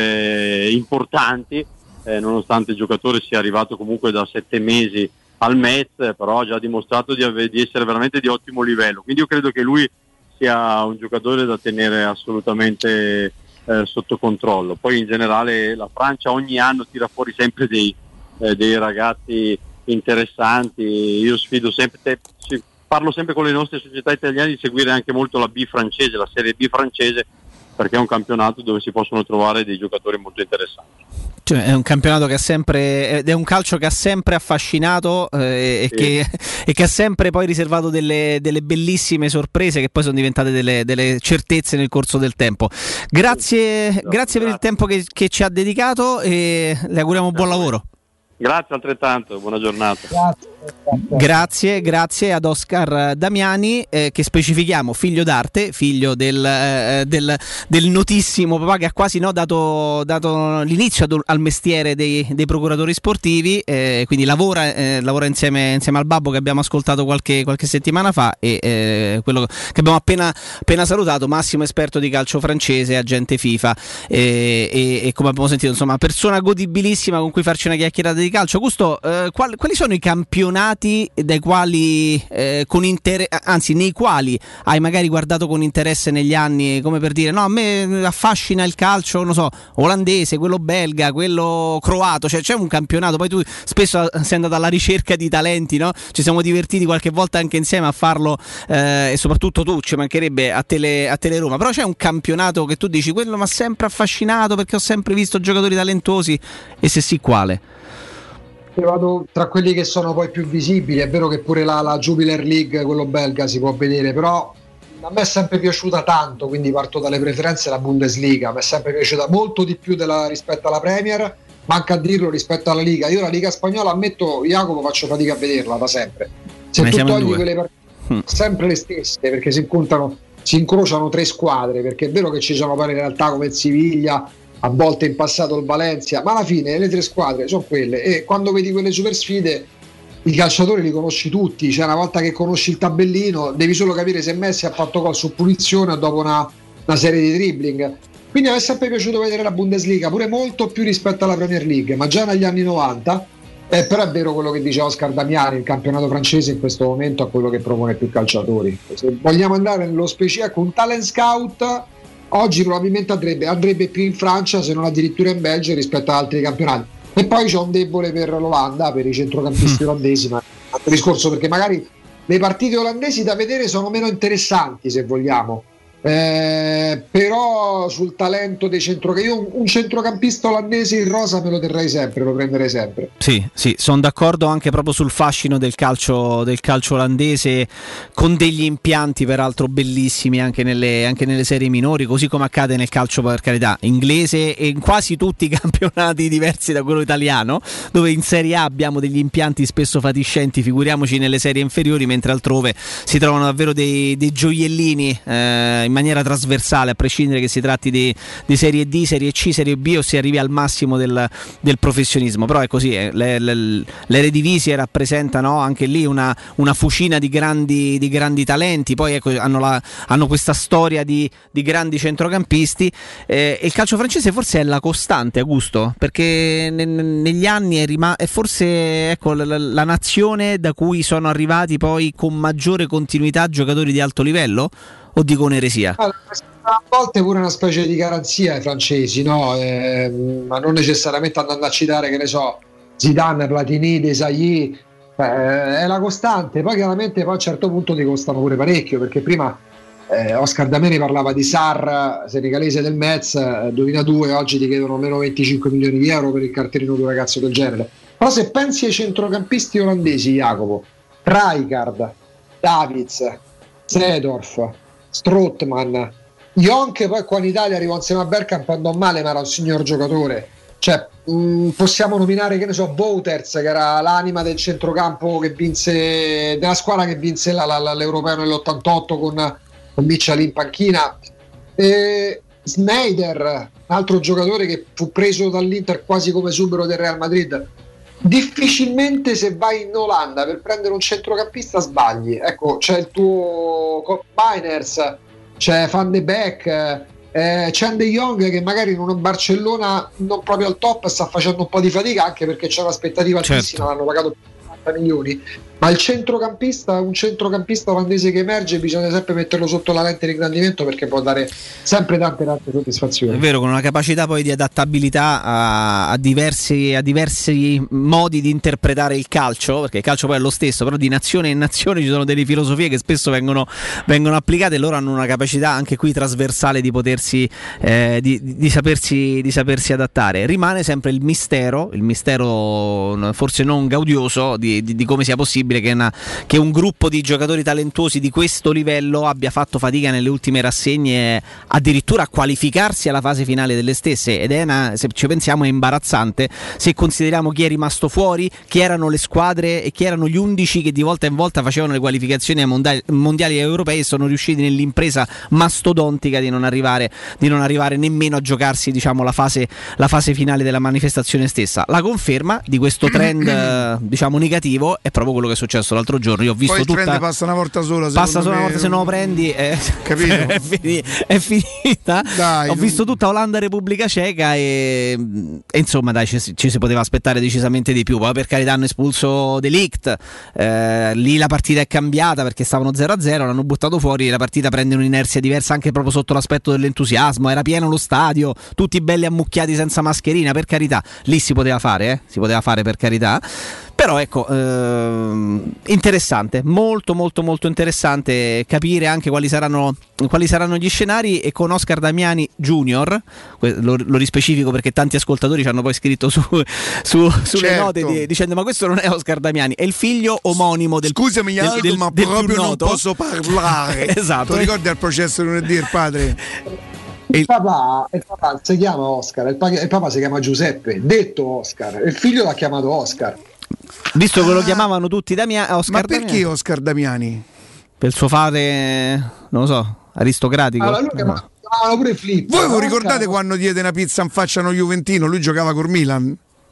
cifre importanti, eh, nonostante il giocatore sia arrivato comunque da sette mesi al Metz, però ha già dimostrato di, ave- di essere veramente di ottimo livello. Quindi io credo che lui sia un giocatore da tenere assolutamente eh, sotto controllo. Poi in generale la Francia ogni anno tira fuori sempre dei, eh, dei ragazzi interessanti. Io sfido sempre te, parlo sempre con le nostre società italiane di seguire anche molto la B francese, la Serie B francese, perché è un campionato dove si possono trovare dei giocatori molto interessanti. Cioè, è un campionato che ha sempre, ed è un calcio che ha sempre affascinato eh, e, sì. che, e che ha sempre poi riservato delle, delle bellissime sorprese che poi sono diventate delle, delle certezze nel corso del tempo. Grazie, sì, no, grazie per il tempo che, che ci ha dedicato e le auguriamo buon lavoro. Grazie altrettanto, buona giornata. Grazie. Grazie, grazie ad Oscar Damiani, eh, che specifichiamo figlio d'arte, figlio del, eh, del, del notissimo papà che ha quasi no, dato, dato l'inizio ad, al mestiere dei, dei procuratori sportivi, eh, quindi lavora, eh, lavora insieme, insieme al babbo che abbiamo ascoltato qualche, qualche settimana fa e eh, quello che abbiamo appena, appena salutato, massimo esperto di calcio francese, agente FIFA e, e, e come abbiamo sentito insomma persona godibilissima con cui farci una chiacchierata di calcio. Augusto, eh, qual, quali sono i campionati dai quali eh, con inter- anzi nei quali hai magari guardato con interesse negli anni, come per dire no, a me affascina il calcio, non so, olandese, quello belga, quello croato, cioè c'è un campionato, poi tu spesso sei andato alla ricerca di talenti, no? Ci siamo divertiti qualche volta anche insieme a farlo eh, e soprattutto tu, ci mancherebbe a Tele, a Teleroma, però c'è un campionato che tu dici quello mi ha sempre affascinato perché ho sempre visto giocatori talentuosi, e se sì quale? Vado tra quelli che sono poi più visibili. È vero che pure la, la Jupiler League, quello belga, si può vedere, però a me è sempre piaciuta tanto, quindi parto dalle preferenze, la Bundesliga mi è sempre piaciuta molto di più della, rispetto alla Premier, manca a dirlo, rispetto alla Liga. Io la Liga spagnola, ammetto, Jacopo, faccio fatica a vederla da sempre. Se Ma tu togli due. quelle partite, mm. sempre le stesse, perché si incontrano, si incrociano tre squadre, perché è vero che ci sono poi in realtà come il Siviglia, a volte in passato il Valencia, ma alla fine le tre squadre sono quelle, e quando vedi quelle super sfide i calciatori li conosci tutti, cioè una volta che conosci il tabellino devi solo capire se Messi ha fatto gol su punizione o dopo una, una serie di dribbling. Quindi mi è sempre piaciuto vedere la Bundesliga, pure molto più rispetto alla Premier League, ma già negli anni novanta. Eh, però è vero quello che dice Oscar Damiani, il campionato francese in questo momento è quello che propone più calciatori. Se vogliamo andare nello specifico, un talent scout oggi probabilmente andrebbe, andrebbe più in Francia, se non addirittura in Belgio, rispetto ad altri campionati. E poi c'è un debole per l'Olanda, per i centrocampisti mm. olandesi, ma è un altro discorso, perché magari le partite olandesi da vedere sono meno interessanti, se vogliamo. Eh, però sul talento dei centrocampisti, io un, un centrocampista olandese in rosa me lo terrei sempre, lo prenderei sempre. Sì, sì, sono d'accordo anche proprio sul fascino del calcio, del calcio olandese, con degli impianti peraltro bellissimi anche nelle, anche nelle serie minori, così come accade nel calcio, per carità, inglese e in quasi tutti i campionati diversi da quello italiano, dove in Serie A abbiamo degli impianti spesso fatiscenti, figuriamoci nelle serie inferiori, mentre altrove si trovano davvero dei, dei gioiellini eh, in maniera trasversale, a prescindere che si tratti di, di Serie D, Serie C, Serie B o si arrivi al massimo del, del professionismo. Però è così, eh, le, le, l'Eredivisie rappresenta, no, anche lì una, una fucina di grandi, di grandi talenti, poi ecco, hanno, la, hanno questa storia di, di grandi centrocampisti, eh, e il calcio francese forse è la costante, Augusto, perché ne, negli anni è, rima- è forse ecco, la, la nazione da cui sono arrivati poi con maggiore continuità giocatori di alto livello, o dico un'eresia? Allora, a volte pure una specie di garanzia ai francesi, no? Eh, ma non necessariamente andando a citare, che ne so, Zidane, Platini, Desailly, eh, è la costante. Poi chiaramente poi a un certo punto ti costano pure parecchio, perché prima eh, Oscar Damiani parlava di Sarr, senegalese del Metz, eh, duemiladue, oggi ti chiedono meno venticinque milioni di euro per il cartellino di un ragazzo del genere. Però se pensi ai centrocampisti olandesi, Jacopo, Rijkaard, Davids, Seedorf, Strootman, Jonk, poi qua in Italia arrivò insieme a Bergkamp, andò male ma era un signor giocatore. Cioè mh, possiamo nominare, che ne so, Wouters, che era l'anima del centrocampo che vinse, della squadra che vinse la, la, la, l'Europeo nell'ottantotto con, con Mitchell in panchina, e Sneijder, un altro giocatore che fu preso dall'Inter quasi come subero del Real Madrid. Difficilmente se vai in Olanda per prendere un centrocampista sbagli. Ecco, c'è il tuo Miners, c'è Van de Beek, eh, c'è De Jong, che magari in un Barcellona non proprio al top sta facendo un po' di fatica, anche perché c'è un'aspettativa altissima, certo. L'hanno pagato quaranta milioni, ma il centrocampista, un centrocampista olandese che emerge, bisogna sempre metterlo sotto la lente di ingrandimento, perché può dare sempre tante tante soddisfazioni. È vero, con una capacità poi di adattabilità a, a diversi a diversi modi di interpretare il calcio, perché il calcio poi è lo stesso, però di nazione in nazione ci sono delle filosofie che spesso vengono, vengono applicate, e loro hanno una capacità anche qui trasversale di potersi eh, di, di, sapersi, di sapersi adattare. Rimane sempre il mistero, il mistero forse non gaudioso di, di, di come sia possibile che, una, che un gruppo di giocatori talentuosi di questo livello abbia fatto fatica nelle ultime rassegne addirittura a qualificarsi alla fase finale delle stesse, ed è una, se ci pensiamo, è imbarazzante se consideriamo chi è rimasto fuori, chi erano le squadre e chi erano gli undici che di volta in volta facevano le qualificazioni ai mondiali, mondiali e europei, e sono riusciti nell'impresa mastodontica di non arrivare, di non arrivare nemmeno a giocarsi, diciamo, la fase, la fase finale della manifestazione stessa. La conferma di questo trend diciamo negativo è proprio quello che è successo l'altro giorno. Io ho visto poi il tutta, trend passa una volta sola, passa solo me... una volta, se non lo prendi eh, capito? è, fini, è finita. Dai, ho non... visto tutta Olanda, Repubblica Ceca e, e insomma dai, ci, ci si poteva aspettare decisamente di più. Poi per carità hanno espulso De Ligt, eh, lì la partita è cambiata perché stavano zero a zero, l'hanno buttato fuori, la partita prende un'inerzia diversa anche proprio sotto l'aspetto dell'entusiasmo, era pieno lo stadio, tutti belli ammucchiati senza mascherina, per carità, lì si poteva fare, eh? si poteva fare per carità. Però ecco, ehm, interessante, molto molto molto interessante capire anche quali saranno, quali saranno gli scenari, e con Oscar Damiani Junior, lo, lo rispecifico perché tanti ascoltatori ci hanno poi scritto su, su, sulle certo. note di, dicendo ma questo non è Oscar Damiani, è il figlio omonimo del Scusami del, Aldo, del, ma del proprio non noto. posso parlare. Esatto. Tu ricordi al processo lunedì il padre? Il papà, il papà si chiama Oscar, il, pa- il papà si chiama Giuseppe, detto Oscar, il figlio l'ha chiamato Oscar. Visto che ah, lo chiamavano tutti Damia- Oscar ma perché Damiani? Oscar Damiani? Per il suo fare, non lo so, aristocratico. Allora lui chiamavano no. pure Flip. Voi vi ricordate quando diede una pizza in faccia a uno Juventino? Lui giocava col Milan.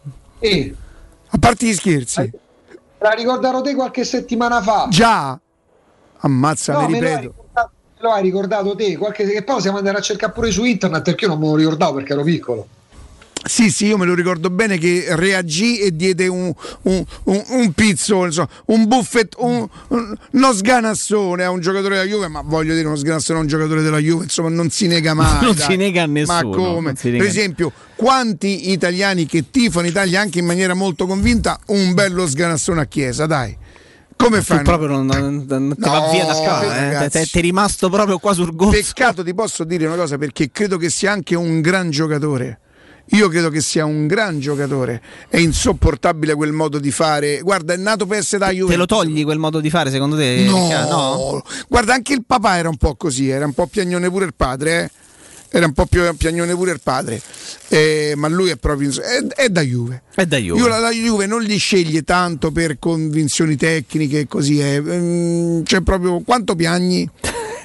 E a parte gli scherzi, la ricordarono te qualche settimana fa. Già ammazza, no, mi me ripeto. Lo, lo hai ricordato te qualche, che poi siamo andati a cercare pure su internet, perché io non me lo ricordavo perché ero piccolo. Sì, sì, io me lo ricordo bene che reagì e diede un, un, un, un pizzo, insomma, un buffet, un, un, uno sganassone a un giocatore della Juve, ma voglio dire uno sganassone a un giocatore della Juve, insomma, non si nega mai. non dai. si nega a nessuno. Ma come? Per esempio, quanti italiani che tifano Italia anche in maniera molto convinta un bello sganassone a Chiesa, dai. Come fai? Proprio non, non, non no, te va via da scala, eh? Ti è rimasto proprio qua sul gol. Peccato, ti posso dire una cosa, perché credo che sia anche un gran giocatore. Io credo che sia un gran giocatore. È insopportabile quel modo di fare. Guarda, è nato per essere da Juventus. Te lo togli quel modo di fare, secondo te? No, no. Guarda, anche il papà era un po' così, era un po' piagnone pure il padre, eh? Era un po' più piagnone pure il padre, eh, ma lui è proprio è, è da Juve. È da Juve. Io la, la Juve non li sceglie tanto per convinzioni tecniche e così è. C'è proprio quanto piagni?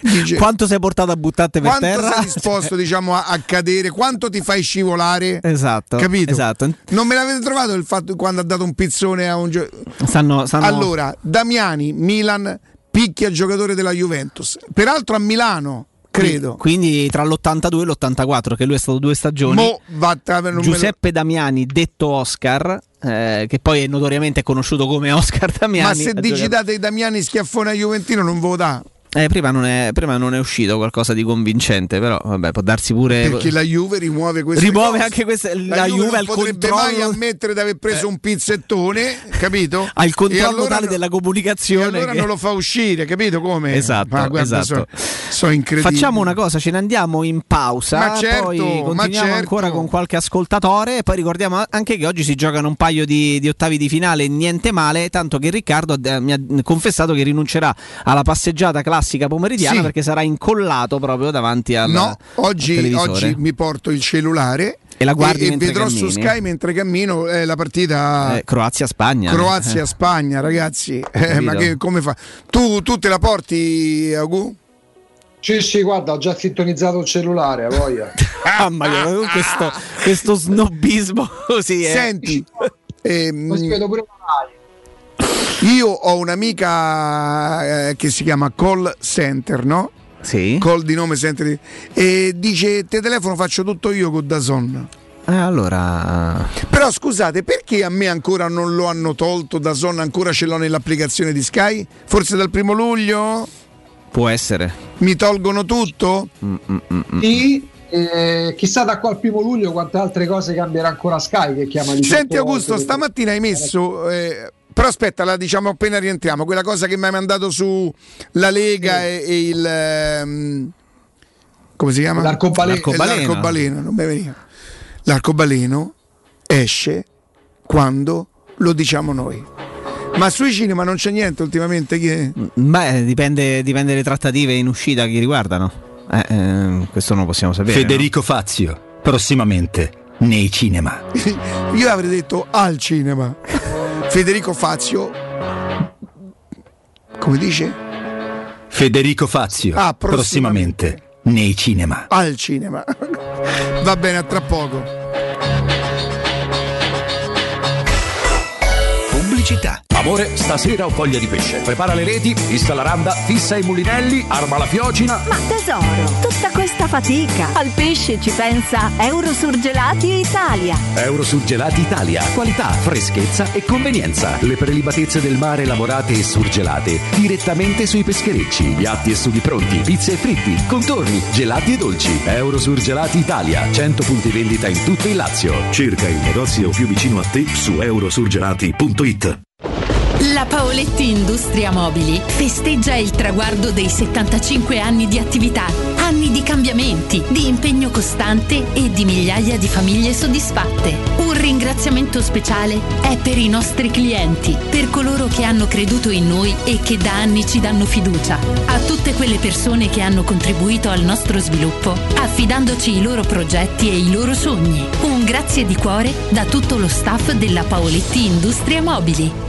Dice, quanto sei portato a buttarti per quanto terra? sei disposto diciamo a, a cadere, quanto ti fai scivolare, esatto, capito? Esatto. Non me l'avete trovato il fatto quando ha dato un pizzone a un gio... stanno, stanno... Allora Damiani, Milan, picchia giocatore della Juventus, peraltro a Milano, credo. Quindi tra l'ottantadue e l'ottantaquattro, che lui è stato due stagioni. Mo, vatta, Giuseppe lo... Damiani, detto Oscar, eh, che poi è notoriamente conosciuto come Oscar Damiani. Ma se dici date i Damiani schiaffone a Juventino non ve lo dà. Eh, prima, non è, prima non è uscito qualcosa di convincente, però vabbè, può darsi pure. Perché la Juve rimuove queste rimuove cose. anche queste. La, la Juve, Juve al non potrebbe controllo... mai ammettere di aver preso eh. un pizzettone, capito? Ha il controllo allora totale no, della comunicazione. E allora che... non lo fa uscire, capito come? Esatto, ma guarda, esatto. So, so incredibile. Facciamo una cosa, ce ne andiamo in pausa, ma certo, poi continuiamo ma certo. ancora con qualche ascoltatore e poi ricordiamo anche che oggi si giocano un paio di, di ottavi di finale, niente male, tanto che Riccardo eh, mi ha confessato che rinuncerà alla passeggiata classica pomeridiana, sì, perché sarà incollato proprio davanti al no, oggi, al oggi mi porto il cellulare e la guardi e, e vedrò cammini. Su Sky mentre cammino eh, la partita eh, Croazia-Spagna Croazia-Spagna eh. ragazzi eh, ma che, come fa? Tu, tu te la porti, Agu? Sì, sì, guarda, ho già sintonizzato il cellulare, a voglia. Mamma mia, questo, questo snobismo così eh. Senti ehm, poi vedo pure io ho un'amica eh, che si chiama Call Center, no? Sì. Call di nome Center e dice te telefono faccio tutto io con DAZN. Eh, allora però scusate, perché a me ancora non lo hanno tolto DAZN, ancora ce l'ho nell'applicazione di Sky? Forse dal primo luglio? Può essere. Mi tolgono tutto? Mm, mm, mm, sì. Eh, chissà da qua al primo luglio quante altre cose cambierà ancora Sky che chiama di Senti Augusto, stamattina hai messo eh, però aspetta, la diciamo appena rientriamo, quella cosa che mi hai mandato su la Lega sì. e, e il um, come si chiama? L'arcobaleno. L'arcobaleno, l'arcobaleno non mi veniva. L'arcobaleno esce quando lo diciamo noi. Ma sui cinema non c'è niente ultimamente? Chi Beh, dipende, dipende dalle trattative in uscita che riguardano. Eh, eh, questo non lo possiamo sapere. Federico no? Fazio, prossimamente nei cinema. Io avrei detto al cinema. Federico Fazio, come dice? Federico Fazio, ah, prossimamente. prossimamente nei cinema. Al cinema. Va bene, a tra poco. Pubblicità. Amore, stasera ho voglia di pesce. Prepara le reti, fissa la randa, fissa i mulinelli, arma la fiocina. Ma tesoro, tutta questa fatica. Al pesce ci pensa Eurosurgelati Italia. Eurosurgelati Italia. Qualità, freschezza e convenienza. Le prelibatezze del mare lavorate e surgelate direttamente sui pescherecci. Piatti e sughi pronti, pizze e fritti, contorni, gelati e dolci. Eurosurgelati Italia. cento punti vendita in tutto il Lazio. Cerca il negozio più vicino a te su eurosurgelati punto it. La Paoletti Industria Mobili festeggia il traguardo dei settantacinque anni di attività, anni di cambiamenti, di impegno costante e di migliaia di famiglie soddisfatte. Un ringraziamento speciale è per i nostri clienti, per coloro che hanno creduto in noi e che da anni ci danno fiducia, a tutte quelle persone che hanno contribuito al nostro sviluppo, affidandoci i loro progetti e i loro sogni. Un grazie di cuore da tutto lo staff della Paoletti Industria Mobili.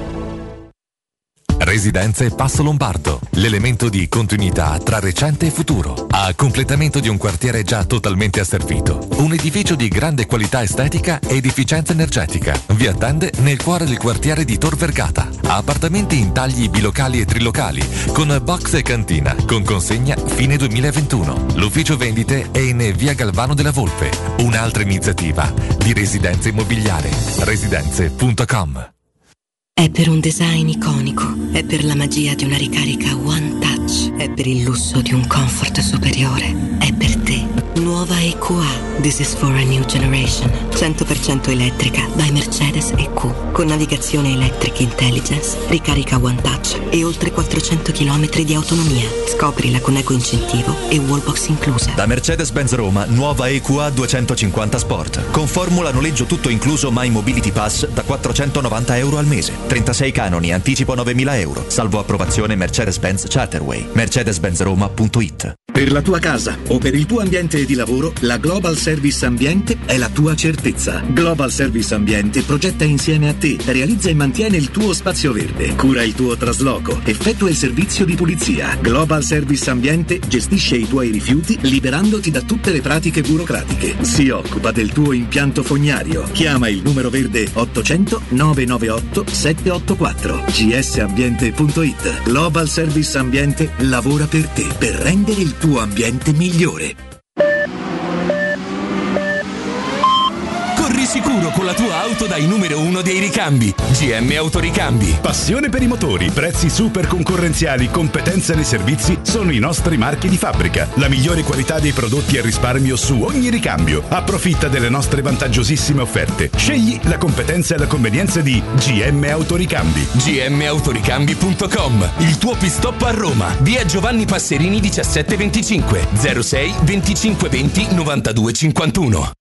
Residenze Passo Lombardo, l'elemento di continuità tra recente e futuro. A completamento di un quartiere già totalmente asservito. Un edificio di grande qualità estetica ed efficienza energetica. Vi attende nel cuore del quartiere di Tor Vergata. Appartamenti in tagli bilocali e trilocali, con box e cantina, con consegna fine duemilaventuno. L'ufficio vendite è in via Galvano della Volpe. Un'altra iniziativa di Residenze Immobiliare. Residenze punto com. È per un design iconico, è per la magia di una ricarica One Touch, è per il lusso di un comfort superiore, è per te. Nuova E Q A, This is for a new generation. cento per cento elettrica by Mercedes E Q. Con navigazione electric intelligence, ricarica One Touch e oltre quattrocento chilometri di autonomia. Scoprila con eco incentivo e wallbox inclusa. Da Mercedes-Benz Roma, nuova E Q A duecentocinquanta Sport. Con formula noleggio tutto incluso My Mobility Pass da quattrocentonovanta euro al mese. trentasei canoni, anticipo novemila euro. Salvo approvazione Mercedes-Benz Charterway. mercedes benz roma punto it. Per la tua casa o per il tuo ambiente di lavoro, la Global Service Ambiente è la tua certezza. Global Service Ambiente progetta insieme a te, realizza e mantiene il tuo spazio verde, cura il tuo trasloco, effettua il servizio di pulizia. Global Service Ambiente gestisce i tuoi rifiuti liberandoti da tutte le pratiche burocratiche. Si occupa del tuo impianto fognario. Chiama il numero verde ottocento nove nove otto sette otto quattro g s ambiente punto i t. Global Service Ambiente lavora per te, per rendere il tuo ambiente migliore. Corri sicuro con la tua auto dai numero uno dei ricambi. G M Autoricambi. Passione per i motori, prezzi super concorrenziali, competenza nei servizi sono i nostri marchi di fabbrica. La migliore qualità dei prodotti e risparmio su ogni ricambio. Approfitta delle nostre vantaggiosissime offerte. Scegli la competenza e la convenienza di G M Autoricambi. G M Autoricambi punto com. Il tuo pit-stop a Roma. Via Giovanni Passerini diciassette venticinque zero sei venticinque venti novantadue cinquantuno.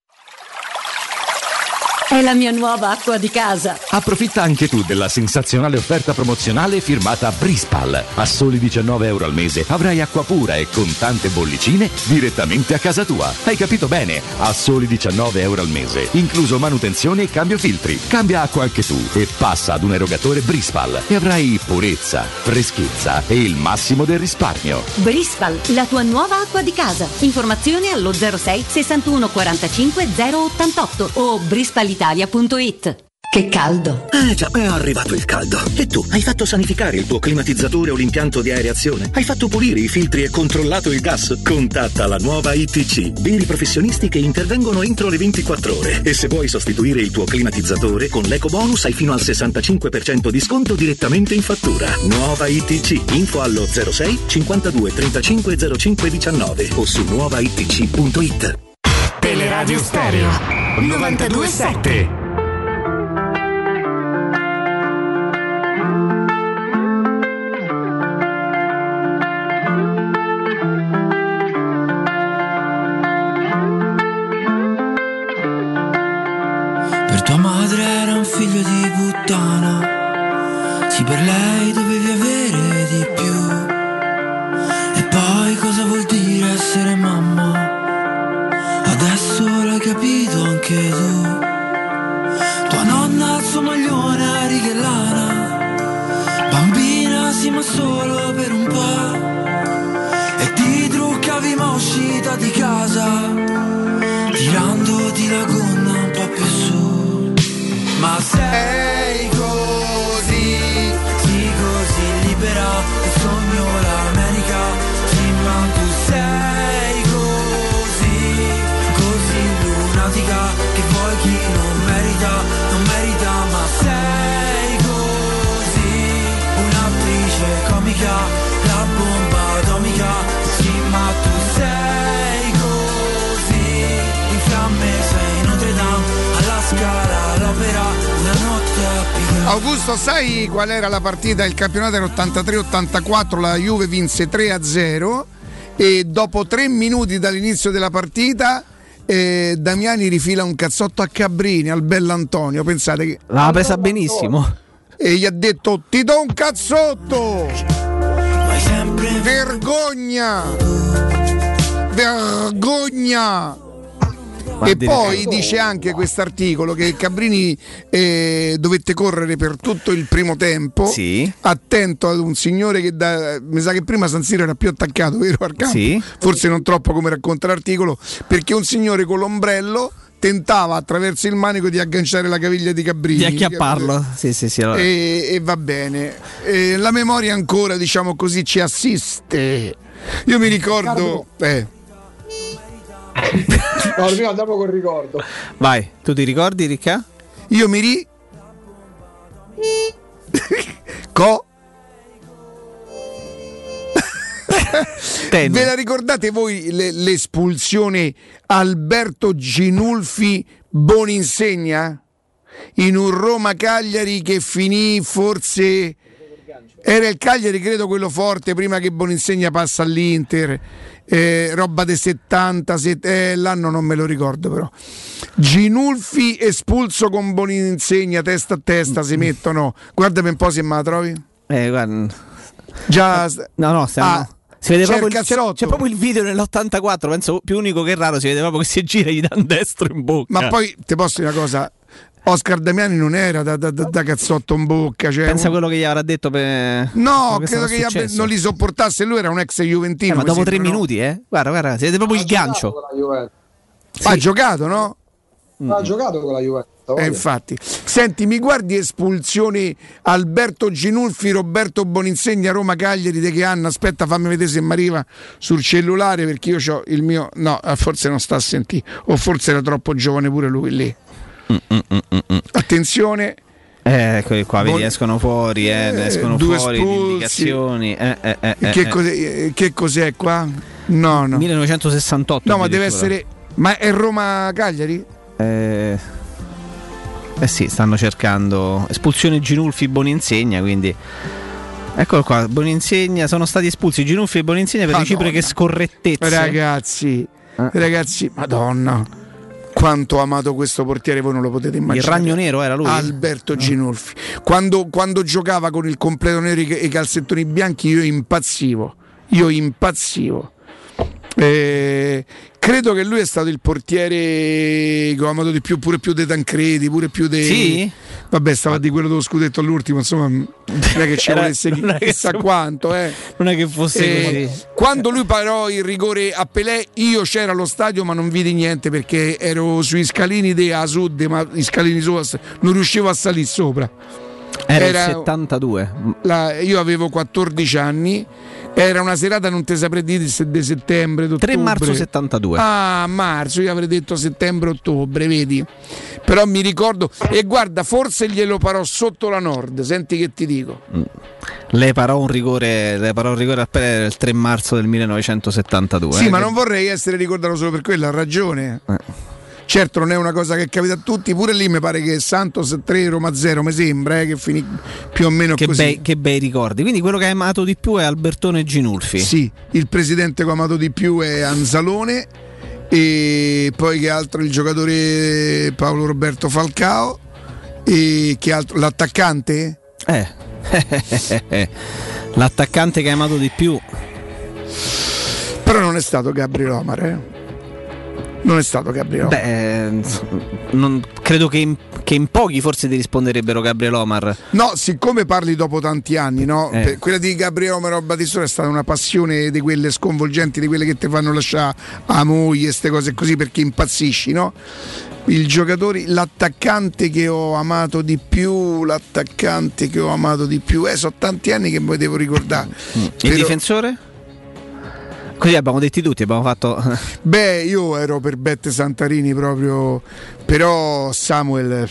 È la mia nuova acqua di casa. Approfitta anche tu della sensazionale offerta promozionale firmata Brispal. A soli diciannove euro al mese avrai acqua pura e con tante bollicine direttamente a casa tua. Hai capito bene? A soli diciannove euro al mese, incluso manutenzione e cambio filtri. Cambia acqua anche tu e passa ad un erogatore Brispal e avrai purezza, freschezza e il massimo del risparmio. Brispal, la tua nuova acqua di casa. Informazioni allo zero sei sessantuno quarantacinque zero ottantotto o brispal italia punto i t. Che caldo! Eh già, è arrivato il caldo. E tu, hai fatto sanificare il tuo climatizzatore o l'impianto di areazione? Hai fatto pulire i filtri e controllato il gas? Contatta la nuova I T C, veri professionisti che intervengono entro le ventiquattro ore. E se vuoi sostituire il tuo climatizzatore, con l'eco bonus hai fino al sessantacinque per cento di sconto direttamente in fattura. Nuova I T C, info allo zero sei cinquantadue trentacinque zero cinque diciannove o su nuova i t c punto i t. Teleradio Stereo novantadue sette. Per tua madre era un figlio di puttana, sì, per lei dovevi avere di più. E poi cosa vuol dire essere mamma? Adesso l'hai capito anche tu. Tua nonna al suo maglione a righe lana, bambina sì ma solo per un po'. E ti truccavi ma uscita di casa, tirandoti la gonna un po' più su. Ma sei così, sì così libera, il sogno l'America, sì ma tu sei che vuoi chi non merita, non merita, ma sei così, un'attrice comica, la bomba atomica, sì ma tu sei così, in fiamme sei Notre Dame, alla Scala, all'Opera, una notte a Pigalle. Augusto, sai qual era la partita? Il campionato era ottantatré ottantaquattro, la Juve vinse tre a zero e dopo tre minuti dall'inizio della partita Eh, Damiani rifila un cazzotto a Cabrini, al bell'Antonio, pensate che l'ha presa benissimo e gli ha detto ti do un cazzotto, vergogna, vergogna. E poi dice anche quest'articolo che Cabrini eh, dovette correre per tutto il primo tempo, sì, attento ad un signore che da, mi sa che prima San Siro era più attaccato, vero, al campo? Sì. Forse non troppo come racconta l'articolo, perché un signore con l'ombrello tentava attraverso il manico di agganciare la caviglia di Cabrini, di acchiapparlo, sì, sì, sì, allora. e, e va bene, e la memoria ancora, diciamo così, ci assiste. Io mi ricordo eh no, prima andiamo col ricordo. Vai, tu ti ricordi, Ricca? Io mi ri co Ve la ricordate voi le, l'espulsione Alberto Ginulfi Boninsegna in un Roma-Cagliari che finì forse era il Cagliari, credo, quello forte prima che Boninsegna passa all'Inter, eh, roba del settanta, eh, l'anno non me lo ricordo, però Ginulfi espulso con Boninsegna testa a testa, si mettono, guardami un po' se me la trovi. Eh, guarda. Già no no stiamo, ah, Si vede c'è, proprio il il, c'è, cazzotto. c'è proprio il video nell'ottantaquattro, penso più unico che raro, si vede proprio che si gira e gli dà un destro in bocca. Ma poi ti posso dire una cosa, Oscar Damiani non era da, da, da, da cazzotto in bocca, cioè, pensa a quello che gli avrà detto per... no, credo che abbia, non li sopportasse, lui era un ex juventino, eh, ma dopo sembra, tre no? minuti eh guarda guarda si vede proprio ha il gancio. Sì. Ha giocato, no? Mm. Ha giocato con la Juventus. Eh, infatti, senti, mi guardi espulsioni Alberto Ginulfi, Roberto Boninsegna, Roma Cagliari, di che anno? Aspetta, fammi vedere se mi arriva sul cellulare, perché io ho il mio, no, forse non sta a sentire, o forse era troppo giovane pure lui lì. Mm, mm, mm, mm. Attenzione. Eh, eccoli qua, vedi, Bon... escono fuori, eh, eh, escono due fuori espulsi. le indicazioni. Eh, eh, eh, che, eh, cos'è, che cos'è qua? No, no. millenovecentosessantotto. No, ma deve essere. Ma è Roma Cagliari? Eh. Eh sì, stanno cercando espulsione Ginulfi Boninsegna, quindi eccolo qua, Boninsegna, sono stati espulsi Ginulfi e Boninsegna per reciproche scorrettezze. Ragazzi, eh. ragazzi, Madonna, quanto ho amato questo portiere, voi non lo potete immaginare. Il ragno nero era lui? Alberto Ginulfi. Quando, quando giocava con il completo nero e i calzettoni bianchi io impazzivo, io impazzivo. Eh, credo che lui è stato il portiere che ho amato di più, pure più dei Tancredi, pure più dei. Sì? Vabbè, stava di quello dello scudetto all'ultimo, insomma, non è che ci volesse chissà quanto, eh. Non è che fosse eh, così. Quando lui parò il rigore a Pelé, io c'ero allo stadio, ma non vidi niente perché ero sui scalini di a sud, ma i scalini su non riuscivo a salire sopra. Era, era il settantadue. La, io avevo quattordici anni. Era una serata, non te saprei dire di settembre, d'ottobre. tre marzo settantadue. Ah, marzo, io avrei detto settembre-ottobre, vedi? Però mi ricordo, e guarda, forse glielo parò sotto la Nord, senti che ti dico. Mm. Le parò un rigore, le parò un rigore a Pelé il tre marzo del millenovecentosettantadue. Sì, eh, ma che... non vorrei essere ricordato solo per quello, ha ragione. Eh. Certo non è una cosa che capita a tutti, pure lì mi pare che Santos tre Roma zero, mi sembra, eh, che finì più o meno che così. Bei, che bei ricordi, quindi quello che hai amato di più è Albertone Ginulfi. Sì, il presidente che ho amato di più è Anzalone, e poi che altro il giocatore Paolo Roberto Falcao, e che altro l'attaccante? Eh, l'attaccante che hai amato di più. Però non è stato Gabriele Omar, eh. Non è stato Gabriele Omar. Beh, non, credo che in, che in pochi forse ti risponderebbero Gabriele Omar. No, siccome parli dopo tanti anni, no? Eh. Quella di Gabriele Omar o Batistone è stata una passione di quelle sconvolgenti, di quelle che ti fanno lasciare a moglie, queste cose così, perché impazzisci, no? Il giocatore, l'attaccante che ho amato di più, l'attaccante che ho amato di più, eh, sono tanti anni che poi devo ricordare. Il Però... difensore? Così abbiamo detti tutti, abbiamo fatto. Beh, io ero per Bette Santarini proprio, però Samuel.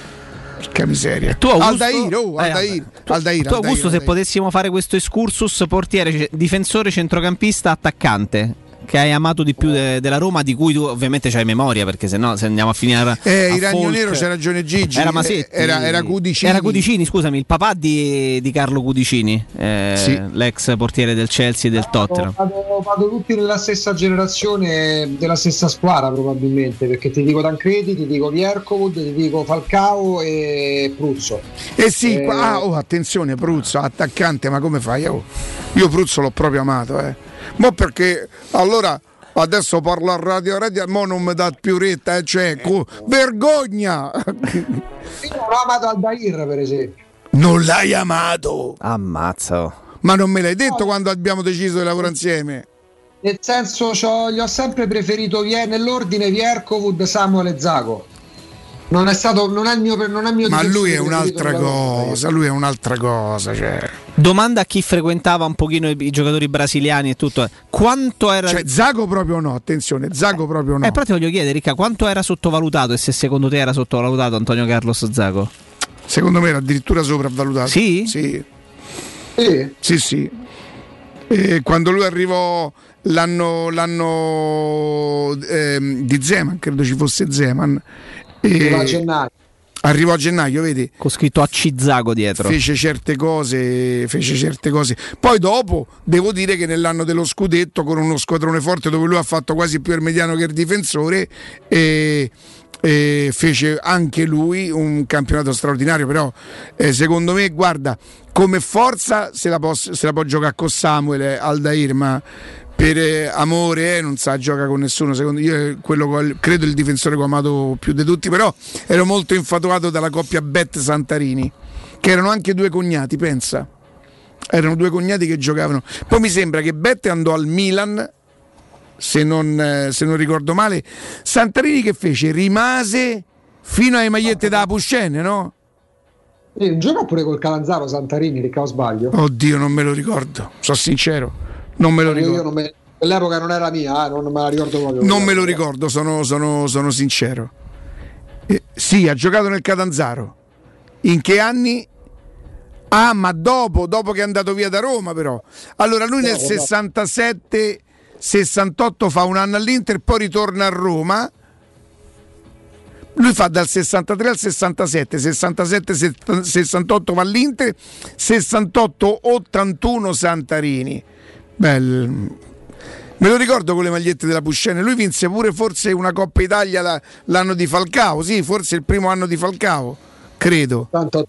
Che miseria. Tu Augusto, Aldair, oh, Aldair, eh, tu, Aldair, tu Augusto, Aldair, se Aldair. potessimo fare questo excursus portiere, difensore, centrocampista, attaccante, che hai amato di più de- della Roma, di cui tu ovviamente c'hai memoria, perché se no se andiamo a finire eh, a il Ragno Folk, Nero c'ha ragione Gigi, era Masetti, era, era Cudicini, era Cudicini, scusami, il papà di, di Carlo Cudicini, eh, sì. l'ex portiere del Chelsea e del Tottenham. Vado, vado tutti nella stessa generazione, della stessa squadra probabilmente, perché ti dico Tancredi, ti dico Viercovud, ti dico Falcao e Pruzzo. Eh sì, eh, qua, ah, oh, attenzione, Pruzzo, attaccante, ma come fai? Oh, io Pruzzo l'ho proprio amato, eh. Mo perché allora adesso parlo a radio radio, mo non mi dà più retta, eh, cioè, co- vergogna! Io non ho amato Aldair, per esempio. Non l'hai amato? Ammazza. Ma non me l'hai detto no. Quando abbiamo deciso di lavorare insieme? Nel senso, gli ho sempre preferito nell'ordine Viercovud, Samuel e Zago. Non è stato, non è il mio, non è il mio. Ma lui è un'altra cosa, lui è un'altra cosa, cioè. Domanda a chi frequentava un pochino i, i giocatori brasiliani e tutto. Quanto era. Cioè, Zago proprio no, attenzione, Zago proprio no. Eh, però ti voglio chiedere, Ricca, quanto era sottovalutato e se secondo te era sottovalutato Antonio Carlos Zago? Secondo me era addirittura sopravvalutato. Sì? Sì. Sì, sì. sì. E quando lui arrivò l'anno, l'anno ehm, di Zeman, credo ci fosse Zeman. E a gennaio. Arrivò a gennaio, vedi? Con scritto A C Zago dietro. Fece certe cose, fece certe cose. Poi dopo devo dire che nell'anno dello scudetto, con uno squadrone forte dove lui ha fatto quasi più il mediano che il difensore, e eh, fece anche lui un campionato straordinario, però eh, secondo me, guarda, come forza se la, posso, se la può giocare con Samuel Aldair, ma per eh, amore eh, non sa gioca con nessuno. Secondo io quello, credo il difensore che ho amato più di tutti, però ero molto infatuato dalla coppia Bet Santarini, che erano anche due cognati, pensa, erano due cognati che giocavano. Poi mi sembra che Bet andò al Milan, se non, eh, se non ricordo male. Santarini che fece? Rimase fino alle magliette da Puscene, no? E un giorno pure col Calanzaro Santarini, Riccardo, sbaglio? Oddio, non me lo ricordo, sono sincero. Non me lo ricordo. Io non me, quell'epoca non era mia, eh, non me la ricordo proprio. Non me lo ricordo, sono, sono, sono sincero. Eh, sì, ha giocato nel Catanzaro. In che anni? Ah, ma dopo, dopo che è andato via da Roma, però. Allora lui nel sessantasette sessantotto fa un anno all'Inter, poi ritorna a Roma. Lui fa dal sessantatré al sessantasette, sessantasette sessantotto va all'Inter, sessantotto ottantuno Santarini. Bel... Me lo ricordo con le magliette della Puscene. Lui vinse pure forse una Coppa Italia la, l'anno di Falcao, sì, forse il primo anno di Falcao, credo. Tanto...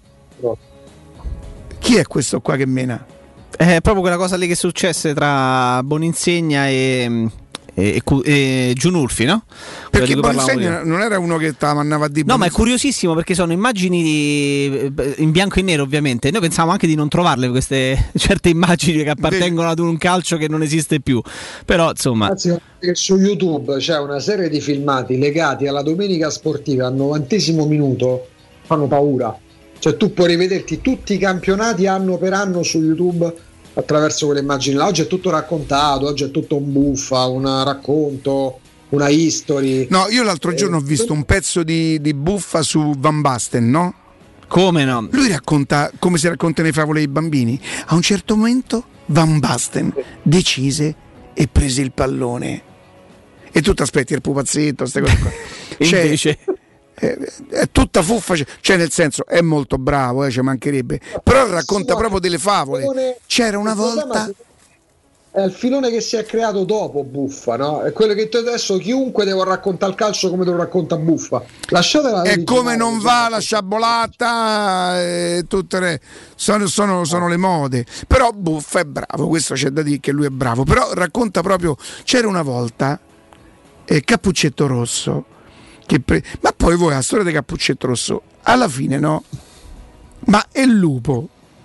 Chi è questo qua che mena? È proprio quella cosa lì che successe tra Boninsegna e, e, e, e Giunulfi, no? Perché Boninsegna non era uno che andava a dire. No, ma è curiosissimo perché sono immagini di, in bianco e nero, ovviamente. Noi pensavamo anche di non trovarle queste certe immagini che appartengono ad un calcio che non esiste più. Però insomma. Anzi, su YouTube c'è una serie di filmati legati alla domenica sportiva al novantesimo minuto, fanno paura. Cioè tu puoi rivederti tutti i campionati anno per anno su YouTube attraverso quelle immagini là. Oggi è tutto raccontato, oggi è tutto un buffa, un racconto, una history. No, io l'altro giorno ho visto un pezzo di, di buffa su Van Basten, no? Come no? Lui racconta come si racconta nei favole ai bambini. A un certo momento Van Basten decise e prese il pallone. E tu ti aspetti il pupazzetto, queste cose qua. Cioè, invece... È, è tutta fuffa, cioè nel senso è molto bravo, eh, ci mancherebbe, però racconta proprio delle favole. C'era una volta, è il filone che si è creato dopo Buffa, no? È quello che tu adesso chiunque deve raccontare il calcio come te lo racconta Buffa. Lasciatela. È come non va la sciabolata, e tutte le, sono, sono, sono le mode. Però Buffa è bravo, questo c'è da dire che lui è bravo. Però racconta proprio, c'era una volta eh, Cappuccetto Rosso. Pre- ma poi voi la storia di Cappuccetto Rosso alla fine, no? Ma è il lupo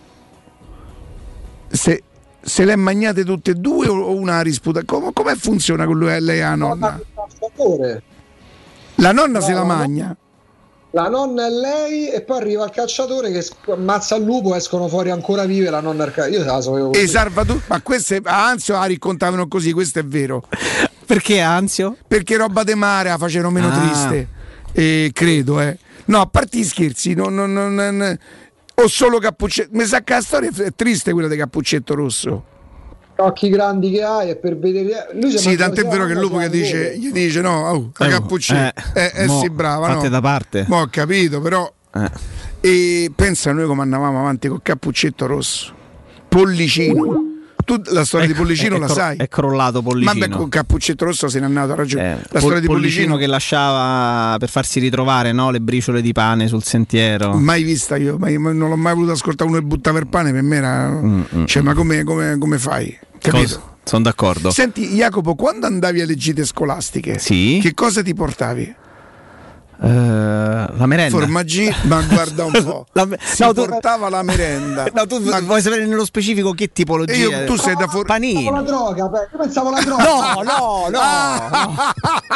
se, se le magnate tutte e due o una risputa? Come, come funziona con lui e lei la nonna? La nonna no, se la magna, la nonna è lei e poi arriva il cacciatore che ammazza il lupo, escono fuori ancora vive la nonna. Io la sapevo così. E salva tu- ma queste a Anzio la raccontavano così, questo è vero. Perché Anzio? Perché roba de mare la facevano meno ah. triste, eh, credo, eh. No, a parte gli scherzi, non, non, non, non, o solo Cappuccetto. Mi sa che la storia è triste quella di Cappuccetto Rosso. Occhi grandi che hai e per vedere. Lui sì, tant'è vero che il lupo gli dice, gli dice no, oh, la Cappuccetto, eh, eh, eh mo, sì, brava. Fate no. da parte. Ma ho capito, però. Eh. E pensa noi come andavamo avanti con Cappuccetto Rosso, Pollicino. Tu la storia è, di Pollicino è, la è, sai? È crollato Pollicino. Ma beh, con Cappuccetto Rosso se n'è andato, ha ragione. Eh, la Pol- storia di Pollicino, Pollicino che lasciava per farsi ritrovare, no, le briciole di pane sul sentiero. Mai vista io, mai, non l'ho mai voluto ascoltare uno che buttava il pane, per me era. Mm, mm, cioè, ma come, come, come fai? Capito? Sono d'accordo. Senti, Jacopo, quando andavi alle gite scolastiche, sì? Che cosa ti portavi? Uh, la merenda. Formaggi, ma guarda un po'. la me- si no, portava tu... la merenda. No, tu ma... vuoi sapere nello specifico che tipologia? Io, tu sei da for... panino. La droga, io pensavo la droga. No, no, no. Ah.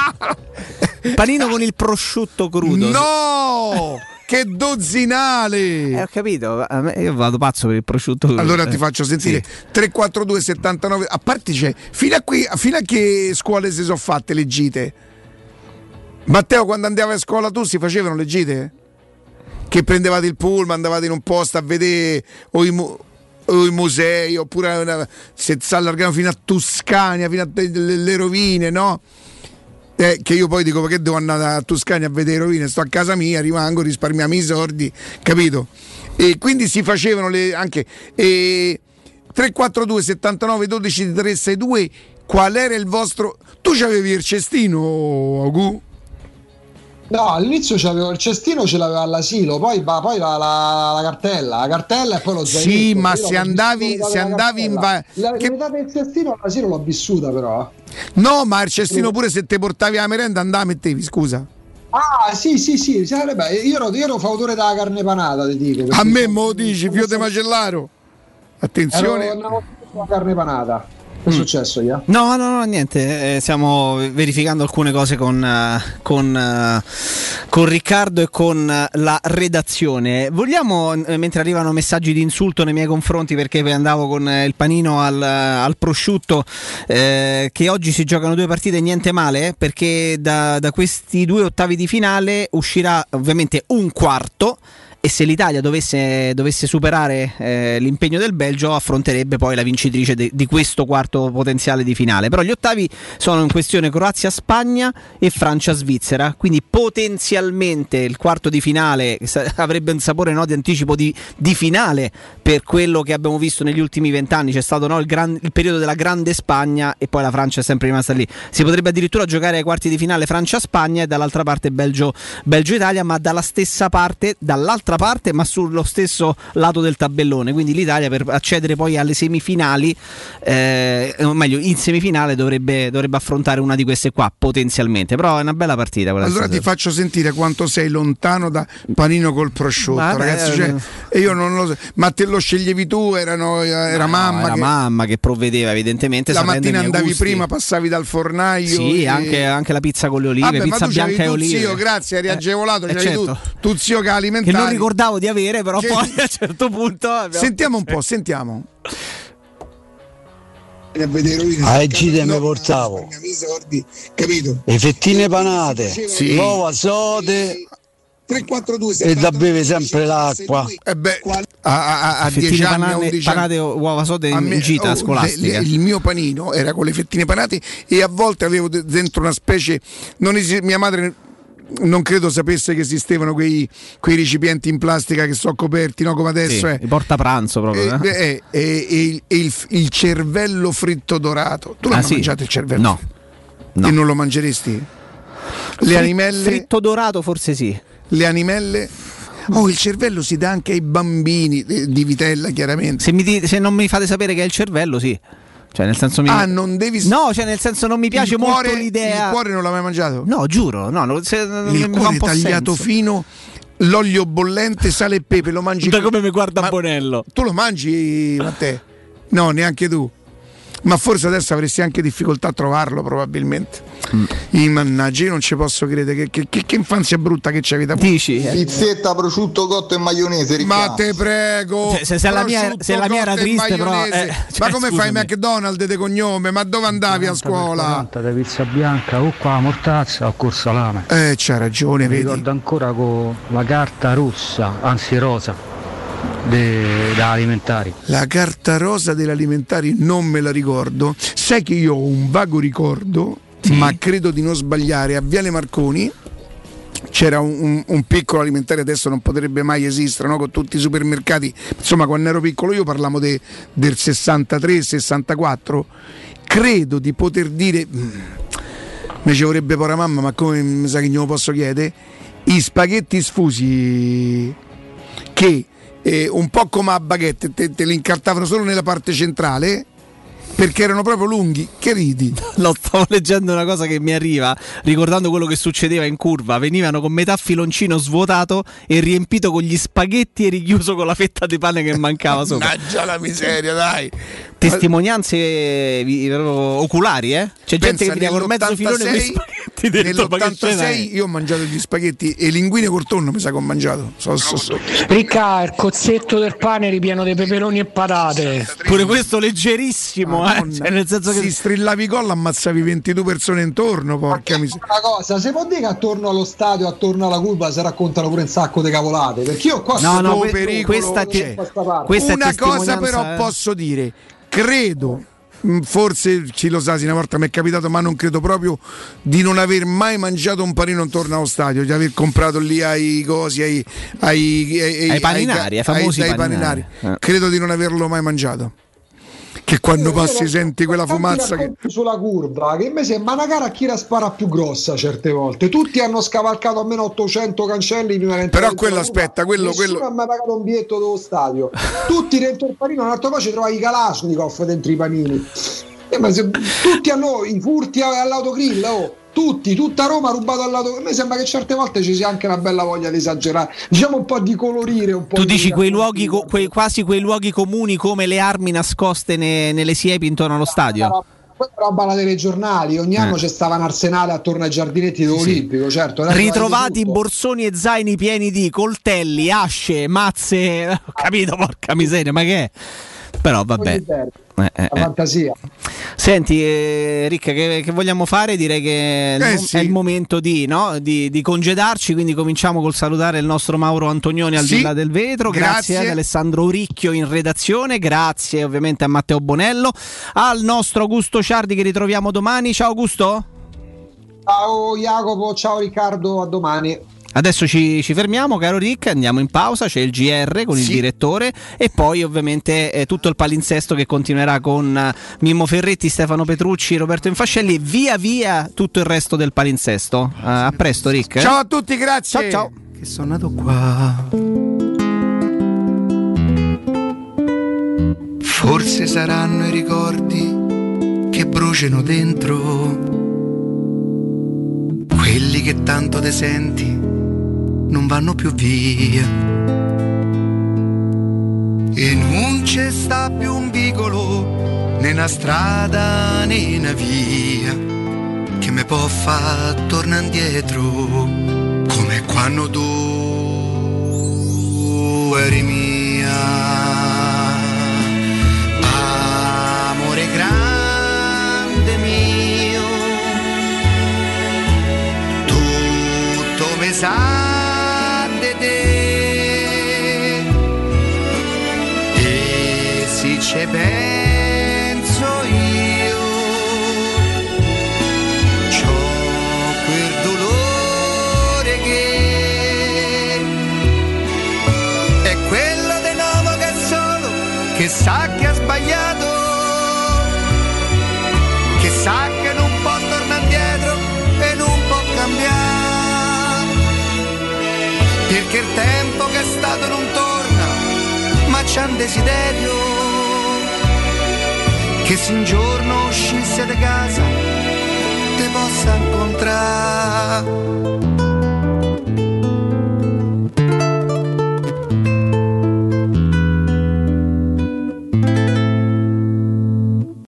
no. Panino con il prosciutto crudo. No! Che dozzinale! Eh, ho capito, io vado pazzo per il prosciutto crudo. Allora ti faccio sentire sì. tre quattro due settantanove. A parte c'è, fino a qui, fino a che scuole si sono fatte le gite? Matteo, quando andavi a scuola tu si facevano le gite? Che prendevate il pullman, andavate in un posto a vedere o i, mu- o i musei, oppure una, se si allargavano fino a Tuscania, fino alle rovine, no? Eh, che io poi dico perché devo andare a Tuscania a vedere le rovine, sto a casa mia, rimango, risparmiamo i soldi, capito? E quindi si facevano le anche e tre quattro due settantanove dodici tre sei due. Qual era il vostro? Tu c'avevi il cestino, Agu? No, all'inizio c'avevo il cestino, ce l'aveva all'asilo, poi, poi la, la, la cartella, la cartella e poi lo zainetto. Sì, ma Io se andavi, se andavi in va- la che... metà del cestino all'asilo l'ho vissuta però. No, ma il cestino pure se te portavi la merenda andava mettevi, scusa. Ah, sì, sì, sì, sì beh, io ero, io ero fautore della carne panata, ti dico. A me mo lo dici, Fio de Macellaro. Attenzione. Ero, andavo con la carne panata. Che è successo, Ia? No, no, no, niente. Eh, stiamo verificando alcune cose con, uh, con, uh, con Riccardo e con uh, la redazione. Vogliamo, eh, mentre arrivano messaggi di insulto nei miei confronti perché andavo con eh, il panino al, al prosciutto, eh, che oggi si giocano due partite niente male, perché da, da questi due ottavi di finale uscirà ovviamente un quarto. E se l'Italia dovesse, dovesse superare eh, l'impegno del Belgio, affronterebbe poi la vincitrice de, di questo quarto potenziale di finale. Però gli ottavi sono in questione Croazia-Spagna e Francia-Svizzera, quindi potenzialmente il quarto di finale avrebbe un sapore, no, di anticipo di, di finale per quello che abbiamo visto negli ultimi vent'anni. C'è stato, no, il, gran, il periodo della grande Spagna e poi la Francia è sempre rimasta lì. Si potrebbe addirittura giocare ai quarti di finale Francia-Spagna e dall'altra parte Belgio, Belgio-Italia, ma dalla stessa parte, dall'altra parte, ma sullo stesso lato del tabellone. Quindi l'Italia, per accedere poi alle semifinali, eh, o meglio in semifinale, dovrebbe, dovrebbe affrontare una di queste qua potenzialmente. Però è una bella partita quella. Allora ti faccio sentire quanto sei lontano da panino col prosciutto, ma ragazzi, cioè, e io non lo so, ma te lo sceglievi tu? Erano, era no, mamma era che... mamma che provvedeva evidentemente. La mattina andavi prima, passavi dal fornaio. Sì, e... anche, anche la pizza con le olive. Vabbè, pizza bianca e olive. Zio, grazie, eri eh, agevolato, eh, c'eri certo. tu, tu zio che alimentare. Che non ricordavo di avere, però che... poi a un certo punto abbiamo... Sentiamo un po', sentiamo. A Egide mi portavo le fettine panate, sì, l'uova sode e da bere sempre l'acqua. E beh, a, a, a dieci anni, panane, undici panate o uova sode in me, gita oh, scolastica. Le, le, il mio panino era con le fettine panate e a volte avevo dentro una specie, non esiste, mia madre non credo sapesse che esistevano quei, quei recipienti in plastica che sono coperti, no, come adesso, sì, è il portapranzo proprio, e, eh? e, e, e, e il, il cervello fritto dorato. Tu l'hai ah, sì? mangiato il cervello? No, no. E non lo mangeresti? Le animelle? Fritto dorato forse sì. Le animelle? Oh, il cervello si dà anche ai bambini di vitella, chiaramente. Se, mi di, se non mi fate sapere che è il cervello, sì. Cioè, nel senso mi... Ah, non devi. No, cioè, nel senso non mi piace il cuore, molto l'idea. Il cuore non l'hai mai mangiato? No, giuro. No, non, se, il non cuore tagliato senso. fino, l'olio bollente, sale e pepe, lo mangi. Da come mi guarda Ma, Bonello. Tu lo mangi, Matteo? No, neanche tu. Ma forse adesso avresti anche difficoltà a trovarlo, probabilmente. Mm. I mannaggia, io non ci posso credere. Che, che, che, che infanzia brutta che c'avevi da Dici? Pizzetta, prosciutto cotto e maionese. Riccardo. Ma te prego. Se, se, se la mia, se la mia era triste, però. Eh, ma cioè, come scusami. fai McDonald's di cognome? Ma dove andavi a scuola? quaranta di pizza bianca o qua mortazza o col salame. Eh, c'ha ragione, Mi vedi. ricordo ancora con la carta rossa, anzi rosa. De, da alimentari. La carta rosa delle alimentari non me la ricordo. Sai che io ho un vago ricordo, sì, ma credo di non sbagliare. A Viale Marconi c'era un, un, un piccolo alimentare, adesso non potrebbe mai esistere, no? Con tutti i supermercati. Insomma, quando ero piccolo io parlavo de, del sessantatré sessantaquattro. Credo di poter dire, mi ci vorrebbe pora mamma, ma come mi sa che glielo posso chiedere, i spaghetti sfusi che Eh, un po' come a baguette te, te li incartavano solo nella parte centrale perché erano proprio lunghi. Che ridi? No, stavo leggendo una cosa che mi arriva ricordando quello che succedeva in curva. Venivano con metà filoncino svuotato e riempito con gli spaghetti e richiuso con la fetta di pane che mancava sopra. Mannaggia la miseria, dai. Testimonianze eh, oculari, eh? C'è gente Pensa, che veniva con mezzo filone con gli spaghetti dentro. Nell'ottantasei io ho mangiato gli spaghetti e linguine col tonno, mi sa che ho mangiato. So, so, so. Ricca, il cozzetto del pane ripieno di peperoni e patate. Pure questo leggerissimo, eh? Cioè, nel senso che si strillavi colla, ammazzavi ventidue persone intorno, porca miseria. Una cosa, se può dire che attorno allo stadio, attorno alla curva si raccontano pure un sacco di cavolate, perché io qua no, no, que- pericolo, questa, c'è. questa una cosa però eh. posso dire, credo, forse chi lo sa, sì, una volta mi è capitato, ma non credo proprio, di non aver mai mangiato un panino intorno allo stadio, di aver comprato lì ai cosi, ai, ai, ai, ai paninari, ai, ai famosi ai, ai paninari. paninari. Eh. Credo di non averlo mai mangiato. che quando passi senti quella fumazza che... sulla curva che mi sembra una gara a chi la spara più grossa certe volte. Tutti hanno scavalcato almeno ottocento cancelli prima di però quello aspetta quello nessuno quello ha mai pagato un biglietto dello stadio. Tutti dentro il panino, un altro poi ci trovavi i Kalashnikov dentro i panini. Eh, ma se, tutti hanno i furti all'autogrill, oh. Tutti, tutta Roma ha rubato all'auto. A me sembra che certe volte ci sia anche una bella voglia di esagerare, diciamo un po' di colorire un po'. Tu dici quei luoghi, co- quei, quasi quei luoghi comuni come le armi nascoste ne- nelle siepi intorno allo stadio? Quella roba la telegiornali, ogni anno eh. c'è stava un arsenale attorno ai giardinetti dell'Olimpico, sì. Certo. Ritrovati borsoni e zaini pieni di coltelli, asce, mazze, ho capito, porca miseria, ma che è? Però vabbè. Eh, eh, la fantasia. Senti, eh, Ricca, che, che vogliamo fare? Direi che eh, è, sì. è il momento di, no? di, di congedarci, quindi cominciamo col salutare il nostro Mauro Antonioni al sì. di là del vetro. Grazie. Grazie ad Alessandro Uricchio in redazione, grazie ovviamente a Matteo Bonello, al nostro Augusto Ciardi che ritroviamo domani. Ciao Augusto. Ciao Jacopo, ciao Riccardo, a domani. Adesso ci, ci fermiamo, caro Rick, andiamo in pausa, c'è il G R con sì. il direttore e poi ovviamente eh, tutto il palinsesto che continuerà con uh, Mimmo Ferretti, Stefano Petrucci, Roberto Infascelli e via via tutto il resto del palinsesto. Uh, a presto Rick. Ciao a tutti, grazie. Ciao ciao. Che sono nato qua. Forse saranno i ricordi che bruciano dentro, quelli che tanto te senti non vanno più via e non c'è sta più un vicolo né una strada né una via che mi può far tornare indietro come quando tu eri mia. Amore grande mio, tutto mi sa e se ci penso io c'ho quel dolore che è quello di nuovo che è solo, che sa che ha sbagliato, che sa che non può tornare indietro e non può cambiare, perché il tempo che è stato non torna, ma c'è un desiderio che se un giorno uscisse da casa te possa incontrare.